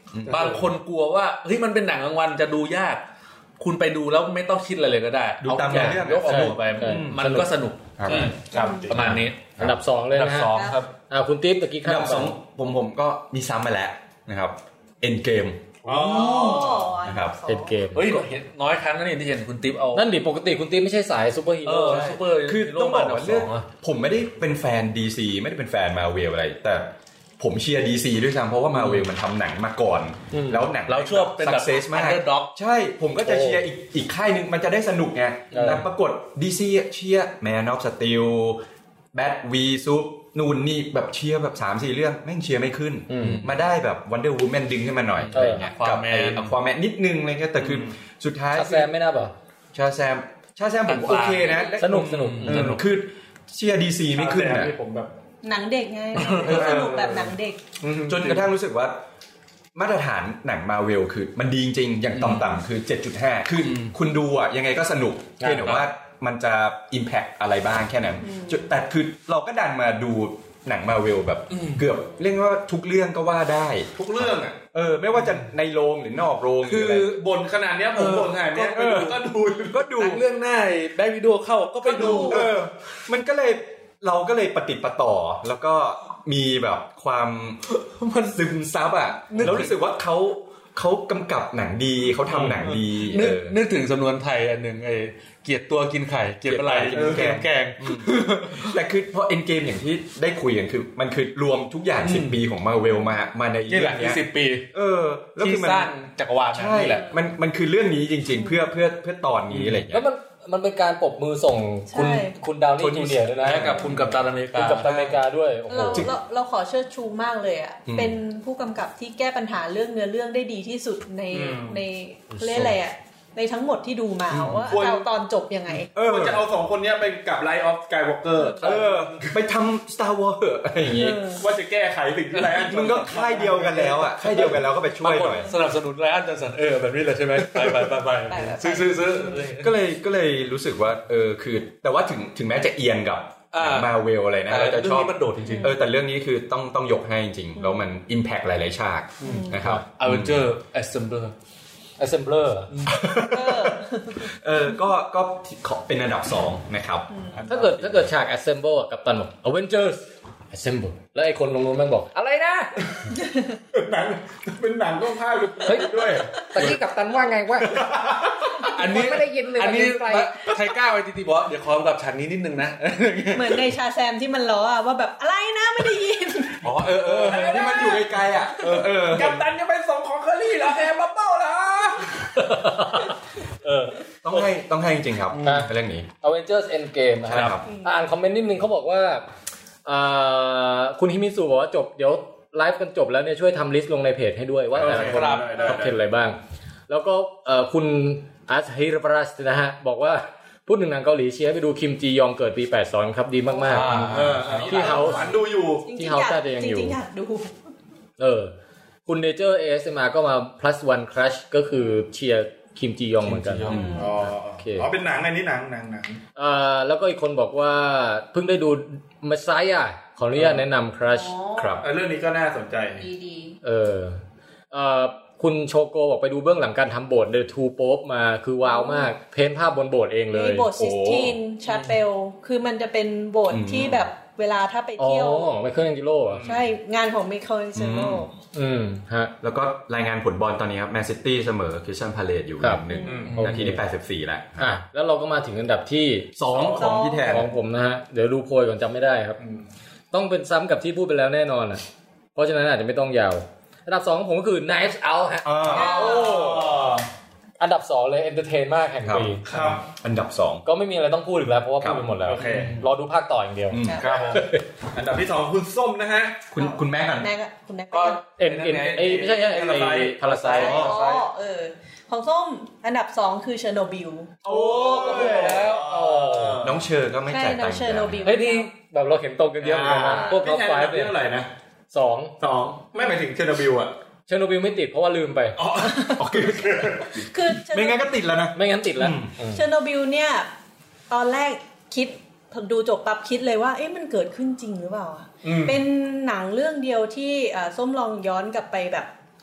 บางคนกลัวว่าเฮ้ยมันเป็นหนังกลางวันจะดูยากคุณไปดูแล้วไม่ต้องคิดอะไรเลยก็ได้ดูตามเรื่องยกออกมาไปมันก็สนุกครับประมาณนี้อันดับ2เลยนะฮะครับคุณติ๊บตะกี้อันดับ2ผมก็มีซ้ำมาแล้วนะครับ Endgameนะครับ Endgame เฮ้ยเห็นน้อยครั้งนั่นเองที่เห็นคุณติ๊บเอานั่นดิปกติคุณติ๊บไม่ใช่สายซูเปอร์ฮีโร่ซูเปอร์คือต้องบอกว่าเรื่องผมไม่ได้เป็นแฟน DC ไม่ได้เป็นแฟน Marvel อะไรแต่ผมเชียร์ DC ด้วยซ้ำเพราะว่า Marvel มันทำหนังมาก่อนแล้วหนังเราชอบเป็นแบบ success มากใช่ผมก็จะเชียร์อีกค่ายนึงมันจะได้สนุกไงแต่ปรากฏ DC เชียร์ Man of Steel Bat V Supนู่นนี่แบบเชียร์แบบ 3-4 เรื่องแม่งเชียร์ไม่ขึ้นมาได้แบบ Wonder Woman ดึงขึ้นมาหน่อยอะไรเงี้ยกับความแมนนิดนึงอะไรเงี้ยแต่คือสุดท้ายชาแซมไม่น่าป่ะชาแซมผมโอเคนะสนุกคือเชียร์ DC ไม่ขึ้นนะผมแบบหนังเด็กไงสนุกแบบหนังเด็กจนกระทั่งรู้สึกว่ามาตรฐานหนัง Marvel คือมันดีจริงๆอย่างต่ำๆคือ 7.5 คือคุณดูอ่ะยังไงก็สนุกเพียงแต่ว่ามันจะ impact อะไรบ้างแค่นั้นแต่คือเราก็ดันมาดูหนัง Marvel แบบเกือบเรียกว่าทุกเรื่องก็ว่าได้ทุกเรื่องอ่ะไม่ว่าจะในโรงหรือนอกโรงคือบ่นขนาดนี้ผมบ่นขนาดนี้ก็ดูเรื่องหน้าแบ็ควิดีโอเข้าก็ไปดูมันก็เลยเราก็เลยปฏิปต่อแล้วก็มีแบบความมันซึมซับอ่ะแล้วรู้สึกว่าเขากำกับหนังดีเขาทำหนังดีนึกถึงสำนวนไทยอันหนึ่งเกลียดตัวกินไข่เกลียดอะไรกินแกงแต่คือพอ Endgame อย่างที่ได้คุยกันคือมันคือรวมทุกอย่าง10ปีของ Marvel มาในเรื่องนี้10ปีแล้วคือมันสร้างจักรวาลนี่แหละมันคือเรื่องนี้จริงๆเพื่อตอนนี้อะไรอย่างเงี้ยแล้วมันเป็นการปรบมือส่งคุณดาวนี่จูเนียร์ด้วยนะกับคุณกัปตันอเมริกาคุณกัปตันอเมริกาด้วยโอ้โหเราขอเชิดชูมากเลยอ่ะเป็นผู้กำกับที่แก้ปัญหาเรื่องเนื้อเรื่องได้ดีที่สุดในเรื่องอะไรอ่ะในทั้งหมดที่ดูมาว่าเอาตอนจบยังไงควรจะเอา2คนนี้ไปกับ Rise of Skywalker ไปทำ Star Wars อะไรอย่างงี้ว่าจะแก้ไขสิ่งที่ไรอันมึงก็ค่ายเดียวกันแล้วอ่ะค่ายเดียวกันแล้วก็ไปช่วยหน่อยสนับสนุนไรอันจันสันแบบนี้เลยใช่ไหมไปซื้อก็เลยรู้สึกว่าคือแต่ว่าถึงแม้จะเอียงกับMarvel อะไรนะเราจะชอบมันโดดจริงๆแต่เรื่องนี้คือต้องยกให้จริงๆแล้วมัน impact หลายๆฉากนะครับ Avenger Assembler ก็เป็นอันดับ2นะครับถ้าเกิดฉาก Assemble กับตันบอก Avengers Assemble แล้วไอ้คนลงนู้นแม่งบอกอะไรนะหนังเป็นหนังต้องพากย์ด้วยตะกี้กับตันว่าไงวะอันนี้ไม่ได้ยินเลยอันนี้ไทก้าไว้ทีบอกเดี๋ยวขอกับฉากนี้นิดนึงนะเหมือนในชาแซมที่มันล้อว่าแบบอะไรนะไม่ได้ยินที่มันอยู่ไกลๆกัปตันจะไปส่งของเคอรี่เหรอแฮมบับเบิ้ลเหรอต้องให้จริงๆครับเรื่องนี้ Avengers Endgame นะครับอ่านคอมเมนต์นิดนึงเขาบอกว่าคุณฮิมิสุบอกว่าจบเดี๋ยวไลฟ์กันจบแล้วเนี่ยช่วยทำลิสต์ลงในเพจให้ด้วยว่าแต่ละคนท็อป10อะไรบ้างแล้วก็คุณอาฮิรปรัสนะฮะบอกว่าพูดถึงหนังเกาหลีเชียร์ไปดูคิมจียองเกิดปี82ครับดีมากๆที่เฮาฝันดูอยู่ที่เฮาจะยังอยู่จริงๆอยากดูคุณเนเจอร์ ASMR ก็มา plus one crush ก็คือเชียร์คิมจียองเหมือนกันโอเคเป็นหนังอันนี้หนังแล้วก็อีกคนบอกว่าเพิ่งได้ดู Messiah ขออนุญาตแนะนำ crush ครับเรื่องนี้ก็น่าสนใจดีคุณโชโกบอกไปดูเบื้องหลังการทำโบสถ์ The Two Pope มาคือว้าวมากเพ้นภาพบนโบสถ์เองเลยโบสถ์ซิสตีนชาเปลคือมันจะเป็นโบสถ์ที่แบบเวลาถ้าไปเที่ยวไมเคิลแองเจโลใช่งานของไมเคิลแองเจโลฮะแล้วก็รายงานผลบอลตอนนี้ครับแมนซิตี้เสมอคริสตัลพาเลซอยู่1นาทีที่84แล้วแล้วเราก็มาถึงอันดับที่ 2ของพี่แทนของผมนะฮะเดี๋ยวดูโพยก่อนจำไม่ได้ครับต้องเป็นซ้ำกับที่พูดไปแล้วแน่นอนอ่ะเพราะฉะนั้นอาจจะไม่ต้องยาวอันดับ2ของผมก็คือ Knives Out ฮะอันดับ2เลยเอนเตอร์เทนมากแห่งปีครับอันดับ2 ก็ไม่มีอะไรต้องพูดอีกแล้วเพราะว่าพูดไปหมดแล้วรอดูภาคต่ออย่างเดียวครับอันดับที่2คุณส้มนะฮะคุณแม่กันก็ไม่ใช่พาราไซต์ของส้มอันดับ2คือเชอร์โนบิลก็พูดไปแล้วน้องเชอร์ก็ไม่จ่ายตังค์เฮ้ยที่แบบเราเห็นตรงกันเยอะเหมือนกันพวกท็อป5 เนี่ยเท่าไหร่นะ2ไม่หมายถึงเชอร์โนบิลอะเชอร์โนบิลไม่ติดเพราะว่าลืมไปคือไม่งั้นก็ติดแล้วนะไม่งั้นติดแล้วเชอร์โนบิลเนี่ยตอนแรกคิดดูจบปั๊บคิดเลยว่าเอ๊ะมันเกิดขึ้นจริงหรือเปล่าเป็นหนังเรื่องเดียวที่ส้มลองย้อนกลับไปแบบ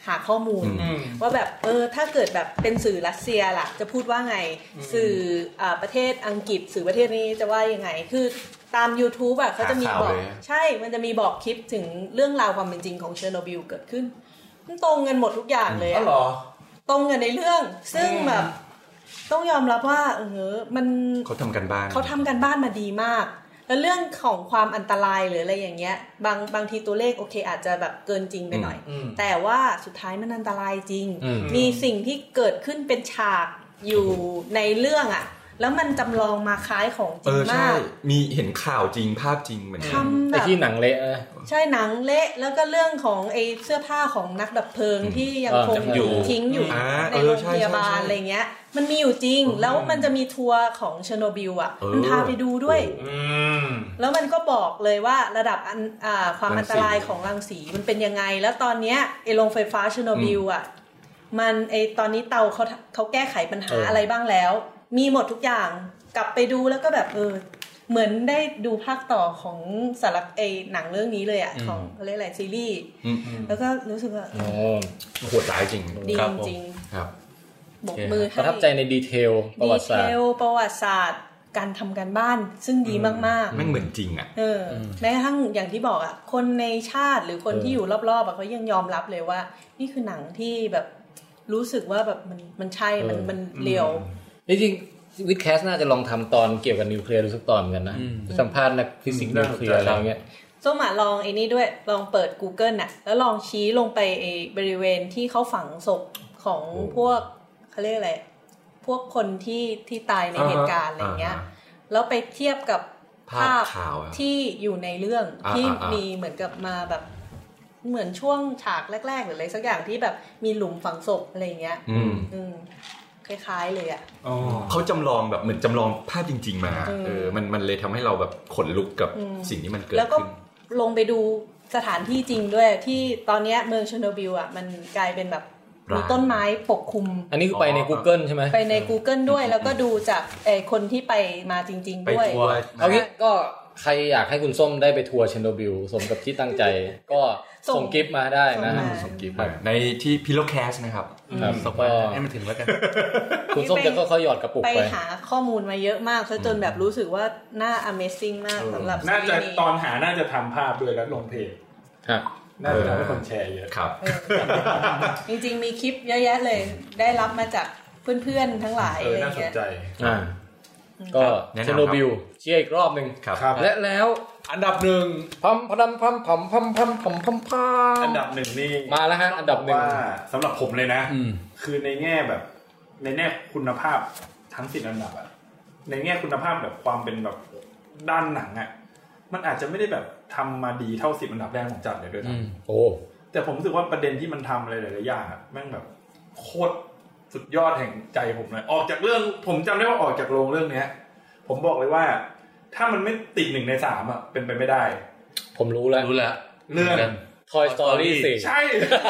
หาข้อมูลว่าแบบถ้าเกิดแบบเป็นสื่อรัสเซียล่ะจะพูดว่าไงสื่อประเทศอังกฤษสื่อประเทศนี้จะว่ายังไงคือตาม YouTube อ่ะเขาจะมีบอกใช่มันจะมีบอกคลิปถึงเรื่องราวความเป็นจริงของเชอร์โนบิลเกิดขึ้นมันตรงกันหมดทุกอย่างเลยเหรอตรงกันในเรื่องซึ่งแบบต้องยอมรับว่ามันเขาทำกันบ้านมาดีมากแล้วเรื่องของความอันตรายหรืออะไรอย่างเงี้ยบางทีตัวเลขโอเคอาจจะแบบเกินจริงไปหน่อยแต่ว่าสุดท้ายมันอันตรายจริงมีสิ่งที่เกิดขึ้นเป็นฉากอยู่ในเรื่องอ่ะแล้วมันจำลองมาคล้ายของจริงมากมีเห็นข่าวจริงภาพจริงเหมือนกันไอ้ที่หนังเละใช่หนังเละแล้วก็เรื่องของไอ้เสื้อผ้าของนักดับเพลิงที่ยังคงทิ้งอยู่ในโรงพยาบาลอะไรเงี้ยมันมีอยู่จริงแล้วมันจะมีทัวร์ของเชอร์โนบิลอ่ะมันพาไปดูด้วยแล้วมันก็บอกเลยว่าระดับความอันตรายของรังสีมันเป็นยังไงแล้วตอนเนี้ยไอ้โรงไฟฟ้าเชอร์โนบิลอ่ะมันตอนนี้เตาเขาแก้ไขปัญหาอะไรบ้างแล้วมีหมดทุกอย่างกลับไปดูแล้วก็แบบเหมือนได้ดูภาคต่อของสารหนังเรื่องนี้เลยอ่ะของอะไรหลายซีรีส์แล้วก็รู้สึกว่าโหดร้ายจริงดีจริงครับบกมือให้ประทับใจในดีเทลประวัติศาสตร์การทำการบ้านซึ่งดีมากๆไม่เหมือนจริงอ่ะแม้กระทั่งอย่างที่บอกอ่ะคนในชาติหรือคนที่อยู่รอบๆเขายังยอมรับเลยว่านี่คือหนังที่แบบรู้สึกว่าแบบมันใช่มันเรียวจริงๆวิดแคสน่าจะลองทำตอนเกี่ยวกับนิวเคลียร์ดูสักตอนกันนะสัมภาษณ์นักฟิสิกส์นิวเคลียร์อะไรเงี้ยส้มลองไอ้นี่ด้วยลองเปิด Google น่ะแล้วลองชี้ลงไปบริเวณที่เขาฝังศพของพวกเขาเรียกอะไรพวกคนที่ตายในเหตุการณ์อะไรเงี้ยแล้วไปเทียบกับภาพที่อยู่ในเรื่องที่มีเหมือนกับมาแบบเหมือนช่วงฉากแรกๆหรืออะไรสักอย่างที่แบบมีหลุมฝังศพอะไรเงี้ยคล้ายๆเลยอ่ะเขาจำลองแบบเหมือนจำลองภาพจริงๆมามันเลยทำให้เราแบบขนลุกกับสิ่งที่มันเกิดขึ้นแล้วก็ลงไปดูสถานที่จริงด้วยที่ตอนนี้เมืองเชอร์โนบิลอ่ะมันกลายเป็นแบบมีต้นไม้ปกคลุมอันนี้คือไปใน Google ใช่ไหมไปใน Google ด้วยแล้วก็ดูจากคนที่ไปมาจริงๆด้วยเอางี้ก็ใครอยากให้คุณส้มได้ไปทัวร์เชอร์โนบิลสมกับที่ตั้งใจก็ส่งกิฟต์มาได้นะส่งกิฟต์ในที่พิโลแคสนะครับส่งไปให้มันถึงแล้วกันคุณส้มจะก็เขาหยอดกระปุกไปหาข้อมูลมาเยอะมากจนแบบรู้สึกว่าน่า Amazing มากสำหรับน่าจะตอนหาน่าจะทำภาพด้วยแล้วลงเพจน่าจะทำให้คนแชร์เยอะครับจริงๆมีคลิปเยอะแยะเลยได้รับมาจากเพื่อนๆทั้งหลายอะไรเงี้ยน่าสนใจก็เชอร์โนบิลเชียร์อีกรอบนึงและแล้วอันดับหนึ่งพัมอันดับหนึ่งนี่มาแล้วฮะอันดับหนึ่งสำหรับผมเลยนะคือในแง่แบบในแง่คุณภาพทั้ง10อันดับอะในแง่คุณภาพแบบความเป็นแบบด้านหนังอะมันอาจจะไม่ได้แบบทำมาดีเท่า10อันดับแรกของจัดเลยด้วยนะแต่ผมรู้สึกว่าประเด็นที่มันทำอะไรหลายๆอย่างอะแม่งแบบโคตรสุดยอดแห่งใจผมเลยออกจากเรื่องผมจำได้ว่าออกจากโรงเรื่องนี้ผมบอกเลยว่าถ้ามันไม่ติด1ใน3อ่ะเป็นไปไม่ได้ผมรู้แล้วเรื่อง Toy Story 4 ใช่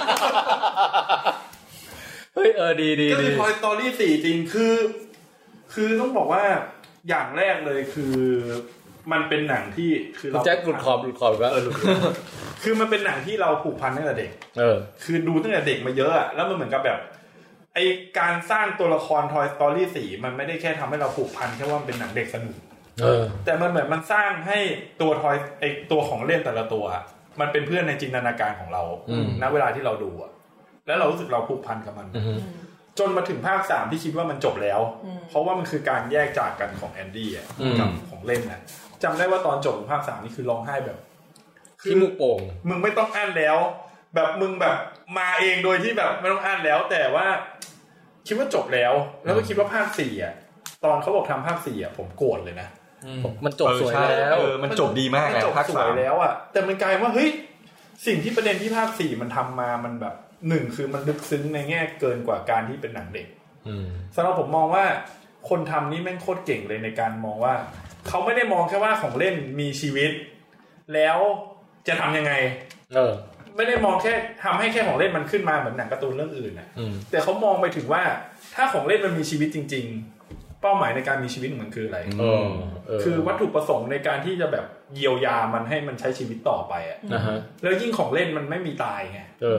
เฮ้ยดีก็คือ Toy Story 4จริงคือต้องบอกว่าอย่างแรกเลยคือมันเป็นหนังที่คือเราแจ็คหลุดขอบก็คือมันเป็นหนังที่เราผูกพันตั้งแต่เด็กคือดูตั้งแต่เด็กมาเยอะอะแล้วมันเหมือนกับแบบไอการสร้างตัวละคร Toy Story 4มันไม่ได้แค่ทำให้เราผูกพันแค่ว่ามันเป็นหนังเด็กสนุกแต่มันเหมือนมันสร้างให้ตัวทอยไอตัวของเล่นแต่ละตัวมันเป็นเพื่อนในจินตนาการของเราณเวลาที่เราดูอะแล้วเรารู้สึกเราผูกพันกับมันจนมาถึงภาค3ที่คิดว่ามันจบแล้วเพราะว่ามันคือการแยกจากกันของแอนดี้อ่ะกับของเล่นน่ะจำได้ว่าตอนจบของภาค3นี่คือร้องไห้แบบที่มุกโป่งมึงไม่ต้องอ่านแล้วแบบมึงแบบมาเองโดยที่แบบไม่ต้องอ่านแล้วแต่ว่าคิดว่าจบแล้วก็คิดว่าภาค4อ่ะตอนเขาบอกทำภาค4อ่ะผมโกรธเลยนะมันจบสวยแล้วมันจบดีมากแล้วภาคสวยแล้วอ่ะแต่มันกลายว่าเฮ้ยสิ่งที่ประเด็นที่ภาค4มันทำมามันแบบ1คือมันลึกซึ้งในแง่เกินกว่าการที่เป็นหนังเด็กสำหรับผมมองว่าคนทำนี่แม่งโคตรเก่งเลยในการมองว่าเขาไม่ได้มองแค่ว่าของเล่นมีชีวิตแล้วจะทำยังไงไม่ได้มองแค่ทำให้แค่ของเล่นมันขึ้นมาเหมือนหนังการ์ตูนเรื่องอื่นนะแต่เขามองไปถึงว่าถ้าของเล่นมันมีชีวิตจริงๆเป้าหมายในการมีชีวิตมันคืออะไรคือวัตถุประสงค์ในการที่จะแบบเยียวยามันให้มันใช้ชีวิตต่อไปอ่ะแล้วยิ่งของเล่นมันไม่มีตายไง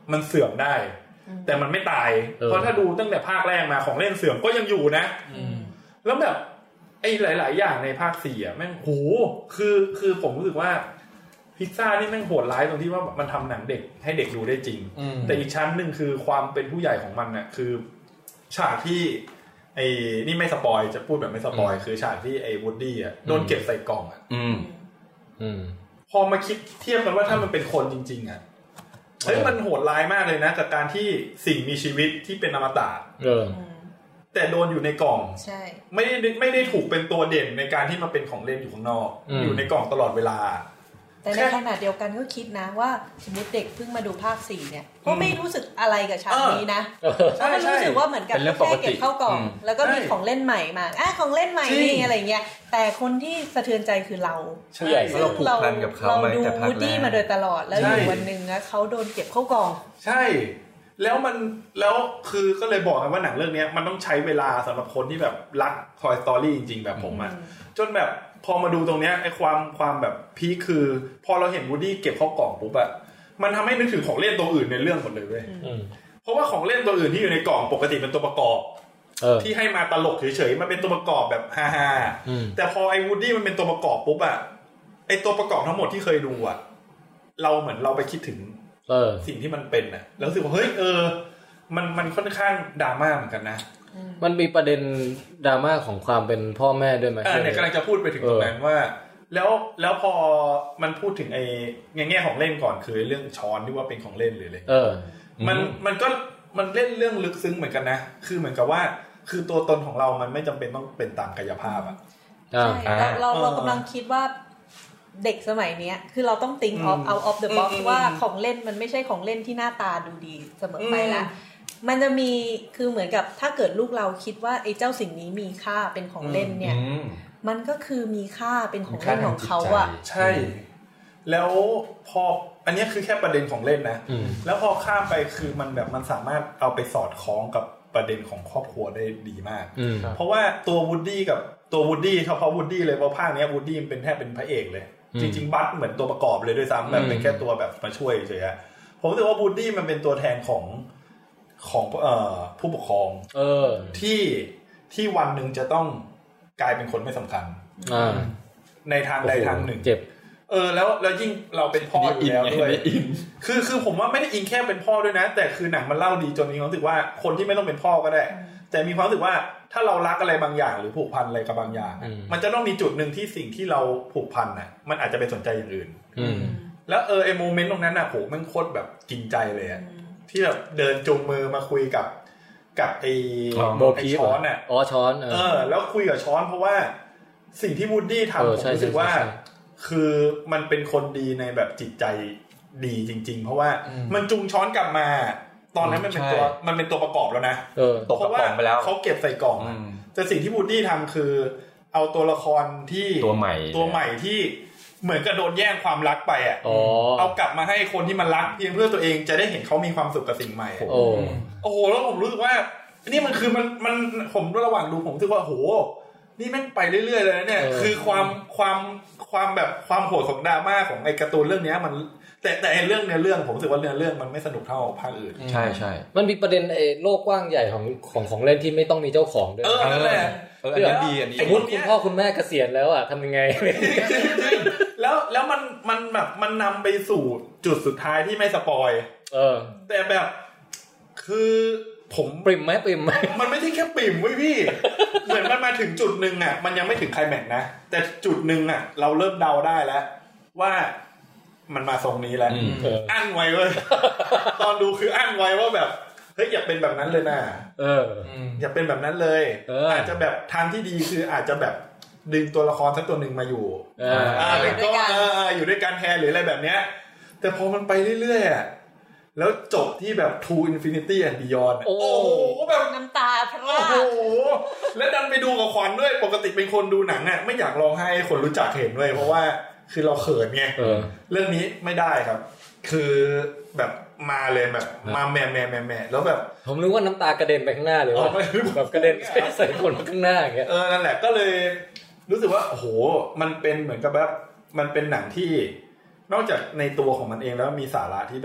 มันเสื่อมได้แต่มันไม่ตายเพราะถ้าดูตั้งแต่ภาคแรกมาของเล่นเสื่อมก็ยังอยู่นะแล้วแบบไอ้หลายๆอย่างในภาค4อ่ะแม่งโหคือผมรู้สึกว่าพิซซ่านี่แม่งโหดร้ายตรงที่ว่ามันทำหนังเด็กให้เด็กดูได้จริงแต่อีกชั้นนึงคือความเป็นผู้ใหญ่ของมันน่ะคือฉากที่ไอ้นี่ไม่สปอยจะพูดแบบไม่สปอยคือฉากที่ไอ้วูดดี้อ่ะโดนเก็บใส่กล่องอ่ะพอมาคิดเทียบกันว่าถ้ามันเป็นคนจริงๆอ่ะเฮ้ยมันโหดร้ายมากเลยนะกับการที่สิ่งมีชีวิตที่เป็นอมตะแต่โดนอยู่ในกล่องใช่ไม่ได้ถูกเป็นตัวเด่นในการที่มาเป็นของเล่นอยู่ข้างนอกอยู่ในกล่องตลอดเวลาแต่ในขณะเดียวกันก็คิดนะว่าสมมติเด็กเพิ่งมาดูภาค4เนี่ยก็ไม่รู้สึกอะไรกับฉากนี้นะเพราะมันรู้สึกว่าเหมือนกับแค่เก็บเข้ากล่องแล้วก็มีของเล่นใหม่มาของเล่นใหม่นี่อะไรเงี้ยแต่คนที่สะเทือนใจคือเราซึ่งเราผูกพันกับเขามาแต่ภาคแรกวูดดี้มาโดยตลอดแล้วอยู่วันนึงนะเขาโดนเก็บเข้ากล่องใช่แล้วคือก็เลยบอกกันว่าหนังเรื่องนี้มันต้องใช้เวลาสำหรับคนที่แบบรัก Toy Story จริงๆแบบผมอ่ะจนแบบพอมาดูตรงเนี้ยไอ้ความแบบพีคคือพอเราเห็นวูดดี้เก็บเข้ากล่องปุ๊บอะมันทำให้นึกถึงของเล่นตัวอื่นในเรื่องหมดเลยเว้ยเพราะว่าของเล่นตัวอื่นที่อยู่ในกล่องปกติเป็นตัวประกอบที่ให้มาตลกเฉยๆมันเป็นตัวประกอบแบบฮาๆแต่พอไอ้วูดดี้มันเป็นตัวประกอบปุ๊บอะไอ้ตัวประกอบทั้งหมดที่เคยดูอะเราเหมือนเราไปคิดถึงสิ่งที่มันเป็นอะแล้วรู้สึกว่าเฮ้ยมันค่อนข้างดราม่าเหมือนกันนะมันมีประเด็นดราม่าของความเป็นพ่อแม่ด้วยไหมเนี่ยกำลังจะพูดไปถึงตรงนั้นว่าแล้วพอมันพูดถึงไอ้แง่ของเล่นก่อนคือเรื่องช้อนที่ว่าเป็นของเล่นหรืออะไรมันเล่นเรื่องลึกซึ้งเหมือนกันนะคือเหมือนกับว่าคือตัวตนของเรามันไม่จำเป็นต้องเป็นตามกายภาพอ่ะใช่เรากำลังคิดว่าเด็กสมัยนี้คือเราต้อง think out of the box ว่าของเล่นมันไม่ใช่ของเล่นที่หน้าตาดูดีเสมอไปละมันจะมีคือเหมือนกับถ้าเกิดลูกเราคิดว่าไอ้เจ้าสิ่งนี้มีค่าเป็นของเล่นเนี่ยมันก็คือมีค่าเป็นของเล่นของเขาอ่ะใช่แล้วพออันนี้คือแค่ประเด็นของเล่นนะแล้วพอข้ามไปคือมันแบบมันสามารถเอาไปสอดคล้องกับประเด็นของครอบครัวได้ดีมากเพราะว่าตัววูดดี้กับตัววูดดี้เฉพาะวูดดี้เลยเพราะภาคนี้วูดดี้เป็นแค่เป็นพระเอกเลยจริงๆบัตเหมือนตัวประกอบเลยด้วยซ้ำแบบเป็นแค่ตัวแบบมาช่วยเฉยๆผมรู้สึกว่าวูดดี้มันเป็นตัวแทนของผู้ปกครองที่วันหนึ่งจะต้องกลายเป็นคนไม่สำคัญในทางใดทางหนึ่งเจ็บแล้วยิ่งเราเป็นพ่ออยู่แล้วด้วยคือผมว่าไม่ได้อิงแค่เป็นพ่อด้วยนะแต่คือหนังมันเล่าดีจนมีความรู้สึกว่าคนที่ไม่ต้องเป็นพ่อก็ได้แต่มีความรู้สึกว่าถ้าเรารักอะไรบางอย่างหรือผูกพันอะไรกับบางอย่างมันจะต้องมีจุดนึงที่สิ่งที่เราผูกพันน่ะมันอาจจะไปสนใจอย่างอื่นแล้วไอ้โมเมนต์ตรงนั้นน่ะโหมันโคตรแบบกินใจเลยอ่ะที่แบบเดินจูงมือมาคุยกับไอ้ช้อนอ่ะช้อนแล้วคุยกับช้อนเพราะว่าสิ่งที่วูดดี้ทำผมรู้สึกว่าคือมันเป็นคนดีในแบบจิตใจดีจริงๆเพราะว่ามันจูงช้อนกลับมาตอนนั้นมันเป็นตัวประกอบแล้วนะตกกระป๋องไปแล้วเขาเก็บใส่กล่องแต่สิ่งที่วูดดี้ทำคือเอาตัวละครที่ตัวใหม่ที่เหมือนกับโดนแย่งความรักไปอ่ะเอากลับมาให้คนที่มันรักเพียงเพื่อตัวเองจะได้เห็นเขามีความสุขกับสิ่งใหม่โอ้โหแล้วผมรู้สึกว่านี่มันคือมันผมระหว่างดูผมรู้สึกว่าโหนี่แม่งไปเรื่อยๆเลยนะเนี่ยคือความแบบความโหดของดราม่าของไอ้การ์ตูนเรื่องนี้มันแต่เรื่องผมรู้สึกว่าเรื่องมันไม่สนุกเท่าภาคอื่นใช่ๆมันมีประเด็นโลกกว้างใหญ่ของเล่นที่ไม่ต้องมีเจ้าของด้วยนั่นแหละอันนี้ดีอันนี้สมมติคุณพ่อคุณแม่เกษียณแล้วอ่ะทำยังไงแล้วมันแบบมันนำไปสู่จุดสุดท้ายที่ไม่สปอยแต่แบบคือผมปริ่มไหมมันไม่ใช่แค่ปริ่มเว้ยพี่เหมือนมันมาถึงจุดนึงอ่ะมันยังไม่ถึงไคลแม็กซ์นะแต่จุดนึงอ่ะเราเริ่มเดาได้แล้วว่ามันมาทรงนี้แล้วอั้นไว้เว้ยตอนดูคืออั้นไว้ว่าแบบเฮ้ยอย่าเป็นแบบนั้นเลยนะอย่าเป็นแบบนั้นเลยอาจจะแบบทางที่ดีคืออาจจะแบบดึงตัวละครสักตัวหนึ่งมาอยู่แล้วก็อยู่ด้วยกันแทนหรืออะไรแบบเนี้ยแต่พอมันไปเรื่อยๆอ่ะแล้วจบที่แบบ To Infinity and Beyond โอ้โหแบบน้ำตาพร่าโอ้โหแล้วดันไปดูกับขวัญด้วยปกติเป็นคนดูหนังอ่ะไม่อยากร้องไห้คนรู้จักเห็นด้วยเพราะว่าคือเราเขินไงเรื่องนี้ไม่ได้ครับคือแบบมาเลยแบบมาแม่แล้วแบบผมรู้ว่าน้ำตากระเด็นไปข้างหน้าเลยว่าแบบกระเด็นใส่คนข้างหน้าอย่างเงี้ยนั่นแหละก็เลยรู้สึกว่าโอ้โหมันเป็นเหมือนกับแบบมันเป็นหนังที่นอกจากในตัวของมันเองแล้วมีสาระที่แบบ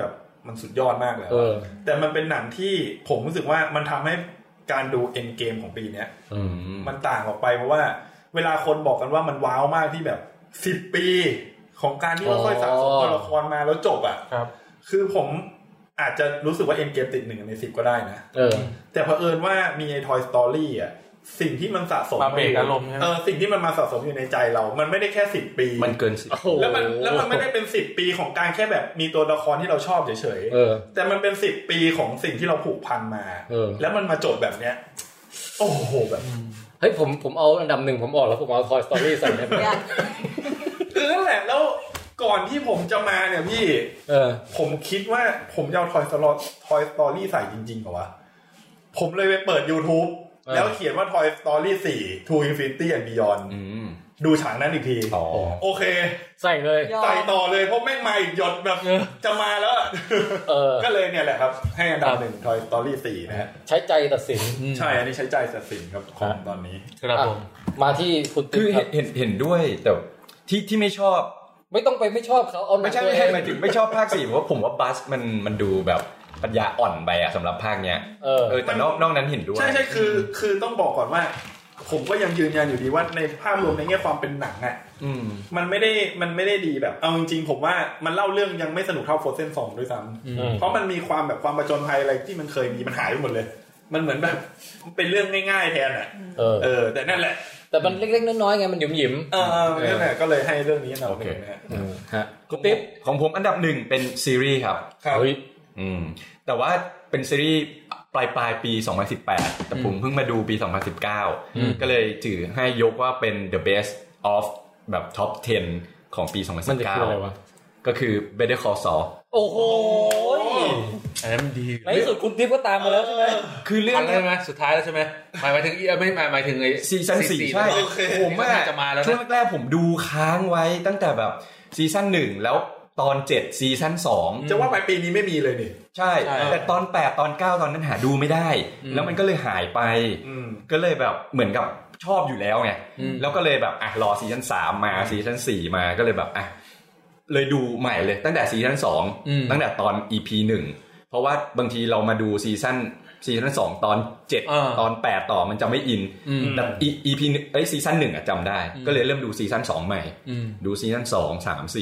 มันสุดยอดมากแล้วแต่มันเป็นหนังที่ผมรู้สึกว่ามันทำให้การดูเอ็นเกมของปีนี้มันต่างออกไปเพราะว่าเวลาคนบอกกันว่ามันว้าวมากที่แบบ10 ปีของการที่ค่อยๆสะสมตัวละครมาแล้วจบอ่ะคือผมอาจจะรู้สึกว่าเอ็นเกมติด1 ใน 10ก็ได้นะแต่เผอิญว่ามีไอ้ Toy Story อ่ะสิ่งที่มันสะสมเบรกอารมณ์สิ่งที่มันมาสะสมอยู่ในใจเรามันไม่ได้แค่10 ปีมันเกิน 10แล้วมันไม่ได้เป็น10 ปีของการแค่แบบมีตัวละครที่เราชอบเฉยๆแต่มันเป็น10 ปีของสิ่งที่เราผูกพันมาแล้วมันมาจบแบบเนี้ยโอ้โหแบบเฮ้ยผมเอาอันดับ1ผมออกแล้วผมเอา Toy Story ใส่ได้มั้ยนั่นแหละแล้วก่อนที่ผมจะมาเนี่ยพี่ผมคิดว่าผมจะเอา Toy Story ใส่จริงๆเหรอวะผมเลยไปเปิด YouTube แล้วเขียนว่า Toy Story 4 To Infinity and Beyond ดูฉากนั้นอีกทีโอเคใส่เลยใส่ต่อเลยเพราะแม่งมาอีกหยดแบบจะมาแล้วก็เลยเนี่ยแหละครับให้อันดับ1 Toy Story 4นะฮะใช้ใจตัดสินใช่อันนี้ใช้ใจตัดสินครับของตอนนี้ครับผมมาที่คุณคือเห็นด้วยแต่ที่ไม่ชอบไม่ต้องไปไม่ชอบเขาเอาไม่ใช่หมายถึงไม่ชอบภาค4เพราะผมว่าบัสมันดูแบบปัญญาอ่อนไปอะสำหรับภาคเนี้ยแต่นอกนั้นเห็นด้วยใช่คือต้องบอกก่อนว่าผมก็ยังยืนยันอยู่ดีว่าในภาพรวมในแง่ความเป็นหนังอะมันไม่ได้ดีแบบเอาจริงๆผมว่ามันเล่าเรื่องยังไม่สนุกเท่า Frozen 2ด้วยซ้ำเพราะมันมีความแบบความประจนภัยอะไรที่มันเคยมีมันหายไปหมดเลยมันเหมือนแบบเป็นเรื่องง่ายๆแทนอะแต่นั่นแหละแต่มันเล็กๆน้อยๆไงมันหยิ้มๆนั่นแหละก็เลยให้เรื่องนี้อันดับ1นะฮะคุณติ๊บของผมอันดับ1เป็นซีรีส์ครับแต่ว่าเป็นซีรีส์ปลายปี2018แต่ผมเพิ่งมาดูปี2019ก็เลยถือให้ยกว่าเป็น the best of แบบ top 10ของปี2019มันคืออะไรวะก็คือ Better Call Saul โอ้โหอันนั้นดีในที่สุดคุณทิพย์ก็ตามมาแล้วใช่ไหมคือเรื่องใช่ไหมสุดท้ายแล้วใช่ไหมหมายถึงไม่หมายถึงไอ้ซีซั่น4ใช่ผมจะมาแล้วช่วงแรกผมดูค้างไว้ตั้งแต่แบบซีซั่น1แล้วตอน7ซีซั่น2 จะว่าไปปีนี้ไม่มีเลยนี่ใช่แต่ตอน8ตอน9ตอนนั้นหาดูไม่ได้แล้วมันก็เลยหายไปก็เลยแบบเหมือนกับชอบอยู่แล้วไงแล้วก็เลยแบบรอซีซั่น3มาซีซั่น4มาก็เลยแบบเลยดูใหม่เลยตั้งแต่ซีซั่น2ตั้งแต่ตอน EP 1เพราะว่าบางทีเรามาดูซีซั่น2ตอน7ตอน8ต่อมันจะไม่อินแต่ EP ซีซั่น1จำได้ก็เลยเริ่มดูซีซั่น2ใหม่ดูซีซั่น2 3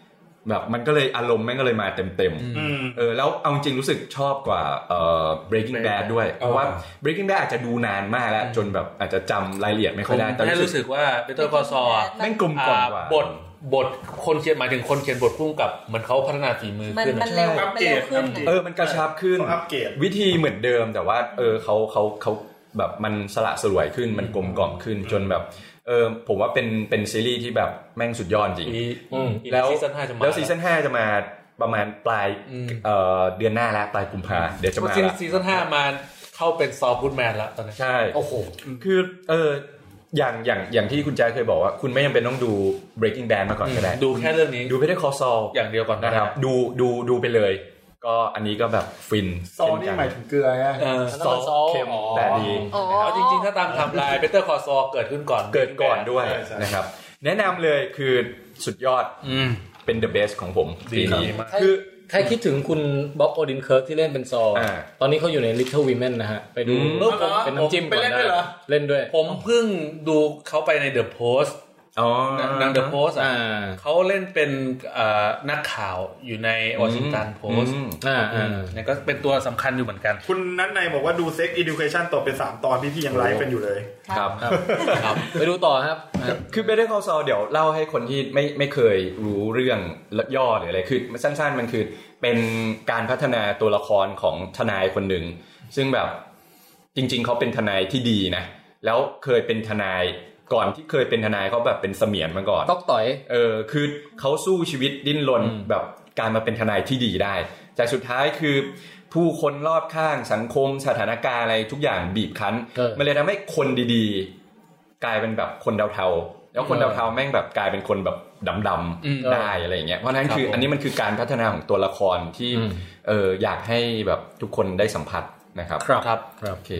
4แบบมันก็เลยอารมณ์แม่งก็เลยมาเต็มแล้วเอาจริงรู้สึกชอบกว่าBreaking Bad ด้วยเพราะว่า Breaking Bad อาจจะดูนานมากแล้วจนแบบอาจจะจำรายละเอียดไม่ค่อยได้แต่รู้สึกว่า Better Call Saul แม่งกลมกล่อมกว่าบทคนเขียนหมายถึงคนเขียนบทพุ่งกับเหมือนเขาพัฒนาฝีมือขึ้นมันเร็วขึ้นมันกระชับขึ้นวิธีเหมือนเดิมแต่ว่าเขาแบบมันสละสลวยขึ้นมันกลมกล่อมขึ้นจนแบบผมว่าเป็นซีรีส์ที่แบบแม่งสุดยอดจริงแล้วซีซั่น5จะมาประมาณปลายเดือนหน้าแล้วปลายกุมภาเดี๋ยวจะมาซีซั่น5มาเข้าเป็นซอลกู๊ดแมนแล้วตอนนี้ใช่โอ้โหคืออย่างที่คุณแจ๊คเคยบอกว่าคุณไม่จำเป็นต้องดู Breaking Bad มาก่อนก็ได้ดูแค่เรื่องนี้ดูBetter Call Saul อย่างเดียวก่อนนะครับดูไปเลยก็อันนี้ก็แบบฟินซอลนี่หมายถึงเกลือไงซอลเค็มแต่ดีเอาจริงๆถ้าตามไทม์ไลน์ Better Call Saul เกิดขึ้นก่อนด้วยนะครับแนะนำเลยคือสุดยอดเป็น the best ของผมปีนี้คือใครคิดถึงคุณบ๊อบโอดินเคิร์กที่เล่นเป็นซอลตอนนี้เขาอยู่ใน Little Women นะฮะไปดูเป็นน้ำจิ้มก่อนได้เล่นด้วยผมเพิ่งดูเขาไปใน The Post นาง The Post เขาเล่นเป็นนักข่าวอยู่ใน Washington Post เนี่ยก็เป็นตัวสำคัญอยู่เหมือนกันคุณนัทในบอกว่าดู Sex Education ต่อเป็น3ตอนพี่ยังไลฟ์กันอยู่เลยครับไปดูต่อครับคือ Better Call Saul เดี๋ยวเล่าให้คนที่ไม่เคยรู้เรื่องย่อหรืออะไรคือสั้นๆมันคือเป็นการพัฒนาตัวละครของทนายคนหนึ่งซึ่งแบบจริงๆเขาเป็นทนายที่ดีนะแล้วเคยเป็นทนายก่อนที่เคยเป็นทนายเขาแบบเป็นเสมียนมาก่อนตอกต่อยคือเขาสู้ชีวิตดิ้นรนแบบการมาเป็นทนายที่ดีได้แต่สุดท้ายคือผู้คนรอบข้างสังคมสถานการณ์อะไรทุกอย่างบีบคั้นมันเลยทำให้คนดีๆกลายเป็นแบบคนเทาๆแล้วคนเทาๆแม่งแบบกลายเป็นคนแบบดำๆได้อะไรอย่างเงี้ยเพราะนั้นคืออันนี้มันคือการพัฒนาของตัวละครที่อยากให้แบบทุกคนได้สัมผัสนะครับครับโอเค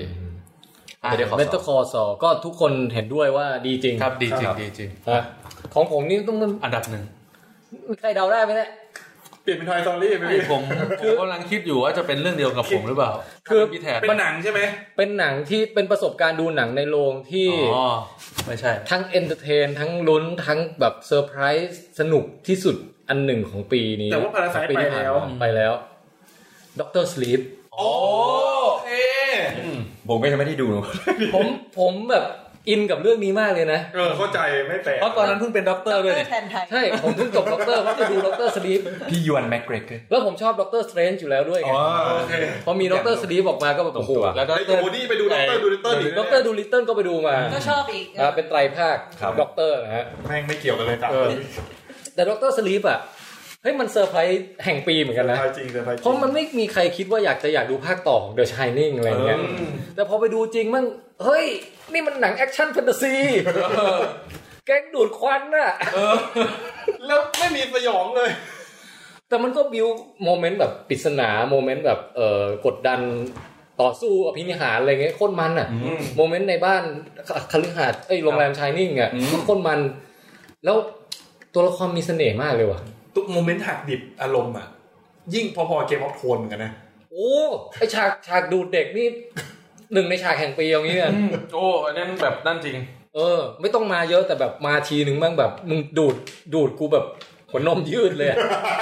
Better Call Saul ก็ทุกคนเห็นด้วยว่าดีจริงครับดีจริงของผมนี่ต้องอันดับ1 ใครเดาได้ไหมเนี่ยปีลี่ยนเป็น Toy Story ไปผมกำลังคิดอยู่ว่าจะเป็นเรื่องเดียวกับผมหรือเปล่าคือเป็นหนังใช่ไหมเป็นหนังที่เป็นประสบการณ์ดูหนังในโรงที่ไม่ใช่ทั้งเอนเตอร์เทนทั้งลุ้นทั้งแบบเซอร์ไพรส์สนุกที่สุดอันหนึ่งของปีนี้แต่ว่า Parasite ไปแล้วด็อกเตอร์สลีปโอเคผมก็ยังไม่ได้ดูผมแบบอินกับเรื่องนี้มากเลยนะเข้าใจไม่แปลกเพราะตอนนั้นเพิ่งเป็นด็อกเตอร์ด้วยนี่ใช่ผมเพิ่งจบด็อกเตอร์ผมจะดูด็อกเตอร์สลีปพี่ยวนแม็กเกรเกอร์แล้วผมชอบด็อกเตอร์สเตรนจ์อยู่แล้วด้วยไงพอมีด็อกเตอร์สลีปออกมาก็แบบโอ้โหแล้วด็อกเตอร์นี่ไปดูด็อกเตอร์ดูลิตเติ้ลด็อกเตอร์ดูลิตเติ้ลก็ไปดูมาก็ชอบอีกเป็นไตรภาคด็อกเตอร์นะฮะแม่งไม่เกี่ยวกันเลยครับแต่ด็อกเตอร์สลีปอ่ะเฮ้ยมันเซอร์ไพรส์แห่งปีเหมือนกันนะเพราะมันไม่มีใครคิดว่าอยากดูภาคต่อของ The Shining อะไรเงี้ยแต่พอไปดูจริงมันเฮ้ยนี่มันหนังแอคชั่นแฟนตาซีแก๊งดูดควันน่ะแล้วไม่มีสยองเลยแต่มันก็บิวโมเมนต์แบบปริศนาโมเมนต์แบบกดดันต่อสู้อภินิหารอะไรเงี้ยโคตรมันอ่ะโมเมนต์ในบ้านคฤหาสน์โรงแรม Shining อ่ะโคตรมันแล้วตัวละครมีเสน่ห์มากเลยว่ะทุกโมเมนต์หักดิบอารมณ์อ่ะยิ่งพอเกมออฟโทนเหมือนกันนะโอ้ไอฉากดูดเด็กนี่หนึ่งในฉากแห่งปีอย่างนี้เนี่ยโอ้อันนั้นแบบนั่นจริงไม่ต้องมาเยอะแต่แบบมาทีนึงบ้างแบบมึงดูดกูแบบหัวนมยืดเลย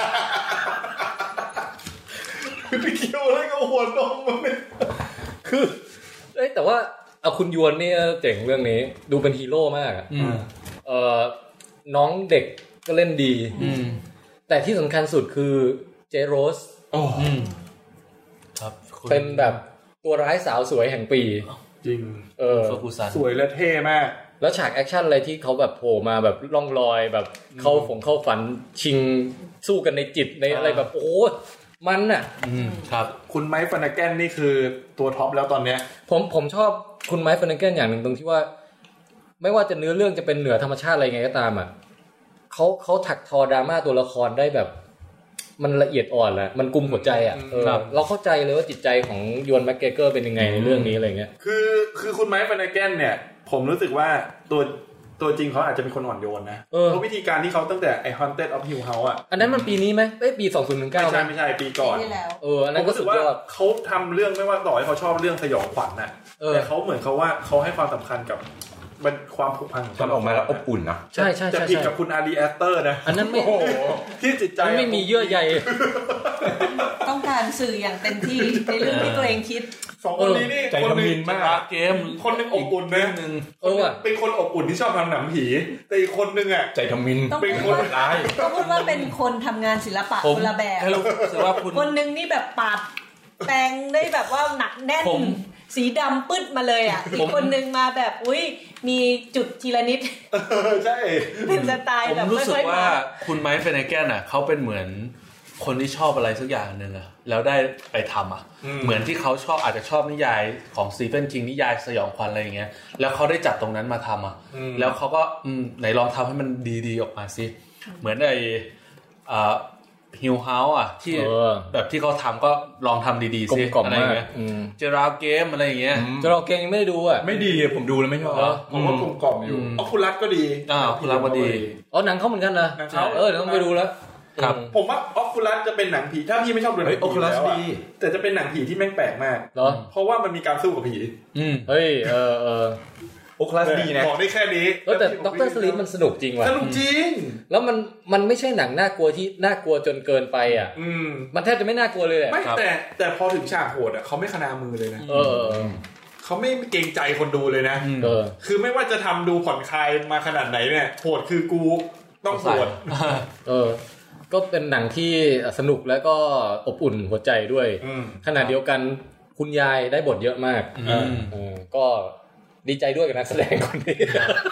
ไปเกี่ยวอะไรกับหัวนมมันคือแต่ว่าเอาคุณยวนนี่เจ๋งเรื่องนี้ดูเป็นฮีโร่มากน้องเด็กก็เล่นดีแต่ที่สำคัญสุดคือเจโรสครับเป็นแบบตัวร้ายสาวสวยแห่งปีจริงสวยและเท่มากแล้วฉากแอคชั่นอะไรที่เขาแบบโผล่มาแบบล่องลอยแบบเข้าฝันชิงสู้กันในจิตในอะไรแบบโอ้มันน่ะครับคุณไมค์ ฟานาแกนนี่คือตัวท็อปแล้วตอนเนี้ยผมชอบคุณไมค์ ฟานาแกนอย่างนึงตรงที่ว่าไม่ว่าจะเนื้อเรื่องจะเป็นเหนือธรรมชาติอะไรไงก็ตามอ่ะเขาถักทอดราม่าตัวละครได้แบบมันละเอียดอ่อนแหละมันกุมหัวใจอ่ะเราเข้าใจเลยว่าจิตใจของยวนแม็กเกรเกอร์เป็นยังไงในเรื่องนี้อะไรเงี้ยคือคุณไมค์ ฟานาแกนเนี่ยผมรู้สึกว่าตัวจริงเขาอาจจะเป็นคนอ่อนโยนนะเพราะวิธีการที่เขาตั้งแต่ไอ้ Haunted of Hill House อ่ะอันนั้นมันปีนี้ไหมปี2019 ไม่ใช่ปีก่อนอันนั้นก็สุดยอดเขาทำเรื่องไม่ว่าต่อให้เขาชอบเรื่องสยองขวัญน่ะแต่เขาเหมือนเขาว่าเขาให้ความสำคัญกับมันความผูกพันมันออกมาแล้วอบอุ่นนะใช่จะผิดกับคุณอารีแอสเตอร์นะอันนั้นไม่ที่จิตใจไม่มีเยื่อใยต้องการสื่ออย่างเต็มที่ในเรื่องที่ตัวเองคิดสองคนนี้นี่คนนึงมากเกมคนนึงอบอุ่นนะเป็นคนอบอุ่นที่ชอบทำหนังผีแต่อีกคนนึงอ่ะใจทมินเป็นคนร้ายต้องพูดว่าเป็นคนทำงานศิลปะคนละแบบคนนึงนี่แบบปาดแต่งได้แบบว่าหนักแน่นสีดำปึ๊ดมาเลยอ่ะอีกคนนึงมาแบบมีจุดทีละนิดใช่เป็นสไตล์แบบผมรู้สึกว่าคุณไมค์ ฟานาแกนอ่ะเขาเป็นเหมือนคนที่ชอบอะไรสักอย่างนึงอ่ะแล้วได้ไปทำอ่ะเหมือนที่เขาชอบอาจจะชอบนิยายของสตีเฟน คิงนิยายสยองขวัญอะไรอย่างเงี้ยแล้วเขาได้จับตรงนั้นมาทำอ่ะแล้วเขาก็ไหนลองทำให้มันดีๆออกมาสิเหมือนไอ้ฮิลเฮาส์อ่ะที่แบบที่เขาทำก็ลองทำดีๆสิอะไรอย่างเงี้ยเจอราเกมอะไรอย่างเงี้ยเจอราเกมยังไม่ได้ดูอ่ะไม่ดีผมดูแล้วไม่ชอบผมว่ากลุ่มกล่อมอยู่คุณรัฐก็ดีคุณรัฐก็ดีหนังเขาเหมือนกันนะต้องไปดูแล้วครับผมว่าออคูลัสจะเป็นหนังผีถ้าพี่ไม่ชอบดูหนังผีออคูลัสดีแต่จะเป็นหนังผีที่แม่งแปลกมากเพราะว่ามันมีการสู้กับผีเฮ้ยโอคลาสดีนะบอกได้แค่นี้แต่ด็อกเตอร์สลีปมันสนุกจริงว่ะสนุกจริงแล้วมันไม่ใช่หนังน่ากลัวที่น่ากลัวจนเกินไปอ่ะมันแทบจะไม่น่ากลัวเลยไม่แต่พอถึงฉากโหดอ่ะเขาไม่ขนามือเลยนะเขาไม่เกรงใจคนดูเลยนะคือไม่ว่าจะทำดูผ่อนคลายมาขนาดไหนเนี่ยโหดคือกูต้องโหดก็เป็นหนังที่สนุกแล้วก็อบอุ่นหัวใจด้วยขณะเดียวกันคุณยายได้บทเยอะมากก็ดีใจด้วยกับนักแสดงคนนี้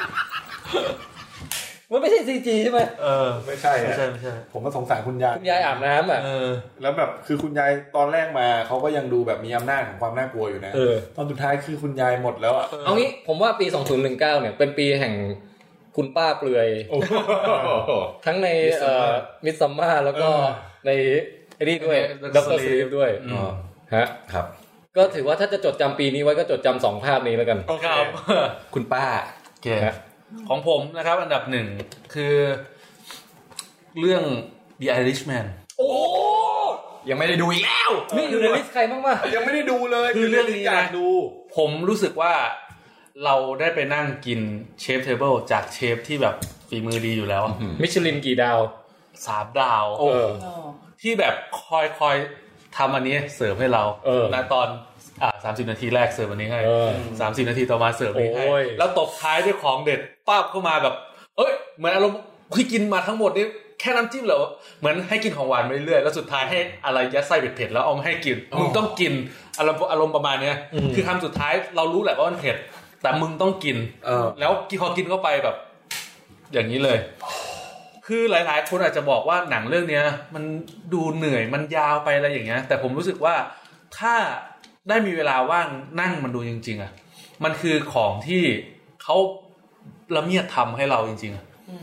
มันไม่ใช่ CG ใช่ไหมไม่ใช่ผมก็สงสารคุณยายอาบน้ำอ่ะแล้วแบบคือคุณยายตอนแรกมาเขาก็ยังดูแบบมีอำนาจของความน่ากลัวอยู่นะตอนสุดท้ายคือคุณยายหมดแล้วอ่ะเอางี้ผมว่าปี2019เนี่ยเป็นปีแห่งคุณป้าเปลือยทั้งในมิดซัมมาแล้วก็ในไอ้นี่ด้วยด็อกเตอร์สลีปด้วยฮะครับก็ถือว่าถ้าจะจดจำปีนี้ไว้ก็จดจำ2ภาพนี้แล้วกันครับคุณป้าโอเคของผมนะครับอันดับ1คือเรื่อง The Irishman โอ้ยังไม่ได้ดูอีกแล้วนี่อยู่ในลิสต์ใครบ้างวะยังไม่ได้ดูเลยคือเรื่องนี้อยากดูผมรู้สึกว่าเราได้ไปนั่งกินเชฟเทเบิลจากเชฟที่แบบฝีมือดีอยู่แล้วมิชลินกี่ดาว 3 ดาวที่แบบคอยทำอันนี้เสิร์ฟให้เราณตอน30 นาทีแรกเสิร์ฟอันนี้ให้30 นาทีต่อมาเสิร์ฟอันนี้ให้แล้วตบท้ายด้วยของเด็ดปั๊บเข้ามาแบบเหมือนอารมณ์ที่กินมาทั้งหมดนี่แค่น้ำจิ้มเหรอเหมือนให้กินของหวานไปเรื่อยแล้วสุดท้ายให้อะไรยัดไส้เผ็ดๆแล้วเอามาให้กินมึงต้องกินอารมณ์ประมาณนี้คือคำสุดท้ายเรารู้แหละว่ามันเผ็ดแต่มึงต้องกินแล้วพอกินเข้าไปแบบอย่างนี้เลยคือหลายๆคนอาจจะบอกว่าหนังเรื่องนี้มันดูเหนื่อยมันยาวไปอะไรอย่างเงี้ยแต่ผมรู้สึกว่าถ้าได้มีเวลาว่างนั่งมันดูจริงๆอ่ะมันคือของที่เขาละเมียดทำให้เราจริงๆอ่ะ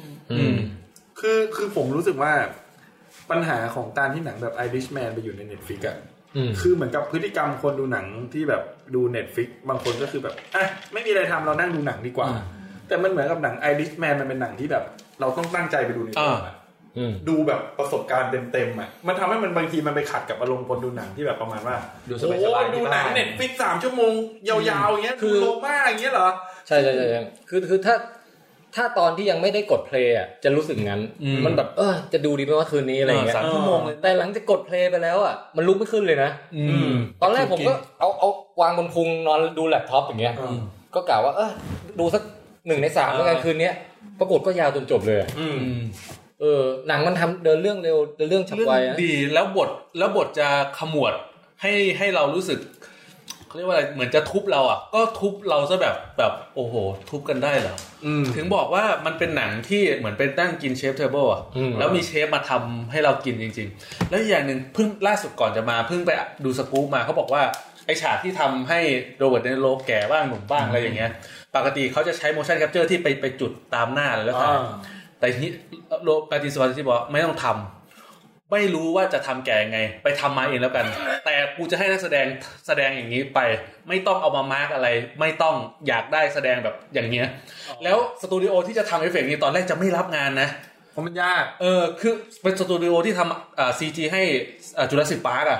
คือผมรู้สึกว่าปัญหาของการที่หนังแบบ Irishman ไปอยู่ใน Netflix อ่ะคือเหมือนกับพฤติกรรมคนดูหนังที่แบบดู Netflix บางคนก็คือแบบไม่มีอะไรทำเรานั่งดูหนังดีกว่าแต่มันเหมือนกับหนัง Irishman มันเป็นหนังที่แบบเราต้องตั้งใจไปดูในโรงดูแบบประสบการณ์เต็มๆอ่ะมันทำให้มันบางทีมันไปขัดกับอารมณ์คนดูหนังที่แบบประมาณว่าดูสบายๆดูหนัง Netflix 3 ชั่วโมงยาวๆอย่างเงี้ยคือโลมาอย่างเงี้ยเหรอใช่ๆๆคือถ้าตอนที่ยังไม่ได้กดเพลย์อ่ะจะรู้สึกงั้นมันแบบจะดูดีไหมว่าคืนนี้อะไรเงี้ย 3 ชั่วโมงเลยแต่หลังจากกดเพลย์ไปแล้วอ่ะมันลุกไม่ขึ้นเลยนะตอนแรกผมก็เอาวางบนพุงนอนดูแล็ปท็อปอย่างเงี้ยก็กะว่าดูสัก1 ใน 3แล้วกันคืนนี้ปรากฏก็ยาวจนจบเลยหนังมันทำเดินเรื่องเร็วเดินเรื่องฉับไวดีแล้วบทจะขมวดให้เรารู้สึกเขาเรียกว่าอะไรเหมือนจะทุบเราอ่ะก็ทุบเราซะแบบโอ้โหทุบกันได้เหรอถึงบอกว่ามันเป็นหนังที่เหมือนเป็นตั้งกินเชฟเทเบิลอ่ะแล้วมีเชฟมาทำให้เรากินจริงๆแล้วอย่างนึงเพิ่งล่าสุดก่อนจะมาเพิ่งไปดูสกู๊ปมาเขาบอกว่าไอ้ฉากที่ทำให้โรเบิร์ตเดนิโรแก่บ้างหนุ่มบ้างอะไรอย่างเงี้ยปกติเขาจะใช้ motion capture ที่ไปจุดตามหน้าแล้วแต่ทีนี้โรเบิร์ตสวาร์ที่บอกไม่ต้องทำไม่รู้ว่าจะทำแก่ยังไงไปทำมาเองแล้วกันแต่กูจะให้นักแสดงอย่างนี้ไปไม่ต้องเอามามาร์กอะไรไม่ต้องอยากได้แสดงแบบอย่างเงี้ยแล้วสตูดิโอที่จะทำเอฟเฟกต์นี้ตอนแรกจะไม่รับงานนะเพราะมันยากคือเป็นสตูดิโอที่ทำCG ให้จูราสสิคพาร์ค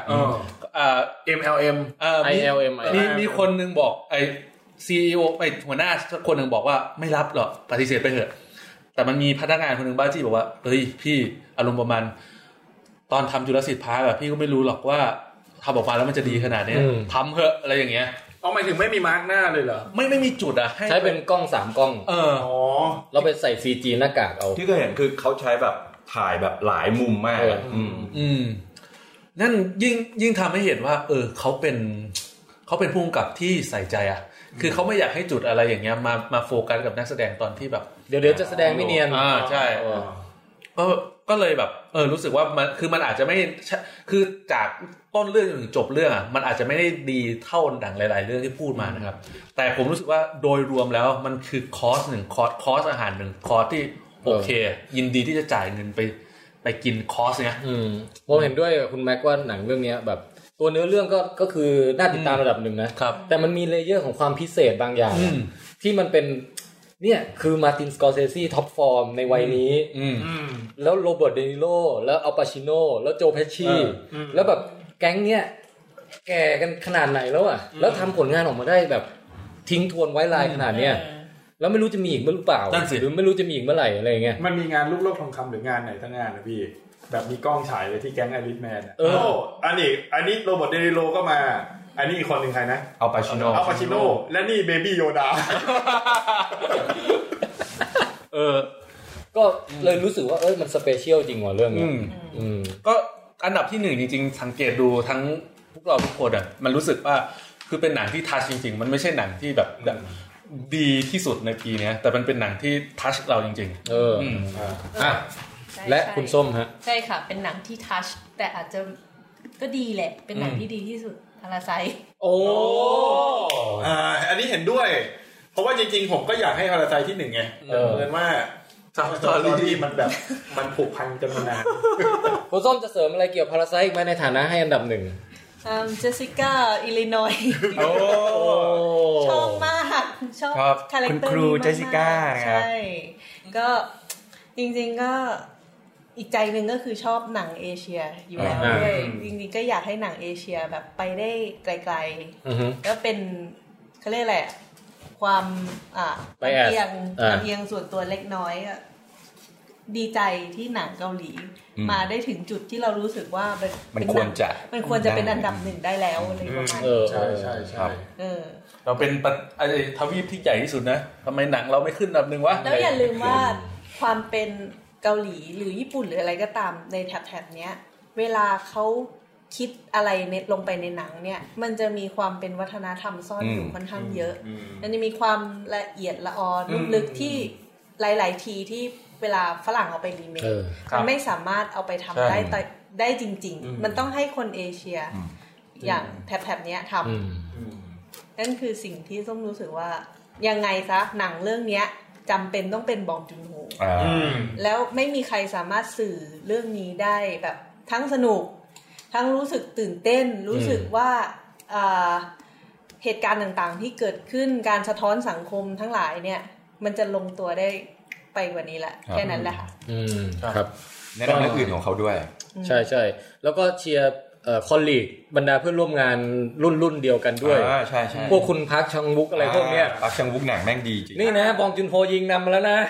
MLM ILM มีคนนึงบอกไอ้ CEO ไอ้หัวหน้าคนนึงบอกว่าไม่รับหรอกปฏิเสธไปเถอะแต่มันมีพนักงานคนนึงบ้าจี้บอกว่าเฮ้ยพี่อารมณ์ประมาณตอนทำจูราสสิคพาร์คอะพี่ก็ไม่รู้หรอกว่าทำออกมาแล้วมันจะดีขนาดนี้ทำเถอะอะไรอย่างเงี้ยหมายถึงไม่มีมาร์กหน้าเลยเหรอไม่มีจุดอะใช้เป็นกล้อง3กล้องเราไปใส่ CG หน้ากากเอาที่เคยเห็นคือเขาใช้แบบถ่ายแบบหลายมุมมากนั่นยิ่งทำให้เห็นว่าเขาเป็นผู้กำกับที่ใส่ใจอะคือเขาไม่อยากให้จุดอะไรอย่างเงี้ยมาโฟกัสกับนักแสดงตอนที่แบบเดี๋ยวจะแสดงไม่เนียนใช่ก็เลยแบบรู้สึกว่ามันอาจจะไม่คือจากต้นเรื่องถึงจบเรื่องอ่ะมันอาจจะไม่ได้ดีเท่าหนังหลายๆเรื่องที่พูดมานะครับแต่ผมรู้สึกว่าโดยรวมแล้วมันคือคอร์สอาหาร1คอร์สที่โอเคยินดีที่จะจ่ายเงินไปกินคอร์สเนี้ยผมเห็นด้วยกับคุณแม็กว่าหนังเรื่องนี้แบบตัวเนื้อเรื่องก็คือน่าติดตามระดับหนึ่งนะครับแต่มันมีเลเยอร์ของความพิเศษบางอย่างที่มันเป็นเนี่ยคือมาร์ตินสกอร์เซซีท็อปฟอร์มในวัยนี้แล้วโรเบิร์ตเดนิโรแล้วอัลปาชิโนแล้วโจเพชชีแล้วแบบแก๊งเนี้ยแก่กันขนาดไหนแล้วอ่ะแล้วทำผลงานออกมาได้แบบทิ้งทวนไว้ลายขนาดเนี้ยแล้วไม่รู้จะมีอีกเมื่อหรือเปล่าหรือไม่รู้จะมีอีกเมื่อไหร่อะไรเงี้ยมันมีงานลูกโลกทองคำหรืองานไหนทั้งงานนะพี่แบบมีกล้องฉายเลยที่แก๊งไอริชแมนอันนี้โรเบิร์ตเดนิโรก็มาอันนี้อีกคนหนึ่งใครนะอัลปาชิโนและนี่เบบี้โยดาก็เลยรู้สึกว่ามันสเปเชียลจริงว่ะเรื่องนี้ก็อันดับที่1จริงๆสังเกตดูทั้งพวกเราทุกคนอ่ะมันรู้สึกว่าคือเป็นหนังที่ทัชจริงๆมันไม่ใช่หนังที่แบบดีที่สุดในปีนี้แต่มันเป็นหนังที่ทัชเราจริงๆและคุณส้มฮะใช่ค่ะเป็นหนังที่ทัชแต่อาจจะก็ดีแหละเป็นหนังที่ดีที่สุดพาราไซต์อันนี้เห็นด้วยเพราะว่าจริงๆผมก็อยากให้พาราไซต์ที่1ไงเหมือนว่าสตอรี่มันแบบมันผูกพันกันมานานคุณส้มจะเสริมอะไรเกี่ยวกับพาราไซต์ไหมในฐานะให้อันดับ1 เจสสิก้าอิลลินอยชอบมากชอบคาแรคเตอร์คุณครูเจสสิก้าใช่ก็จริงๆก็อีกใจนึงก็คือชอบหนังเอเชียอยู่แล้วด้วยจริงๆก็อยากให้หนังเอเชียแบบไปได้ไกลๆแล้วเป็นเขาเรียกอะไรความลำเอียงส่วนตัวเล็กน้อยดีใจที่หนังเกาหลีมาได้ถึงจุดที่เรารู้สึกว่ามันควรจะเป็นอันดับ1ได้แล้วอะไรประมาณนี้ใช่เราเป็นทวีปที่ใหญ่ที่สุดนะทำไมหนังเราไม่ขึ้นอันดับ1วะแล้วอย่าลืมว่าความเป็นเกาหลีหรือญี่ปุ่นหรืออะไรก็ตามในแถบเนี้ยเวลาเขาคิดอะไรลงไปในหนังเนี่ยมันจะมีความเป็นวัฒนธรรมซ่อนอยู่ค่อนข้างเยอะมันจะมีความละเอียดละออลึกที่หลายๆทีที่เวลาฝรั่งเอาไปรีเมคมันไม่สามารถเอาไปทำได้จริงๆมันต้องให้คนเอเชียอย่างแถบเนี้ยทำนั่นคือสิ่งที่ส้มรู้สึกว่ายังไงซะหนังเรื่องเนี้ยจำเป็นต้องเป็นบองจุนโฮแล้วไม่มีใครสามารถสื่อเรื่องนี้ได้แบบทั้งสนุกทั้งรู้สึกตื่นเต้นรู้สึกว่าเหตุการณ์ต่างๆที่เกิดขึ้นการสะท้อนสังคมทั้งหลายเนี่ยมันจะลงตัวได้ไปกว่านี้แหละแค่นั้นแหละค่ะครับแนะนำเรื่องอื่นของเขาด้วยใช่ๆแล้วก็เชียร์คอลลีกบรรดาเพื่อนร่วมงานรุ่นเดียวกันด้วยใช่พวกคุณพักชังวุกอะไรพวกเนี้ยพักชังวุกหนังแม่งดีจริงนี่นะบองจุนโฮยิงนำมาแล้วนะ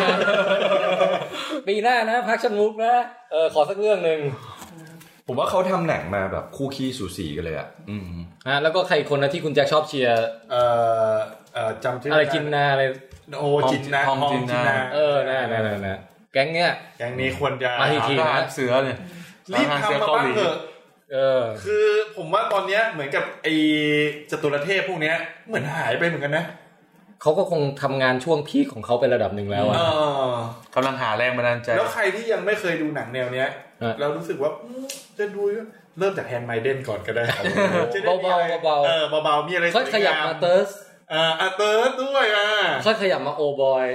ปีหน้านะพักชังวุกนะขอสักเรื่องนึงผมว่าเขาทำหนังมาแบบคู่ขี้สูสีกันเลยแล้วก็ใครคนนะที่คุณแจ็คชอบเชียร์จำชื่ออะไรจินนาอะไรจินนาฮองจินนาน่ะแก๊งเนี้ยแก๊งนี้ควรจะมาทีนะเสือเนี่ยรีบทำมาบ้างเถอะคือผมว่าตอนนี้เหมือนกับไอ้จตุรเทพพวกนี้เหมือนหายไปเหมือนกันนะเขาก็คงทำงานช่วงพีคของเขาไประดับหนึ่งแล้วกำลังหาแรงบันดาลใจแล้วใครที่ยังไม่เคยดูหนังแนวเนี้ยเรารู้สึกว่าจะดูเริ่มจากแฮนด์ไมเดนก่อนก็ได้เบาๆมีอะไรค่อยขยับมาเติร์สเติร์ดด้วยค่อยขยับมาโอบอย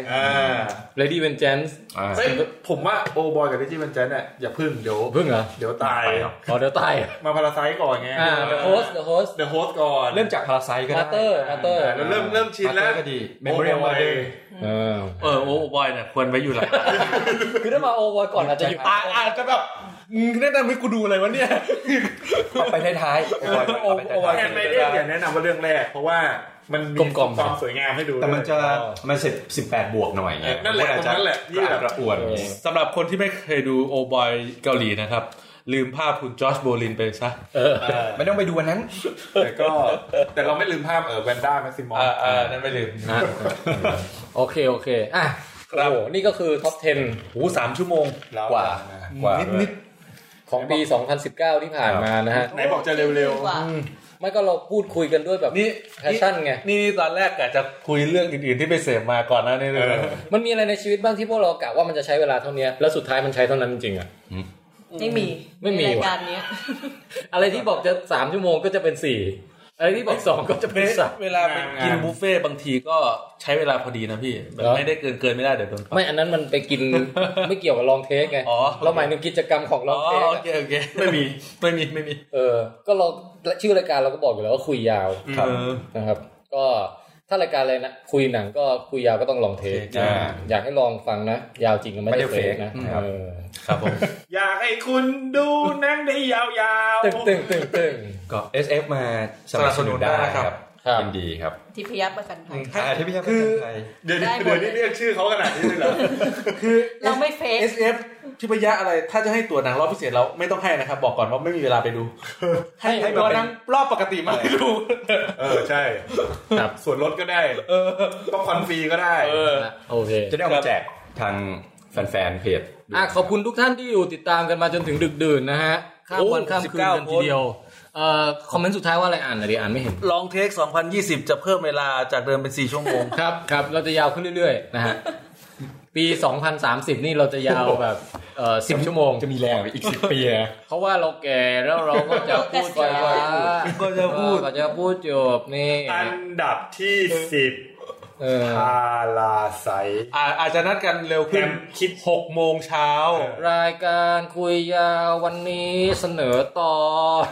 Lady Vengeance ผมว่าโอบอยกับ Lady Vengeance เนี่ยอย่าพึ่งเดี๋ยวตายเดี๋ยวตายมาพาราไซต์ก่อนไง The Host ก่อนเริ่มจากพาราไซต์ก็ได้มาเตอร์แล้วเริ่มชินแล้วก็ดี Memory of Murder โอบอยเนี่ยควรไว้อยู่หลังคือถ้ามาโอบอยก่อนอาจจะอยู่อาจจะแบบแนะนำให้กูดูอะไรวะเนี่ยไปท้ายๆแฮนด์ไมเดนอย่าแนะนำว่าเรื่องแรกเพราะว่ามันมีความสวยงามให้ดูแต่มัน18 บวกหน่อยไงนั่นแหละที่แบบกระอวดสำหรับคนที่ไม่เคยดูโอบอยเกาหลีนะครับลืมภาพคุณจอร์จโบลินไปซะไม่ต้องไปดูวันนั้นแต่เราไม่ลืมภาพแวนด้าแม็กซิมอลนั่นไม่ลืมโอเคอ่ะโอ้นี่ก็คือท็อป 10 3 ชั่วโมงกว่านิดของปี2019ที่ผ่านมานะฮะไหนบอกจะเร็วๆไม่ก็เราพูดคุยกันด้วยแบบแพชชั่นไงนี่ตอนแรกกะจะคุยเรื่องอื่นๆที่ไปเสพมาก่อนหน้านี้เลยมันมีอะไรในชีวิตบ้างที่พวกเรากะว่ามันจะใช้เวลาเท่านี้แล้วสุดท้ายมันใช้เท่านั้นจริงๆอ่ะไม่มีรายการนี้อะไรที่บอกจะ3ชั่วโมงก็จะเป็น4อะไรที่บอก2ก็จะเป็น 3เวลาไปกินบุฟเฟ่บางทีก็ใช้เวลาพอดีนะพี่มันไม่ได้เกินไม่ได้เดี๋ยวโดนไม่อันนั้นมันไปกินไม่เกี่ยวกับลองเทคไงเราหมายถึงกิจกรรมของลองเทคโอเคไม่มีก็เราชื่อรายการเราก็บอกอยู่แล้วว่าคุยยาวนะครับก็ถ้ารายการอะไรนะคุยหนังก็คุยยาวก็ต้องลองเทคอยากให้ลองฟังนะยาวจริงก็ไม่ได้เฟกนะครับผมอยากให้คุณดูหนังได้ยาวๆตึงก็ SF มาสนับสนุนได้ครับยินดีครับทิพยประกันภัยทิพยประกันภัยเดี๋ยวนี้เรียกชื่อเขาขนาดนี้เลยเหรอคือเราไม่เฟก SF ทิพยอะไรถ้าจะให้ตัวหนังรอบพิเศษเราไม่ต้องให้นะครับบอกก่อนว่าไม่มีเวลาไปดูให้ตัวหนังรอบปกติมาให้ดูใช่ส่วนลดก็ได้ต้องคอนฟรีก็ได้โอเคจะได้เอามาแจกทางแฟนเพจขอบคุณทุกท่านที่อยู่ติดตามกันมาจนถึงดึกดื่นนะฮะข้ามวันข้ามคืนกันทีเดียวคอมเมนต์สุดท้ายว่าอะไรอ่านไม่เห็นลองเทค2020จะเพิ่มเวลาจากเดิมเป็น4ชั่วโมงครับเราจะยาวขึ้นเรื่อยๆนะฮะปี2030นี่เราจะยาวแบบ10ชั่วโมงจะมีแรงไปอีก10ปีนะเพราะว่าเราแก่แล้วเราก็จะพูดก็จะพูดจบนี่อันดับที่10พาราไซอาจจะนัดกันเร็วขึ้นคิด6โมงเช้ารายการคุยยาววันนี้เสนอตอน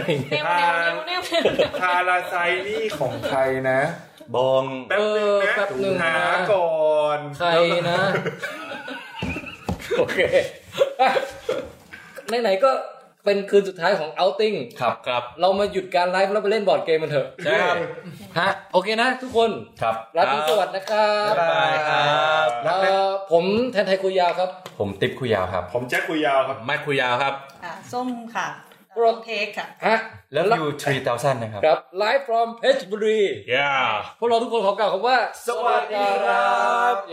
พาราไซนี่ของใครนะบองแป๊บนึงหาก่อนใครนะโอเคไหนๆก็เป็นคืนสุดท้ายของ outing ครับเรามาหยุดการไลฟ์แล้วไปเล่นบอร์ดเกมกันเถอะใช่ครับฮะโอเคนะทุกคนครับราตรีสวัสดิ์นะครับบ๊ายบายครับผมแทนไทยคุยยาวครับผมติ๊บคุยยาวครับผมแจ็คคุยยาวครับแม็กคุยยาวครับส้มค่ะโปรเทคค่ะฮะแล้วอยู่ 3000 นะครับครับ Live from เพชรบุรีพวกเราทุกคนขอกล่าวคำว่าสวัสดีครับเย้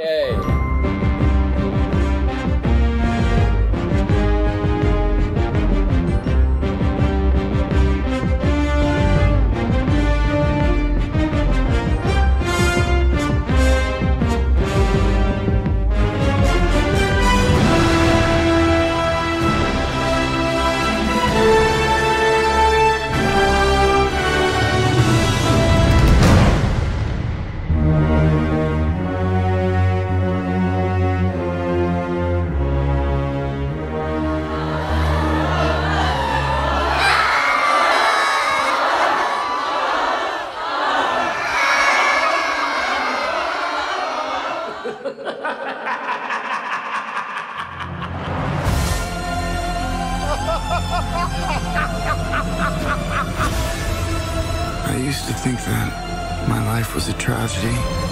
I used to think that my life was a tragedy.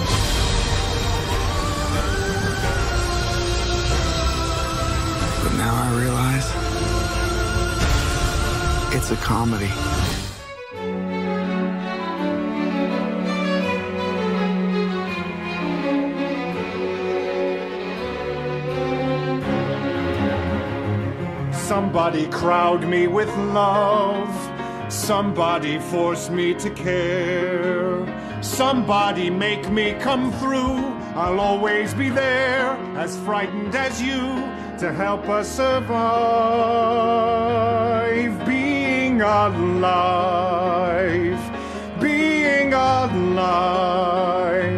But now I realize it's a comedy. Somebody crowd me with love. Somebody force me to care. Somebody make me come through. I'll always be there, as frightened as you, to help us survive. Being alive, being alive.